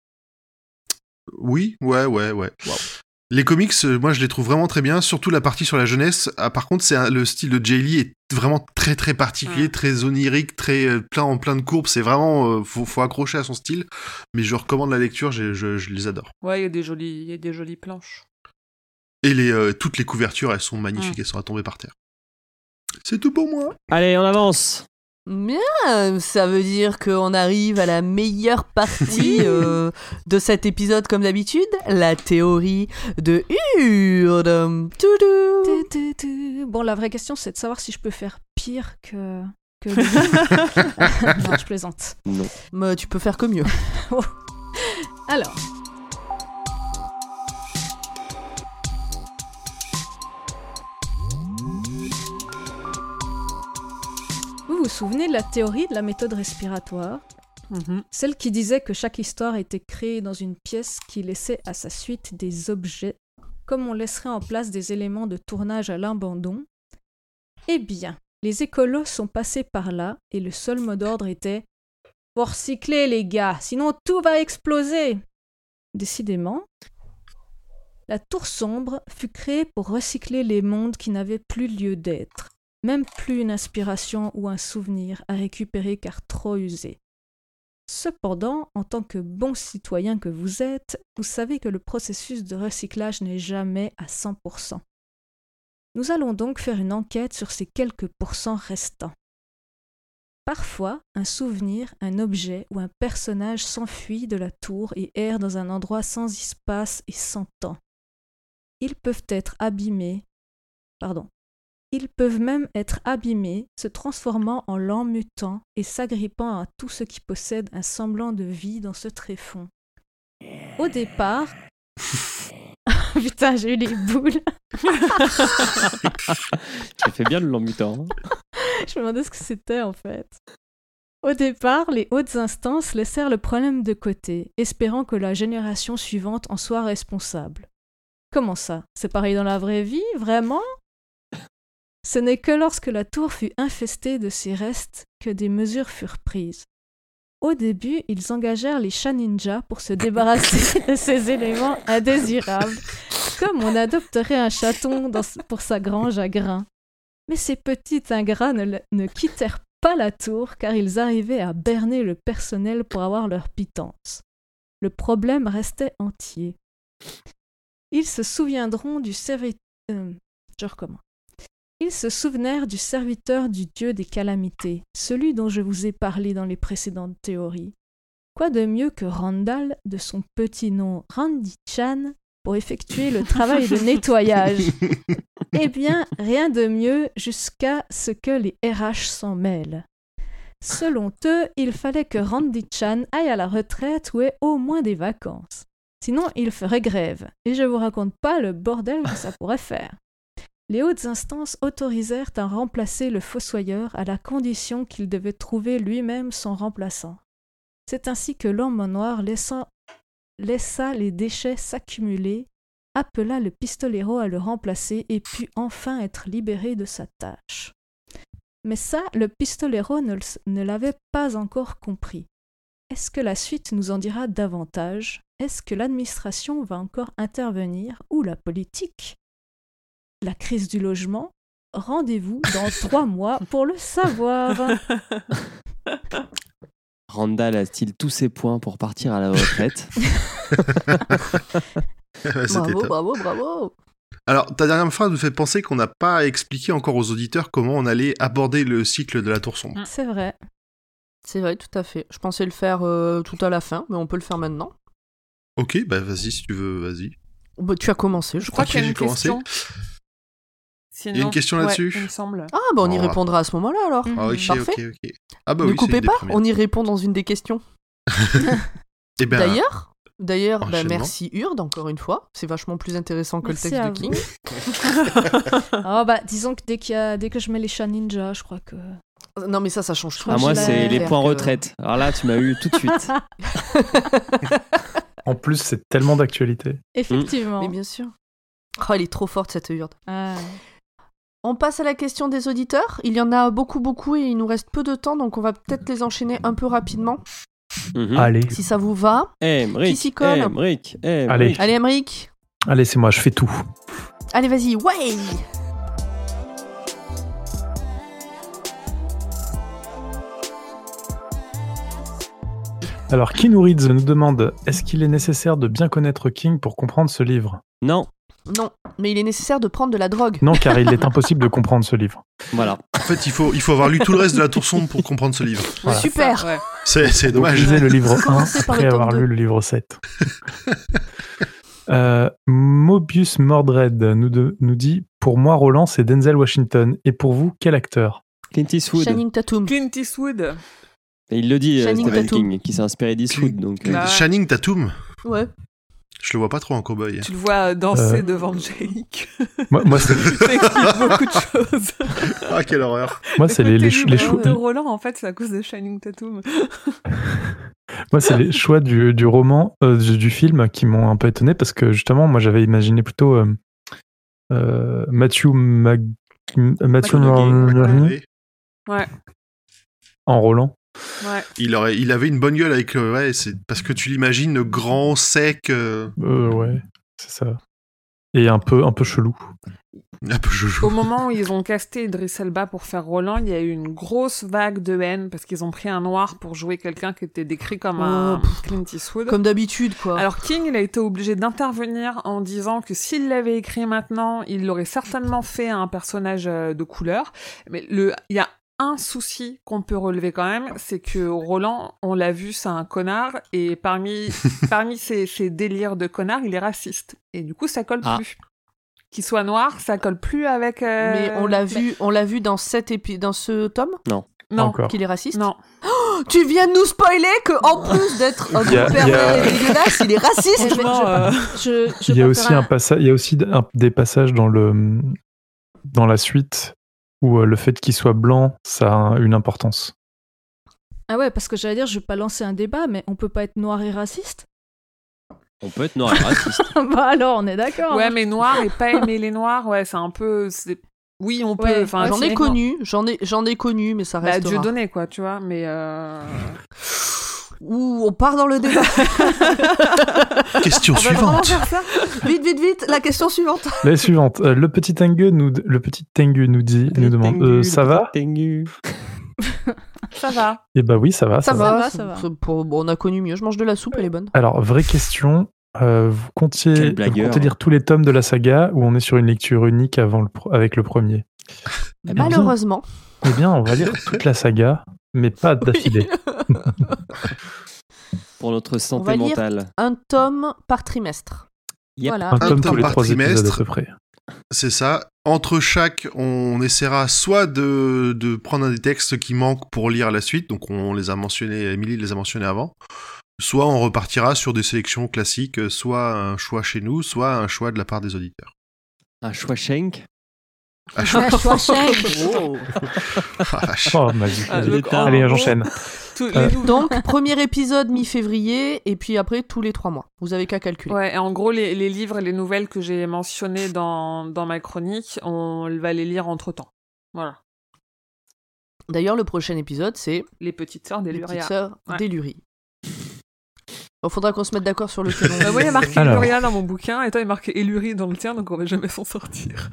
S2: Oui, ouais, ouais, ouais. Les comics, euh, moi je les trouve vraiment très bien, surtout la partie sur la jeunesse. Ah, par contre, c'est un- le style de Jay Lee est vraiment très très particulier,
S4: Ouais.
S2: très onirique, très euh, plein en plein de courbes. C'est vraiment, euh, faut, faut accrocher à son style. Mais je recommande la lecture, j'ai- je, je les adore.
S4: Ouais, il y a des jolies, il y a des jolies planches.
S2: Et les, euh, toutes les couvertures, elles sont magnifiques,
S4: Mm.
S2: elles sont à tomber par terre. C'est tout pour moi.
S6: Allez, on avance.
S1: Bien, ça veut dire qu'on arrive à la meilleure partie euh, de cet épisode comme d'habitude, la théorie de Urde. Toudou.
S5: Tu, tu, tu. Bon, la vraie question, c'est de savoir si je peux faire pire que. que le livre. Non, je plaisante.
S6: Non.
S1: Mais tu peux faire que mieux.
S5: Alors. Vous vous souvenez de la théorie de la méthode respiratoire?
S4: Mhm.
S5: Celle qui disait que chaque histoire était créée dans une pièce qui laissait à sa suite des objets, comme on laisserait en place des éléments de tournage à l'abandon. Eh bien, les écolos sont passés par là et le seul mot d'ordre était Faut recycler, les gars, sinon tout va exploser. Décidément, la Tour Sombre fut créée pour recycler les mondes qui n'avaient plus lieu d'être, même plus une inspiration ou un souvenir à récupérer car trop usé. Cependant, en tant que bon citoyen que vous êtes, vous savez que le processus de recyclage n'est jamais à cent pour cent. Nous allons donc faire une enquête sur ces quelques pourcents restants. Parfois, un souvenir, un objet ou un personnage s'enfuit de la tour et erre dans un endroit sans espace et sans temps. Ils peuvent être abîmés, pardon, ils peuvent même être abîmés, se transformant en lents mutants et s'agrippant à tout ce qui possède un semblant de vie dans ce tréfonds. Au départ... Putain, j'ai eu les boules.
S6: Tu fais bien le lent mutant. Hein.
S5: Je me demandais ce que c'était en fait. Au départ, les hautes instances laissèrent le problème de côté, espérant que la génération suivante en soit responsable. Comment ça? C'est pareil dans la vraie vie, vraiment? Ce n'est que lorsque la tour fut infestée de ces restes que des mesures furent prises. Au début, ils engagèrent les chats ninjas pour se débarrasser de ces éléments indésirables, comme on adopterait un chaton dans, pour sa grange à grains. Mais ces petits ingrats ne, ne quittèrent pas la tour car ils arrivaient à berner le personnel pour avoir leur pitance. Le problème restait entier. Ils se souviendront du serviteur... Euh, je recommence. Ils se souvenèrent du serviteur du dieu des calamités, celui dont je vous ai parlé dans les précédentes théories. Quoi de mieux que Randall, de son petit nom Randy-chan, pour effectuer le travail de nettoyage? Eh bien, rien de mieux jusqu'à ce que les R H s'en mêlent. Selon eux, il fallait que Randy-chan aille à la retraite ou ait au moins des vacances. Sinon, il ferait grève, et je vous raconte pas le bordel que ça pourrait faire. Les hautes instances autorisèrent à remplacer le fossoyeur à la condition qu'il devait trouver lui-même son remplaçant. C'est ainsi que l'homme noir laissa, laissa les déchets s'accumuler, appela le pistolero à le remplacer et put enfin être libéré de sa tâche. Mais ça, le pistolero ne, ne l'avait pas encore compris. Est-ce que la suite nous en dira davantage? Est-ce que l'administration va encore intervenir ou la politique? La crise du logement? Rendez-vous dans trois mois pour le savoir.
S6: Randall a-t-il tous ses points pour partir à la retraite?
S1: Bravo, bravo, bravo.
S2: Alors, ta dernière phrase nous fait penser qu'on n'a pas expliqué encore aux auditeurs comment on allait aborder le cycle de la Tour Sombre.
S5: C'est vrai.
S1: C'est vrai, tout à fait. Je pensais le faire euh, tout à la fin, mais on peut le faire maintenant.
S2: Ok, bah vas-y, si tu veux, vas-y.
S1: Bah, tu as commencé, je,
S4: Je
S1: crois.
S4: crois qu'il y a
S2: j'ai
S4: une
S2: commencé.
S4: question.
S2: Il y a une question là-dessus?
S4: Ouais, il me semble.
S1: Ah, bah on y
S2: Oh.
S1: répondra à ce moment-là alors.
S5: Mhm.
S2: Ah, ok,
S1: Parfait.
S2: ok, ok. Ah bah
S1: ne
S2: oui, c'est
S1: coupez
S2: une des
S1: pas,
S2: premières.
S1: on y répond dans une des questions.
S2: Eh ben,
S1: D'ailleurs, d'ailleurs bah,
S2: enchaînement.
S1: merci Urde, encore une fois. C'est vachement plus intéressant que
S5: Merci
S1: le
S5: à
S1: texte de
S5: vous.
S1: King.
S5: Oh bah, disons que dès, qu'il y a, dès que je mets les chats ninja, je crois que...
S1: Non, mais ça, ça change tout.
S6: Ah, moi,
S5: je
S6: c'est
S5: l'ai-
S6: les
S1: Faire
S6: points
S1: que-
S6: retraite. Alors là, tu m'as eu tout de suite.
S3: En plus, c'est tellement d'actualité.
S5: Effectivement.
S1: Mais bien sûr. Oh, elle est trop forte cette Urde.
S5: Ah.
S1: On passe à la question des auditeurs. Il y en a beaucoup, beaucoup et il nous reste peu de temps, donc on va peut-être les enchaîner un peu rapidement,
S6: Mhm.
S3: Allez,
S1: si ça vous va.
S6: Eh,
S1: Qui
S6: Mric,
S1: s'y colle?
S6: eh, Mric, eh,
S3: Allez.
S6: Mric.
S1: Allez, Emmerich.
S3: allez, c'est moi, je fais tout.
S1: Allez, vas-y, ouais.
S3: Alors, Keanu Reeves nous demande, est-ce qu'il est nécessaire de bien connaître King pour comprendre ce livre?
S6: Non,
S1: Non, mais il est nécessaire de prendre de la drogue.
S3: Non, car il est impossible de comprendre ce livre.
S6: voilà.
S2: En fait, il faut, il faut avoir lu tout le reste de la Tour Sombre pour comprendre ce livre.
S3: Voilà.
S1: Super.
S4: Ça, ouais.
S2: C'est, c'est
S3: Donc,
S2: dommage.
S3: lisez le livre un
S1: Commencez par
S3: après
S1: le tome
S3: avoir
S1: deux.
S3: lu le livre sept. Euh, Mobius Mordred nous, de- nous dit, pour moi, Roland, c'est Denzel Washington. Et pour vous, quel acteur?
S6: Clint Eastwood.
S1: Channing Tatum.
S4: Clint Eastwood.
S6: Et il le dit, euh,
S1: Channing
S6: Stephen
S1: Tatum.
S6: King, qui s'est inspiré d'Eastwood. Donc, euh,
S4: Bah.
S2: Channing Tatum,
S1: Ouais.
S2: je le vois pas trop en cowboy.
S4: Tu le vois danser
S3: Euh.
S4: devant Jake.
S3: Moi, moi, c'est,
S4: Ça explique beaucoup de choses.
S2: Ah, quelle horreur.
S3: moi, c'est les, les, cho- les
S4: cho-
S3: choix,
S4: de Roland, en fait, c'est à cause de Shining Tatum.
S3: moi, c'est les choix du, du roman, euh, du, du film qui m'ont un peu étonné parce que justement, moi, j'avais imaginé plutôt euh, euh, Matthew Mag... Matthew
S4: McConaughey.
S3: McConaughey
S2: Oui.
S4: Ouais.
S3: en Roland.
S4: Ouais.
S2: Il, aurait, il avait une bonne gueule avec... Euh, ouais, c'est parce que tu l'imagines grand, sec... Euh...
S3: Euh, ouais, c'est ça. Et un peu, un peu chelou.
S2: Un peu joujou.
S4: Au moment où ils ont casté Idris Elba pour faire Roland, il y a eu une grosse vague de haine parce qu'ils ont pris un noir pour jouer quelqu'un qui était décrit comme un
S1: Oh,
S4: Clint Eastwood.
S1: Comme d'habitude, quoi.
S4: Alors King, il a été obligé d'intervenir en disant que s'il l'avait écrit maintenant, il l'aurait certainement fait à un personnage de couleur. Mais le, il y a un souci qu'on peut relever quand même, c'est que Roland, on l'a vu, c'est un connard, et parmi, parmi ses, ses délires de connard, il est raciste. Et du coup, ça colle
S6: Ah.
S4: plus. Qu'il soit noir, ça colle plus avec... euh,
S1: Mais on l'a
S4: mais-
S1: vu, on l'a vu dans cet épi- dans ce tome
S4: Non,
S3: Encore.
S1: qu'il est raciste.
S4: non.
S1: Oh, tu viens de nous spoiler que en plus d'être un
S3: Il y a-
S1: pervers
S3: il y a-
S1: et dégueulasse, il est raciste.
S5: Eh, mais
S4: Franchement, euh,
S5: Je, je
S3: Il y a
S5: peux
S3: aussi
S5: faire
S3: un passage, il y a aussi un- des passages dans le dans la suite où euh, le fait qu'il soit blanc, ça a une importance.
S5: Ah ouais, parce que j'allais dire, je vais pas lancer un débat, mais on peut pas être noir et raciste.
S6: On peut être noir et raciste.
S5: Bah alors, on est d'accord.
S4: Ouais, mais noir et pas aimer les noirs, ouais, c'est un peu... c'est- Oui, on peut...
S5: Ouais,
S4: enfin,
S5: ouais,
S1: J'en ai
S4: techniquement-
S1: connu, j'en ai, j'en ai connu, mais ça
S4: Bah,
S1: reste
S4: Dieu
S1: rare.
S4: donné, quoi, tu vois, mais... Euh...
S1: Ouh, on part dans le débat.
S2: Question
S4: On va vraiment
S2: suivante.
S4: faire ça.
S1: Vite, vite, vite, la question suivante.
S3: La suivante, euh, le petit Tengu nous le petit Tengu nous dit nous demande euh, ça va?
S6: Tengu.
S4: Ça va.
S3: Eh bah oui, ça va.
S1: Ça,
S3: ça
S1: va,
S5: va, ça va.
S1: c'est pour- bon, on a connu mieux. Je mange de la soupe, elle est bonne.
S3: Alors, vraie question, euh, vous, comptiez,
S6: Quel
S3: vous
S6: blagueur.
S3: comptez lire tous les tomes de la saga ou on est sur une lecture unique avant le pro- avec le premier? Eh bien,
S1: Malheureusement.
S3: Eh bien, on va lire toute la saga, mais pas d'affilée.
S6: Pour notre
S1: On
S6: santé
S1: va lire-
S6: mentale.
S1: Un tome par trimestre.
S6: Yep.
S1: Voilà.
S3: Un tome
S2: tome
S3: tous les
S2: par
S3: trois épisodes à
S2: trimestre.
S3: peu près.
S2: C'est ça. Entre chaque, on essaiera soit de, de prendre des textes qui manquent pour lire la suite, donc on les a mentionnés, Émilie les a mentionnés avant, soit on repartira sur des sélections classiques, soit un choix chez nous, soit un choix de la part des auditeurs.
S6: Un Schwashenk.
S2: Ah,
S5: Ouais, Schwashenk.
S6: Oh.
S2: ah, vache.
S3: Oh, magique.
S4: Ah,
S3: magique.
S4: donc, en
S3: Allez,
S4: gros,
S3: j'enchaîne.
S4: tous les
S3: Euh,
S4: nouveaux-
S1: Donc, premier épisode mi-février, et puis après, tous les trois mois. Vous avez qu'à calculer.
S4: Ouais, et en gros, les, les livres et les nouvelles que j'ai mentionnées dans, dans ma chronique, on va les lire entre-temps. Voilà.
S1: D'ailleurs, le prochain épisode, c'est
S4: Les petites sœurs
S1: Les
S4: d'Eluria.
S1: petites sœurs
S4: Ouais.
S1: d'Élurie. Il faudra qu'on se mette d'accord sur le prénom.
S4: Bah, moi, il y a marqué
S3: Alors.
S4: Eluria dans mon bouquin, et toi, il y a marqué Élurie dans le tien, donc on va jamais s'en sortir.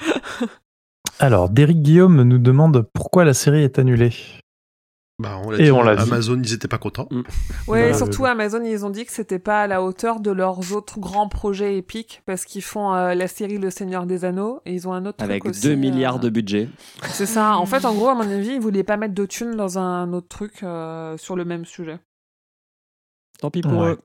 S3: Alors, Derrick Guillaume nous demande pourquoi la série est annulée.
S2: Bah, on l'a
S3: Et
S2: dit,
S3: on l'a dit.
S2: Amazon, ils étaient pas contents.
S4: Ouais,
S3: Bah,
S4: surtout
S3: le-
S4: Amazon, ils ont dit que c'était pas à la hauteur de leurs autres grands projets épiques, parce qu'ils font euh, la série Le Seigneur des Anneaux, et ils ont un autre
S6: Avec
S4: truc aussi.
S6: deux milliards
S4: euh,
S6: de budget.
S4: C'est ça. En fait, en gros, à mon avis, ils voulaient pas mettre de thunes dans un autre truc euh, sur le même sujet.
S6: Tant pis pour
S3: Ouais.
S6: eux.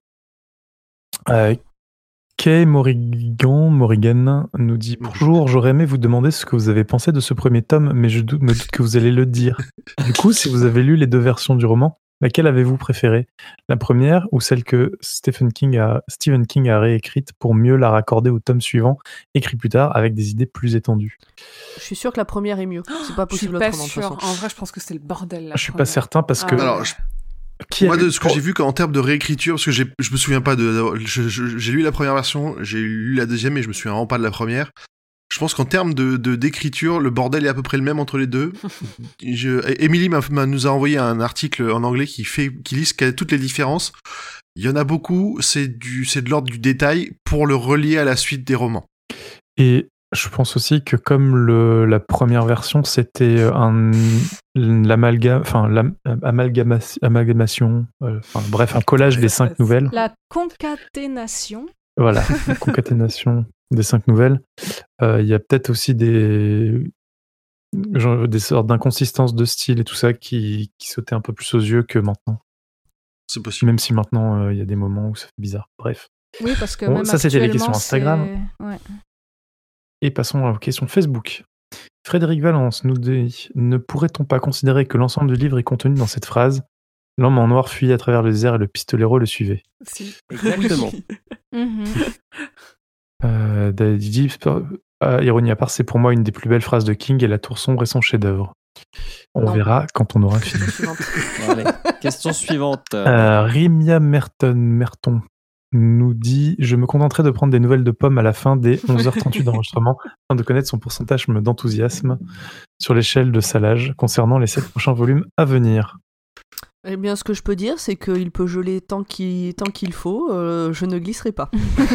S3: Euh, Kay Morrigan, Morrigan nous dit bonjour, j'aurais aimé vous demander ce que vous avez pensé de ce premier tome, mais je doute, me doute que vous allez le dire. Du coup, si vous avez lu les deux versions du roman, laquelle avez-vous préférée? La première ou celle que Stephen King a, Stephen King a réécrite pour mieux la raccorder au tome suivant, écrit plus tard avec des idées plus étendues?
S1: Je suis sûre que la première est mieux. C'est pas
S4: Je suis
S1: possible
S4: pas
S1: autrement, de toute
S4: sûre.
S1: façon.
S4: En vrai, je pense que c'est le bordel. La
S3: Je suis pas
S4: première.
S3: certain parce que
S4: Ah,
S2: Alors,
S4: ouais.
S2: je-
S3: qui a
S2: Moi,
S3: lu-
S2: de ce que
S3: pour-
S2: j'ai vu qu'en termes de réécriture, parce que j'ai, je me souviens pas de, je- je- j'ai lu la première version, j'ai lu la deuxième, et je me souviens vraiment pas de la première. Je pense qu'en termes de, de d'écriture, le bordel est à peu près le même entre les deux. Je, Émilie m'a, m'a- nous a envoyé un article en anglais qui fait, qui liste toutes les différences. Il y en a beaucoup, c'est du, c'est de l'ordre du détail pour le relier à la suite des romans.
S3: Et je pense aussi que comme le, la première version, c'était un l'amalgame, enfin l'am- amalgama- amalgamation, euh, enfin bref, un collage des cinq nouvelles.
S5: La concaténation.
S3: Voilà, une concaténation des cinq nouvelles. Euh, Il y a peut-être aussi des genre, des sortes d'inconsistances de style et tout ça qui, qui sautaient un peu plus aux yeux que maintenant.
S2: C'est possible.
S3: Même si maintenant euh, il y a des moments où ça fait bizarre. Bref.
S5: Oui, parce que
S3: Bon,
S5: même
S3: ça, c'était les questions
S5: actuellement,
S3: Instagram.
S5: c'est- Ouais.
S3: Et passons aux questions Facebook. Frédéric Valence nous dit: ne pourrait-on pas considérer que l'ensemble du livre est contenu dans cette phrase? L'homme en noir fuyait à travers le désert et le pistolero le suivait.
S4: Si.
S6: Exactement.
S5: Mhm.
S3: Euh, Daddy dit, euh, ironie à part, c'est pour moi une des plus belles phrases de King et La Tour sombre est son chef-d'œuvre. On
S1: Non.
S3: verra quand on aura fini.
S1: Question suivante.
S6: Allez, question suivante.
S3: Euh, Rimia Merton, Merton nous dit: je me contenterai de prendre des nouvelles de Pomme à la fin des onze heures trente-huit d'enregistrement afin de connaître son pourcentage d'enthousiasme sur l'échelle de Salage concernant les sept prochains volumes à venir.
S1: Eh bien, ce que je peux dire, c'est qu'il peut geler tant qu'il, tant qu'il faut. Euh, je ne glisserai pas.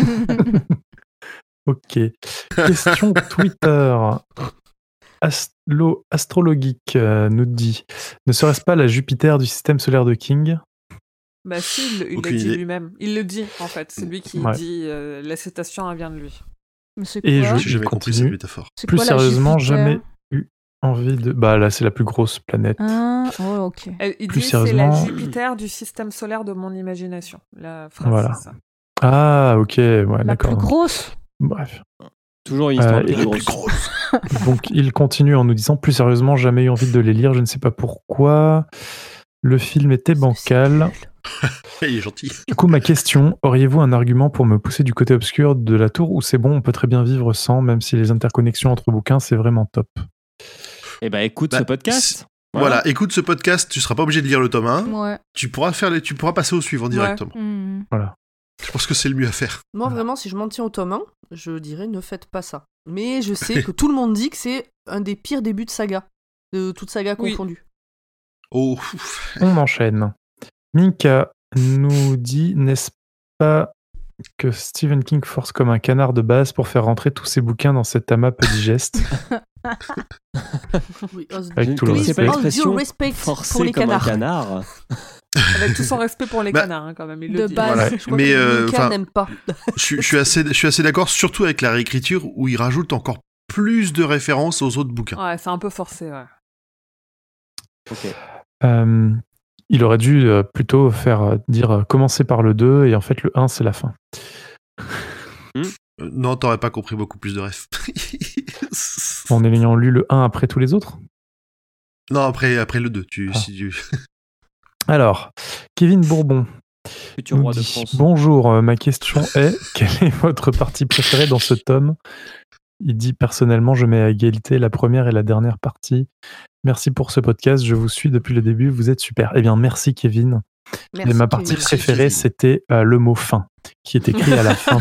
S3: Ok. Question Twitter. Astro, Astrologique euh, nous dit ne serait-ce pas la Jupiter du système solaire de King?
S4: Bah si, il, il l'a
S2: Aucune
S4: dit
S2: idée.
S4: lui-même. Il le dit, en fait. C'est lui qui
S3: Ouais.
S4: dit euh, la citation, elle vient de lui.
S5: Mais c'est
S3: Et
S5: quoi
S3: je-
S2: J'ai jamais compris
S3: continue.
S2: cette métaphore.
S5: C'est
S3: Plus
S5: quoi, la
S3: sérieusement,
S5: Jupiter
S3: jamais eu envie de. Bah là, c'est la plus grosse planète.
S5: Ah, oh, ok.
S4: Elle- il
S3: Plus
S4: dit c'est la
S3: sérieusement-
S4: Jupiter du système solaire de mon imagination. La phrase,
S3: Voilà.
S4: c'est ça.
S3: Ah, ok, ouais,
S5: La
S3: d'accord.
S5: plus grosse.
S3: Bref.
S6: Toujours une histoire
S3: Euh,
S6: de
S3: et
S6: plus
S3: la
S2: Plus
S6: grosse.
S2: grosse.
S3: Donc, il continue en nous disant plus sérieusement, jamais eu envie de les lire, je ne sais pas pourquoi. Le film était bancal.
S2: Il est gentil.
S3: Du coup, ma question, auriez-vous un argument pour me pousser du côté obscur de la tour ou c'est bon, on peut très bien vivre sans, même si les interconnexions entre bouquins, c'est vraiment top?
S6: Eh ben, écoute
S2: Bah,
S6: ce podcast.
S2: Voilà. écoute ce podcast, tu seras pas obligé de lire le tome un,
S5: Ouais.
S2: tu pourras, faire les... tu pourras passer au suivant directement.
S5: Hmm.
S2: Je pense que c'est le mieux à faire.
S1: Moi, vraiment, si je m'en tiens au tome un, je dirais ne faites pas ça. Mais je sais que tout le monde dit que c'est un des pires débuts de saga. De toute saga
S4: Oui.
S1: confondue.
S2: Oh.
S3: On enchaîne. Minka nous dit, n'est-ce pas que Stephen King force comme un canard de base pour faire rentrer tous ses bouquins dans cet amas peu digeste?
S1: Oui, os-
S3: Avec
S6: Je
S3: tout le
S6: ne connaissais pas
S3: respect.
S1: all due
S6: l'expression
S1: respect pour
S6: forcé
S1: les
S6: comme un
S1: canards.
S6: canard.
S4: Avec tout son respect pour les
S2: Bah,
S4: canards, hein, quand même. Il
S5: de
S4: le dit.
S5: base.
S2: Voilà.
S1: Je crois
S2: Mais,
S1: que
S2: euh,
S1: Mika
S2: enfin,
S1: n'aime pas.
S2: je, suis- je suis assez, je suis assez d'accord, surtout avec la réécriture où il rajoute encore plus de références aux autres bouquins.
S4: Ouais, c'est un peu forcé, ouais.
S6: Ok.
S3: Euh, il aurait dû euh, plutôt faire euh, dire euh, commencer par le deux et en fait le un c'est la fin.
S2: Euh, non, t'aurais pas compris beaucoup plus de refs.
S3: En ayant lu le un après tous les autres.
S2: Non, après, après le deux. Tu,
S3: Ah.
S2: si tu...
S3: Alors, Kevin Bourbon
S6: Futur
S3: nous
S6: roi de
S3: dit
S6: France.
S3: bonjour, euh, ma question est quelle est votre partie préférée dans ce tome? Il dit personnellement, je mets à égalité la première et la dernière partie. Merci pour ce podcast, je vous suis depuis le début, vous êtes super. Eh bien, merci Kevin.
S1: Merci,
S3: et ma
S1: Kevin.
S3: partie
S2: Merci,
S3: préférée,
S2: Kevin.
S3: c'était euh, le mot fin, qui est écrit à la fin.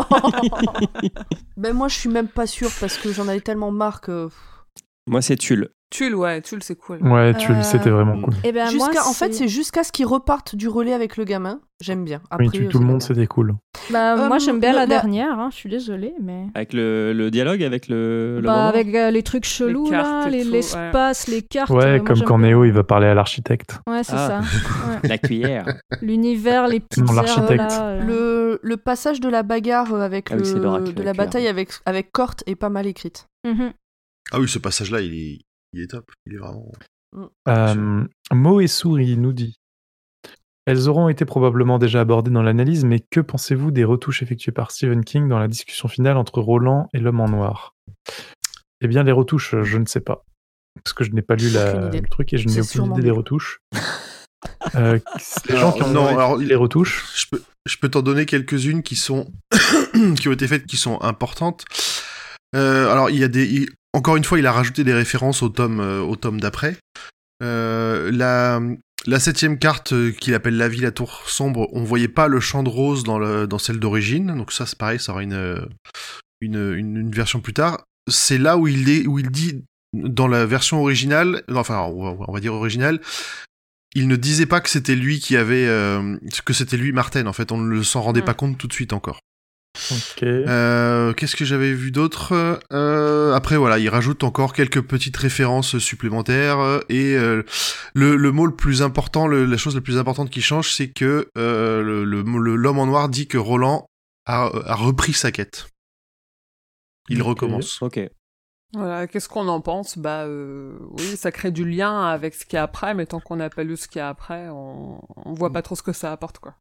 S1: Ben moi, je suis même pas sûre parce que j'en avais tellement marre que.
S6: Moi, c'est Tulle.
S4: Tulle, ouais, Tulle, c'est cool.
S3: Ouais, tu,
S5: Euh,
S3: c'était vraiment cool.
S5: Eh ben, moi,
S1: Jusqu'à, en fait, c'est jusqu'à ce qu'ils repartent du relais avec le gamin. J'aime bien. Après,
S3: Oui, tu-
S1: euh,
S3: tout le
S1: c'est
S3: monde,
S1: la
S3: c'était cool.
S5: Bah,
S1: Euh,
S5: moi, j'aime bien
S1: le-
S5: la
S1: la-
S5: dernière, hein, je suis désolée, mais.
S6: Avec le, le dialogue avec le, le
S5: Bah,
S6: roman.
S5: avec euh, les trucs chelous,
S4: Les cartes
S5: là,
S4: et
S5: les-
S4: tout,
S5: l'espace, les cartes. euh,
S3: Ouais,
S5: moi,
S3: comme
S5: j'aime
S3: quand
S5: bien.
S3: Néo, il va parler à l'architecte.
S5: Ouais, c'est
S6: Ah.
S5: ça. Ouais.
S6: La cuillère.
S5: L'univers, les petites
S3: Non,
S5: herbes,
S3: l'architecte.
S5: là. euh.
S1: Le, le passage de la bagarre euh, avec
S6: Ah oui,
S1: le,
S6: c'est l'oracle,
S1: de
S6: la
S1: la
S6: cuillère.
S1: bataille avec, avec Kort est pas mal écrite.
S5: Mhm.
S2: Ah oui, ce passage-là, il est, il est top. Il est vraiment...
S3: Euh, Mo et Souris nous dit elles auront été probablement déjà abordées dans l'analyse, mais que pensez-vous des retouches effectuées par Stephen King dans la discussion finale entre Roland et l'homme en noir? Eh bien, les retouches, je ne sais pas. Parce que je n'ai pas lu la-
S1: Aucune idée.
S3: le truc et je n'ai
S1: C'est
S3: aucune
S1: sûrement
S3: idée des
S1: mieux.
S3: retouches. Euh, les gens
S2: Alors,
S3: qui ont
S2: non,
S3: étudié
S2: alors,
S3: les retouches.
S2: Je peux, je peux t'en donner quelques-unes qui sont qui ont été faites, qui sont importantes. Euh, alors, il y a des... il- Encore une fois, il a rajouté des références au tome, euh, au tome d'après. Euh, la, la septième carte euh, qu'il appelle La Vie, la Tour Sombre, on voyait pas le champ de rose dans, le, dans celle d'origine, donc ça c'est pareil, ça aura une, une, une, une version plus tard. C'est là où il, est, où il dit, dans la version originale, enfin on va, on va dire originale, il ne disait pas que c'était lui qui avait, euh, que c'était lui Martin, en fait, on ne s'en rendait
S4: Ouais.
S2: pas compte tout de suite encore.
S3: Ok.
S2: Euh, qu'est-ce que j'avais vu d'autre euh, Après, voilà, il rajoute encore quelques petites références supplémentaires. euh, Et euh, le, le mot le plus important, le- la chose la plus importante qui change, c'est que euh, le, le- le- l'homme en noir dit que Roland a, a repris sa quête. Il
S3: Ok.
S2: recommence.
S6: Ok.
S4: Voilà, qu'est-ce qu'on en pense? Bah, euh, oui, ça crée du lien avec ce qu'il y a après, mais tant qu'on n'a pas lu ce qu'il y a après, on, on voit pas trop ce que ça apporte, quoi.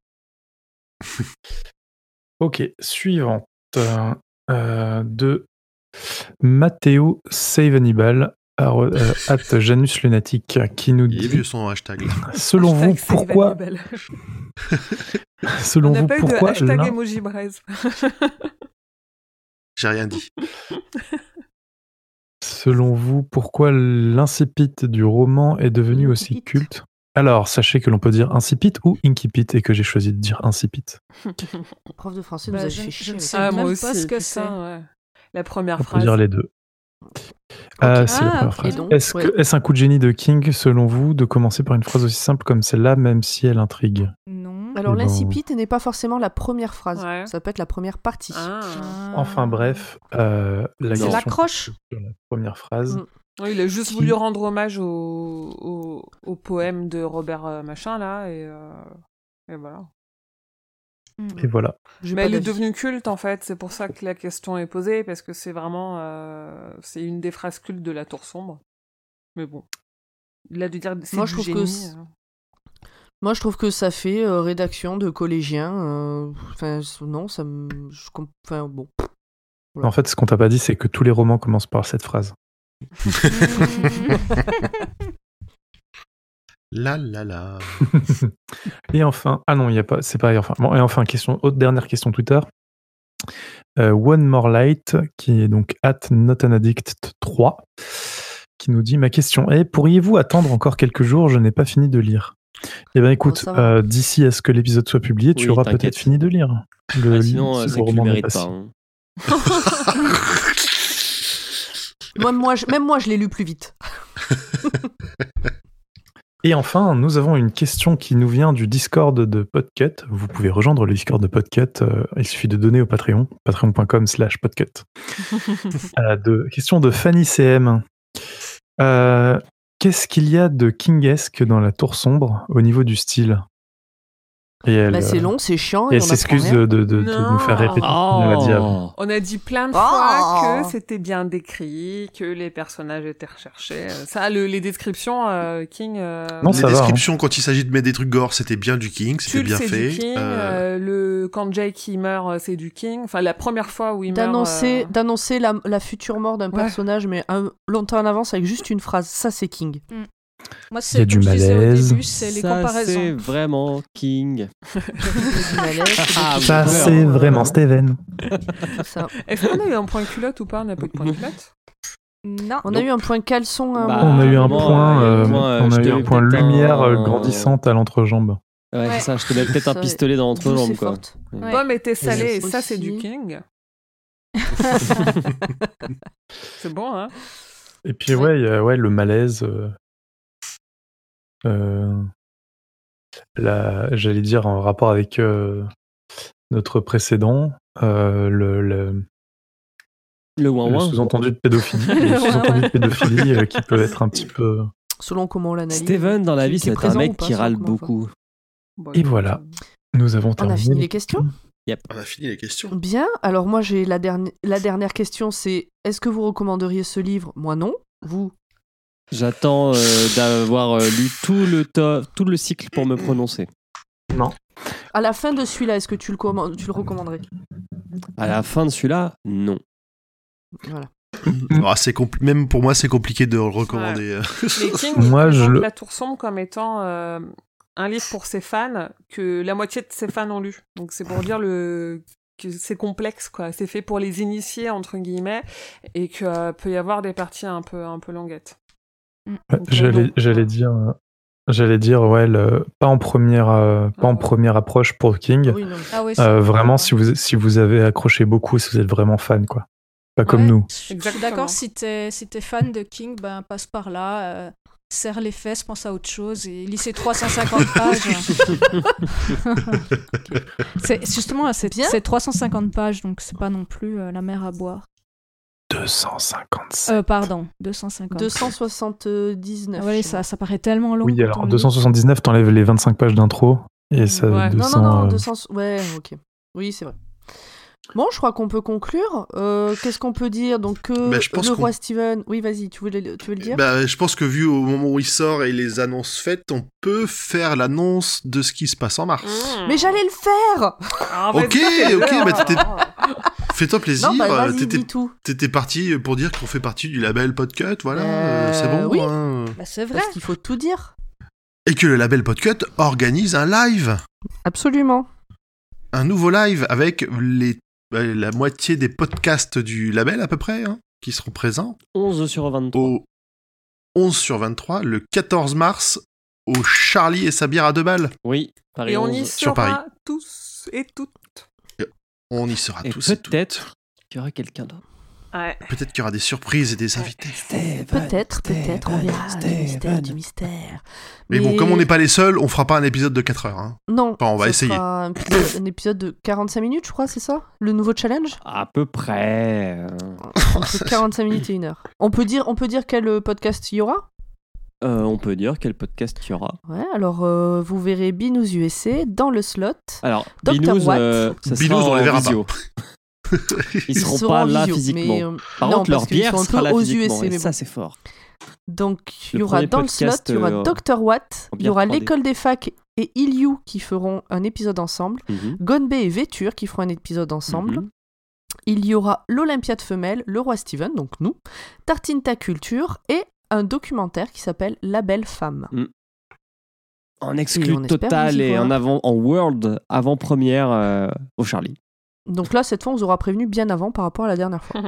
S3: Ok, suivante. Euh, de Matteo Savenibal, euh, at Janus Lunatic, qui nous
S2: Il est
S3: dit
S2: vieux son hashtag. Là.
S3: selon vous,
S4: Hashtag
S3: pourquoi,
S4: Save Annabelle.
S3: selon
S4: On n'a
S3: vous,
S4: pas eu de
S3: pourquoi
S4: hashtag
S3: l'un-
S4: emoji braise.
S2: J'ai rien dit.
S3: Selon vous, pourquoi l'incipit du roman est devenu aussi
S1: Incipit.
S3: culte? Alors, sachez que l'on peut dire incipit ou incipit et que j'ai choisi de dire incipit.
S1: Le prof de français
S5: Bah,
S1: nous avait
S5: je-
S1: fait
S5: je
S1: chier.
S5: ne
S1: avec
S5: sais
S1: ça.
S4: Ah, moi
S5: même
S4: aussi,
S5: pas ce que
S4: putain,
S5: c'est.
S4: ouais. La première
S3: On peut
S4: phrase.
S3: dire les deux. Ah,
S1: Ok.
S3: c'est la
S5: Ah,
S3: première
S5: ok.
S3: phrase.
S1: Et donc,
S3: Est-ce
S1: ouais.
S3: que- est-ce un coup de génie de King, selon vous, de commencer par une phrase aussi simple comme celle-là, même si elle intrigue?
S5: Non.
S1: Alors,
S3: Eh ben,
S1: l'incipit n'est pas forcément la première phrase.
S4: Ouais.
S1: Ça peut être la première partie.
S4: Ah.
S3: Enfin bref, euh, la
S6: C'est
S3: question
S5: l'accroche.
S3: sur la première phrase.
S1: Mm.
S4: Oui, il a juste
S3: Qui-
S4: voulu rendre hommage au, au, au poème de Robert euh, Machin, là, et, euh, et voilà.
S3: Et voilà.
S1: J'ai
S4: Mais
S1: pas
S4: elle est
S1: d'avis.
S4: devenue culte, en fait, c'est pour ça que la question est posée, parce que c'est vraiment... euh, c'est une des phrases cultes de La Tour Sombre. Mais bon. Il a dû dire c'est
S1: Moi,
S4: du
S1: je trouve que
S4: génie.
S1: c'est-
S4: euh.
S1: Moi, je trouve que ça fait euh, rédaction de collégiens. euh, Enfin, c- non, ça me. je comp- Enfin, bon.
S3: En fait, ce qu'on t'a pas dit, c'est que tous les romans commencent par cette phrase.
S2: La la la.
S3: Et enfin, ah non, il y a pas, c'est pareil. Enfin, bon, et enfin, question, autre dernière question Twitter. Euh, One More Light, qui est donc at Not an Addict trois, qui nous dit: ma question est, pourriez-vous attendre encore quelques jours? Je n'ai pas fini de lire. Eh bien, écoute,
S1: ça va.
S3: euh, d'ici à ce que l'épisode soit publié, tu
S6: Oui,
S3: auras
S6: t'inquiète.
S3: peut-être fini de lire. Le,
S6: Ah, sinon, euh,
S3: le
S6: c'est que tu le
S3: roman n'est
S6: mérites
S3: pas
S6: pas.
S3: si-
S6: hein.
S1: Moi, moi, je- même moi, je l'ai lu plus vite.
S3: Et enfin, nous avons une question qui nous vient du Discord de Podcut. Vous pouvez rejoindre le Discord de Podcut. euh, il suffit de donner au Patreon, patreon point com slash podcut. Euh, de, question de Fanny C M. Euh, Qu'est-ce qu'il y a de kingesque dans La Tour Sombre au niveau du style? Et elle,
S1: Bah, c'est
S3: euh,
S1: long, c'est chiant.
S3: et
S1: Et
S3: elle
S1: on apprend
S3: s'excuse
S1: rien.
S3: de, de- de- de
S4: Non.
S3: nous faire répéter ce qu'on a dit avant.
S6: Oh.
S4: On a dit plein de
S1: Oh.
S4: fois que c'était bien décrit, que les personnages étaient recherchés. Euh, Ça, le- les descriptions, euh, King... euh,
S3: Non,
S2: Les
S3: ça va,
S2: descriptions, quand il s'agit de mettre des trucs gore, c'était bien du King, c'était
S4: Tulle,
S2: bien
S4: c'est
S2: fait.
S4: du King.
S2: Euh,
S4: euh, le... Quand Jake, il meurt, euh, c'est du King. Enfin, la première fois où il meurt...
S1: D'annoncer
S4: euh,
S1: d'annoncer la, la future mort d'un
S4: Ouais.
S1: personnage, mais un- longtemps en avance avec juste une phrase. Ça, c'est King.
S5: Moi,
S3: Il y
S5: c'est
S3: a du
S5: comme je disais au
S3: malaise.
S5: début, c'est les
S6: Ça,
S5: comparaisons.
S6: c'est vraiment King.
S1: Du malaise, c'est
S6: Ah,
S1: des-
S3: Ça,
S6: bon,
S3: c'est
S6: alors,
S3: vraiment
S6: euh,
S3: Steven.
S1: tout ça.
S4: Est-ce qu'on a eu un point culotte ou pas? On n'a pas eu de point culotte?
S5: Non.
S1: On a eu un point caleçon. à un
S6: Bah,
S1: moment.
S3: On a eu un
S6: bon,
S3: point,
S6: euh,
S3: euh,
S6: moi, euh,
S3: on
S6: je
S3: a eu
S6: te
S3: un
S6: mets
S3: point
S6: peut-être
S3: lumière
S6: un-
S3: euh, grandissante à l'entrejambe.
S6: Ouais,
S5: Ouais.
S6: c'est ça, je te mets peut-être un
S1: Ça,
S6: pistolet dans
S1: Douce et
S6: l'entrejambe, quoi.
S1: forte.
S5: Ouais.
S4: Pomme était salée, et
S1: aussi.
S4: ça, c'est du King. C'est bon, hein?
S3: Et puis ouais, il y a, ouais, le malaise. euh, euh, la- j'allais dire en rapport avec euh, notre précédent, euh, le, le-
S6: Le ouin
S3: le
S6: ouin.
S3: sous-entendu de pédophilie, le
S5: Ouais,
S3: sous-entendu
S5: ouais.
S3: de pédophilie euh, qui peut être un petit peu.
S1: Selon comment on l'analyse.
S6: Steven, dans la
S1: Qui-
S6: vie,
S1: qui est
S6: c'est un
S1: présent ou
S6: mec
S1: pas,
S6: qui
S1: selon
S6: râle
S1: comment on le
S6: beaucoup.
S4: Bon,
S3: Et
S4: écoute,
S3: voilà.
S4: euh,
S3: Nous avons
S1: On a
S3: terminé.
S1: fini les questions.
S2: On a fini les questions.
S1: Bien. Alors moi, j'ai la, dernière la dernière question, c'est est-ce que vous recommanderiez ce livre? Moi, non. Vous?
S6: J'attends euh, d'avoir euh, lu tout le, to- tout le cycle pour me prononcer.
S1: À la fin de celui-là, est-ce que tu le, commandes- tu le recommanderais?
S6: À la fin de celui-là, non.
S1: Voilà.
S2: Ah, c'est compli- Même pour moi, c'est compliqué de le recommander. euh.
S4: Mais King,
S3: Moi,
S4: il
S3: je
S4: présente
S3: le-
S4: La Tour Sombre comme étant euh, un livre pour ses fans que la moitié de ses fans ont lu. Donc c'est pour dire le que c'est complexe, quoi. C'est fait pour les initiés, entre guillemets, et que euh, peut y avoir des parties un peu, un peu longuettes.
S3: Ouais,
S4: Donc,
S3: j'allais,
S4: non.
S3: j'allais dire, euh, j'allais dire, ouais, le- pas en première, euh, pas
S4: Ah
S3: en
S4: ouais.
S3: première approche pour King.
S1: Oui, non.
S5: Ah ouais,
S3: Euh,
S5: c'est-
S3: vraiment, si vous, si vous avez accroché beaucoup, si vous êtes vraiment fan, quoi. Pas comme
S4: Ouais.
S3: nous.
S5: Je suis
S4: Exactement.
S5: d'accord, si t'es si t'es fan de King, ben passe par là, euh, serre les fesses, pense à autre chose et lis ces trois cent cinquante pages. C'est justement c'est
S1: Bien.
S5: c'est trois cent cinquante pages, donc c'est pas non plus euh, la mer à boire.
S3: deux cent cinquante-sept.
S5: Euh, pardon, deux cent cinquante.
S1: deux cent soixante-dix-neuf.
S5: Ah ouais, ça, ça paraît tellement long.
S3: Oui,
S5: quand
S3: alors
S5: on le
S3: deux cent soixante-dix-neuf, t'enlèves les vingt-cinq pages d'intro et ça
S4: Ouais.
S3: deux
S1: Non,
S3: cents.
S1: non, non,
S3: euh,
S1: deux cents... Ouais, ok. Oui, c'est vrai. Bon, je crois qu'on peut conclure. Euh, Qu'est-ce qu'on peut dire? Donc, que
S2: Bah, je pense
S1: le
S2: qu'on-
S1: roi Steven... Oui, vas-y, tu veux, le... tu veux le dire?
S2: Bah, je pense que vu au moment où il sort et les annonces faites, on peut faire l'annonce de ce qui se passe en mars.
S4: Mmh.
S1: Mais j'allais le faire!
S4: Ah, vas-y,
S2: Ok,
S4: fais-le.
S2: ok, bah, t'étais- Fais-toi plaisir.
S1: Non, bah
S2: euh,
S1: vas-y,
S2: t'étais,
S1: dis tout.
S2: t'étais parti pour dire qu'on fait partie du label Podcut, voilà,
S1: Euh,
S2: euh, c'est bon.
S1: oui.
S2: hein.
S5: Bah, c'est vrai.
S1: Parce qu'il faut tout dire.
S2: Et que le label Podcut organise un live,
S1: Absolument.
S2: un nouveau live avec les, bah, la moitié des podcasts du label à peu près, hein, qui seront présents
S6: onze sur vingt-trois.
S2: au onze sur vingt-trois, le quatorze mars, au Charlie et sa bière à deux balles.
S6: Oui, Paris
S4: Et on
S6: onze.
S4: y
S2: Sur
S4: sera
S2: Paris.
S4: tous et toutes.
S2: On y sera
S6: Et
S2: tous. et toutes.
S6: peut-être qu'il y aura quelqu'un d'autre.
S4: Ouais.
S2: Peut-être qu'il y aura des surprises et des invités.
S6: Steven,
S1: Peut-être,
S6: Steven,
S1: peut-être, on verra. Du
S6: Steven.
S1: mystère, du mystère.
S2: Mais, bon, comme on n'est pas les seuls, on fera pas un épisode de quatre heures. Hein.
S1: Non.
S2: Enfin, on va
S1: ça
S2: essayer.
S1: sera Un épisode, un épisode de quarante-cinq minutes, je crois, c'est ça? Le nouveau challenge?
S6: À peu près. euh.
S1: Entre quarante-cinq minutes et une heure. On peut dire, on peut dire quel podcast il y aura?
S6: Euh, on peut dire quel podcast il y aura.
S1: Ouais, alors euh, vous verrez Binous U S A dans le slot.
S6: Alors,
S1: Docteur
S6: Binous,
S1: Watt.
S6: euh, ça
S2: Binous,
S6: sera
S2: on les
S6: en
S2: verra
S6: visio. Ils seront
S1: seront
S6: pas
S1: en
S6: là
S1: visio,
S6: physiquement.
S1: mais, euh,
S6: Par
S1: non,
S6: contre, leur
S1: parce qu'ils
S6: bière
S1: sont un
S6: sera
S1: peu
S6: là
S1: aux
S6: physiquement.
S1: U S A,
S6: Et
S1: mais
S6: ça,
S1: bon.
S6: c'est fort.
S1: Donc il y
S6: Le
S1: aura
S6: premier
S1: dans le slot,
S6: podcast,
S1: il y aura
S6: euh,
S1: Docteur Watt,
S6: en
S1: il y aura
S6: bière trois D.
S1: l'école des facs et Ilyu qui feront un épisode ensemble,
S6: Mhm.
S1: Gonbe et Véture qui feront un épisode ensemble.
S6: Mhm.
S1: Il y aura l'Olympiade femelle, le roi Steven, donc nous, Tartine ta culture et un documentaire qui s'appelle La belle femme.
S6: En
S1: Et
S6: exclu
S1: on espère
S6: total
S1: vous y
S6: et
S1: voir.
S6: en, avant, en world avant-première euh, au Charlie.
S1: Donc là, cette fois, on vous aura prévenu bien avant par rapport à la dernière fois.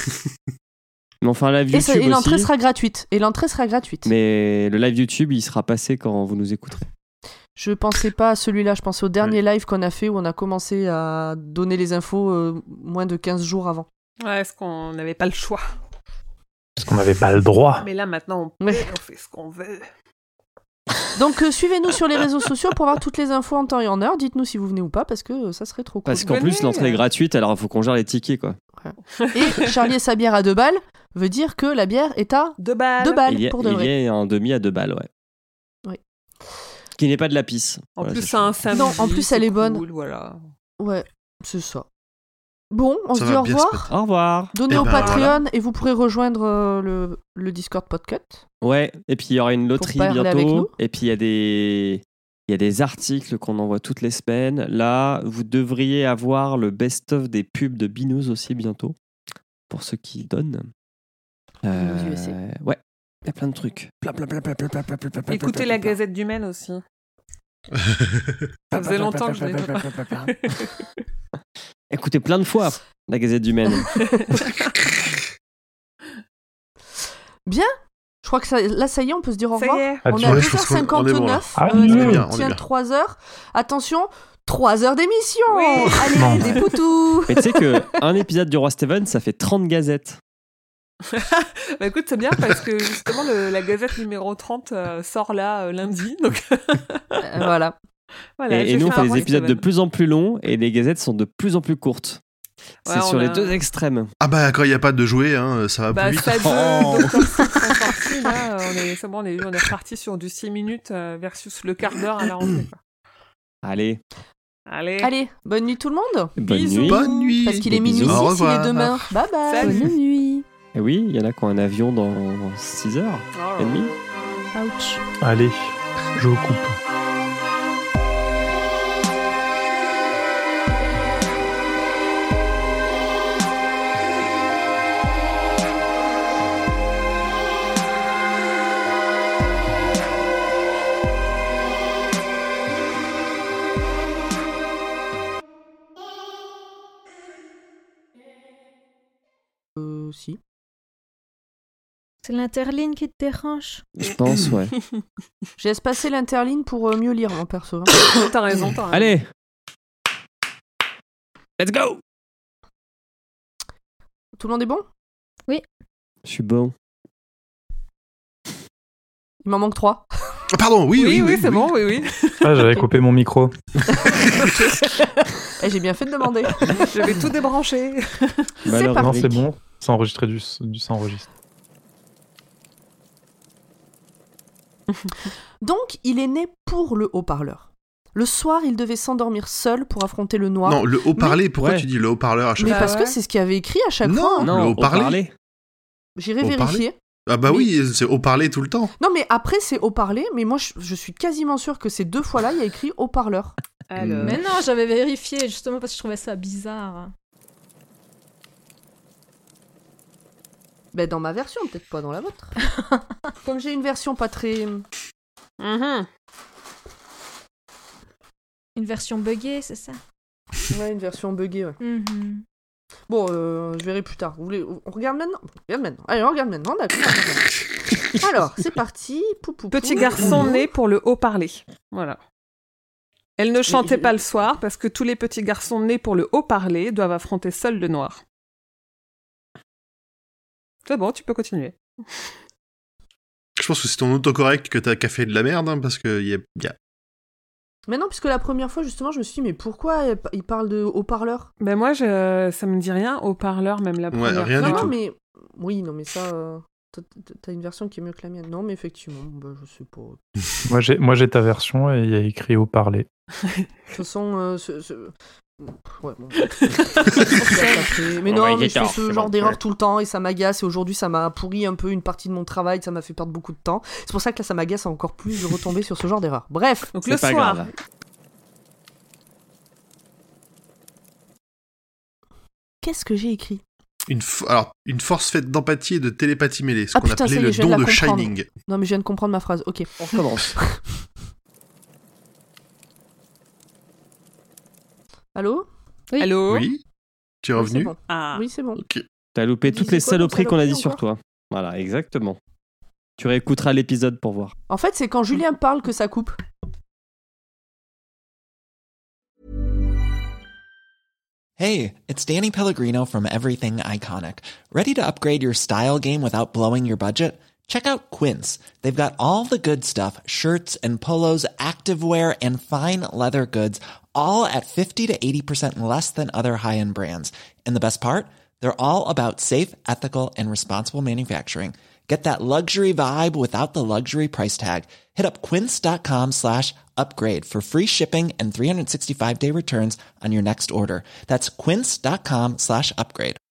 S6: Mais enfin, live
S1: Et, ça-
S6: YouTube
S1: et l'entrée
S6: aussi.
S1: sera gratuite. Et l'entrée sera gratuite.
S6: Mais le live YouTube, il sera passé quand vous nous écouterez.
S1: Je pensais pas à celui-là, je pensais au dernier live qu'on a fait où on a commencé à donner les infos euh, moins de quinze jours avant.
S4: Ouais, est-ce qu'on n'avait pas le choix?
S3: Parce qu'on n'avait pas le droit.
S4: Mais là, maintenant, on, peut,
S1: Ouais.
S4: on fait ce qu'on veut.
S1: Donc euh, suivez-nous sur les réseaux sociaux pour avoir toutes les infos en temps et en heure. Dites-nous si vous venez ou pas parce que euh, ça serait trop cool.
S6: Parce qu'en
S4: Venez.
S6: plus, l'entrée est gratuite, alors il faut qu'on gère les tickets, quoi.
S1: Et Charlie et sa bière à deux balles veut dire que la bière est à
S4: Deux balles.
S1: deux balles
S6: Il y a,
S1: pour de
S6: il
S1: vrai.
S6: y a un demi à deux balles, ouais.
S1: Oui.
S6: Qui n'est pas de la pisse.
S4: En
S6: Voilà,
S4: plus,
S6: ça,
S4: c'est un samedi.
S1: Non, en plus,
S4: c'est
S1: elle est
S4: cool,
S1: bonne.
S4: Voilà.
S1: Ouais, c'est ça. Bon, on
S2: Ça
S1: se dit
S2: va
S1: au
S2: bien se
S1: revoir.
S6: Au revoir.
S1: Donnez
S2: Eh
S1: au
S2: ben,
S1: Patreon et vous pourrez rejoindre euh, le, le Discord Podcut.
S6: Ouais, et puis il y aura une loterie
S1: parler avec nous.
S6: bientôt. Et puis il y a des. Il y a des articles qu'on envoie toutes les semaines. Là, vous devriez avoir le best-of des pubs de Binous aussi bientôt. Pour ceux qui donnent.
S1: Binous U S
S6: Ouais, il y a plein de trucs. Plein, plein, plein, plein, plein, plein, plein, plein, plein,
S4: Écoutez
S6: plein,
S4: la
S6: plein,
S4: Gazette du Maine aussi.
S6: plein,
S4: Ça faisait
S6: plein,
S4: longtemps
S6: plein,
S4: que je l'ai
S6: plein,
S4: pas.
S6: plein, plein, plein, plein, plein. Écoutez plein de fois la Gazette du Maine.
S1: Bien. Je crois que ça, là, ça y est, on peut se dire au
S4: Ça
S1: revoir.
S4: y est.
S3: Ah,
S1: On
S3: tu
S1: est à
S3: vois,
S1: deux
S2: je
S1: heures
S2: pense qu'on- on est bon, là.
S1: cinquante-neuf.
S3: Ah,
S1: euh,
S3: on est
S1: ça
S3: bien,
S1: nous
S2: on est
S1: tient
S2: bien.
S1: trois heures. Attention, trois heures d'émission.
S4: Oui.
S1: Allez,
S3: Non.
S1: des poutous.
S6: Mais tu sais qu'un épisode du Roi Steven, ça fait trente gazettes.
S4: Bah écoute, c'est bien parce que justement, le- la Gazette numéro trente euh, sort là euh, lundi. Donc
S1: Euh, voilà.
S4: voilà.
S6: et,
S4: j'ai
S6: et nous, on
S4: un
S6: fait des
S4: Roi
S6: épisodes de
S4: Steven.
S6: plus en plus longs et les gazettes sont de plus en plus courtes.
S4: Ouais,
S6: C'est
S4: on
S6: sur les
S4: a-
S6: deux extrêmes.
S2: Ah bah quand il n'y a pas de jouets, hein, ça va
S4: Bah,
S2: plus vite.
S4: ça
S6: Oh.
S4: deux, Doctor Sleep sont sortis, là, euh, on est, c'est bon, on est, on est reparti sur du six minutes euh, versus le quart d'heure à la rentrée. Quoi.
S6: Allez,
S4: Allez.
S1: Allez, bonne nuit tout le monde.
S6: bonne
S4: Bisous.
S6: nuit.
S2: Bonne nuit.
S1: Parce qu'il est
S6: Des
S1: minuit
S6: bisous.
S1: ici,
S2: Au
S1: s'il est
S2: revoir.
S1: demain. Bye bye.
S4: Salut.
S5: Bonne nuit.
S6: Et oui, il y en a qui ont un avion dans six heures
S4: Oh.
S6: et demie.
S5: Ouch.
S3: Allez, je vous coupe.
S1: Euh, si.
S5: C'est l'interligne qui te dérange.
S6: Je pense, ouais.
S1: J'ai espacé l'interligne pour euh, mieux lire, mon perso. hein.
S4: T'as raison, t'as raison.
S6: Allez, let's go.
S1: Tout le monde est bon?
S6: Je suis bon.
S1: Il m'en manque trois.
S2: Ah, pardon, oui,
S4: Oui,
S2: oui,
S4: oui, c'est bon, oui, oui.
S3: Ah, j'avais coupé mon micro.
S1: Eh, j'ai bien fait de demander.
S4: Je vais tout débrancher.
S6: Bah
S1: C'est
S6: alors,
S1: parti.
S3: Non,
S6: Rick.
S3: c'est bon. Ça enregistré du, du ça enregistre.
S1: Donc, il est né pour le haut-parleur. Le soir, il devait s'endormir seul pour affronter le noir.
S2: Non, le haut-parler, pourquoi
S6: Ouais.
S2: tu dis le haut-parleur à chaque
S1: mais
S2: fois
S4: Bah
S1: parce
S4: ouais.
S1: que c'est ce qu'il y avait écrit à chaque
S2: Non.
S1: fois. hein.
S6: Non,
S2: Le
S6: au
S2: haut-parler.
S6: parler.
S1: J'irai
S2: Haut-parler
S1: vérifier.
S2: Ah bah
S1: Oui.
S2: oui, c'est haut-parler tout le temps.
S1: Non, mais après, c'est haut-parler. Mais moi, je, je suis quasiment sûre que ces deux fois-là, il y a écrit haut-parleur.
S4: Alors.
S5: Mais non, j'avais vérifié justement parce que je trouvais ça bizarre.
S1: Ben, dans ma version, peut-être pas dans la vôtre. Comme j'ai une version pas très...
S4: Mhm.
S5: Une version buggée, c'est ça?
S1: Ouais, une version buggée, ouais.
S5: Mhm.
S1: Bon, euh, je verrai plus tard. Vous voulez... On regarde maintenant On regarde maintenant. Allez, on regarde maintenant, d'accord. on regarde maintenant. Alors, c'est parti. Pou, pou, pou.
S4: Petit garçon né pour le haut-parler. Voilà. Elle ne chantait
S1: Et-
S4: pas le soir parce que tous les petits garçons nés pour le haut-parler doivent affronter seuls le noir. C'est bon, tu peux continuer.
S2: Je pense que c'est ton autocorrect que t'as qu'a fait de la merde, hein, parce que y a, y a...
S1: Mais non, puisque la première fois, justement, je me suis dit, mais pourquoi il parle de haut-parleur ?
S4: Ben moi, je... ça me dit rien, haut-parleur, même la première
S2: Ouais, rien
S4: fois.
S2: du
S1: non,
S2: tout.
S1: non, mais... Oui, non, mais ça... euh, T'as une version qui est mieux que la mienne. Non, mais effectivement, bah, je sais pas.
S3: Moi, j'ai, moi, j'ai ta version et il y a écrit au parler.
S1: De toute façon, euh, ce, ce... Ouais, bon. mais
S6: On
S1: non,
S6: va y
S1: mais
S6: être
S1: je fais
S6: tard,
S1: ce
S6: c'est
S1: genre
S6: bon.
S1: d'erreur
S6: Ouais.
S1: tout le temps et ça m'agace. Et aujourd'hui, ça m'a pourri un peu une partie de mon travail, ça m'a fait perdre beaucoup de temps. C'est pour ça que là, ça m'agace encore plus de retomber sur ce genre d'erreur. Bref.
S4: Donc
S6: C'est
S4: le
S6: pas
S4: soir,
S6: grave.
S1: Qu'est-ce que j'ai écrit ?
S2: Une, fo- alors, une force faite d'empathie et de télépathie mêlée, ce
S1: Ah,
S2: qu'on
S1: putain,
S2: appelait
S1: ça y est,
S2: le
S1: je viens de
S2: don
S1: la
S2: de
S1: comprendre.
S2: Shining.
S1: Non, mais je viens de comprendre ma phrase. Ok.
S6: On recommence.
S1: Allô ?
S4: allô
S2: Oui. Tu es
S1: Oui,
S2: revenu
S1: c'est bon.
S4: Ah.
S1: Oui, c'est bon.
S2: Ok.
S6: T'as loupé
S1: Tu
S6: toutes
S1: disais
S6: les
S1: quoi comme
S6: saloperies qu'on a dit
S1: saloperie
S6: sur
S1: encore
S6: toi. Voilà, exactement. Tu réécouteras l'épisode pour voir.
S1: En fait, c'est quand Julien parle que ça coupe.
S7: Hey, it's Danny Pellegrino from Everything Iconic. Ready to upgrade your style game without blowing your budget? Check out Quince. They've got all the good stuff, shirts and polos, activewear, and fine leather goods, all at fifty to eighty percent less than other high-end brands. And the best part? They're all about safe, ethical, and responsible manufacturing. Get that luxury vibe without the luxury price tag. Hit up quince.com slash upgrade for free shipping and three sixty-five day returns on your next order. That's quince.com slash upgrade.